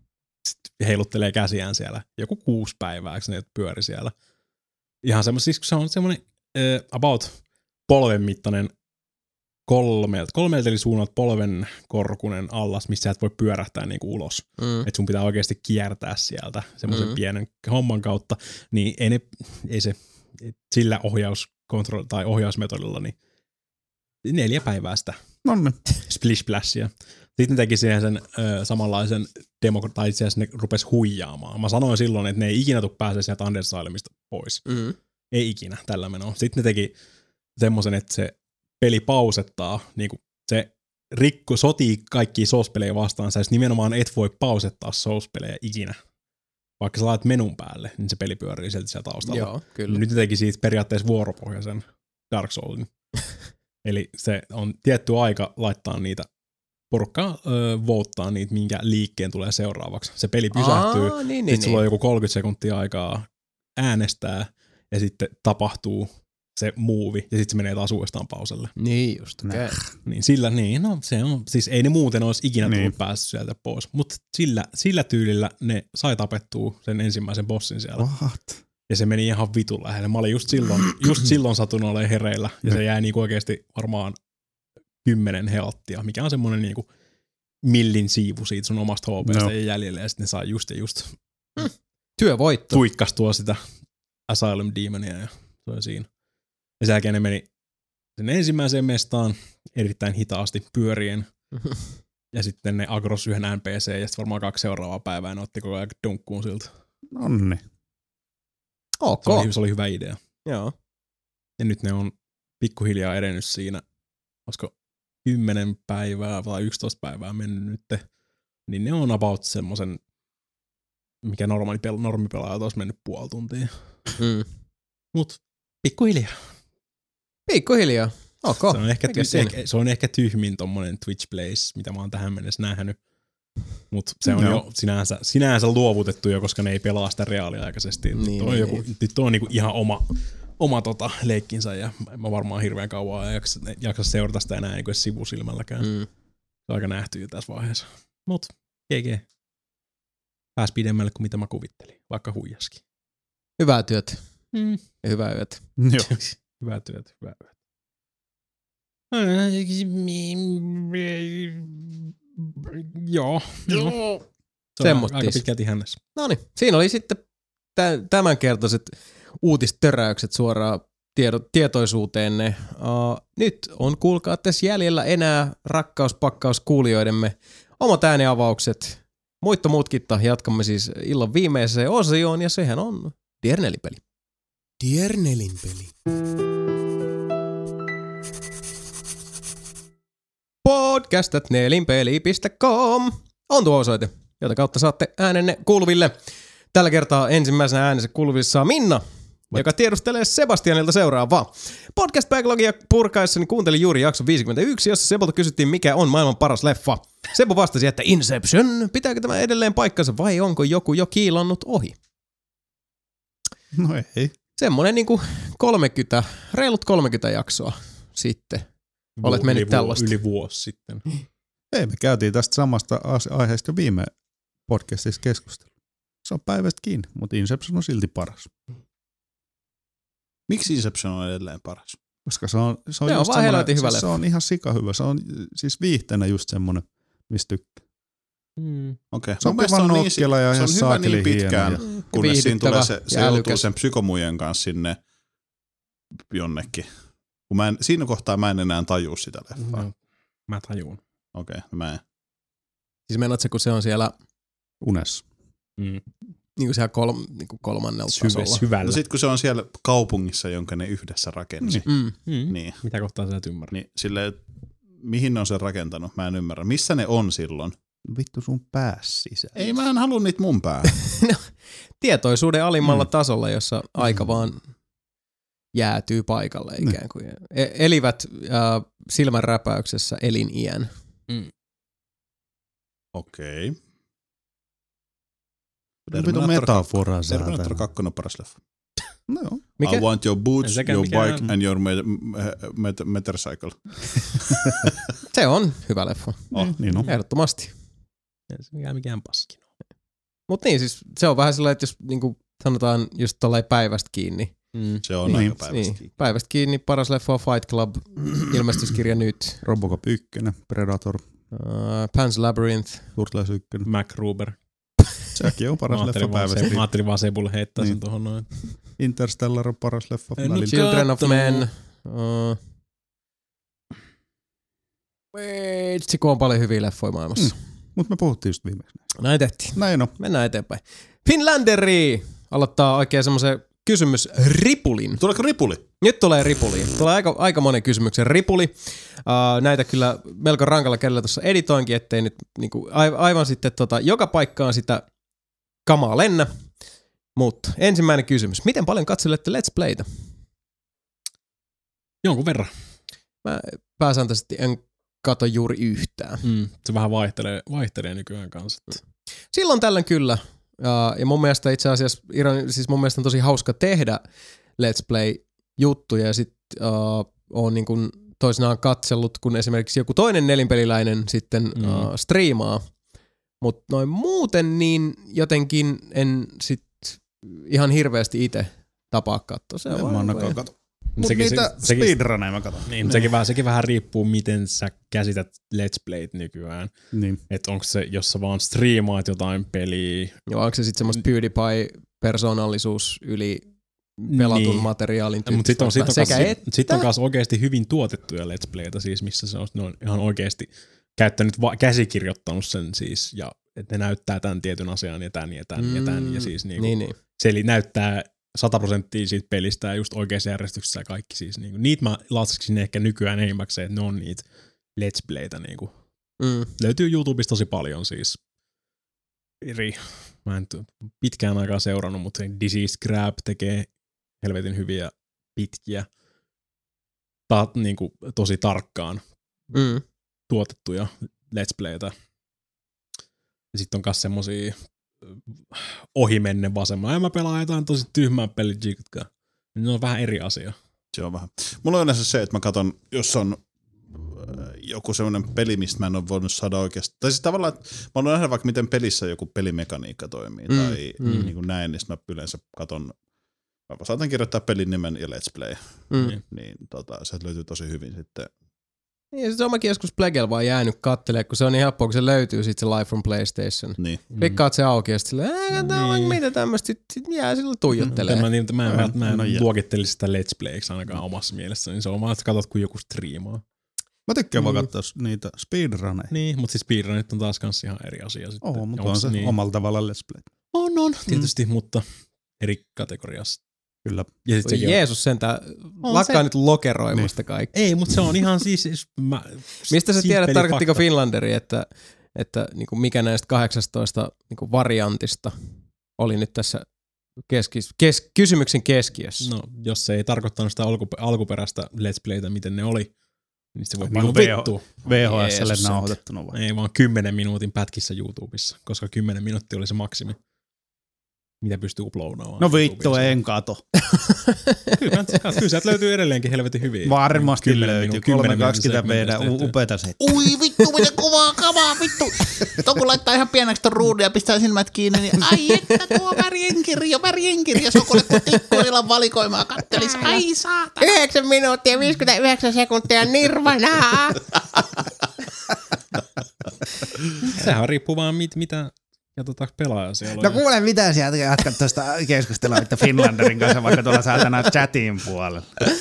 S3: sit heiluttelee käsiään siellä. Joku kuusi päivää, ne pyöri siellä. Ihan semmoinen, siis se on semmoinen uh, about polven mittainen kolmelta, kolmelta eli suunnalta polven korkunen allas, missä sä et voi pyörähtää niinku ulos.
S2: Mm.
S3: Että sun pitää oikeasti kiertää sieltä semmoisen
S2: Mm.
S3: pienen homman kautta. Niin ei, ne, ei se sillä ohjauskontrolli tai ohjausmetodilla niin neljä päivää sitä
S5: Nonne.
S3: splish splashia. Sitten ne teki siihen sen ö, samanlaisen demo, tai itse asiassa ne rupes huijaamaan. Mä sanoin silloin, että ne ei ikinä tule pääse sieltä Under Asylumista pois.
S2: Mm.
S3: Ei ikinä tällä menoa. Sitten ne teki semmoisen, että se peli pausettaa, niin kuin se rikko, sotii kaikkia Souls-pelejä vastaan, sä nimenomaan et voi pausettaa Souls-pelejä ikinä. Vaikka sä laitat menun päälle, niin se peli pyörii sieltä siellä taustalla.
S2: Joo, kyllä.
S3: Nyt ne teki siitä periaatteessa vuoropohjaisen Dark Soulin. Eli se on tietty aika laittaa niitä, porukkaa öö, vouttaa niitä, minkä liikkeen tulee seuraavaksi. Se peli pysähtyy,
S2: Aa, niin, niin,
S3: sitten sulla on
S2: niin.
S3: joku kolmekymmentä sekuntia aikaa äänestää, ja sitten tapahtuu se muuvi, ja sitten se menee taas uudestaan pauselle.
S2: Niin just, okei. Okay.
S3: Niin sillä, niin, no se on, siis ei ne muuten olisi ikinä tullut
S5: Niin.
S3: päässyt sieltä pois, mutta sillä, sillä tyylillä ne sai tapettua sen ensimmäisen bossin siellä.
S5: What?
S3: Ja se meni ihan vitun lähelle. Mä olin just silloin, just silloin satun olemaan hereillä, ja se jäi niinku oikeasti varmaan kymmenen healttia, mikä on semmoinen niinku millin siivu siitä sun omasta H P:stä
S5: No.
S3: ja jäljelle, ja sitten ne sai just ja just
S2: Työvoitto.
S3: tuikkastua sitä Asylum Demonia, ja se oli siinä. Ja sen jälkeen ne meni sen ensimmäiseen mestaan erittäin hitaasti pyörien, ja sitten ne agros yhden N P C, ja sitten varmaan kaksi seuraavaa päivää ne otti koko ajan dunkkuun siltä.
S5: Nonni.
S2: Ok.
S3: Se oli, se oli hyvä idea.
S2: Joo.
S3: Ja nyt ne on pikkuhiljaa edennyt siinä, olisiko kymmenen päivää tai yksitoista päivää mennyt nyt, niin ne on about semmoisen, mikä normaali pel- normipelaaja olisi mennyt puoli tuntia.
S2: Mm.
S3: Mut pikkuhiljaa.
S2: Pikkuhiljaa. Ok.
S3: Se on ehkä,
S2: Mikä
S3: ty-
S2: siinä?
S3: ehkä, se on ehkä tyhmin tommonen Twitch Plays, mitä mä oon tähän mennessä nähnyt. Mut se on
S5: No.
S3: jo sinänsä, sinänsä luovutettu jo, koska ne ei pelaa sitä reaaliaikaisesti.
S2: Niin,
S3: Niin, on
S2: niin,
S3: joku,
S2: niin.
S3: nyt on niinku ihan oma, oma tota leikkinsä ja mä varmaan hirveän kauan en jaksa, jaksa seurata sitä enää niinku edes sivusilmälläkään. Mm.
S2: Mm.
S3: Se on aika nähty jo tässä vaiheessa. Mut G G. Pääsi pidemmälle kuin mitä mä kuvittelin, vaikka huijaskin.
S2: Hyvää työtä.
S3: Mm.
S2: Ja hyvää yötä.
S5: Joo.
S3: Hyvää työtä, hyvää työtä. Joo. Joo. Se on
S2: Semmoista
S3: aika
S2: siis.
S3: pitkälti hännässä.
S2: Noniin, siinä oli sitten tä- tämänkertaiset uutisteräykset suoraan tiedo- tietoisuuteenne. Uh, nyt on kuulkaa tässä jäljellä enää rakkauspakkaus kuulijoidemme omat ääniavaukset. Muitto mutkitta jatkamme siis illan viimeiseen osioon ja sehän on Dier nelipeli.
S6: Dier nelinpeli.
S2: podcast at nelinpeli piste com on tuo osoite. jota kautta saatte äänenne kuuluville. Tällä kertaa ensimmäisenä äänensä kuuluvissa on Minna, What? joka tiedustelee Sebastianilta seuraavaa. Podcast Backlogia purkaessani kuuntelin juuri jakso viisikymmentäyksi, jossa Sebolta kysyttiin, mikä on maailman paras leffa. Sebo vastasi, että Inception. Pitääkö tämä edelleen paikkansa vai onko joku jo kiilannut ohi?
S5: No ei.
S2: Semmoinen niinku kolmekymmentä, reilut kolmekymmentä jaksoa sitten. Olet
S3: Vu-
S2: mennyt
S3: yli,
S2: tällaista.
S3: Yli vuosi sitten.
S5: Ei, me käytiin tästä samasta aiheesta jo viime podcastissa keskustelua. Se on päivästä kiinni, mutta Inception on silti paras.
S1: Miksi Inception on edelleen paras?
S5: Koska se on, se on,
S2: Se on
S5: just
S2: vaan helvetin hyvä
S5: siis se
S2: leffa.
S5: on ihan sikahyvä. Se on siis viihteenä just semmoinen, mistä tykkää.
S3: Mm.
S1: Okei.
S5: Se on
S1: Mun mielestä
S5: aivan
S1: niin-
S5: nokkela ja
S1: se
S5: ihan
S1: on hyvä
S5: saakeli
S1: niin pitkään,
S5: hieno.
S1: kunnes siinä
S2: viihdyttävä
S1: tulee se, se
S2: ja
S1: joutuu
S2: älykäs.
S1: sen psykomujen kanssa sinne jonnekin. Kun mä en, siinä kohtaa mä en enää tajua sitä leffaa.
S3: No, mä tajuun.
S1: Okei, okay, mä en.
S2: Siis meinaat se, kun se on siellä,
S5: Unessa.
S3: Mm.
S2: niin kuin siellä kolm, niin kuin kolmannella
S3: Syvä,
S2: tasolla.
S3: syvällä.
S1: No sit kun se on siellä kaupungissa, jonka ne yhdessä rakensi,
S2: Mm.
S3: Mm.
S1: niin,
S3: Mitä kohtaa sä et ymmärrä?
S1: niin silleen, mihin ne on sen rakentanut, mä en ymmärrä. Missä ne on silloin?
S5: Vittu sun pääs sisään.
S1: Ei, mä en halua niitä mun päähän.
S2: Tietoisuuden alimmalla
S5: Mm.
S2: tasolla, jossa aika vaan jäätyy paikalle ikään kuin. E- elivät äh, silmänräpäyksessä eliniän.
S1: Okei. Okay.
S5: Vittu metafora
S1: Terminator
S5: saatana.
S1: kaksi on paras leffa.
S5: No joo.
S2: Mikä?
S1: I want your boots,
S3: Ei sekään
S1: your
S3: mikään-
S1: bike and your met- met- motorcycle.
S2: Se on hyvä leffa,
S1: Oh.
S5: Niin, niin on.
S2: ehdottomasti.
S3: Ei se mikään, mikään paski.
S2: Mutta niin, siis se on vähän sellainen, että jos niin kuin sanotaan just tollain päivästä kiinni.
S3: Mm.
S1: Se on
S5: Niin.
S1: aika päivästä.
S2: Niin, päivästä kiinni, paras leffa on Fight Club, ilmestyskirja nyt.
S5: Robocop yksi, Predator,
S2: Uh, Pan's Labyrinth.
S5: Turtles yksi.
S3: Mac Gruber.
S5: Sekin on paras
S3: Mä
S5: leffa
S3: ajattelin vaan
S5: päivästä.
S3: se- Mä ajattelin vaan Sebulle heittää
S5: Niin.
S3: sen tohon noin.
S5: Interstellar on paras leffa
S3: En
S5: välillä.
S2: Children of
S3: Kattonut.
S2: Men. Uh, Vitsi, kun on paljon hyviä leffoja maailmassa. Mm.
S5: Mutta me puhuttiin just viimeksi.
S2: Näin tehtiin.
S5: Näin on.
S2: Mennään eteenpäin. Finlanderi aloittaa oikein semmoisen kysymys ripulin.
S1: Tuleeko ripuli?
S2: Nyt tulee ripuli. Tulee aika, aika monen kysymyksen ripuli. Uh, näitä kyllä melko rankalla kädellä tuossa editoinkin, ettei nyt niinku, aivan sitten tota, joka paikkaan sitä kamaa lennä. Mutta ensimmäinen kysymys. Miten paljon katselette Let's Playtä?
S3: Jonkun verran.
S2: Mä pääsääntöisesti en kato juuri yhtään.
S3: Mm. Se vähän vaihtelee, vaihtelee nykyään kanssa.
S2: Silloin tällöin kyllä. Ja, ja mun mielestä itse asiassa, siis mun mielestä on tosi hauska tehdä Let's Play-juttuja ja sit uh, on niin kuin toisinaan katsellut, kun esimerkiksi joku toinen nelinpeliläinen sitten mm. uh, striimaa. Mutta noin muuten niin jotenkin en sit ihan hirveästi itse tapaa katsoa. Se on
S5: En
S2: vaan
S5: mä
S2: niin
S5: ainakaan
S2: kuin-
S5: kato. Mut
S3: Sekin-
S5: niitä
S3: se- sekin-
S5: speedruneja mä katon.
S3: Niin, sekin, vähän, sekin vähän riippuu, miten sä käsität Let's Playt nykyään.
S5: Niin.
S3: Että onko se, jos sä vaan striimaat jotain peliä.
S2: Joo, onko se sitten semmoista PewDiePie-persoonallisuus yli pelatun
S3: Niin.
S2: materiaalin
S3: Mutta sitten on, sit on,
S2: sekä
S3: kas,
S2: että.
S3: sit on kas oikeasti hyvin tuotettuja Let's Playtä, siis missä se on, ne on ihan oikeasti käyttänyt, va- käsikirjoittanut sen siis, ja että ne näyttää tämän tietyn asian ja tämän ja tämän mm, ja tämän. Ja siis niinku,
S2: niin, niin.
S3: se eli näyttää sata prosenttia siitä pelistä ja just oikeassa järjestyksessä ja kaikki siis. Niinku, niitä mä laskisin ehkä nykyään enimmäkseen, että ne on niitä Let's Playtä. Niinku.
S2: Mm.
S3: Löytyy YouTubesta tosi paljon siis. Eri, mä en t- pitkään aikaa seurannut, mutta se Disease Grab tekee helvetin hyviä pitkiä, ta, niinku, tosi tarkkaan
S2: Mm.
S3: tuotettuja Let's Playtä. Ja sitten on myös semmosia ohimenne vasemmalla. Ja mä pelaan jotain tosi tyhmää peliä. Ne on vähän eri asia.
S1: Se on vähän. Mulla on yleensä se, että mä katson, jos on äh, joku semmoinen peli, mistä mä en ole voinut saada oikeasti. Tai siis tavallaan, että mä haluan nähdä vaikka miten pelissä joku pelimekaniikka toimii
S2: Mm,
S1: tai
S2: mm.
S1: niin kuin näin, niin mä yleensä katon, mä saatan kirjoittaa pelin nimen ja Let's Play,
S2: Mm.
S3: Niin.
S1: niin tota, se löytyy tosi hyvin sitten.
S2: Niin, se on mäkin joskus Plegel vaan jäänyt kattelemaan, kun se on niin helppoa, kun se löytyy sit se Live from PlayStation.
S1: Niin.
S2: Klikkaat se auki ja sitten silleen,
S3: Niin.
S2: mitä tämmöistä, sit, sit jää sillä tuijottelee.
S3: Mä, niin, mä, mä, mä en
S5: No jää.
S3: luokittelisi sitä Let's Playksi ainakaan omassa mielessä. Niin se on vaan, että katsot, kun joku striimaa.
S5: Mä tykkään
S2: Mm.
S5: vaan katsoa niitä speedruneja.
S3: Niin, mutta siis speedrunit on taas kans ihan eri asia sitten.
S5: Oo, mutta
S3: Onks
S5: on se
S3: niin?
S5: omalla tavalla Let's Play.
S3: On, on, tietysti, mm. mutta eri kategoriassa.
S5: Kyllä.
S3: Ja sit
S2: Oi
S3: sekin on-
S2: Jeesus sentään,
S3: On
S2: lakkaa
S3: se-
S2: nyt lokeroimasta kaikki.
S3: Ei, mutta se on ihan siis... siis mä,
S2: Mistä sä tiedät,
S3: simppeli
S2: tarkoittiko
S3: fakta.
S2: Finlanderi, että että niin kuin mikä näistä kahdeksastatoista niin kuin variantista oli nyt tässä keski, kes, kysymyksen keskiössä.
S3: No, jos se ei tarkoittanut sitä alkupe- alkuperäistä Let's Playtä, miten ne oli, niin se voi
S5: Niin
S3: painaa
S5: kuin
S3: vittu.
S5: V H S:lle
S2: Jeesus,
S5: nauhoitettuna vai?
S3: Ei vaan kymmenen minuutin pätkissä YouTubessa, koska kymmenen minuuttia oli se maksimi, mitä pystyy uploadaamaan.
S5: No vittu, en kato.
S3: Kyllä, kyllä sieltä löytyy edelleenkin helvetin hyviä.
S5: Varmasti
S3: Kymmenen
S5: löytyy.
S3: minu- kymmenen
S5: kolmesataakaksikymmentä
S3: minuutin
S5: meidän
S3: segmentistä
S5: upeata se.
S4: Ui vittu, miten kovaa kamaa, vittu. Tuo kun laittaa ihan pieneksi ton ruudun ja pistää silmät kiinni, niin ai että tuo värien kirjo, värien kirjo. Se on kuule kun Tikkurilan valikoimaa kattelis. Ai saatana.
S7: yhdeksän minuuttia viisikymmentäyhdeksän sekuntia nirvanaa.
S3: Sehän riippuu vaan mit, mitä katsotaanko pelaajaa siellä.
S5: No kuule, mitä sieltä jatkat tuosta keskustelua että Finlanderin kanssa, vaikka tuolla saatana chatin puolella.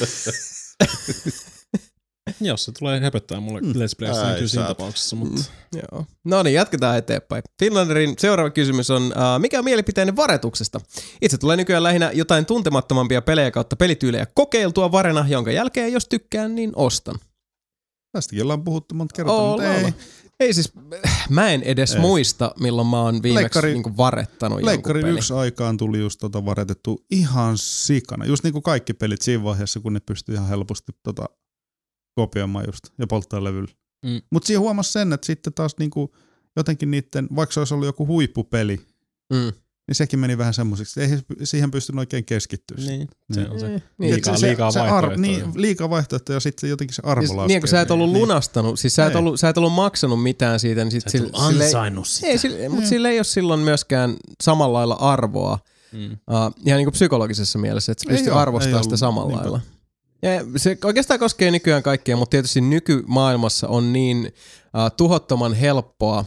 S3: Jos se tulee höpöttää mulle mm. Let's Playstä, niin kyllä siinä tapauksessa. Mutta...
S2: Mm, joo. No niin, jatketaan eteenpäin. Finlanderin seuraava kysymys on, uh, mikä on mielipiteenne varetuksesta? Itse tulee nykyään lähinnä jotain tuntemattomampia pelejä kautta pelityylejä kokeiltua varena, jonka jälkeen jos tykkään, niin ostan.
S5: Tästäkin ollaan puhuttu monta kertaa,
S2: Olla,
S5: mutta ei.
S2: olla. Ei siis, mä en edes ei. muista, milloin mä oon viimeksi
S5: Leikkari,
S2: niinku varettanut jonkun
S5: Leikkarin
S2: peli.
S5: yksi aikaan tuli just tota varetettu ihan sikana. Just niin kuin kaikki pelit siinä vaiheessa, kun ne pystyi ihan helposti tota kopioimaan just ja polttaa levyllä.
S3: Mm.
S5: Mutta siinä huomasi sen, että sitten taas niinku jotenkin niiden, vaikka se olisi ollut joku huippupeli,
S2: Mm.
S5: niin sekin meni vähän semmoiseksi. Ei siihen pystynyt oikein keskittyä.
S3: Niin, se on se.
S2: Niin.
S3: Liikaa,
S5: se,
S3: liikaa
S5: se
S3: vaihtoehtoja.
S5: ar- niin, liikaa vaihtoehtoja ja sitten jotenkin se arvo
S2: Siis,
S5: laskee.
S2: niin, kun sä et ollut
S5: niin.
S2: lunastanut, siis sä et,
S5: Ei.
S2: ollut, sä et ollut maksanut mitään siitä, niin sit
S3: Sä et
S2: sille,
S3: ollut
S2: sille,
S3: ansainnut sitä.
S2: ei, sille, mutta sillä ei ole silloin myöskään samalla lailla arvoa,
S3: Mm.
S2: uh, ihan niin kuin psykologisessa mielessä, että se
S5: Ei
S2: pystyy
S5: oo, ei
S2: arvostamaan sitä
S5: ollut,
S2: samalla
S5: niinpä.
S2: lailla. Ja se oikeastaan koskee nykyään kaikkea, mutta tietysti nykymaailmassa on niin uh, tuhottoman helppoa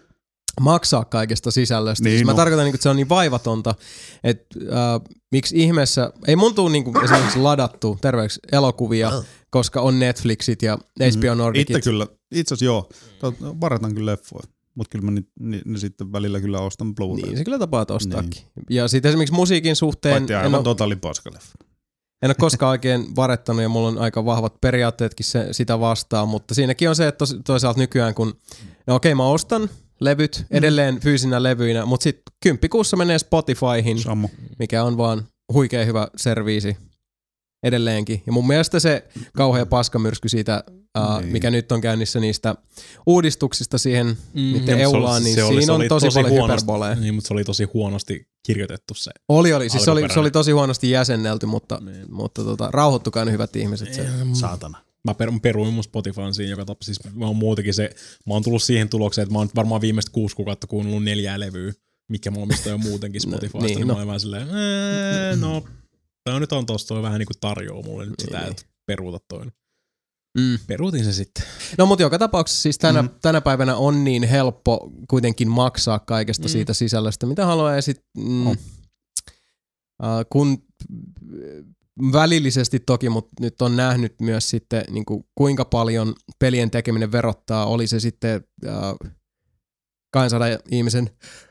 S2: maksaa kaikesta sisällöstä.
S5: Niin,
S2: siis mä
S5: no.
S2: tarkoitan, että se on niin vaivatonta, että uh, miksi ihmeessä, ei mun tuu niinku esimerkiksi ladattu terveeksi elokuvia, koska on Netflixit ja H B O Nordicit.
S5: Itse kyllä, itse asiassa joo, varetan kyllä leffoja, mutta kyllä mä ne, ne, ne sitten välillä kyllä ostan Blu-ray.
S2: Niin, se kyllä tapaat ostaakin. Niin. Ja sitten esimerkiksi musiikin suhteen
S5: Paitsi
S2: en
S5: aivan
S2: ole,
S5: totaali paskaleffa.
S2: en ole koskaan oikein varettanut ja mulla on aika vahvat periaatteetkin se, sitä vastaan, mutta siinäkin on se, että tos, toisaalta nykyään kun, no okei mä ostan levyt edelleen fyysinä levyinä, mutta sitten kymppikuussa menee Spotifyhin,
S5: Samu.
S2: mikä on vaan huikea hyvä serviisi edelleenkin. Ja mun mielestä se kauhea paskamyrsky siitä, uh,
S5: Niin.
S2: mikä nyt on käynnissä niistä uudistuksista siihen
S3: Mm,
S2: niiden
S3: ja se oli-
S2: eulaan, niin
S3: se oli- se
S2: siinä on
S3: oli
S2: tosi,
S3: tosi
S2: paljon
S3: huonosti-
S2: hyperboleja.
S3: Niin, mutta se oli tosi huonosti kirjoitettu se.
S2: Oli, oli. Siis se oli, se
S3: Alkuperäinen.
S2: oli tosi huonosti jäsennelty, mutta,
S3: Niin.
S2: mutta tota, rauhoittukaa ne hyvät ihmiset. Se.
S5: Saatana.
S3: Mä per, peruin mun Spotifyn siinä joka tapauksessa. Siis mä oon muutenkin se, mä oon tullut siihen tulokseen, että mä oon varmaan viimeiset kuusi kuukautta kuunnellut neljää levyä, mikä mä omistan jo muutenkin Spotifysta.
S2: niin,
S3: niin, niin
S2: no.
S3: mä olin vähän silleen, ee, no, tää nyt on tossa, toi vähän niinku tarjoaa mulle nyt sitä,
S2: Niin.
S3: että peruuta toinen.
S2: Mm.
S3: Peruutin se sitten.
S2: No mutta joka tapauksessa siis tänä,
S5: Mm.
S2: tänä päivänä on niin helppo kuitenkin maksaa kaikesta
S3: Mm.
S2: siitä sisällöstä, mitä haluaa. Ja sit, mm,
S5: On.
S2: äh, kun välillisesti toki, mutta nyt on nähnyt myös sitten niin kuin, kuinka paljon pelien tekeminen verottaa. Oli se sitten äh, kahdensadan ihmisen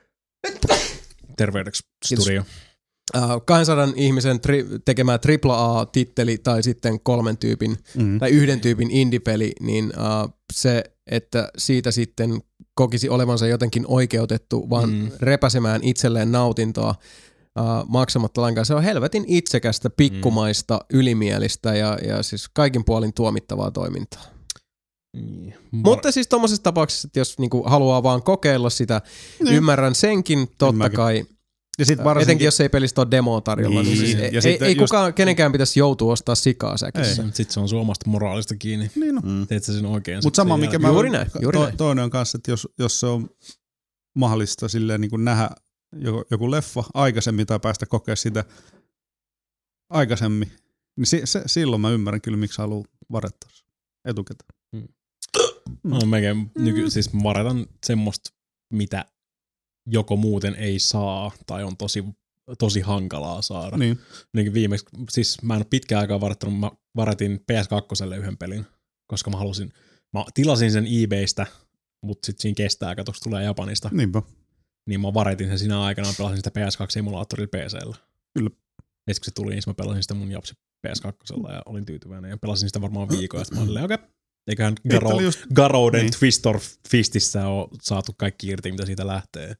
S3: Terveydeksi
S2: Kiitos.
S3: studio.
S2: äh, kahdensadan ihmisen tri- tekemä triple A-titteli tai sitten kolmen tyypin
S5: Mm.
S2: tai yhden tyypin indie-peli, niin uh, se, että siitä sitten kokisi olevansa jotenkin oikeutettu, vaan mm.
S3: Mm.
S2: repäsemään itselleen nautintoa uh, maksamatta lainkaan. Se on helvetin itsekästä, pikkumaista, mm. ylimielistä ja, ja siis kaikin puolin tuomittavaa toimintaa.
S3: Niin.
S2: Mutta siis tuommoisessa tapauksessa, että jos niinku haluaa vaan kokeilla sitä, niin. Ymmärrän senkin totta
S5: Ymmärrän.
S2: kai.
S5: Ja sit
S2: Varsinkin,
S5: varsinkin,
S2: Etenkin jos ei pelistä ole demoa tarjolla, niin,
S5: Niin,
S2: niin siis
S5: ja
S2: ei,
S5: sitten
S2: ei
S5: just-
S2: kukaan, kenenkään pitäisi joutua ostaa sikaa säkissä.
S3: Sitten se on sun omasta moraalista kiinni.
S5: niin no.
S1: Mm.
S3: Teet sä sen oikein.
S5: Mutta sama, mikä mä
S2: Juuri näin, juuri
S5: to,
S2: näin.
S5: toinen on kanssa, että jos, jos se on mahdollista silleen niin kuin nähdä joku, joku leffa aikaisemmin tai päästä kokea sitä aikaisemmin, niin si, se, silloin mä ymmärrän kyllä, miksi haluaa varettaa etukäteen.
S3: No, mekin nyky, siis mä varetan semmoista, mitä joko muuten ei saa tai on tosi, tosi hankalaa saada.
S5: Niin.
S3: Niin viimeksi, siis mä en ole pitkään aikaa varettanut, mä varetin P S kaksi yhden pelin, koska mä halusin, mä tilasin sen eBaystä, mutta sit siinä kestää, kato, tulee Japanista.
S5: Niinpä.
S3: Niin mä varetin sen siinä aikana, mä pelasin sitä P S kaksi-emulaattorilla P C:llä.
S5: Kyllä.
S3: Ja kun se tuli, niin mä pelasin sitä mun Japsi P S kaksi ja olin tyytyväinen ja pelasin sitä varmaan viikon ja sitten mä olin okei, okay, Eiköhän Garo,
S5: just,
S3: Garouden
S5: niin.
S3: Twistor Fistissä on saatu kaikki irti, mitä siitä lähtee.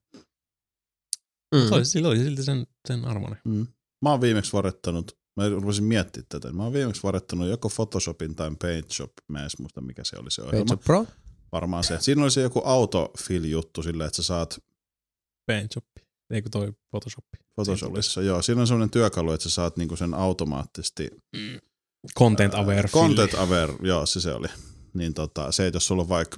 S2: Mm.
S3: Se oli, sillä oli silti sen, sen arvoinen.
S1: Mm. Mä oon viimeksi varettanut, mä rupesin miettimään tätä, mä oon viimeksi varettanut joko Photoshopin tai PaintShop, mä en muista mikä se oli se ohjelma.
S2: PaintShop Pro?
S1: Varmaan se. Siinä oli se joku autofill-juttu silleen, että sä saat
S3: PaintShop. Eikö toi Photoshop?
S1: Photoshopissa, joo. Siinä on sellainen työkalu, että sä saat niinku sen automaattisesti.
S3: Content aware.
S1: Ää, content aware, joo, se se oli. Niin tota, se, että jos sulla on vaikka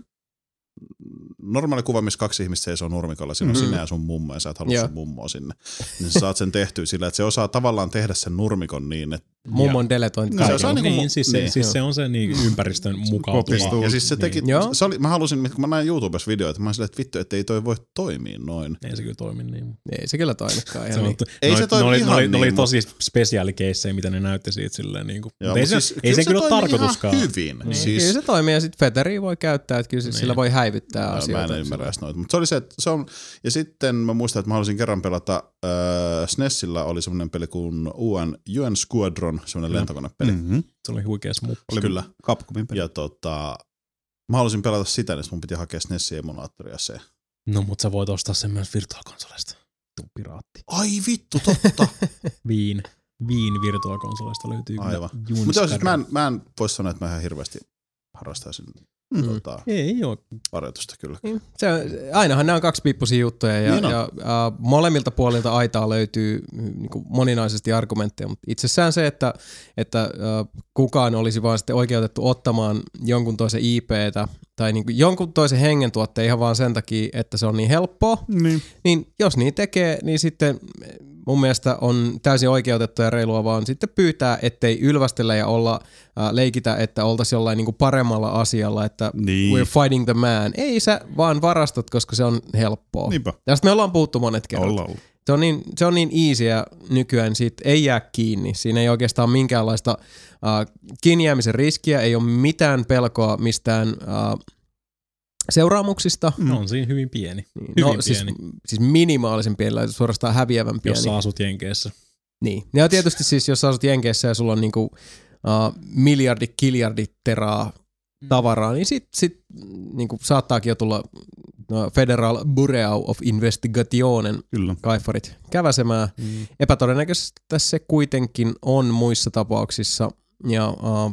S1: normaali kuva, missä kaksi ihmistä seisoo nurmikolla, siinä on mm-hmm. sinä ja sun mummo, ja sä et halua yeah. sun mummoa sinne. Niin sä saat sen tehtyä sillä, että se osaa tavallaan tehdä sen nurmikon niin, että
S2: mummon deletointi.
S1: No, se osaa
S3: niin,
S1: niinku,
S3: niin, siis,
S1: niin.
S3: Se, siis se on se niin ympäristön mukautuva.
S1: Ja siis se teki,
S2: niin.
S1: se oli, mä halusin, kun mä näin YouTubessa videoita, mä olin silleen, että vittu, että ei toi voi toimia noin.
S3: Ei se kyllä toimi niin.
S2: Ei se kyllä toimikaan ihan
S3: se
S2: niin.
S1: Ei
S3: noi,
S1: se toimi
S3: noi,
S1: ihan
S3: noi,
S1: niin.
S3: Ne oli
S1: Mutta
S3: tosi spesiaalikeissejä, mitä ne näytti siitä silleen. Niin kuin.
S1: Joo,
S3: ei se,
S1: siis,
S3: ei se kyllä ole tarkoituskaan.
S1: Ihan hyvin.
S2: Niin.
S1: Siis,
S2: Kyllä se toimii ja sitten Featheria voi käyttää, että kyllä niin. Sillä voi häivyttää
S1: no,
S2: asioita.
S1: mä en ymmärrä edes noita. Mutta se oli se, että se on, ja sitten mä muistan, että mä halusin kerran pelata, äh, SNESillä oli semmoinen peli kuin U N, U N Squadron, semmoinen no. lentokonepeli.
S5: Mm-hmm.
S3: Se oli huikea smuppi.
S1: Oli kyllä.
S5: Capcomin peli.
S1: Ja tota, mä halusin pelata sitä, niin mun piti hakea SNESin emulaattoria se.
S3: No, mutta sä voit ostaa sen myös virtuaalikonsolista. Tuu piraatti.
S1: Ai vittu, totta.
S3: Viin. Viin virtuaalikonsolista löytyy
S1: Aivan.
S3: kyllä.
S1: Mutta siis mä en, mä en voi sanoa, että mä ihan hirveästi harrastaisin mm. tota,
S3: ei ole.
S1: harjoitusta kyllä.
S2: Niin. Se, ainahan nämä on kaksipiippuisia juttuja ja,
S1: niin
S2: ja äh, molemmilta puolilta aitaa löytyy niin kuin moninaisesti argumentteja, mutta itsessään se, että, että äh, kukaan olisi vaan sitten oikeutettu ottamaan jonkun toisen I P:tä tai niin kuin jonkun toisen hengentuotteen ihan vaan sen takia, että se on niin helppoa,
S5: niin,
S2: niin jos niin tekee, niin sitten mun mielestä on täysin oikeutettu ja reilua vaan sitten pyytää, ettei ylvästellä ja olla äh, leikitä, että oltaisiin jollain niin kuin paremmalla asialla, että
S5: niin.
S2: we're fighting the man. Ei sä vaan varastat, koska se on helppoa.
S5: Niinpä.
S2: Tästä me ollaan puhuttu monet kerrat.
S5: Olla, olla.
S2: Se on niin, se on niin easy ja nykyään siitä ei jää kiinni. Siinä ei oikeastaan minkäänlaista äh, kiinni jäämisen riskiä, ei ole mitään pelkoa mistään äh, seuraamuksista.
S3: Mm. On siinä hyvin pieni.
S2: Niin,
S3: Hyvin
S2: no,
S3: pieni.
S2: siis, siis minimaalisen pieni, suorastaan häviävän pieni.
S3: Jos sä asut Jenkeissä.
S2: Niin. Ja tietysti siis, jos sä asut Jenkeissä ja sulla on niinku, uh, miljardi, kiljardi teraa tavaraa, niin sit, sit niinku, saattaakin jo tulla uh, Federal Bureau of Investigationen
S5: Kyllä.
S2: kaifarit käväsemään. Mm. Epätodennäköisesti se kuitenkin on muissa tapauksissa. Ja uh,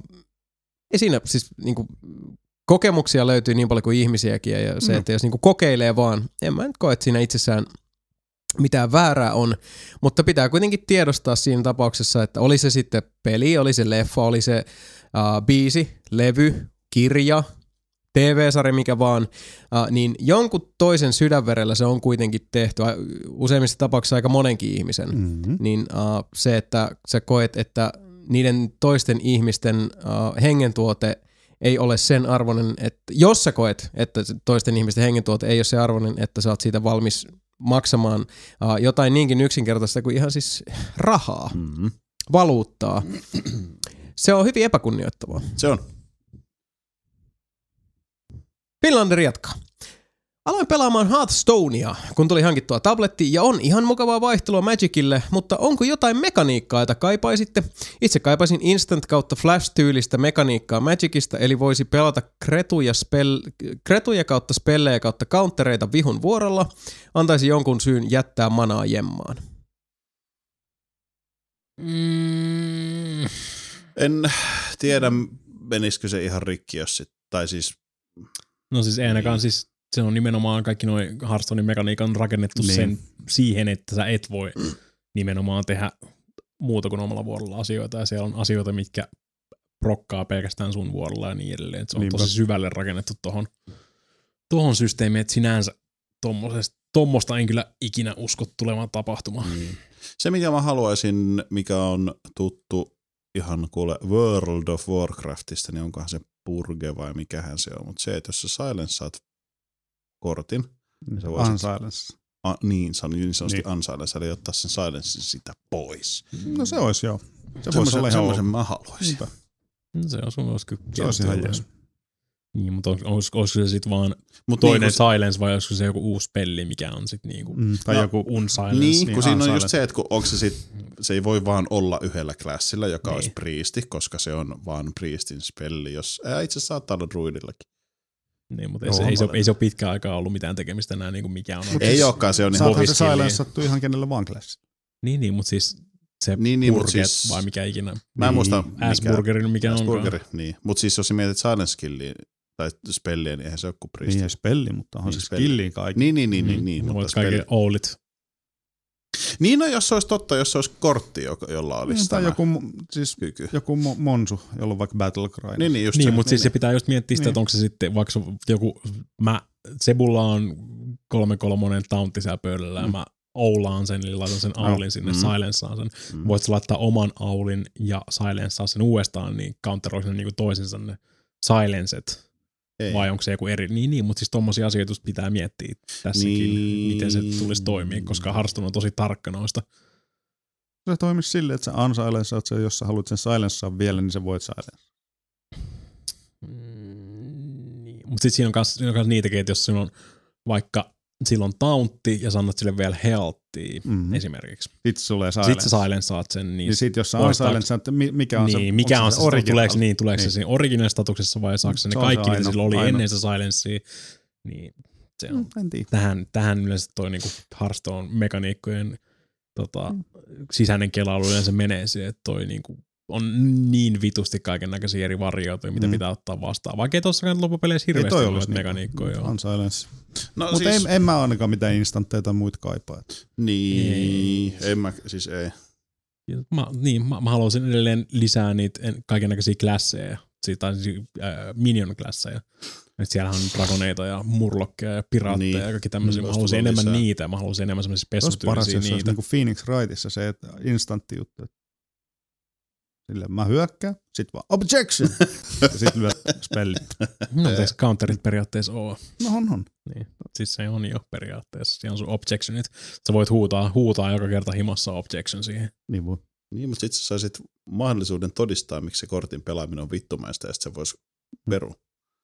S2: ei siinä siis niinku, kokemuksia löytyy niin paljon kuin ihmisiäkin ja se, että jos niinku kokeilee vaan, en mä nyt koe, että siinä itsessään mitään väärää on, mutta pitää kuitenkin tiedostaa siinä tapauksessa, että oli se sitten peli, oli se leffa, oli se uh, biisi, levy, kirja, T V-sarja, mikä vaan, uh, niin jonkun toisen sydänverellä se on kuitenkin tehty, useimmissa tapauksissa aika monenkin ihmisen, mm-hmm. niin uh, se, että sä koet, että niiden toisten ihmisten uh, hengentuote ei ole sen arvoinen, että jos sä koet, että toisten ihmisten hengentuote ei ole se arvoinen, että sä oot siitä valmis maksamaan uh, jotain niinkin yksinkertaista kuin ihan siis rahaa, mm-hmm. valuuttaa. Se on hyvin epäkunnioittavaa.
S1: Se on.
S2: Finlander jatkaa. Aloin pelaamaan Hearthstonea, kun tuli hankittua tabletti ja on ihan mukavaa vaihtelua Magicille, mutta onko jotain mekaniikkaa, jota kaipaisitte? Itse kaipaisin instant kautta flash-tyylistä mekaniikkaa Magicista, eli voisi pelata kretuja, spell, kretuja kautta spellejä kautta countereita vihun vuorolla, antaisi jonkun syyn jättää manaa jemmaan.
S3: Mm.
S1: En tiedä, menisikö se ihan rikki, jos sit, tai siis...
S3: No siis ei ainakaan siis... Se on nimenomaan kaikki noi Hearthstonein mekaniikan rakennettu niin. sen siihen, että sä et voi nimenomaan tehdä muuta kuin omalla vuorolla asioita, ja siellä on asioita, mitkä prokkaa pelkästään sun vuorolla ja niin edelleen. Et se on Niinpä. tosi syvälle rakennettu tohon, tohon systeemiin, että sinänsä tommosta en kyllä ikinä usko tulevan tapahtumaan.
S1: Mm. Se, mikä mä haluaisin, mikä on tuttu ihan kuule World of Warcraftista, niin onkohan se purge vai mikähän se on, mutta se, että jos sä silensaat kortin. Niin
S5: Unsilence.
S1: A, niin, se on niin sanotusti niin. Unsilence, eli ottaa sen silencen sitä pois.
S5: No se olisi joo. Se
S1: semmoisen, semmoisen mä haluaisin.
S3: No, se on sun olisi kyllä.
S5: Se olisi ihan jees.
S3: Niin, mutta olisiko, olisiko se sitten vaan
S1: Mut
S3: toinen
S1: niin, kun,
S3: silence vai olisiko se joku uusi spelli, mikä on sitten niinku
S5: Mm, tai
S1: No,
S5: joku
S3: unsilence?
S1: niin, kun
S5: niin,
S1: siinä on
S5: silent.
S1: just se, että kun onko se, sit, se ei voi vaan olla yhdellä klassilla, joka
S3: Niin.
S1: olisi priisti, koska se on vaan priistin spelli, jos ää, itse asiassa saattaa olla druidillakin.
S3: Niin, mutta
S5: Joo,
S3: ei, se, ei, se,
S1: molemmat.
S3: ei se ole pitkään aikaa ollut mitään tekemistä enää, niin kuin mikä on.
S1: Ei
S3: siis,
S1: olekaan, se on ihan
S5: Saathan se
S3: Boviskilliin.
S5: silence sattuu ihan kenelle vaan klassi.
S3: Niin, niin, mutta siis se
S1: Niin, niin, mut
S3: burget
S1: siis-
S3: vai mikä ikinä.
S1: Mä en muista,
S3: Asburgerin, mikä onkaan.
S1: Asburgeri, niin. Mutta siis jos sä mietit silent skilliä tai spelliä, niin eihän se ole kuin priisti.
S5: Niin ei spelli, mutta onhan
S1: Niin,
S5: se
S1: spelli.
S5: skilliin kaikki.
S1: Niin, niin, niin,
S3: Mm.
S1: niin, niin,
S3: No,
S1: mutta
S3: voit kaikki
S1: spelli.
S3: oulit.
S1: Niin, no jos se olisi totta, jos se olisi kortti, joka- jolla olisi
S5: Niin, tai
S1: tämä
S5: joku, siis
S1: kyky.
S5: joku mo- monsu, jolla on vaikka Battle Cry.
S1: Niin, niin, just
S3: Niin,
S1: se.
S3: mutta siis se pitää just miettiä sitä,
S5: Niin.
S3: että onko se sitten vaikka joku, mä, Sebulla on kolme kolmonen tauntti siellä pöydällä ja
S5: Mm.
S3: mä oulaan sen, eli laitan sen aulin sinne,
S1: Mm.
S3: silencaan sen.
S1: Mm.
S3: Voit sä laittaa oman aulin ja silencea sen uudestaan, niin counteroiko ne niinku toisensa ne silencet,
S1: Ei.
S3: vai onko se joku eri? Niin, niin, mutta siis tommosia asioita just pitää miettiä tässäkin,
S1: Niin.
S3: miten se tulisi toimia, koska Hearthstone on tosi tarkka noista.
S5: Se toimisi silleen, että sä unsilensaat sen, jos sä haluat sen silencea vielä, niin sä voit silence.
S3: Mm, niin. Mutta sitten siinä on kans, siinä on kans niitäkin, että jos on vaikka silloin tauntti ja sanot sille vielä healthia
S5: Mhm.
S3: esimerkiksi.
S5: Sitten sulle silence.
S3: Sitten sä silensaat sen, niin,
S5: Niin sit jos sä
S3: voit
S5: unsilensaat, mikä on se,
S3: niin, mikä
S5: onko
S3: on se,
S5: original?
S3: tuleeko, niin, tuleeko
S5: Niin.
S3: se siinä original-statuksessa vai saako se ne
S5: Se on se
S3: kaikki, mitä
S5: ainoa-
S3: sillä oli
S5: ainoa.
S3: ennen se silencea, niin se on.
S5: Mm, en tiedä.
S3: Tähän, tähän yleensä toi niinku Hearthstone mekaniikkojen tota,
S5: Mm.
S3: sisäinen kelailu yleensä menee siihen, että toi niinku on niin vitusti kaiken näköisiä eri varioita, mitä
S5: Mm.
S3: pitää ottaa vastaan. Vaikka ei tossakaan loppupeleissä
S5: Ei
S3: hirveästi
S5: toi
S3: noita
S5: olisi
S3: mekaniikkoja ole.
S5: unsilence.
S1: No
S5: Mutta
S1: siis,
S5: en, en mä ainakaan mitään instantteja tai muita kaipaa.
S1: niin, en mä, siis ei.
S3: Ja Mä, niin, mä, mä haluaisin edelleen lisää niitä kaiken näköisiä klasseja, tai siis, äh, minion-klasseja. Et siellähän on dragoneita ja murlokkeja ja piraatteja
S1: Niin.
S3: ja kaikki tämmöisiä.
S1: Mm,
S3: Mä
S1: voisi
S3: haluaisin
S1: tulla
S3: enemmän
S1: lisää.
S3: niitä, mä haluaisin enemmän semmoisia
S5: Se olisi paras,
S3: spessutyylisiä
S5: jos se olisi
S3: niitä.
S5: niin kuin Phoenix Wrightissa se, että instantti juttu. Silleen mä hyökkään, sit vaan objection! ja sit lyöt spellit.
S3: No, eikö counterit periaatteessa oo?
S5: No on, on.
S3: Niin. Siis se on jo periaatteessa. Siinä on sun objectionit. Sä voit huutaa, huutaa joka kerta himossa objection siihen.
S5: Niin voi.
S1: Niin, mutta sit sä saisit mahdollisuuden todistaa, miksi se kortin pelaaminen on vittumaista, ja sit se voisi peru.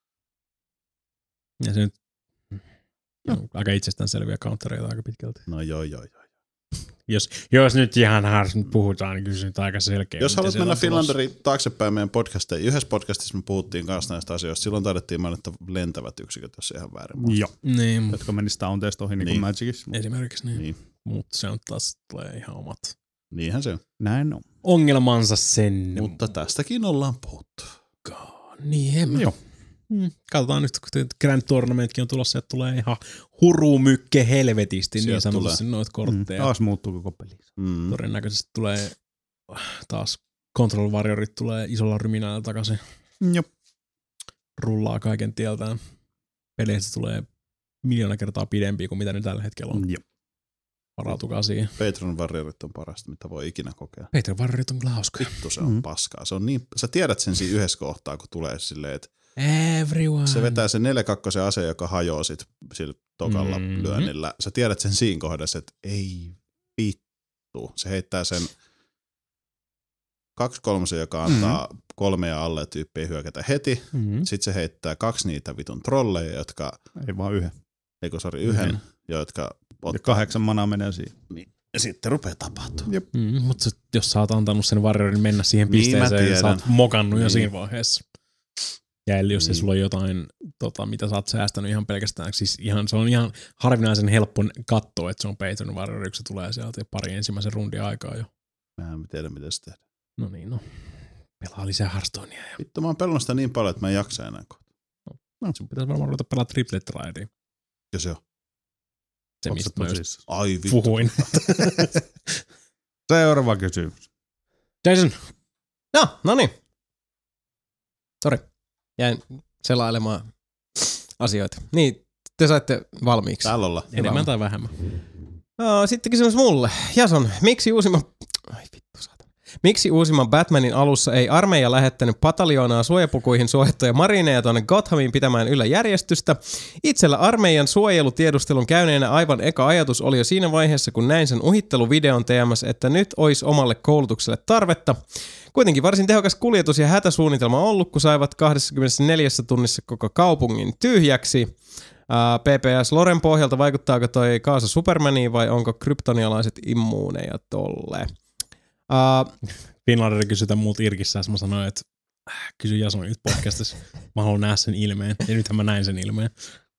S3: Ja se nyt on aika itsestäänselviä countereita aika pitkälti.
S1: No joo, joo, joo.
S3: Jos, jos nyt ihan harsin puhutaan, niin kyllä se nyt aika selkeä.
S1: Jos
S3: miten
S1: haluat
S3: se
S1: mennä
S3: on tulossa.
S1: Finlanderi taaksepäin meidän podcastiin, yhdessä podcastissa me puhuttiin kanssa näistä asioista. Silloin taidettiin mainita lentävät yksiköt, jos ei ihan väärin muista.
S5: Joo.
S3: Niin, mut
S5: Jotka menis taunteista ohi niin kuin
S1: Niin.
S5: Magicissa.
S3: esimerkiksi niin.
S1: Niin,
S3: Mutta se on taas tulee ihan omat
S1: niinhän se on.
S5: Näin on.
S3: ongelmansa sen.
S1: Mutta tästäkin ollaan puhuttu.
S3: Niin, en mä.
S5: Joo.
S3: Hmm. Katsotaan nyt, kun Grand Tournamentkin on tulossa, että tulee ihan hurumykke helvetisti
S1: Sieltä
S3: niin sanotusti noita
S5: Mm.
S3: kortteja.
S5: Taas muuttuu koko peli.
S1: Mm.
S3: Todennäköisesti tulee taas Control Warriorit tulee isolla ryminällä takaisin.
S5: Joo.
S3: Rullaa kaiken tieltään. Peleistä tulee miljoona kertaa pidempiä kuin mitä nyt tällä hetkellä on.
S5: Joo.
S3: Varautukaa siihen.
S1: Patron Warriorit on parasta, mitä voi ikinä kokea.
S3: Peter Warriorit on kyllä hauskoja.
S1: Vittu, se on
S5: Mm.
S1: paskaa. Se on niin, sä tiedät sen siinä yhdessä kohtaa, kun tulee silleen, että
S3: Everyone.
S1: se vetää sen neljä kaksi ase, joka hajoaa sit sillä tokalla
S3: Mhm.
S1: lyönnillä. Sä tiedät sen siinä kohdassa, että ei vittu. Se heittää sen kaksi kolmosen, joka antaa mm-hmm. kolme ja alle tyyppiä hyökätä heti.
S3: Mm-hmm.
S1: Sitten se heittää kaksi niitä vitun trolleja, jotka,
S5: Ei vaan yhden.
S1: eikö sori, yhden,
S5: Yhden.
S1: jotka
S5: Ja
S1: ottaa.
S5: kahdeksan manaa menee siihen.
S1: Ja sitten rupeaa tapahtumaan.
S3: Mm, mutta jos sä oot antanut sen Warriorin mennä siihen
S1: Niin, mä
S3: pisteeseen, niin sä
S1: tiedän.
S3: oot mokannut jo
S1: Niin.
S3: siinä vaiheessa. Ja eli jos
S1: Niin.
S3: se sulla on jotain, tota, mitä sä oot säästänyt ihan pelkästään, siis ihan, se on ihan harvinaisen helppo katsoa, että se on Patron Warrior, kun se tulee sieltä pari ensimmäisen rundin aikaa jo.
S1: Mä en tiedä, miten se tehdään.
S3: No niin, no. Pelaa lisää Hearthstonea. Ja
S1: Vittu, mä oon pelannut sitä niin paljon, että mä en jaksa enää kohta.
S3: no, sun pitäisi varmaan ruveta pelaa Triplet Ridea.
S1: Ja se on.
S3: Se,
S5: Onko
S3: mistä
S5: se
S3: mä just
S5: tosissaan?
S1: Ai vittu.
S3: puhuin.
S5: Seuraava kysymys.
S3: Jason,
S2: No, no niin. Sori. Jäin selailemaan asioita. Niin, te saitte valmiiksi.
S1: Täällä ollaan.
S3: enemmän tai vähemmän.
S2: No, sitten kysymys mulle. Jason, miksi uusimman... Ai vittu saatana. Miksi uusimman Batmanin alussa ei armeija lähettänyt pataljoonaa suojapukuihin suojattuja marineja tuonne Gothamiin pitämään yllä järjestystä? Itsellä armeijan suojelutiedustelun käyneenä aivan eka ajatus oli jo siinä vaiheessa, kun näin sen uhitteluvideon T M S, että nyt olisi omalle koulutukselle tarvetta. Kuitenkin varsin tehokas kuljetus ja hätäsuunnitelma ollut, kun saivat kaksikymmentäneljä tunnissa koko kaupungin tyhjäksi. Uh, P P S Loren pohjalta vaikuttaako toi kaasa Supermaniin vai onko kryptonialaiset immuuneja tolle? Uh,
S3: Finlanderin kysytään multa Irkissä, mä sanoin, että äh, kysy Jason nyt podcastissa. Mä haluan nähdä sen ilmeen, ja nythän mä näin sen ilmeen.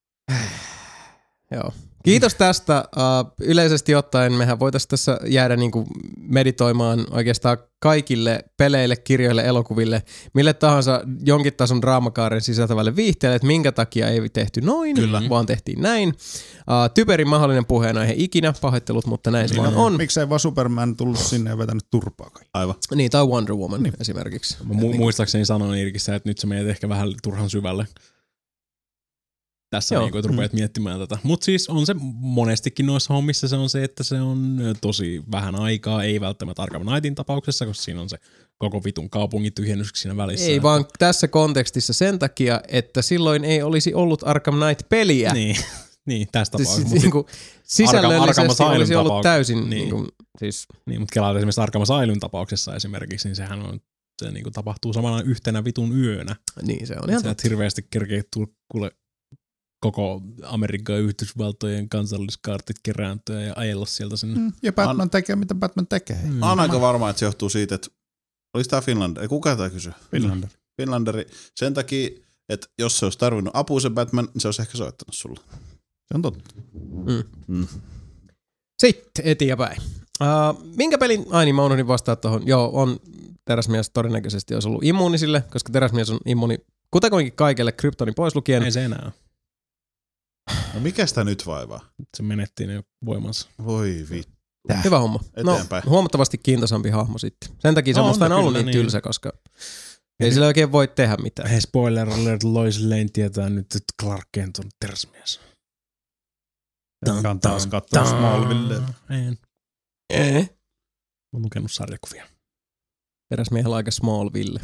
S2: Joo. Kiitos tästä. Uh, yleisesti ottaen mehän voitaisiin tässä jäädä niinku meditoimaan oikeastaan kaikille peleille, kirjoille, elokuville, mille tahansa jonkin tason draamakaaren sisältävälle viihteelle, että minkä takia ei tehty noin, Kyllä. vaan tehtiin näin. Uh, typerin mahdollinen puheenaihe ikinä, pahoittelut, mutta näin se vaan on.
S5: Miksei vaan Superman tullut sinne ja vetänyt turpaa kaikki?
S1: Aivan.
S2: Niin, tai Wonder Woman niin. esimerkiksi.
S3: Mu- muistaakseni sanoin Irkissä, että nyt sä menet ehkä vähän turhan syvälle. Tässä niin kun rupeat miettimään tätä. Mutta siis on se monestikin noissa hommissa se on se, että se on tosi vähän aikaa, ei välttämättä Arkham Knightin tapauksessa, koska siinä on se koko vitun kaupungin tyhjennys siinä välissä.
S2: Ei, että... vaan tässä kontekstissa sen takia, että silloin ei olisi ollut Arkham Knight-peliä.
S3: Niin, niin tässä tapauksessa.
S2: Siis, niin kuin, sisällöllisesti Arkham olisi ollut tapau- täysin... Niin, niin, kuin, siis...
S3: niin mutta kelaa esimerkiksi Arkham Asylum tapauksessa esimerkiksi, niin sehän on, se niin kuin tapahtuu samana yhtenä vitun yönä.
S2: Niin se on ihan
S3: totta. Hirveästi kerkeä kuule koko Amerikan ja Yhdysvaltojen kansalliskaartit kerääntyä ja ajella sieltä sinne. Mm,
S5: ja Batman An... tekee, mitä Batman tekee.
S1: Mm. Mä oon aika varma, että se johtuu siitä, että olis tää Finlander, kuka tää kysyy?
S5: Finlander.
S1: Finlanderi. Sen takia, että jos se olisi tarvinnut apua se Batman, niin se olisi ehkä soittanut sulle.
S5: Se on totta.
S2: Mm. Mm. Sitten eteenpäin. Uh, minkä pelin, ai niin mä unohdin vastaa tuohon, joo on teräsmies todennäköisesti olisi ollut immuunisille, koska teräsmies on immuuni kutakuinkin kaikelle kryptonin pois lukien.
S3: Ei se enää.
S1: No mikä sitä nyt vaivaa?
S3: Se menetti ne voimansa.
S1: Voi vittu.
S2: Hyvä homma.
S1: Eteenpäin.
S2: No, huomattavasti kiintoisampi hahmo sitten. Sen takia se on musta aina ollut niin, niin tylsä, koska ei niin. Sillä oikein voi tehdä mitään.
S3: Hei, spoiler alert, Lois Lane tietää nyt, että Clark Kent on teräsmies.
S5: Tämän taas katsoa Smallville.
S3: En.
S2: Eh?
S3: Olen lukenut sarjakuvia.
S2: Teräsmiehellä aika Smallville.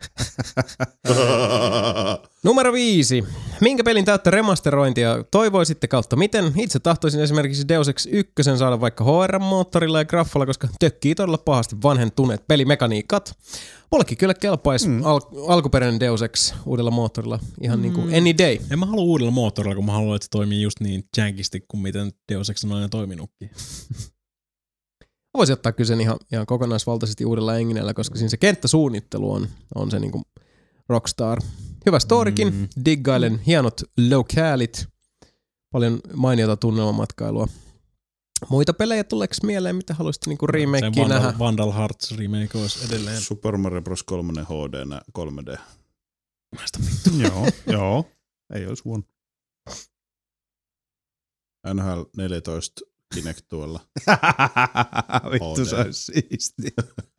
S2: Numero viisi. Minkä pelin täyttä remasterointia toivoisitte kautta miten? Itse tahtoisin esimerkiksi Deus Ex yksi saada vaikka H R-moottorilla ja graffalla, koska tökkii todella pahasti vanhentuneet pelimekaniikat. Mullekin kyllä kelpaisi mm. al- alkuperäinen Deus Ex uudella moottorilla ihan mm. niin kuin any day.
S3: En mä halua uudella moottorilla, kun mä haluan, että se toimii just niin jankisti kuin miten Deus Ex on aina toiminutkin.
S2: Voisi ottaa kyse ihan, ihan kokonaisvaltaisesti uudella enginellä, koska siinä se kenttäsuunnittelu on, on se niinku Rockstar. Hyvä storikin, mm. diggailen hienot localit, paljon mainiota tunnelmamatkailua. Muita pelejä tuleeko mieleen, mitä haluaisit niinku remakea nähdä?
S3: Vandal Hearts remake olisi edelleen.
S1: Super Mario Bros. kolme H D, kolme D.
S5: Joo, joo, ei olisi huono.
S1: N H L neljätoista Kinect tuolla.
S5: Vittu se olisi siistiä.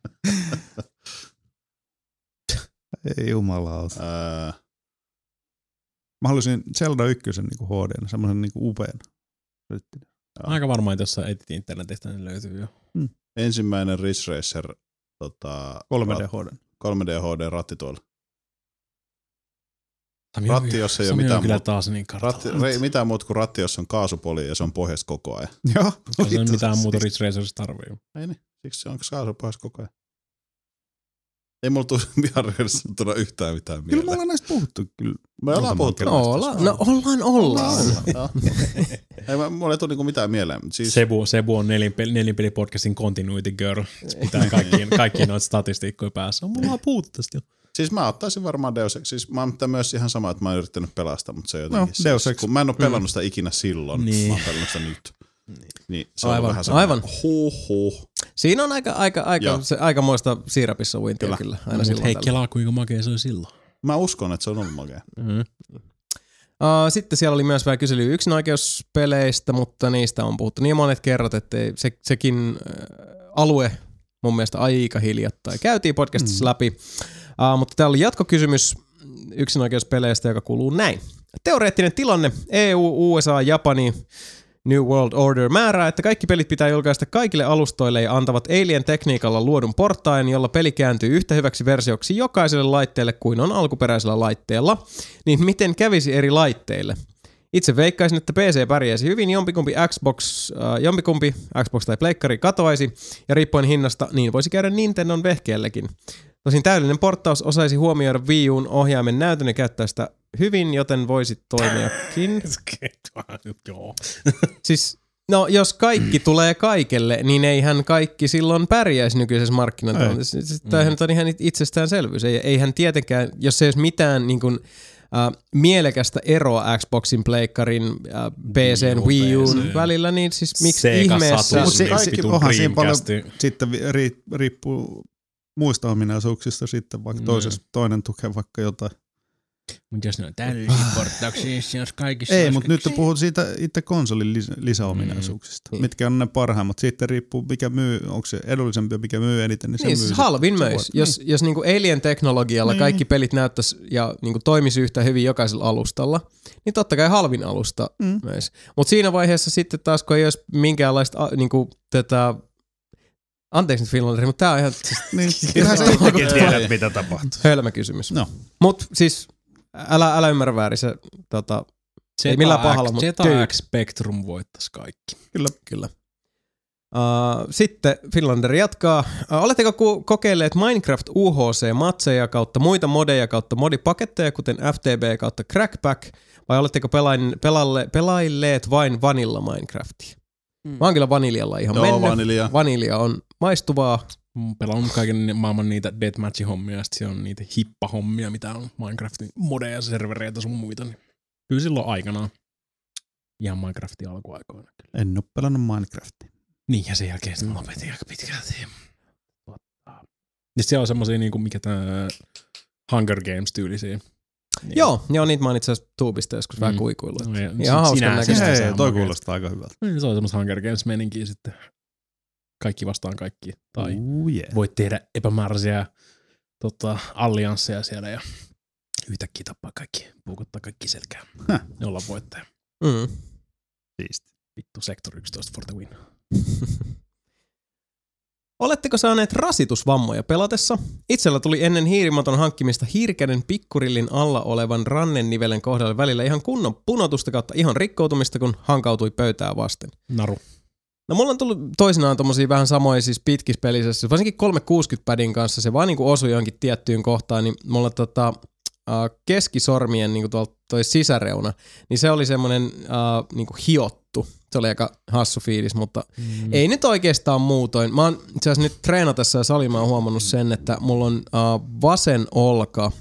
S5: Ei jumalauta. Ää... Mä haluaisin Zelda ykkösen niin H D, semmoisen niin upean.
S3: Aika varmaan, että jossain etit internetistä, niin löytyy jo.
S1: Hmm. Ensimmäinen Ridge Racer tota,
S5: kolme D H D.
S1: kolme D H D ratti tuolla.
S3: Sami
S1: ratti, jos ei ole mitään,
S3: kyllä taas niin
S1: ratti, ei mitään muuta kuin ratti, jos on kaasupoli ja se on pohjassa koko ajan.
S5: Joo.
S3: Ei ole mitään muuta Ridge Racerista tarvii.
S1: Ei niin, siksi se on kaasupohjassa koko ajan. Ei mulla tule ihan realistisena yhtään mitään mieleen.
S5: Kyllä me ollaan näistä puhuttu. Kyllä.
S1: Me ollaan puhuttu.
S2: No ollaan, no, ollaan, ollaan.
S1: ollaan. Ei mulla ei tule niinku mitään mieleen. Siis...
S3: Sebu, Sebu on nelinpelipodcastin continuity girl. Se pitää kaikkiin, kaikkiin noita statistiikkoja päässä. Mulla on puhuttu tästä jo.
S1: Siis mä ottaisin varmaan Deus Ex. Siis mä oon myös ihan sama, että mä oon yrittänyt pelastaa, mutta se on jotenkin...
S5: No, Deus Ex.
S1: Kun mä en oo pelannut sitä ikinä silloin, niin. Mä oon pelannut sitä nyt. Niin, niin se
S2: aivan,
S1: on vähän sama.
S2: Aivan.
S1: Huh, huh.
S2: Siinä on aika, aika, aika, se, aikamoista siirapissa uintia kyllä. kyllä aina no, silloin
S3: hei, kelaa kuinka makea se oli silloin.
S1: Mä uskon, että se on ollut makea.
S2: Mm-hmm. Uh, sitten siellä oli myös vähän kyselyä yksinoikeuspeleistä, mutta niistä on puhuttu niin monet kerrat, että se, sekin äh, alue mun mielestä aika hiljattain käytiin podcastissa mm. läpi. Uh, mutta täällä oli jatkokysymys yksinoikeuspeleistä, joka kuuluu näin. Teoreettinen tilanne. E U, U S A, Japani New World Order määrää, että kaikki pelit pitää julkaista kaikille alustoille ja antavat Alien-tekniikalla luodun portain, jolla peli kääntyy yhtä hyväksi versioksi jokaiselle laitteelle kuin on alkuperäisellä laitteella. Niin miten kävisi eri laitteille? Itse veikkaisin, että P C pärjäisi hyvin, jompikumpi Xbox, äh, jompikumpi Xbox tai Pleikkari katoaisi, ja riippuen hinnasta niin voisi käydä Nintendon vehkeellekin. Tosin täydellinen porttaus osaisi huomioida Wii U:n ohjaimen näytön ja käyttää sitä hyvin, joten voisi toimiakin.
S3: Joo.
S2: Siis, no jos kaikki tulee kaikelle, niin eihän kaikki silloin pärjäisi nykyisessä markkinatilanteessa. Tämähän on ihan itsestäänselvyys. Eihän tietenkään, jos ei olisi mitään niin kuin, Uh, mielekästä eroa Xboxin, Pleikkarin, uh, P C:n, Wii U:n välillä, niin siis miksi
S3: Sega
S2: ihmeessä...
S3: Saturn,
S5: Se, kaikki onhan siinä paljon
S3: Dreamcast.
S5: sitten vi- ri- riippuu muista ominaisuuksista sitten, vaikka
S3: Mm.
S5: toisessa, toinen tukee vaikka jotain.
S4: Mutta jos ne on täydellisiä porttauksia, jos kaikissa...
S5: Ei,
S4: olisi
S5: mutta nyt
S4: kaksi-
S5: puhut siitä itse konsolin lis- lisäominaisuuksista,
S2: Mm.
S5: mitkä on ne parhaimmat. Sitten riippuu mikä myy, onko se edullisempi ja mikä myy eniten, niin se
S2: Niin,
S5: myy.
S2: siis halvin
S5: se
S2: möis.
S5: voit-
S2: Jos,
S5: niin.
S2: jos niinku Alien-teknologialla
S5: Niin.
S2: kaikki pelit näyttäisi ja niinku toimisi yhtä hyvin jokaisella alustalla, niin totta kai halvin alusta
S5: Mm.
S2: myös. Mutta siinä vaiheessa sitten taas, kun ei olisi minkäänlaista a, niinku, tätä... Anteeksi nyt Finlanderi, mutta tää on ihan siis
S5: Niin, kyllähän se itsekin tiedät,
S3: mitä tapahtuu.
S2: hölmö kysymys.
S5: No.
S2: Mut siis älä, älä ymmärrä väärin se, tota, ei millään pahalla, mutta
S3: Z
S2: tyyk.
S3: X Spectrum voittaisi kaikki.
S5: Kyllä.
S2: Kyllä. Uh, sitten Finlander jatkaa. Uh, oletteko ku- kokeilleet Minecraft U H C-matseja kautta muita modeja kautta modipaketteja, kuten F T B kautta Crackback, vai oletteko pelain, pelaille, pelailleet vain vanilla Minecraftia? Mm. Mä oon kyllä vaniljalla ihan
S1: Joo,
S2: mennyt.
S1: vanilja.
S2: Vanilja on maistuvaa.
S3: Mä pelannut kaiken maailman niitä deathmatch-hommia, ja sit siellä on niitä hippa-hommia, mitä on Minecraftin modeja, servereitä sun muita. Niin kyllä silloin aikanaan. Ihan Minecraftin alkuaikoina.
S5: En oo pelannut Minecraftia.
S3: Niin, ja sen jälkeen sitten lopetin aika pitkälti. Ja siellä on semmosia niinku, mikä tää Hunger Games-tyylisiä. Niin.
S2: Joo, joo, niitä mä oon itse asiassa tuubista joskus mm. vähän
S3: Mm.
S2: kuikuillut.
S3: No, ja
S2: Ihan
S3: sit
S2: hauskan
S3: sinänsä
S2: näköistä.
S3: se
S5: Hei,
S3: on
S5: toi
S3: makea.
S5: kuulostaa aika hyvältä.
S3: Niin, se on semmoista Hunger Games-meninkiä sitten. Kaikki vastaan kaikki. Tai
S5: Ooh, yeah.
S3: voit tehdä epämääräisiä tota, alliansseja siellä ja yhtäkkiä tappaa kaikki, puukottaa kaikki selkään.
S5: Häh.
S3: Ne ollaan voittaja.
S2: Mm.
S5: Siisti.
S3: Vittu, Sector yksitoista for the win.
S2: Oletteko saaneet rasitusvammoja pelatessa? Itsellä tuli ennen hiirimaton hankkimista hiirkäden pikkurillin alla olevan rannennivelen kohdalle välillä ihan kunnon punotusta kautta ihan rikkoutumista, kun hankautui pöytää vasten.
S3: Naru.
S2: No mulla on tullut toisinaan tommosia vähän samoja siis pitkissä pelissä, varsinkin kolmesataakuusikymmentä-padin kanssa se vaan niinku osui johonkin tiettyyn kohtaan, niin mulla tota, äh, keskisormien niinku tuolta toi sisäreuna, niin se oli semmonen äh, niinku hiottu. Se oli aika hassu fiilis, mutta mm. ei nyt oikeastaan muutoin. Mä oon itse asiassa nyt treenatessa ja salilla mä oon huomannut sen, että mulla on äh, vasen olka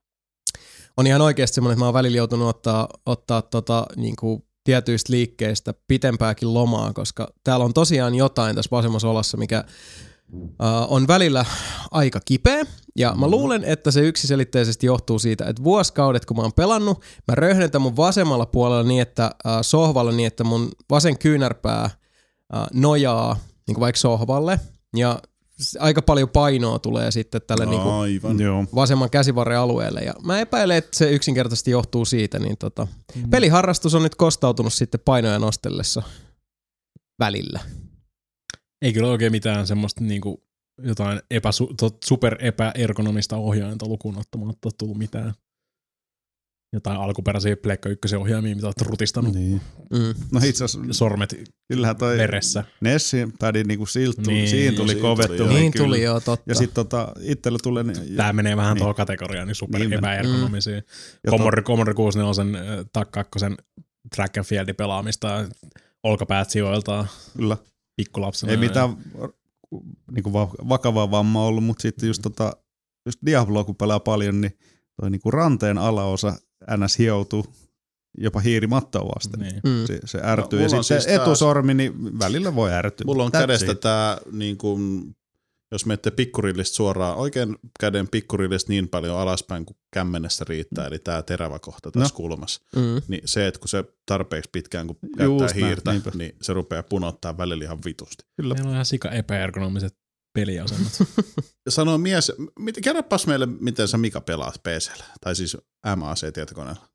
S2: on ihan oikeasti semmoinen, että mä oon välillä joutunut ottaa, ottaa tota, niinku tietyistä liikkeistä pitempääkin lomaa, koska täällä on tosiaan jotain tässä vasemmassa olassa, mikä uh, on välillä aika kipeä. Ja mä luulen, että se yksiselitteisesti johtuu siitä, että vuosikaudet, kun mä oon pelannut, mä röhnetän mun vasemmalla puolella niin, että uh, sohvalla niin, että mun vasen kyynärpää uh, nojaa niin kuin vaikka sohvalle. Ja aika paljon painoa tulee sitten tälle
S1: No,
S2: niin kuin
S1: aivan.
S5: Joo.
S2: vasemman käsivarren alueelle. Ja mä epäilen, että se yksinkertaisesti johtuu siitä. Niin tota, mm. peliharrastus on nyt kostautunut sitten painoja nostellessa välillä.
S3: Ei kyllä oikein mitään semmoista niinku jotain epäsu, tot, super epäergonomista ohjainta lukuun ottamatta ole tullut mitään. Jotain alkuperäisiä Pleikka ykkösen ohjaimia, mitä olet rutistanut
S5: Niin.
S2: Mm.
S5: No itse asiassa,
S3: sormet
S5: kyllähän toi
S3: veressä.
S5: Nessin pädin niinku siltä tuli,
S3: Niin,
S5: siinä tuli
S1: siinä
S5: kovettu.
S1: tuli, joo.
S2: Niin
S5: kyllä.
S2: tuli joo, totta.
S5: Ja sitten tota, itsellä tulee... Niin,
S3: Tää menee vähän
S5: niin.
S3: tuohon kategoriaan, niin super
S5: Niin
S3: epäergonomisia.
S5: Ja
S3: Commodore, Commodore kuusikymmentäneljä tak kakkosen track and fieldin pelaamista, olkapäät sijoiltaan
S5: Kyllä.
S3: pikkulapsena.
S5: Ei mitään niinku va- vakavaa vammaa ollut, mutta sitten just, tota, just Diabloa kun pelaa paljon, niin toi niinku ranteen alaosa ns. Hioutuu jopa hiirimattoa vasten.
S3: Niin.
S2: Mm.
S5: Se, se ärtyy.
S1: No,
S5: ja
S1: mulla
S5: sitten
S1: on
S5: se
S1: siis taas-
S5: etusormi, niin välillä voi ärtyä.
S1: Mulla on
S5: That's
S1: kädestä
S5: it.
S1: tää, niin kuin, jos menette pikkurillista suoraan, oikein käden pikkurillista niin paljon alaspäin kuin kämmenessä riittää, eli tää terävä kohta tässä
S5: No.
S1: kulmassa.
S2: Mm.
S1: Niin se, että kun se tarpeeksi pitkään kun
S5: Just
S1: käyttää
S5: näin,
S1: hiirtä,
S5: niinpä.
S1: niin se rupeaa punottaa välillä ihan vitusti.
S5: Kyllä.
S3: Meillä on ihan sika epäergonomiset peliasennot.
S1: Sano mies, mit- kerropas meille, miten sä Mika pelaat P C:llä, tai siis M A C-tietokoneella.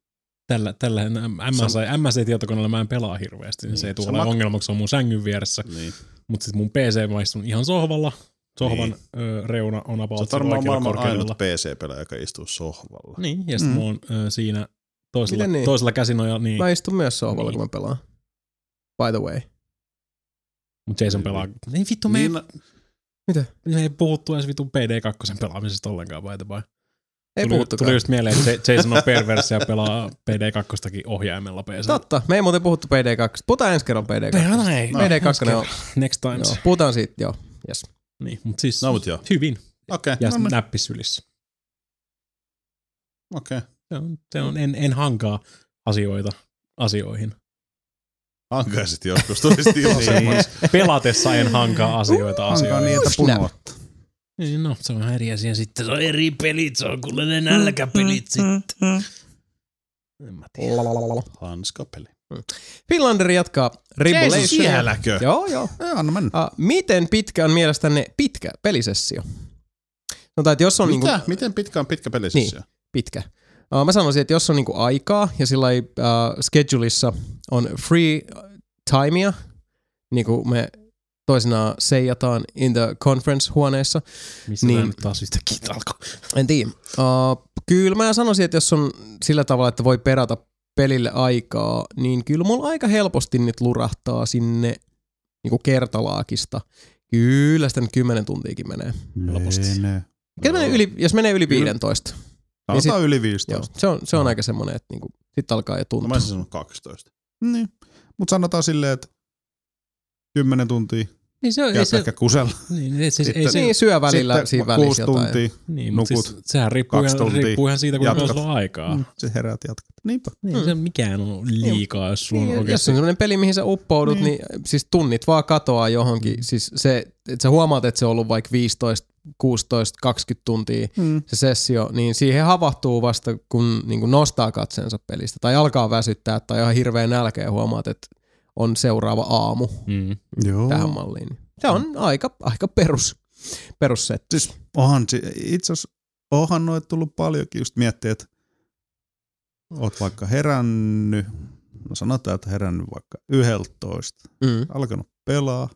S3: tällä, tällä M S I-tietokoneella mä en pelaa hirveästi, niin se ei tule olemaan ongelma, kun se on mun sängyn vieressä. Niin. Mutta sitten mun P C mä istun ihan sohvalla. Sohvan niin. ö, reuna on about
S1: oikealla korkeudella. Se on varmaan maailman ainut P C-pelaaja, joka istuu sohvalla.
S3: Niin, ja sitten mm. mä oon ö, siinä toisella, niin? toisella käsinojalla. Niin.
S2: Mä istun myös sohvalla, niin. kun mä pelaan. By the way.
S3: Mut Jason pelaa. Ei vittu, me niin, ei...
S2: Mitä?
S3: Me ei puhuttu edes vitun P D kaksi pelaamisesta ollenkaan, by the way.
S2: Ei
S3: tuli,
S2: puhuttukaan.
S3: Tuli just mieleen, että Jason on perversi ja pelaa P D kaksi ohjaimella P C.
S2: Totta, me ei muuten puhuttu P D kaksi. Puhutaan ensi kerran P D kaksi.
S3: Pelataan ei.
S2: P D kaksi on...
S3: Next times.
S2: Joo, puhutaan siitä, joo. Yes.
S3: Niin, mutta siis
S1: no, mut joo.
S3: hyvin.
S1: Okay,
S3: ja
S1: no,
S3: näppis sylissä.
S1: Okei. Okay.
S3: Se on, se on en, en hankaa asioita asioihin.
S1: Hankaisit joskus, tulisit iloisemmaksi.
S3: Pelatessa en hankaa asioita asioihin.
S5: Hankaa niitä punuotta.
S3: Niin, no, se on eri asia sitten. Se on eri pelit, se on kuule ne nälkäpelit sitten. En mä tiedä.
S1: Hanskapeli.
S2: Finlander jatkaa Ribulation.
S1: Jeesus, sielläkö?
S2: Joo, joo.
S5: Anna mennä.
S2: Uh, miten pitkä on mielestänne pitkä pelisessio? Sanotaan, että jos on
S1: Mitä?
S2: Niinku,
S1: miten pitkä on pitkä pelisessio?
S2: Niin, pitkä. Uh, mä sanoisin, että jos on niinku aikaa ja sillä uh, scheduleissa on free timea, niin kuin me toisinaan seijataan in the conference-huoneessa.
S3: Missä
S2: niin,
S3: tämä nyt taas yhtäkkiä alkoi?
S2: En tiedä. Uh, kyllä mä sanoisin, että jos on sillä tavalla, että voi perata pelille aikaa, niin kyllä mulla aika helposti nyt lurahtaa sinne niinku kertalaakista. Kyllä sitä nyt kymmenen tuntiakin menee. Helposti.
S5: Menee.
S2: Menee yli, jos menee yli viisitoista.
S5: Niin sit, yli viisitoista.
S2: Joo, se on, se on no. aika semmoinen, että niinku, sitten alkaa jo tuntua.
S1: No mä olisin sanonut kaksitoista.
S5: Niin, mutta sanotaan silleen, että kymmenen tuntia.
S3: Niin se on,
S5: käyt ehkä kusella.
S3: Niin, ei, se,
S2: sitten,
S3: ei se,
S2: niin syö välillä siinä välissä
S5: kuusi
S2: jotain.
S5: tuntia,
S3: niin,
S5: nukut,
S3: siis, sehän riippuu ihan, riippuu ihan siitä, kuinka sulla on aikaa.
S5: Mm, se heräät jatkat. Niinpä.
S3: Niin, mm. se mikään on liikaa, jos sulla on
S2: niin,
S3: oikeasti.
S2: Jos on sellainen peli, mihin sä uppoudut, niin, niin siis tunnit vaan katoaa johonkin. Mm. Siis se, että sä huomaat, että se on ollut vaikka viisitoista, kuusitoista, kaksikymmentä tuntia mm. se sessio, niin siihen havahtuu vasta, kun niin kun nostaa katseensa pelistä. Tai alkaa väsyttää tai ihan hirveä nälkä ja huomaat, että on seuraava aamu mm. tähän malliin. Se on mm. aika, aika perus, perussetti.
S5: Siis onhan, itse asiassa onhan noita tullut paljonkin just miettiä, että oot vaikka herännyt, no sanotaan, että herännyt vaikka yhdeltoista, mm. alkanut pelaa,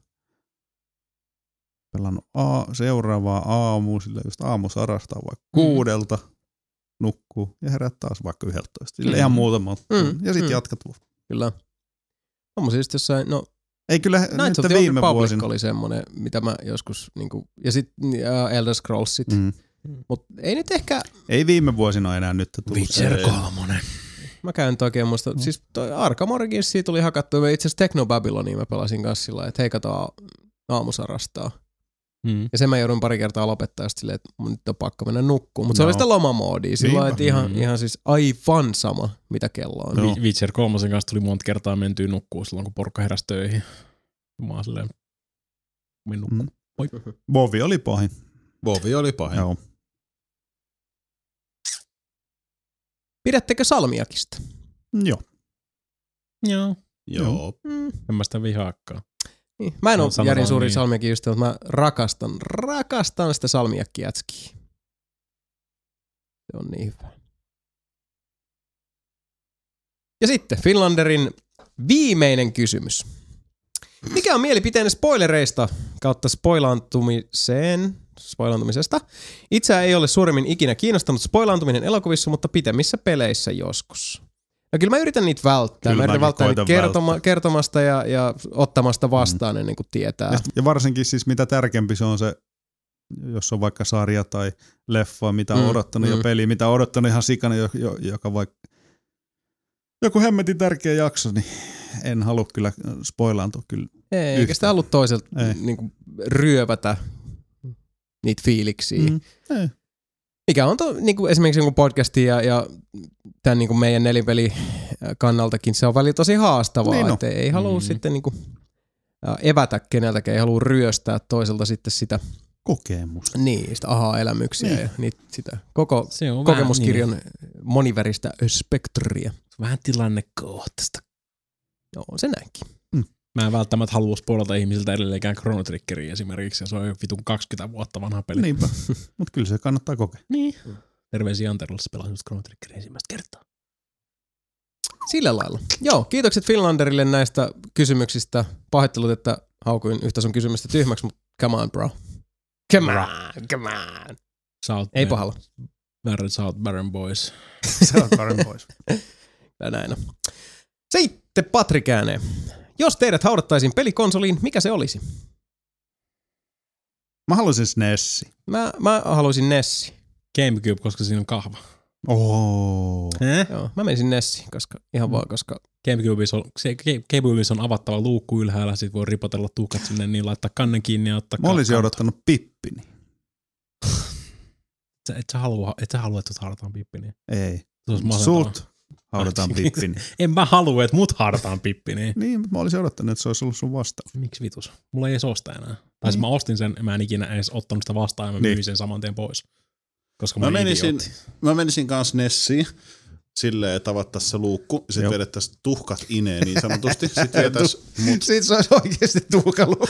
S5: pelannut a- seuraavaa aamua, sillä just aamu sarastaa vaikka mm. kuudelta, nukkuu ja herät taas vaikka yhdeltoista. Sillä mm. ihan muutama. Mm. Ja sit mm. jatkat.
S2: Kyllä. Tommosia jossain, no
S5: ei kyllä
S2: Knights of the Old Republic oli semmonen, mitä mä joskus, niinku, ja sit uh, Elder Scrollsit. Mm. Mut ei nyt ehkä...
S5: Ei viime vuosina enää nyt tullut.
S3: Witcher kolmonen.
S2: Mä käyn oikein muista, mm. siis toi Arkham Origins siitä tuli hakattu, itse asiassa Techno Babylonia mä pelasin kanssa sillä että hei kato aamusarastaa. Mm. Ja sen mä joudun pari kertaa lopettaa silleen, että mun nyt on pakko mennä nukkuun. Mutta no. se oli sitä lomamoodia sillä että ihan, mm. ihan siis aivan sama, mitä kello on.
S3: No. Witcher kolmosen kanssa tuli monta kertaa mentyä nukkuun silloin, kun porukka heräsi töihin. Mä oon silleen, min nukkuun. Mm.
S5: Vovi oli pahin.
S1: Vovi oli pahin.
S5: Joo.
S2: Pidättekö salmiakista?
S5: Joo.
S3: Joo.
S1: Joo.
S2: Mm.
S3: En mä sitä vihaakaan.
S2: Niin. Mä en ole Järin suuri niin. salmiakki ystävä, mutta mä rakastan, rakastan sitä salmiakkijätskiä. Se on niin hyvä. Ja sitten Finlanderin viimeinen kysymys. Mikä on mielipiteenne spoilereista kautta spoilaantumiseen, spoilaantumisesta? Itseä ei ole suuremmin ikinä kiinnostanut spoilaantuminen elokuvissa, mutta pitemmissä peleissä joskus. No kyllä mä yritän niitä välttää. Kyllä mä yritän välttää niitä kertoma, kertomasta ja, ja ottamasta vastaan mm. ennen kuin tietää.
S5: Ja, ja varsinkin siis mitä tärkeämpi se on se, jos on vaikka sarja tai leffa, mitä on mm. odottanut mm. ja peli, mitä on odottanut ihan sikana, joka vaikka joku hemmetin tärkeä jakso, niin en halua kyllä spoilaantua kyllä.
S2: Ei, eikä sitä halua toiselta niin kuin ryövätä niitä fiiliksiä. Mm. Ei. Mikä on to, niin kuin esimerkiksi jonkun podcastin ja, ja tämän niin kuin meidän nelipeli kannaltakin, se on välillä tosi haastavaa, niin no. että ei halua mm. sitten niin kuin evätä keneltäkään, ei halua ryöstää toiselta sitten sitä
S5: kokemusta.
S2: Niin, sitä ahaa-elämyksiä niin. ja niitä, sitä koko kokemuskirjan niin. moniväristä spektria.
S3: Vähän tilannekohtaista.
S2: Joo, se näinkin.
S3: Mm. Mä en välttämättä halua spoilata ihmisiltä edelleenkään Chrono Triggeria esimerkiksi, ja se on jo vitun kaksikymmentä vuotta vanha peli.
S5: Niinpä, mutta kyllä se kannattaa kokea.
S3: Niin. Terveisiä Anterolle, se pelasi Chrono Triggeria ensimmäistä kertaa.
S2: Sillä lailla. Joo, kiitokset Finlanderille näistä kysymyksistä. Pahoittelut, että haukuin yhtä sun kysymystä tyhmäksi, mutta come on, bro. Come on, come on.
S3: South
S2: Ei pahalla.
S3: Barren, South Barren Boys.
S5: Se on parempi pois.
S2: Ja näin on. Sitten Patrik ääneen. Jos teidät haudattaisiin pelikonsoliin, mikä se olisi?
S5: Mä haluaisin S N E S.
S2: Mä, mä haluaisin Nessi.
S3: GameCube, koska siinä on kahva.
S5: Oh.
S3: Eh?
S2: Joo, mä menisin Nessi, koska ihan vaan, koska
S3: GameCubeissa on, se, GameCubeissa on avattava luukku ylhäällä, sit voi ripotella tuhkat sinne, niin laittaa kannen kiinni ja ottaa
S5: Mä olisin
S3: kantaa.
S5: odottanut Pippini.
S3: Sä, et, sä halua, et sä halua, että sut haudataan Pippiniin.
S5: Ei.
S3: Se olisi masentavaa.
S5: Sut haudataan Pippini.
S3: En mä halua, että mut haudataan Pippiniin.
S5: Niin, mutta mä olisin odottanut, että se olisi ollut sun vastaus.
S3: Miksi vitus? Mulla ei edes osta enää. Tai siis mä ostin sen, mä en ikinä edes ottanut sitä vastaan ja mä myin
S5: Niin.
S3: sen saman tien pois. Koska mä,
S1: Mä
S3: mä
S1: menisin,
S3: idiootti.
S1: mä menisin kans Nessiin silleen, että avattaisiin se luukku, sit
S5: Joo.
S1: vedettäisiin tuhkat ineen niin sanotusti, sit vietäisiin mut,
S5: Siitä se olisi oikeasti tuukalu.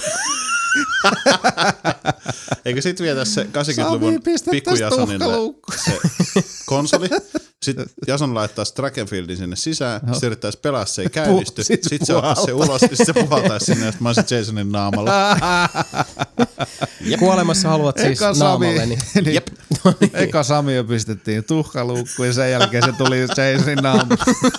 S1: eikö sit vietäisiin se kahdeksankymmentäluvun
S5: Sami, pistä
S1: pikku
S5: tästä
S1: Jasonille
S5: tuhkaluukku.
S1: se konsoli, sit Jason laittaisi track and fieldin sinne sisään, sit yrittäisi pelaa, se ei käynnisty,
S5: sit
S1: sit,
S5: se
S1: se ottaisi se ulos, sit se puhaltaisi sinne, ja sit mä olisin Jasonin naamalla.
S2: kuolemassa haluat siis
S5: Eka Sami,
S2: naamalleni.
S5: niin,
S1: Jep.
S5: eka Samio pistettiin tuhkaluukkuun ja sen jälkeen se tuli Jasonin naamalla.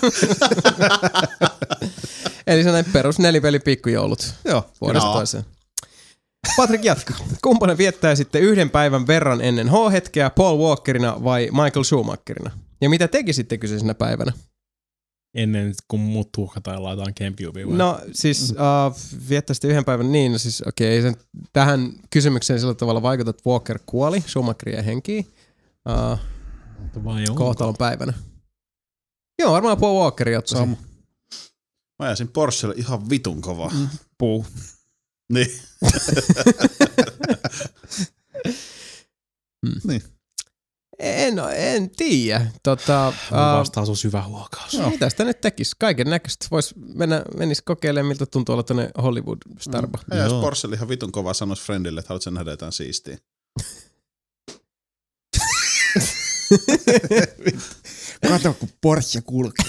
S2: Eli sellainen perus nelipeli pikkujoulut
S5: Joo,
S2: vuodesta
S1: Joo.
S2: toiseen. Patrik jatkaa. Kumpainen viettää sitten yhden päivän verran ennen H-hetkeä Paul Walkerina vai Michael Schumacherina? Ja mitä tekisitte kyseisenä päivänä?
S3: Ennen kuin mut tuhkataan ja laitetaan GameCubeen. vai?
S2: No siis uh, viettää sitten yhden päivän, niin no siis okei, okay, ei sen tähän kysymykseen sillä tavalla vaikuta, että Walker kuoli, Schumacher jäi henkiin uh,
S3: Vai onko?
S2: kohtalon päivänä. Joo, varmaan Paul Walkerin ottaisin.
S5: Samu.
S1: Mä jäisin Porschelle ihan vitun kovaa.
S5: Mm. Puu.
S1: Niin.
S5: Niin.
S2: En, en tiedä. Tota,
S3: Mun
S2: uh,
S3: vastaus on syvä huokaus.
S2: no. Mitä sitä nyt tekisi? Kaiken näköistä. Vois mennä, menis kokeilemaan, miltä tuntuu olla tonne Hollywood-starba.
S1: Mä jäisin Porschelle ihan vitun kovaa, sanois friendille, että haluat sen nähdä jotain siistiä.
S5: Kato, kun Porsche kulkee.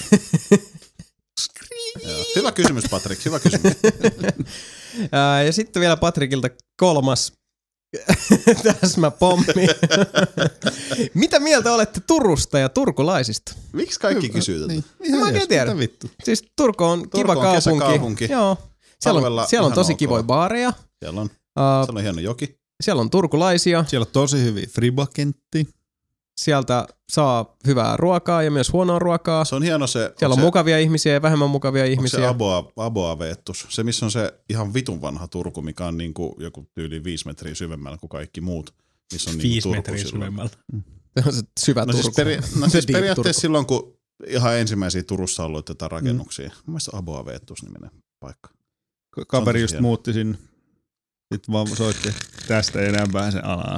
S1: Joo. Hyvä kysymys, Patrik, hyvä kysymys.
S2: Ää, ja sitten vielä Patrikilta kolmas täsmäpommi. Mitä mieltä olette Turusta ja turkulaisista?
S1: Miksi kaikki kysyy tätä?
S5: Niin.
S2: Mä
S5: Ihan
S2: oikein
S5: jees,
S2: tiedä.
S5: mitä vittu.
S2: Siis Turku on
S1: Turku
S2: kiva
S1: on
S2: kaupunki.
S1: kesäkaupunki.
S2: Joo. Siellä
S1: Talvella
S2: on, siellä on
S1: ihan
S2: tosi
S1: ok.
S2: kivoja baareja.
S1: Siellä on,
S2: Ää,
S1: siellä on hieno joki.
S2: siellä on turkulaisia.
S5: Siellä on tosi hyviä fribakentti.
S2: Sieltä saa hyvää ruokaa ja myös huonoa ruokaa.
S1: Se on hieno se,
S2: Siellä on
S1: se,
S2: mukavia ihmisiä ja vähemmän mukavia
S1: onko se
S2: ihmisiä.
S1: Aboa, Aboa veettus. Se, missä on se ihan vitun vanha Turku, mikä on niinku joku tyyli viisi metriä syvemmällä kuin kaikki muut. Missä on niinku
S3: Viisi
S1: Turku
S3: metriä
S1: silloin.
S3: syvemmällä.
S2: Se on se syvä
S1: No
S2: Turku.
S1: siis, peri, no
S2: Se
S1: siis
S2: deep
S1: periaatteessa
S2: Turku.
S1: silloin, kun ihan ensimmäisiä Turussa ollut jotain rakennuksia. Mm. Mun mielestä Aboa veettus niminen paikka.
S5: Ka- Kaveri
S1: tosi
S5: just
S1: hieno.
S5: muutti sinne. Sitten vaan soitti, tästä ei enää pääse alas.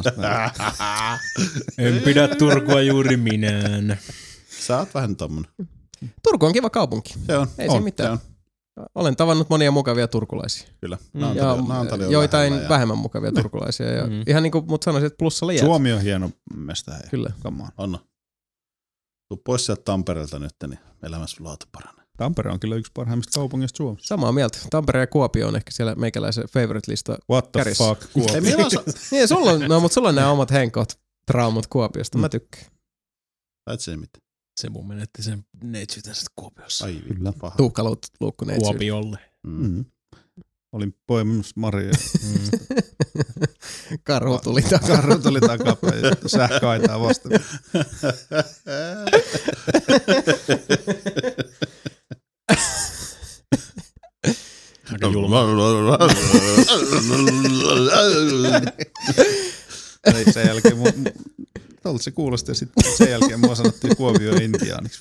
S3: En pidä Turkua juuri minään.
S1: Sä oot vähän tommonen.
S2: Turku on kiva kaupunki.
S1: Se on.
S2: Ei
S1: on,
S2: siinä mitään.
S1: Se on,
S2: Olen tavannut monia mukavia turkulaisia.
S1: kyllä.
S2: Ja
S1: Naantali, Naantali on
S2: joitain
S1: lähellä ja-
S2: vähemmän mukavia turkulaisia. Ja
S3: Mm.
S2: ihan niin kuin mut sanoisin, että plussalla jää.
S5: Suomi on hieno mesta. Hei.
S2: Kyllä.
S5: Come on.
S1: On. Tuu pois sieltä Tampereelta nyt, niin elämässä laatu paranee.
S5: Tampere on kyllä yksi parhaimmista kaupungista Suomessa.
S2: Samaa mieltä. Tampere ja Kuopio on ehkä siellä meikäläisen favorite-lista.
S5: What the
S2: Kärjessä.
S5: fuck? Kuopio.
S1: Ei, milloin sä...
S2: Niin, sulla on, no, mutta sulla on nämä omat henkot traumat Kuopiosta. Mä tykkään.
S1: Et se mitään.
S3: Se mun menetti sen neitsytänsä Kuopiossa.
S1: Ai
S5: Kyllä.
S1: paha.
S2: Tuhkaluukku neitsyy.
S3: Kuopiolle.
S1: Mm.
S5: Mm. Olin poimimassa Maria.
S3: Mm.
S2: Karhu tuli takaa.
S5: Karhu tuli takapäin ja sähköaitaa vasta.
S3: Aika julma.
S5: Ei, sen jälkeen mun, tolta se kuulosti ja sitten sen jälkeen mua sanottiin Kuopio intiaaniksi.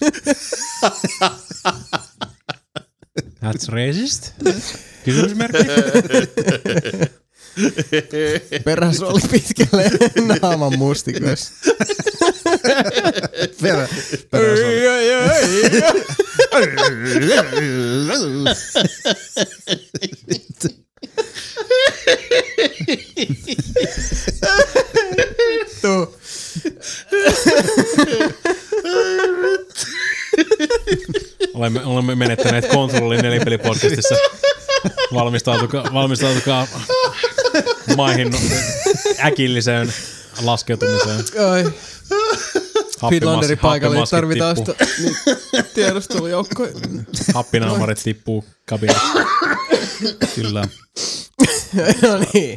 S3: That's racist? Kysymysmerkki?
S2: Peräs oli pitkälle naaman mustikoissa.
S5: Perä, peräs oli.
S3: olemme, olemme menettäneet kontrollin nelipelipodcastissa. Valmistautukaa, valmistautukaa maihin äkilliseen laskeutumiseen.
S2: Ai. Finlanderin paikalle niin tarvitaan sitä niin, tiedustelujoukkoja.
S3: Happinaamarit tippuu kabinasta.
S5: Kyllä.
S2: No niin.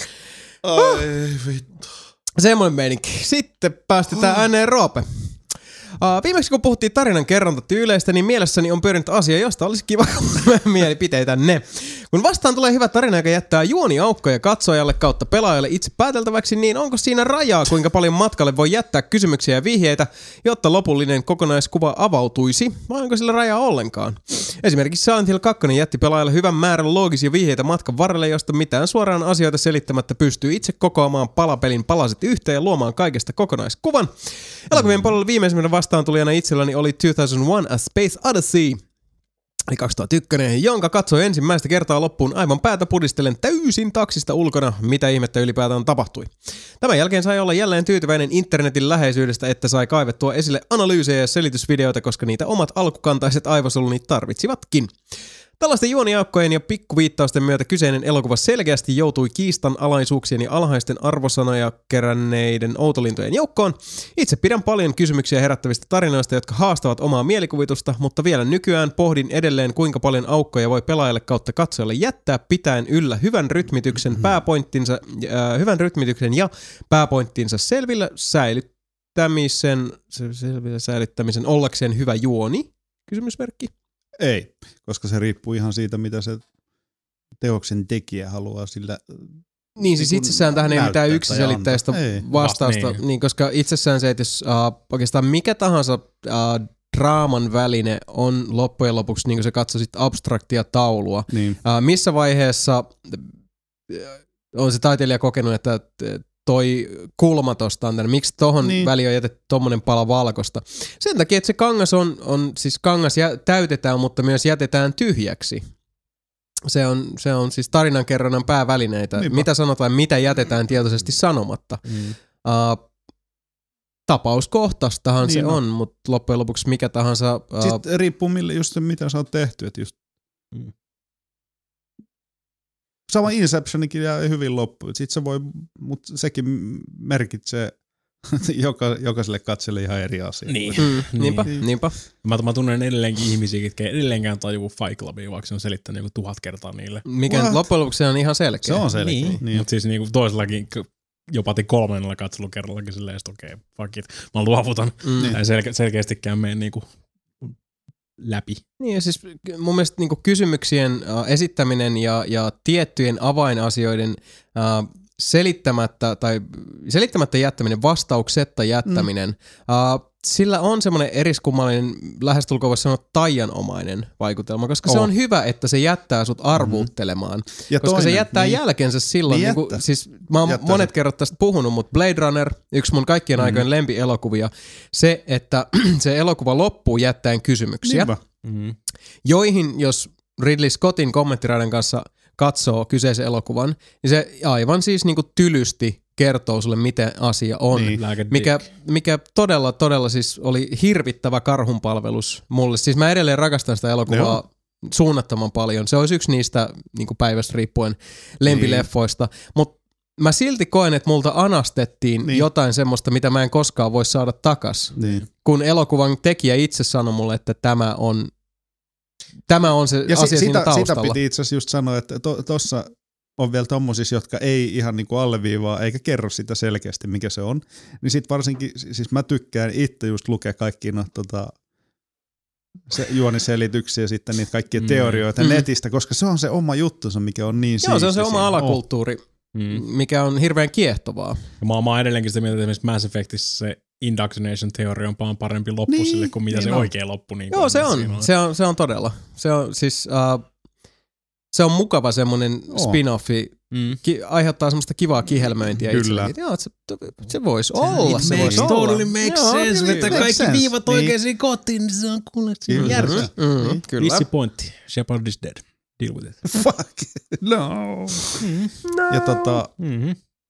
S1: Ai vittu.
S2: Semmoinen meininki. Sitten päästetään ääneen Roope. Uh, viimeksi kun puhuttiin tarinan kerrontatyyleistä, niin mielessäni on pyörinyt asia, josta olisi kiva kuulla mielipiteitänne. Kun vastaan tulee hyvä tarina, joka jättää juoniaukkoja katsojalle kautta pelaajalle itse pääteltäväksi, niin onko siinä rajaa, kuinka paljon matkalle voi jättää kysymyksiä ja vihjeitä, jotta lopullinen kokonaiskuva avautuisi, vai onko sillä rajaa ollenkaan? Esimerkiksi Silent Hill kaksi jätti pelaajalle hyvän määrän loogisia vihjeitä matkan varrelle, josta mitään suoraan asioita selittämättä pystyy itse kokoamaan palapelin palaset yhteen ja luomaan kaikesta kokonaiskuvan. Elokuvien puolella viimeisimmän vastaantulijana itselläni oli kaksituhattayksi A Space Odyssey, eli kaksituhattayksi, jonka katsoi ensimmäistä kertaa loppuun aivan päätä pudistellen täysin taksista ulkona, mitä ihmettä ylipäätään tapahtui. Tämän jälkeen sai olla jälleen tyytyväinen internetin läheisyydestä, että sai kaivettua esille analyysejä ja selitysvideoita, koska niitä omat alkukantaiset aivosoluni tarvitsivatkin. Tällaisten juoniaukkojen ja pikkuviittausten myötä kyseinen elokuva selkeästi joutui kiistanalaisuuksien ja alhaisten arvosanoja keränneiden outolintojen joukkoon. Itse pidän paljon kysymyksiä herättävistä tarinoista, jotka haastavat omaa mielikuvitusta, mutta vielä nykyään pohdin edelleen, kuinka paljon aukkoja voi pelaajalle kautta katsojalle jättää pitäen yllä hyvän rytmityksen, pääpointtinsa, äh, hyvän rytmityksen ja pääpointtinsa selvillä säilyttämisen, selvillä säilyttämisen ollakseen hyvä juoni? Kysymysmerkki.
S5: Ei, koska se riippuu ihan siitä, mitä se teoksen tekijä haluaa sillä.
S2: Niin siis itsessään tähän ei mitään yksiselitteistä vastausta,
S3: niin.
S2: niin, koska itsessään se, että jos uh, oikeastaan mikä tahansa uh, draaman väline on loppujen lopuksi, niin kuin sä katsoisit abstraktia taulua,
S5: niin.
S2: uh, missä vaiheessa uh, on se taiteilija kokenut, että toi kulma tosta on tänne, miksi tohon niin. väliin on jätetty tommonen pala valkosta. Sen takia, että se kangas on, on siis kangas jä, täytetään, mutta myös jätetään tyhjäksi. Se on, se on siis tarinankerronnan päävälineitä. Niinpä. Mitä sanotaan, mitä jätetään tietoisesti sanomatta. Mm. Uh, tapauskohtaistahan niin se on, on mutta loppujen lopuksi mikä tahansa. Uh,
S5: Sitten riippuu mille, just mitä sä oot tehty. Että just mm. Sama Inceptionikin jää hyvin loppuun. Sitten se voi, mutta sekin merkitsee joka, jokaiselle katselle ihan eri asia.
S3: Niin.
S2: Mm, niinpä,
S5: niin.
S2: niinpä.
S3: Mä, mä tunnen edelleenkin ihmisiä, jotka ei edelleenkään tajuu Fight Clubia, vaikka se on selittänyt joku tuhat kertaa niille.
S2: Mikä What? Loppujen lopuksi se on ihan selkeä.
S5: Se on selkeä.
S3: Niin.
S5: Niin.
S3: Mutta siis niinku toisellakin, jopa kolmannella katselukerrallakin silleen, että okei, okay, fuck it, mä luovutan. Mm. Ei selke- selkeästikään mene niinku läpi.
S2: Niin ja siis mun mielestä niinku kysymyksien uh, esittäminen ja, ja tiettyjen avainasioiden uh, selittämättä tai selittämättä jättäminen, vastauksetta jättäminen, mm. uh, sillä on semmoinen eriskummallinen, lähestulkoon voisi sanoa taianomainen vaikutelma, koska oh. se on hyvä, että se jättää sut arvuuttelemaan, mm. koska toinen, se jättää niin, jälkensä silloin, niin niin kuin, siis mä oon jättää monet se. kerrat tästä puhunut, mutta Blade Runner, yksi mun kaikkien mm. aikojen lempielokuvia, se, että se elokuva loppuu jättäen kysymyksiä, mm. joihin jos Ridley Scottin kommenttiraiden kanssa katsoo kyseisen elokuvan, niin se aivan siis niinku tylysti kertoo sulle, miten asia on. Niin. Mikä, mikä todella, todella siis oli hirvittävä karhunpalvelus mulle. Siis mä edelleen rakastan sitä elokuvaa Joo. suunnattoman paljon. Se olisi yksi niistä niinku päivästä riippuen lempileffoista. Niin. Mutta mä silti koen, että multa anastettiin niin. jotain semmoista, mitä mä en koskaan voi saada takas. Niin. Kun elokuvan tekijä itse sanoi mulle, että tämä on Tämä on se ja asia si- siinä
S5: sitä,
S2: taustalla.
S5: Sitä piti itse asiassa just sanoa, että tuossa to, on vielä tommosissa, jotka ei ihan niinku alleviivaa eikä kerro sitä selkeästi, mikä se on. Niin sit varsinkin, siis mä tykkään itse just lukea kaikkia no, tota, se, juoniselityksiä ja sitten niitä kaikkia mm. teorioita mm. netistä, koska se on se oma juttunsa, mikä on niin siistiä.
S2: Joo, se on se oma alakulttuuri, mm. mikä on hirveän kiehtovaa.
S3: Ja mä, mä oon edelleenkin sitä mieltä, että esimerkiksi Mass Effectissä se indoctrination-teoria on vaan parempi loppu niin, sille kuin mitä niin se on. Oikea loppu. Niin
S2: Joo, se on. on. Se on. Se on todella. Se on siis uh, se on mukava semmoinen oh. spin-offi. Mm. Ki- aiheuttaa semmoista kivaa kihelmöintiä itselleni. Joo, se, se voisi olla. Se voisi olla.
S3: Totally makes sense. Vetää kaikki sense. Viivat niin. oikeisiin kotiin, niin se on kuule järkeä.
S2: Mm, kyllä.
S3: Missi pointti. Shepard is dead. Deal with it.
S5: Fuck. No.
S2: Mm. no.
S5: Ja tota,
S3: mm-hmm.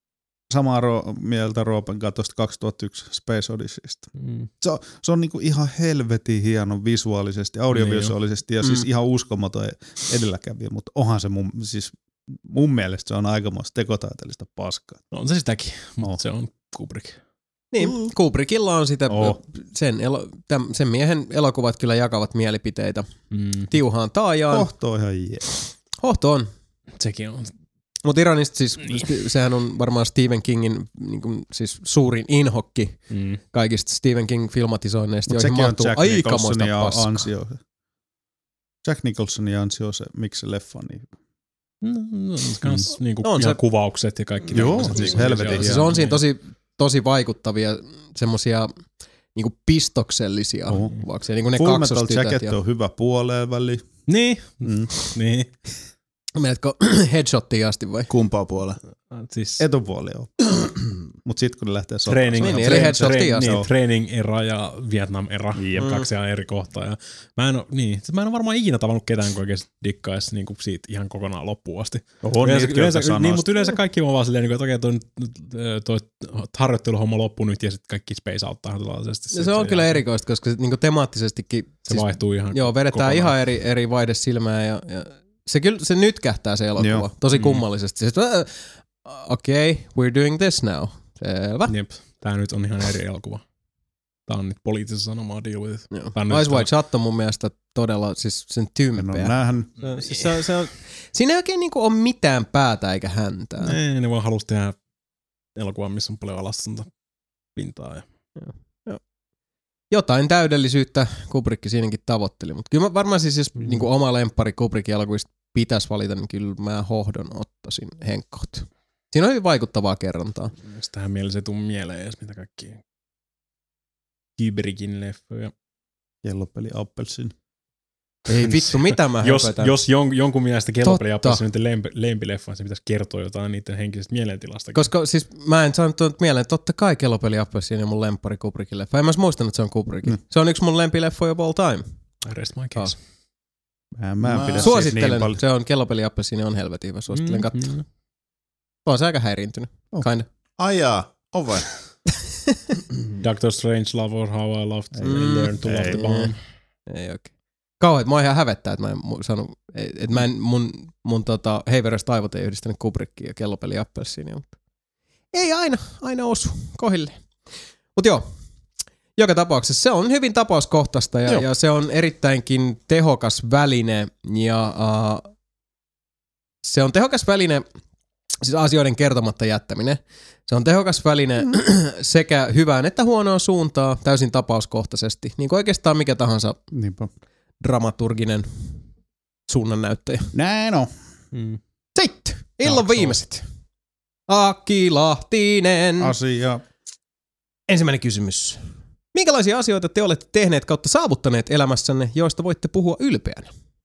S5: samaa ro- mieltä Roopen katosta kaksituhattayksi Space Odysseysta.
S3: Mm.
S5: Se on, se on niinku ihan helvetin hieno visuaalisesti, audiovisuaalisesti ja
S2: Mm.
S5: siis ihan uskomaton edelläkävijä, mutta onhan se mun, siis mun mielestä se on aikamoista tekotaiteellista paskaa.
S3: No on se sitäkin, mutta
S5: Oh.
S3: se on Kubrick.
S2: Niin, Kubrickilla on sitä,
S5: Oh.
S2: sen, elo, täm, sen miehen elokuvat kyllä jakavat mielipiteitä
S3: Mm.
S2: tiuhaan taajaan. Oh.
S5: Kohto on ihan jees.
S2: Hohto on.
S3: Sekin on.
S2: Mutta ironista siis, niin. sehän on varmaan Stephen Kingin niin kuin, siis suurin inhokki
S3: Mm.
S2: kaikista Stephen King-filmatisoinneista,
S5: Mutta
S2: joihin
S5: sekin on
S2: mahtuu
S5: Jack
S2: aikamoista
S5: Nicholsonin
S2: paskaa.
S5: ansio. Jack Nicholsonin ansio se, miksi se leffa on niin.
S3: No, no, kans mm. niinku
S2: On
S3: on
S2: se-
S3: se kuvaukset ja kaikki.
S5: Joo,
S3: tämmöiset
S5: siis
S3: niinku
S5: helvetin
S3: visuaaliset.
S2: Siis
S5: hieno.
S2: on siinä tosi, tosi vaikuttavia semmosia niinku pistoksellisia
S5: Oho.
S2: kuvauksia, niin kuin ne
S5: Full Metal
S2: kaksostytöt.
S5: Jacket
S2: Ja...
S5: on hyvä puoleen väliin.
S3: Niin,
S5: Mm.
S3: niin.
S2: Menetkö headshottiin asti vai?
S1: Kumpaa puolella?
S3: Siis
S5: Etupuoli on. Mut sit kun ne lähtee sotaan.
S3: training,
S2: Niin,
S3: niin,
S2: eli
S3: tra-
S2: headshottiin
S3: tra-
S2: asti.
S3: niin, training-era ja Vietnam-era.
S5: Jep.
S3: Kaksi ihan eri kohtaa. Ja mä en oo, niin, mä en oo varmaan ikinä tavannut ketään, kun oikeesti dikkaisi niinku siitä ihan kokonaan loppuun asti.
S5: On
S3: yleensä,
S5: niitä,
S3: yleensä,
S5: jotka sanoo
S3: niin,
S5: sitä.
S3: mutta yleensä kaikki on vaan silleen, niin että okei, toi, toi harjoitteluhomma loppuu nyt ja sitten kaikki space auttaa tällaisesti.
S2: Ja se on kyllä erikoista, koska se, niinku temaattisestikin
S3: Se
S2: siis,
S3: vaihtuu ihan
S2: joo, vedetään
S3: kokonaan.
S2: ihan eri, eri vaide silmään ja, ja se kyllä se nytkähtää se elokuva
S5: Joo.
S2: tosi
S3: Mm.
S2: kummallisesti. Se, äh, okei, okay, we're doing this now. Selvä.
S3: Jep, tää nyt on ihan eri elokuva. Tää on nyt poliittista sanomaa, deal with it.
S2: Joo.
S3: Tää on nyt
S2: Eyes
S3: tää-
S2: Wide Shut on mun mielestä todella siis sen
S5: En ole
S2: tympeä.
S5: nähnyt.
S2: Se, siis se, on- se on, siinä ei oikein niinku ole mitään päätä eikä häntää.
S3: Ei, ne vaan halus tehdä elokuvan, missä on paljon alastonta pintaa. Ja...
S2: Jotain täydellisyyttä Kubrick siinäkin tavoitteli, mutta kyllä mä varmaan siis, jos
S3: Mm.
S2: niinku oma lemppari Kubrickin elokuvista pitäisi valita, niin kyllä mä hohdon ottaisin Hancock. Siinä on hyvin vaikuttavaa kerrontaa.
S3: Tähän mielessä ei tule mieleen edes mitä kaikkia Kubrickin leffoja.
S5: Kellopeli Appelsin.
S2: Ei vittu, mitä mä
S3: Jos,
S2: höpötän.
S3: jos jon, jonkun mielestä kellopeli
S2: Totta.
S3: Appelsin nyt lempi, lempileffa, se pitäisi kertoa jotain niiden henkisestä mielentilasta.
S2: Koska siis mä en saanut tuon mieleen, että totta kai Kellopeli Appelsiin on mun lemppari Kubrickin leffa. En mä edes muistanut, että se on Kubrickin.
S5: Mm.
S2: Se on yksi mun lempileffoja of all time.
S3: I rest my case.
S5: Mä, mä en
S1: Mä
S5: pidä siitä
S2: Suosittelen,
S5: niin paljon.
S2: se on Kellopeli Appelsiin on helvetin hyvä. Suosittelen
S3: Mm,
S2: katsoa.
S3: mm.
S2: On se aika häiriintynyt.
S5: Oh.
S2: Kinda.
S1: Ajaa, on vai?
S3: Doctor Strange Love or How I Loved to
S2: Mm.
S3: Learn to Love
S5: Ei.
S3: the Bomb.
S2: Ei oikein. Kauhean, mua ihan hävettää, että mä en mu- saanut, että mä en, mun, mun tota, heiverästä aivot ei yhdistänyt Kubrickia ja Kellopeli Appelsiinia, mutta ei aina, aina osu kohilleen. Mut joo, joka tapauksessa se on hyvin tapauskohtaista ja, ja se on erittäinkin tehokas väline ja uh, se on tehokas väline, siis asioiden kertomatta jättäminen. Se on tehokas väline mm. sekä hyvään että huonoon suuntaan täysin tapauskohtaisesti, niin kuin oikeastaan mikä tahansa
S5: Niinpä.
S2: dramaturginen suunnannäyttäjä.
S5: Näin on.
S3: Mm.
S2: Sitten, illan viimeiset. Aki Lahtinen.
S5: Asia.
S2: Ensimmäinen kysymys. Minkälaisia asioita te olette tehneet kautta saavuttaneet elämässänne, joista voitte puhua ylpeänä?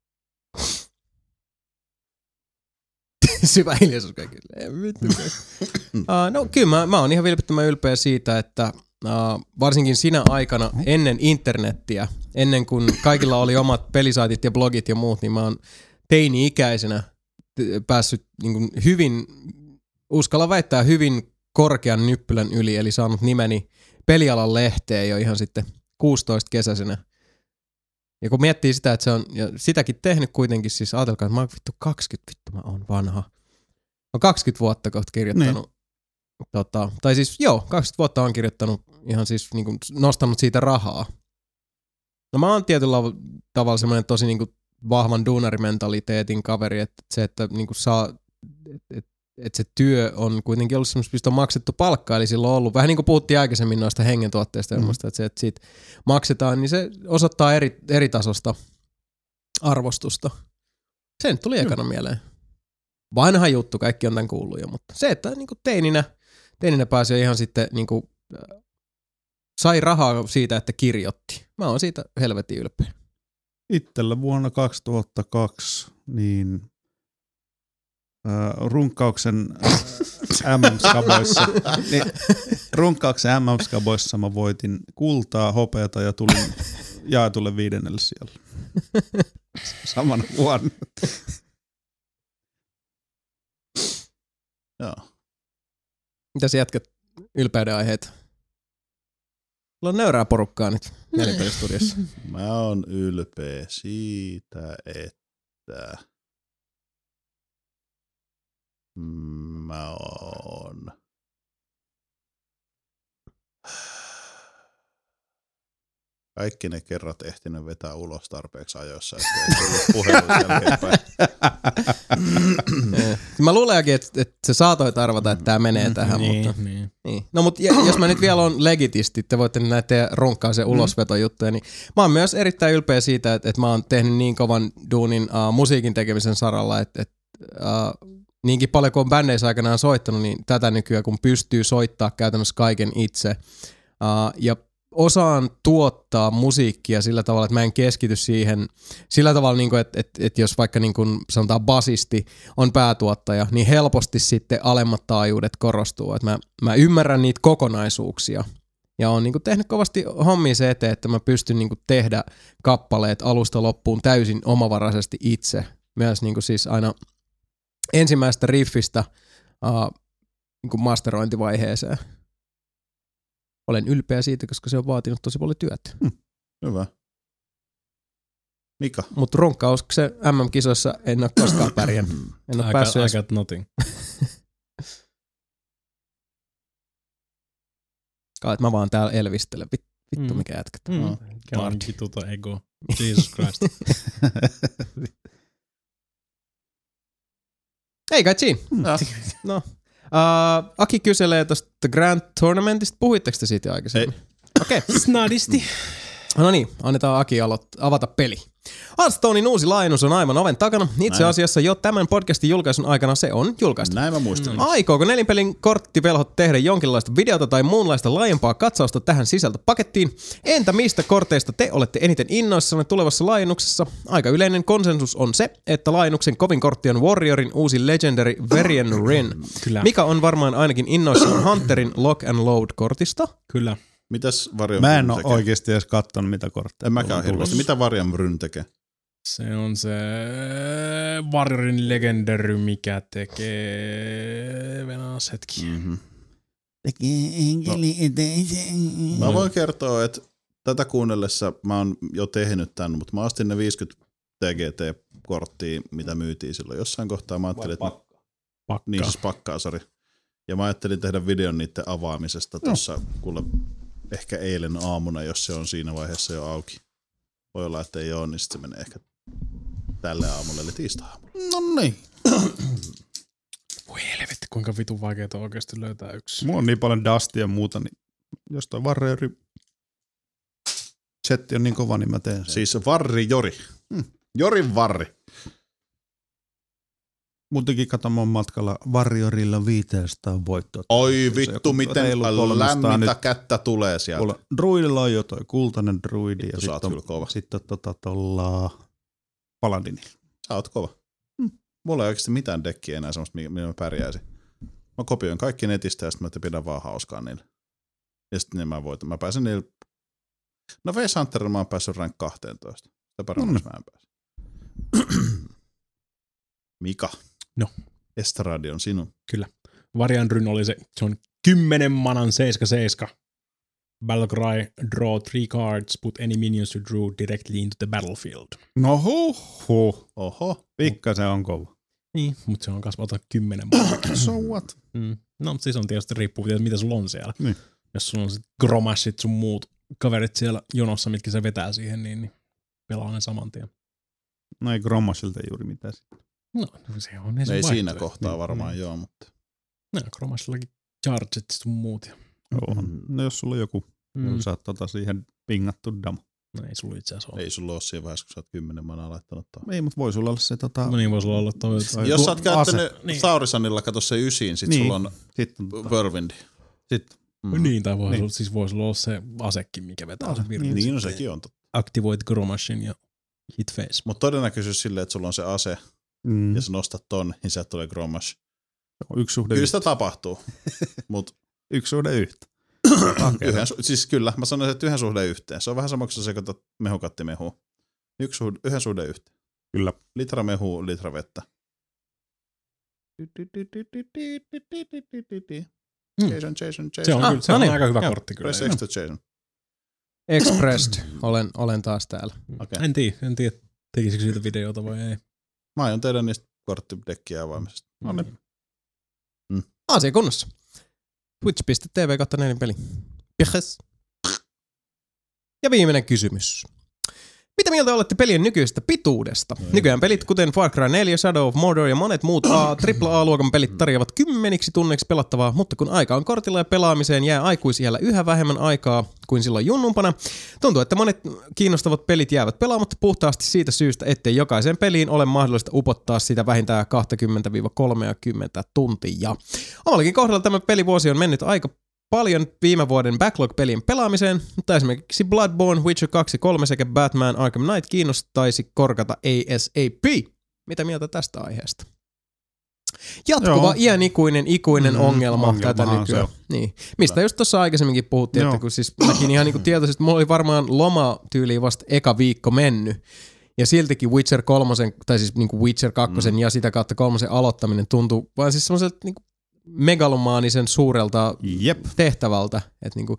S2: Syvä hiljaisuus kaikille. uh, no kyllä mä, mä oon ihan vilpittömän ylpeä siitä, että uh, varsinkin sinä aikana ennen internettiä, ennen kuin kaikilla oli omat pelisaitit ja blogit ja muut, niin mä oon teini-ikäisenä t- päässyt niin kuin hyvin, uskalla väittää hyvin korkean nyppylän yli, eli saanut nimeni Pelialan lehteen jo ihan sitten kuusitoista kesäisenä. Ja kun miettii sitä, että se on ja sitäkin tehnyt kuitenkin, siis ajatelkaa, että mä oon vittu kaksikymmentä, vittu mä oon vanha. Mä oon kaksikymmentä vuotta kohta kirjoittanut. Niin. Tota, tai siis joo, kaksikymmentä vuotta on kirjoittanut ihan siis niin kuin nostanut siitä rahaa. No mä oon tietyllä tavalla semmoinen tosi niin kuin vahvan duunarimentaliteetin kaveri, että se, että niin kuin saa, että että se työ on kuitenkin ollut semmoista, mistä on maksettu palkkaa, eli silloin on ollut, vähän niin kuin puhuttiin aikaisemmin noista hengentuotteista ja mm. muista, että se, että siitä maksetaan, niin se osoittaa eri, eri tasosta arvostusta. Se nyt tuli ekana mieleen. Vanha juttu, kaikki on tämän kuullut jo, mutta se, että niin kuin teininä, teininä pääsi ihan sitten, niin kuin, äh, sai rahaa siitä, että kirjoitti. Mä oon siitä helvetin ylpeä.
S5: Itsellä vuonna kaksituhattakaksi niin äh, runkkauksen äh, M M-skaboissa, niin, runkkauksen M M-skaboissa mä voitin kultaa, hopeata ja tulin jaetulle viidennelle siellä. Samana vuonna.
S1: Joo.
S2: Mitäs jätkät ylpeyden aiheita? Sulla on nöyrää porukkaa nyt Nelinpelistudiossa.
S1: Mä oon ylpeä siitä, että mä oon kaikki ne kerrat ehtinyt vetää ulos tarpeeksi ajoissa, että ei tullut puhelun jälkeenpäin.
S2: Mä luulenkin, että, että sä saatoit arvata, että tää menee tähän,
S3: niin,
S2: mutta...
S3: Niin.
S2: Niin. No mutta jos mä nyt vielä on legitisti, te voitte näitä teidän runkkaisen ulosvetojuttuja, niin mä oon myös erittäin ylpeä siitä, että, että mä oon tehnyt niin kovan duunin uh, musiikin tekemisen saralla, että, että uh, niinkin paljon kuin on bändeissä aikanaan soittanut, niin tätä nykyään kun pystyy soittaa käytännössä kaiken itse uh, ja osaan tuottaa musiikkia sillä tavalla, että mä en keskity siihen sillä tavalla, niin kuin, että, että, että jos vaikka niin kuin sanotaan basisti on päätuottaja, niin helposti sitten alemmat taajuudet korostuu. Että mä, mä ymmärrän niitä kokonaisuuksia ja on niin kuin tehnyt kovasti hommia se eteen, että mä pystyn niin kuin tehdä kappaleet alusta loppuun täysin omavaraisesti itse. Myös niin kuin siis aina ensimmäistä riffistä uh, niin kuin masterointivaiheeseen. Olen ylpeä siitä, koska se on vaatinut tosi paljon työtä.
S1: Hmm, hyvä. Mika?
S2: Mutta runkkauksen M M-kisoissa en ole koskaan pärjännyt. En ole
S3: I
S2: päässyt
S3: got,
S2: edes...
S3: I got nothing.
S2: Kai, mä vaan täällä elvistelen. Vittu
S3: Mm.
S2: mikä jätkä.
S3: Mm.
S2: Mm.
S3: Kelan vituta ego. Jesus Christ.
S2: Ei kai siinä.
S1: Ja.
S2: No. Uh, Aki kyselee tuosta The Grand Tournamentista. Puhuitteko te siitä jo aikaisemmin? Okei. Okay.
S3: Snadisti.
S2: No niin, annetaan Aki aloit- avata peli. Hearthstonein uusi laajennus on aivan oven takana. Itse
S1: Näin.
S2: asiassa jo tämän podcastin julkaisun aikana se on julkaistu.
S1: Näin mä muistelin.
S2: Aikooko Nelinpelin korttivelhot tehdä jonkinlaista videota tai muunlaista laajempaa katsausta tähän sisältöpakettiin? Entä mistä korteista te olette eniten innoissanne tulevassa laajennuksessa? Aika yleinen konsensus on se, että laajennuksen kovin kortti on Warriorin uusi Legendary Varian Rin.
S3: Kyllä.
S2: Mikä on varmaan ainakin innoissaan Hunterin Lock and Load-kortista?
S3: Kyllä.
S1: Mitäs Varjan
S5: Mä en
S1: Bryn
S5: ole
S1: tekee?
S5: oikeasti edes kattonut, mitä kortteja.
S1: En mäkään
S5: on tullut.
S1: hirveästi. Mitä Varjan Bryn tekee?
S3: Se on se Warriorin legendary, mikä tekee... Venäas hetki.
S1: Mm-hmm.
S4: Tekee enkeli eteisen.
S1: Mä voin kertoa, että tätä kuunnellessa mä oon jo tehnyt tän, mutta mä ostin ne viisikymmentä T G T-korttia, mitä myytiin silloin jossain kohtaa. Mä ajattelin, että mä,
S3: Pakka.
S1: niin siis pakkaa, sori. Ja mä ajattelin tehdä videon niiden avaamisesta tuossa, kuule ehkä eilen aamuna, jos se on siinä vaiheessa jo auki. Voi olla, että ei ole, niin sitten se menee ehkä tälle aamulle, eli tiistai-aamulla.
S5: No niin.
S3: Voi helvetti, kuinka vitun vaikeaa on oikeasti löytää yksi.
S5: Mulla on niin paljon dustia ja muuta, niin jos toi Warriori setti on niin kova, niin mä teen sen.
S1: Siis Varri Jori. Hmm. Jorin Varri.
S5: Muutenkin kato, mä oon matkalla Warriorilla viisisataa voittoa.
S1: Oi
S5: Se
S1: vittu,
S5: joku
S1: miten
S5: reilu kolmesataa
S1: lämmintä
S5: nyt.
S1: kättä tulee sieltä.
S5: Kuule, druidilla on jo toi kultainen druidi
S1: Vittu,
S5: ja
S1: sä oot
S5: sitten
S1: kyllä kova.
S5: on, sit on tota tolla paladini.
S1: Sä oot kova. Hmm. Mulla ei oikeasti mitään dekkiä enää semmoista, millä mä pärjäisin. Mä kopioin kaikki netistä ja sitten mä pidän vaan hauskaa niillä. Ja sitten niin mä voitan. Mä pääsen niillä... No Face Hunterilla mä oon päässyt rank kaksitoista. Sitä paremmin mä en pääse. Mika.
S3: No.
S1: Estradi on sinun.
S3: Kyllä. Varian Ryn oli se, se on kymmenen manan seitsemän seitsemän. Battlecry, draw three cards, put any minions you drew directly into the battlefield.
S5: No huh, huh.
S1: Oho.
S5: Pikkasen on kova.
S3: Niin, mutta se on kasvata kymmenen manan.
S5: So what?
S3: Mm. No, mutta siis on tietysti riippuu siitä, mitä sulla on siellä.
S5: Niin.
S3: Jos sulla on sit gromashit sun muut kaverit siellä jonossa, mitkä se vetää siihen, niin, niin pelaa ne saman tien.
S5: No ei Grommasilta juuri mitään.
S3: No, se on ei,
S1: Ei
S3: se
S1: siinä
S3: vaihtoehto.
S1: kohtaa
S3: Niin,
S1: varmaan
S3: niin.
S1: joo, mutta...
S3: No, Gromasillakin charget sun muut.
S5: Joo. No jos sulla on joku,
S3: Mm.
S5: mm. saat tota siihen pingattu damo.
S3: No, ei sulla itse asiassa ole.
S1: Ei sulla ole siinä vaiheessa, kun sä oot kymmenen manaa laittanut tuohon.
S5: Ei, mutta voi sulla olla se tota...
S3: No niin, voisi olla toi.
S5: Ai,
S1: Jos sä oot
S5: ase.
S1: käyttänyt
S3: Niin.
S1: Saurisanilla, kato se ysiin, sit
S5: Niin.
S1: sulla on
S5: Sitten tota,
S1: Whirlwind.
S5: sit,
S1: Mm.
S3: Niin, tai voi
S5: Niin.
S3: niin. siis voisi olla se asekin, mikä vetää
S5: Ase,
S3: sen virran.
S1: Niin, no sekin on totta.
S3: Activate Gromashin ja hit face.
S1: Mutta todennäköisyys silleen, että sulla on se ase
S5: mm,
S1: ja sä nostat ton, niin sieltä tulee Gromash.
S5: yksi suhde
S1: Kyllä
S5: yhtä.
S1: sitä tapahtuu. Mut
S5: Yksi suhde yhtä.
S1: yhden, su- siis kyllä, mä sanoisin, että yhden suhde yhteen. Se on vähän sama, kun sä sekoitat mehukattimehuun. Yksi suhde, yhden suhde yhteen.
S5: Kyllä.
S1: Litra mehua, litra vettä. Jason, Jason, Jason.
S3: Se on,
S2: Ah,
S3: kyllä, se
S2: no
S3: on
S2: niin.
S3: aika hyvä
S2: Joo.
S3: kortti kyllä.
S1: Press X to Jason.
S2: Expressed. olen, olen taas täällä.
S1: Okay.
S3: En tiedä, en tiedä, tekisikö siitä videota vai ei.
S1: Mä aion tehdä niistä korttidekkiä avaamisesta. No niin.
S2: Asia kunnossa. twitch piste tv kautta nelinpeli. Pihes. Ja viimeinen kysymys. Mitä mieltä olette pelien nykyisestä pituudesta? Nykyään pelit, kuten Far Cry neljä, Shadow of Mordor ja monet muut A, triple A-luokan pelit tarjoavat kymmeniksi tunneiksi pelattavaa, mutta kun aika on kortilla ja pelaamiseen jää aikuisiällä yhä vähemmän aikaa kuin silloin junnumpana, tuntuu, että monet kiinnostavat pelit jäävät pelaamatta puhtaasti siitä syystä, ettei jokaiseen peliin ole mahdollista upottaa sitä vähintään kaksikymmentä kolmekymmentä tuntia. Omallakin kohdalla tämä pelivuosi on mennyt aika paljon viime vuoden backlog-pelien pelaamiseen, mutta esimerkiksi Bloodborne, Witcher kaksi, kolme sekä Batman Arkham Knight kiinnostaisi korkata ASAP. Mitä mieltä tästä aiheesta? Jatkuva
S5: Joo.
S2: iän ikuinen, ikuinen
S5: Mm,
S2: ongelma tätä
S5: ongelmahan
S2: nykyään.
S5: se on.
S2: Niin. Mistä just tuossa aikaisemminkin puhuttiin,
S5: Joo.
S2: että kun siis mäkin ihan niinku tietoisesti, mulla oli varmaan loma tyyliin vasta eka viikko mennyt. Ja siltikin Witcher kolmosen, tai siis niinku Witcher kakkosen mm. ja sitä kautta kolmosen aloittaminen tuntuu vaan siis semmoiselta niinku megalomaanisen suurelta
S5: Jep.
S2: tehtävältä. Että niinku,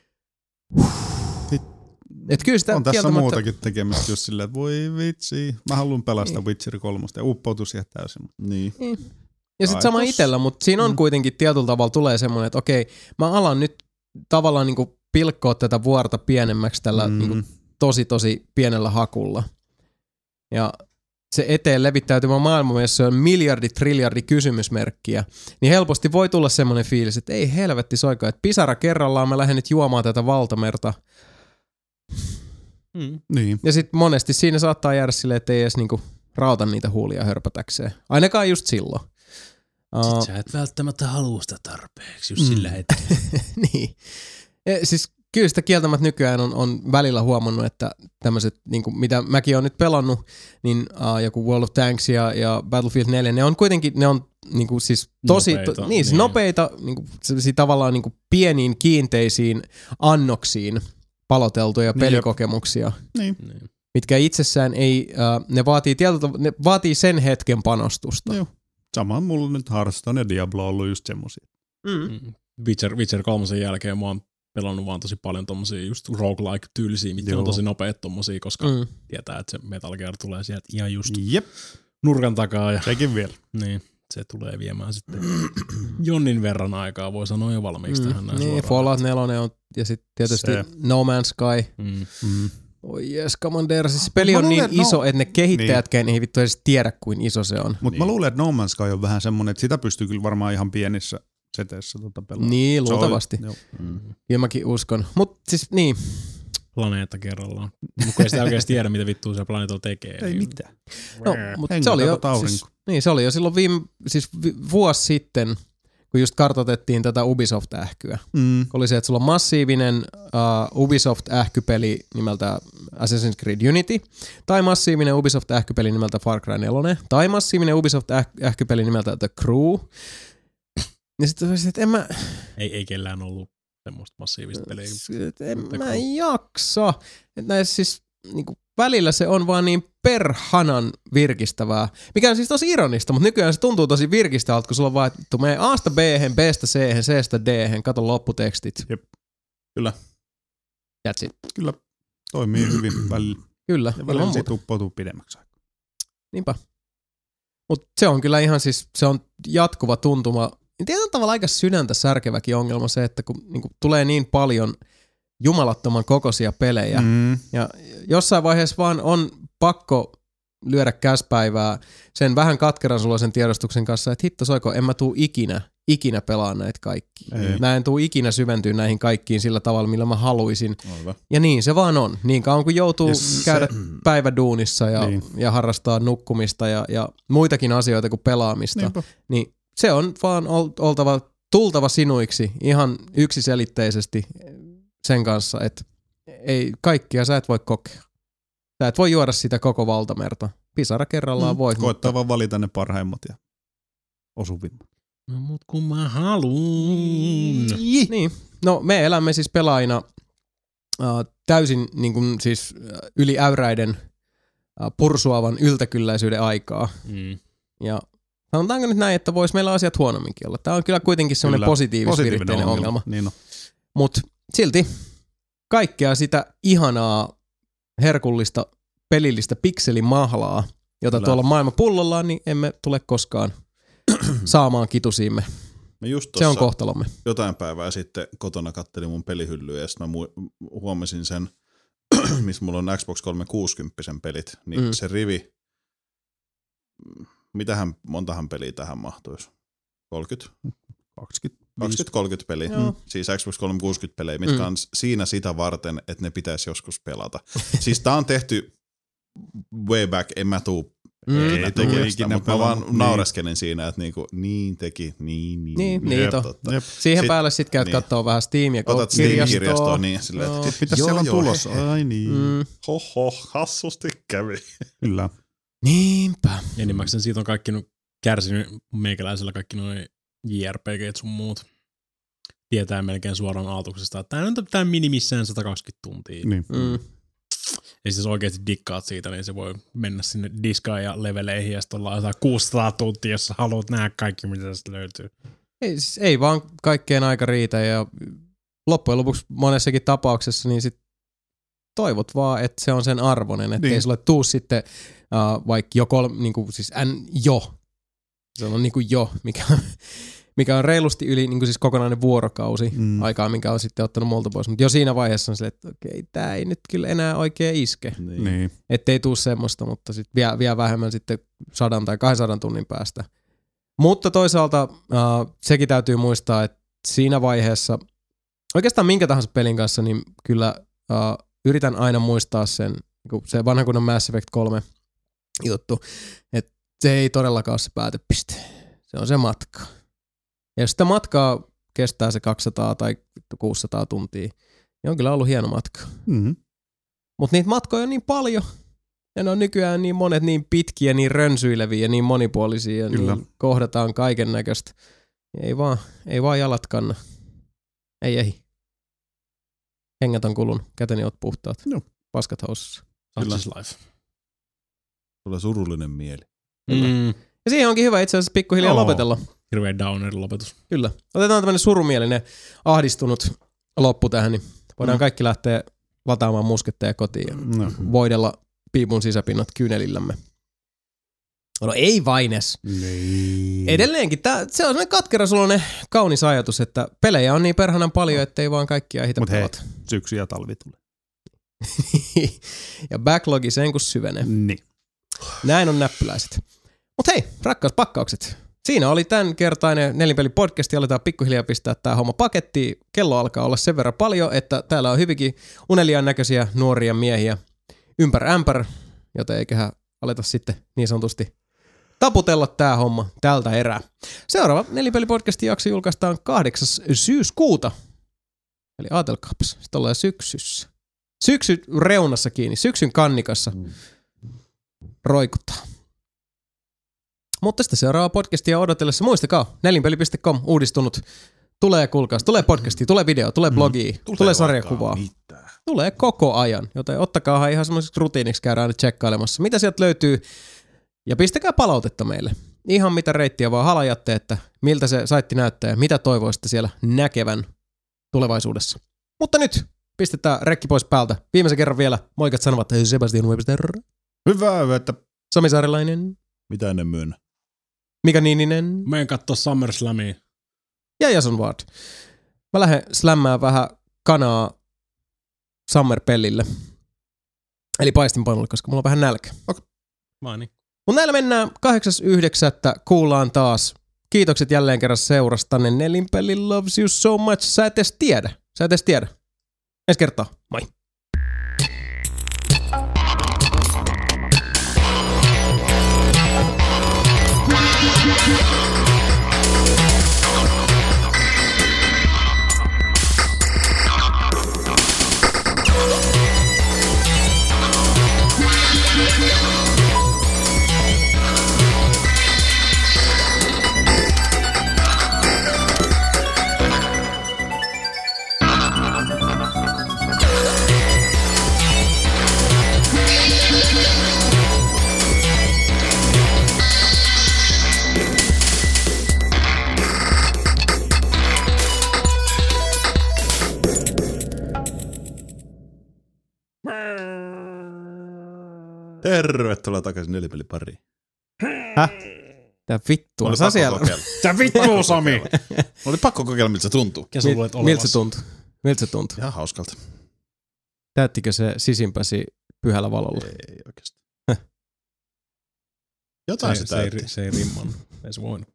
S2: et kyllä sitä
S5: On tässä
S2: kieltämättä-
S5: muutakin tekemistä just silleen, että voi vitsi. Mä haluan pelastaa
S2: Niin.
S5: Witcher kolme ja uppoutu siihen täysin.
S1: Niin.
S2: Ja sitten sama
S5: Aitos.
S2: itsellä, mutta siinä on
S5: Mm.
S2: kuitenkin tietyllä tavalla tulee semmoinen, että okei, mä alan nyt tavallaan niinku pilkkoa tätä vuorta pienemmäksi tällä
S5: Mm.
S2: niinku tosi tosi pienellä hakulla. Ja se eteen levittäytymä maailma, jossa on miljardi, triljardi kysymysmerkkiä, niin helposti voi tulla semmoinen fiilis, että ei helvetti soika, että pisara kerrallaan mä lähden nyt juomaan tätä valtamerta.
S3: Mm.
S5: Niin.
S2: Ja sitten monesti siinä saattaa jäädä silleen, että ei edes niinku rauta niitä huulia hörpätäkseen. Ainakaan just silloin.
S3: Sit
S2: Uh,
S3: sä et välttämättä halua sitä tarpeeksi, just
S5: Mm.
S3: sillä hetkellä.
S2: niin. E, siis kyllä sitä kieltämättä nykyään on, on välillä huomannut, että tämmöiset, niin mitä mäkin olen nyt pelannut, niin uh, joku World of Tanks ja, ja Battlefield neljä, ne on kuitenkin, ne on niin kuin siis tosi,
S3: Nopeita,
S2: to, niin, siis
S3: niin.
S2: nopeita, niin kuin, tavallaan niin kuin pieniin kiinteisiin annoksiin paloteltuja
S5: Niin,
S2: pelikokemuksia,
S5: Niin.
S3: Niin.
S2: mitkä itsessään ei, uh, ne vaatii, tietyllä, ne vaatii sen hetken panostusta.
S5: Joo. Sama mulla nyt Hearthstone ja Diablo on ollut just semmosia.
S2: Mm.
S3: Mm. Witcher, Witcher kolmosen jälkeen mä oon pelannut vaan tosi paljon tommosia just roguelike-tyylisiä, mitkä
S5: Joo.
S3: on tosi nopeet tommosia, koska
S2: Mm.
S3: tietää, että se Metal Gear tulee sieltä ihan just
S5: Jep,
S3: nurkan takaa ja
S5: sekin vielä.
S3: niin, se tulee viemään sitten jonnin verran aikaa, voi sanoa jo valmiiksi
S2: Mm.
S3: tähän näin
S2: Niin,
S3: suoraan.
S2: Fallout neljä on, ja sitten tietysti
S5: Se.
S2: No Man's Sky.
S3: Mm.
S5: Mm.
S2: Oi jes, Commander. Siis peli
S5: Mä
S2: on niin
S5: luulen, no-
S2: iso, että ne kehittäjätkään ei vittu edes tiedä, kuin iso se on.
S5: Mutta
S3: Niin.
S5: mä luulen, että No Man's Sky on vähän semmonen, että sitä pystyy kyllä varmaan ihan pienissä seteissä tota pelaamaan.
S2: Niin,
S5: Se on-
S2: luultavasti.
S5: joo.
S1: Mm.
S2: Ja mäkin uskon. Mutta siis niin,
S3: Planeetta kerrallaan. Mutta ei sitä oikeasti tiedä, mitä vittua se planeetalla tekee.
S5: Ei
S3: niin-
S5: mitään.
S2: no, mutta
S5: Hengi
S2: se oli jo,
S5: katot aurinko.
S2: siis, niin, se oli jo silloin viime, siis vi, vuosi sitten, kun just kartoitettiin tätä Ubisoft-ähkyä.
S5: Mm.
S2: Oli se, että sulla on massiivinen uh, Ubisoft-ähkypeli nimeltä Assassin's Creed Unity, tai massiivinen Ubisoft-ähkypeli nimeltä Far Cry neljä, tai massiivinen Ubisoft-ähkypeli nimeltä The Crew. Ja sitten olisin, että en mä,
S3: Ei, ei kellään ollut semmoista massiivista peliä.
S2: et en
S3: The
S2: mä
S3: Crew.
S2: jaksa. Että näissä siis niinku, välillä se on vaan niin perhanan virkistävää, mikä on siis tosi ironista, mutta nykyään se tuntuu tosi virkistävältä, kun sulla on vaan, että tu menee A:sta B:hen, B:stä C:hen, C:stä D:hen, kato lopputekstit.
S5: Jep.
S1: Kyllä.
S2: That's it.
S5: Kyllä toimii hyvin välillä.
S2: Kyllä,
S5: Ja
S2: ilman
S5: välillä
S2: muuta.
S5: siitä uppoutuu pidemmäksi aikaa.
S2: Niinpä. Mutta se on kyllä ihan siis, se on jatkuva tuntuma. Tietyllä tavalla aika sydäntä särkeväkin ongelma se, että kun niinku, tulee niin paljon jumalattoman kokoisia pelejä,
S5: Mm.
S2: ja jossain vaiheessa vaan on pakko lyödä käspäivää sen vähän katkeran suloisen tiedostuksen kanssa, että hitto soiko, en mä tuu ikinä, ikinä pelaa näitä kaikkia.
S5: Ei.
S2: Mä en tuu ikinä syventyä näihin kaikkiin sillä tavalla, millä mä haluaisin.
S1: Aivan.
S2: Ja niin se vaan on. Niin kauan kun joutuu
S5: Ja se-
S2: käydä päiväduunissa ja,
S5: Niin.
S2: ja harrastaa nukkumista ja, ja muitakin asioita kuin pelaamista,
S5: Niinpä.
S2: niin se on vaan ol- oltava, tultava sinuiksi ihan yksiselitteisesti sen kanssa, että ei, kaikkia sä et voi kokea. Sä et voi juoda sitä koko valtamerta. Pisara kerrallaan
S5: Mm.
S2: voit,
S5: Koittaa
S2: mutta
S5: vaan valita ne parhaimmat ja osuvimmat.
S3: No mut kun mä haluun.
S2: niin. No me elämme siis pelaajina äh, täysin niin kuin, siis, äh, yliäyräiden äh, pursuavan yltäkylläisyyden aikaa.
S3: Mm.
S2: Ja sanotaanko nyt näin, että vois meillä asiat huonomminkin olla. Tämä on kyllä kuitenkin semmoinen positiivis-viritteinen ongelma.
S5: Niin
S2: Mutta silti kaikkea sitä ihanaa, herkullista, pelillistä pikselimahlaa, jota kyllä. tuolla maailman pullollaan, niin emme tule koskaan saamaan kitusiimme. Se on kohtalomme.
S1: Jotain päivää sitten kotona kattelin mun pelihyllyä ja sitten mä huomasin sen, missä mulla on Xbox kolmesataakuusikymmentä pelit, niin mm. se rivi, mitähän, montahan peliä tähän mahtuisi? kolmekymmentä?
S5: kaksikymmentä.
S1: kaksikymmentä kolmekymmentä peliä, mm. siis Xbox kolmesataakuusikymmentä pelejä, mitkä mm. on siinä sitä varten, että ne pitäisi joskus pelata. Siis tää on tehty way back, en mä tuu
S2: Mm.
S1: Ei teki ikinä, mutta mä vaan niin. naureskelen siinä, että niinku, niin teki, niin, niin.
S2: Niin, niin siihen sit, päälle sit käyt niin. kattoo vähän Steam ja
S1: otat Steam-kirjastoa niin silleen,
S5: että sit pitäis siellä on tulossa. Ai niin. Mm.
S1: Hoho, hassusti kävi.
S5: Kyllä.
S2: Niinpä.
S3: Enimmäkseen siitä on kaikki no, kärsinyt meikäläisellä kaikki noin J R P G:t sun muut. Tietää melkein suoraan aaltuksesta, että tää on tää minimissään sata kaksikymmentä tuntia.
S5: Niin.
S2: Mm.
S3: Ja siis oikeasti dikkaat siitä, niin se voi mennä sinne diskaan ja leveleihin ja sitten ollaan kuusisataa tuntia, jos haluat nähdä kaikki, mitä tästä löytyy.
S2: Ei, siis ei vaan kaikkeen aika riitä ja loppujen lopuksi monessakin tapauksessa niin sit toivot vaan, että se on sen arvoinen, että niin. ei sulle tuu sitten uh, vaikka jo kolme, niinku, siis n jo, se on niinku jo, mikä on, mikä on reilusti yli niinku siis kokonainen vuorokausi mm. aikaa, minkä on sitten ottanut multa pois. Mutta jo siinä vaiheessa on silleen, että okei, tää ei nyt kyllä enää oikein iske.
S5: Niin.
S2: Että ei tuu semmoista, mutta sitten vielä, vielä vähemmän sitten sadan tai kahdensadan tunnin päästä. Mutta toisaalta uh, sekin täytyy muistaa, että siinä vaiheessa, oikeastaan minkä tahansa pelin kanssa, niin kyllä uh, yritän aina muistaa sen, se vanha kunnon Mass Effect kolme juttu, että se ei todellakaan ole se päätepiste. Se on se matka. Ja jos sitä matkaa kestää se kaksisataa tai kuusisataa tuntia, niin on kyllä ollut hieno matka.
S5: Mm-hmm. Mutta
S2: niitä matkoja on niin paljon. Ja ne on nykyään niin monet niin pitkiä, niin rönsyileviä ja niin monipuolisia. Ja niin kohdataan kaiken näköistä. Ei vaan, ei vaan jalat kanna. Ei ei. Hengät on kulunut. Käteni oot puhtaat.
S5: No.
S2: Paskat housussa.
S3: Such is life.
S1: Tulee surullinen mieli.
S2: Mm. Ja siihen onkin hyvä itse asiassa pikkuhiljaa oh. lopetella.
S3: Hirveä downerin lopetus.
S2: Kyllä. Otetaan tämmönen surumielinen, ahdistunut loppu tähän, niin voidaan mm. kaikki lähteä lataamaan musketteja kotiin ja no. voidella piipun sisäpinnat kyynelillämme. No ei vain edes.
S5: Niin.
S2: Edelleenkin. Tää, se on semmoinen katkerasuloinen kaunis ajatus, että pelejä on niin perhanan paljon, ettei vaan kaikkia ehitä pelata.
S5: Mut hei, syksy ja talvi tulee.
S2: Ja backlogi sen kun syvenee.
S5: Niin.
S2: Näin on näppyläiset. Mut hei, rakkauspakkaukset. Siinä oli tämän kertainen Nelinpeli-podcast ja aletaan pikkuhiljaa pistää tää homma pakettiin. Kello alkaa olla sen verran paljon, että täällä on hyvinkin uneliaan näköisiä nuoria miehiä ympär ämpär, joten eiköhän aleta sitten niin sanotusti taputella tää homma tältä erää. Seuraava Nelinpeli-podcastin jakso julkaistaan kahdeksas syyskuuta. Eli aatelkaapas, sitten ollaan syksyssä. Syksy reunassa kiinni, syksyn kannikassa roikuttaa. Mutta sitä seuraavaa podcastia odotellessa muistakaa, nelinpeli piste com uudistunut. Tulee kuulkaas, tulee podcastia, tulee video, tulee blogia, mm. tulee, tulee sarjakuvaa. Mitään. Tulee koko ajan, joten ottakaahan ihan semmoiseksi rutiiniksi käydään aina tsekkailemassa, mitä sieltä löytyy. Ja pistäkää palautetta meille. Ihan mitä reittiä vaan halajatte, että miltä se saitti näyttää ja mitä toivoisitte siellä näkevän tulevaisuudessa. Mutta nyt pistetään rekki pois päältä. Viimeisen kerran vielä moikat sanovat Sebastian Webster.
S5: Hyvää yötä.
S2: Sami Saarilainen.
S1: Mitä ennen myönnä?
S2: Mika Niininen.
S3: Meen kattoo SummerSlamia.
S2: Ja Jason Ward. Mä lähden slämmään vähän kanaa Summer-pellille. Eli paistinpanulle, koska mulla on vähän nälkä.
S3: Okay. Maini.
S2: Mut näillä mennään kahdeksas yhdeksättä kuullaan taas. Kiitokset jälleen kerran seurastanne. Nelinpeli loves you so much. Sä et edes tiedä. Sä et edes tiedä. Ensi kertaa. Moi.
S1: Tervetuloa takaisin nelipelipariin.
S2: Häh? Tää vittua.
S1: Oli
S2: Sä
S1: pakko
S2: siellä.
S1: kokeilla.
S3: Tää vittu, Sami!
S1: Oli pakko kokeilla, miltä se tuntuu.
S3: Ja sä luulet
S2: Mil, miltä se
S3: olevasi.
S2: tuntui? Miltä se tuntui?
S1: Ihan hauskalta.
S2: Täyttikö se sisimpäsi pyhällä valolla?
S1: Ei oikeastaan. Jotain se,
S3: Se, se, ei,
S1: täytti.
S3: se ei rimman. Ei se voinut.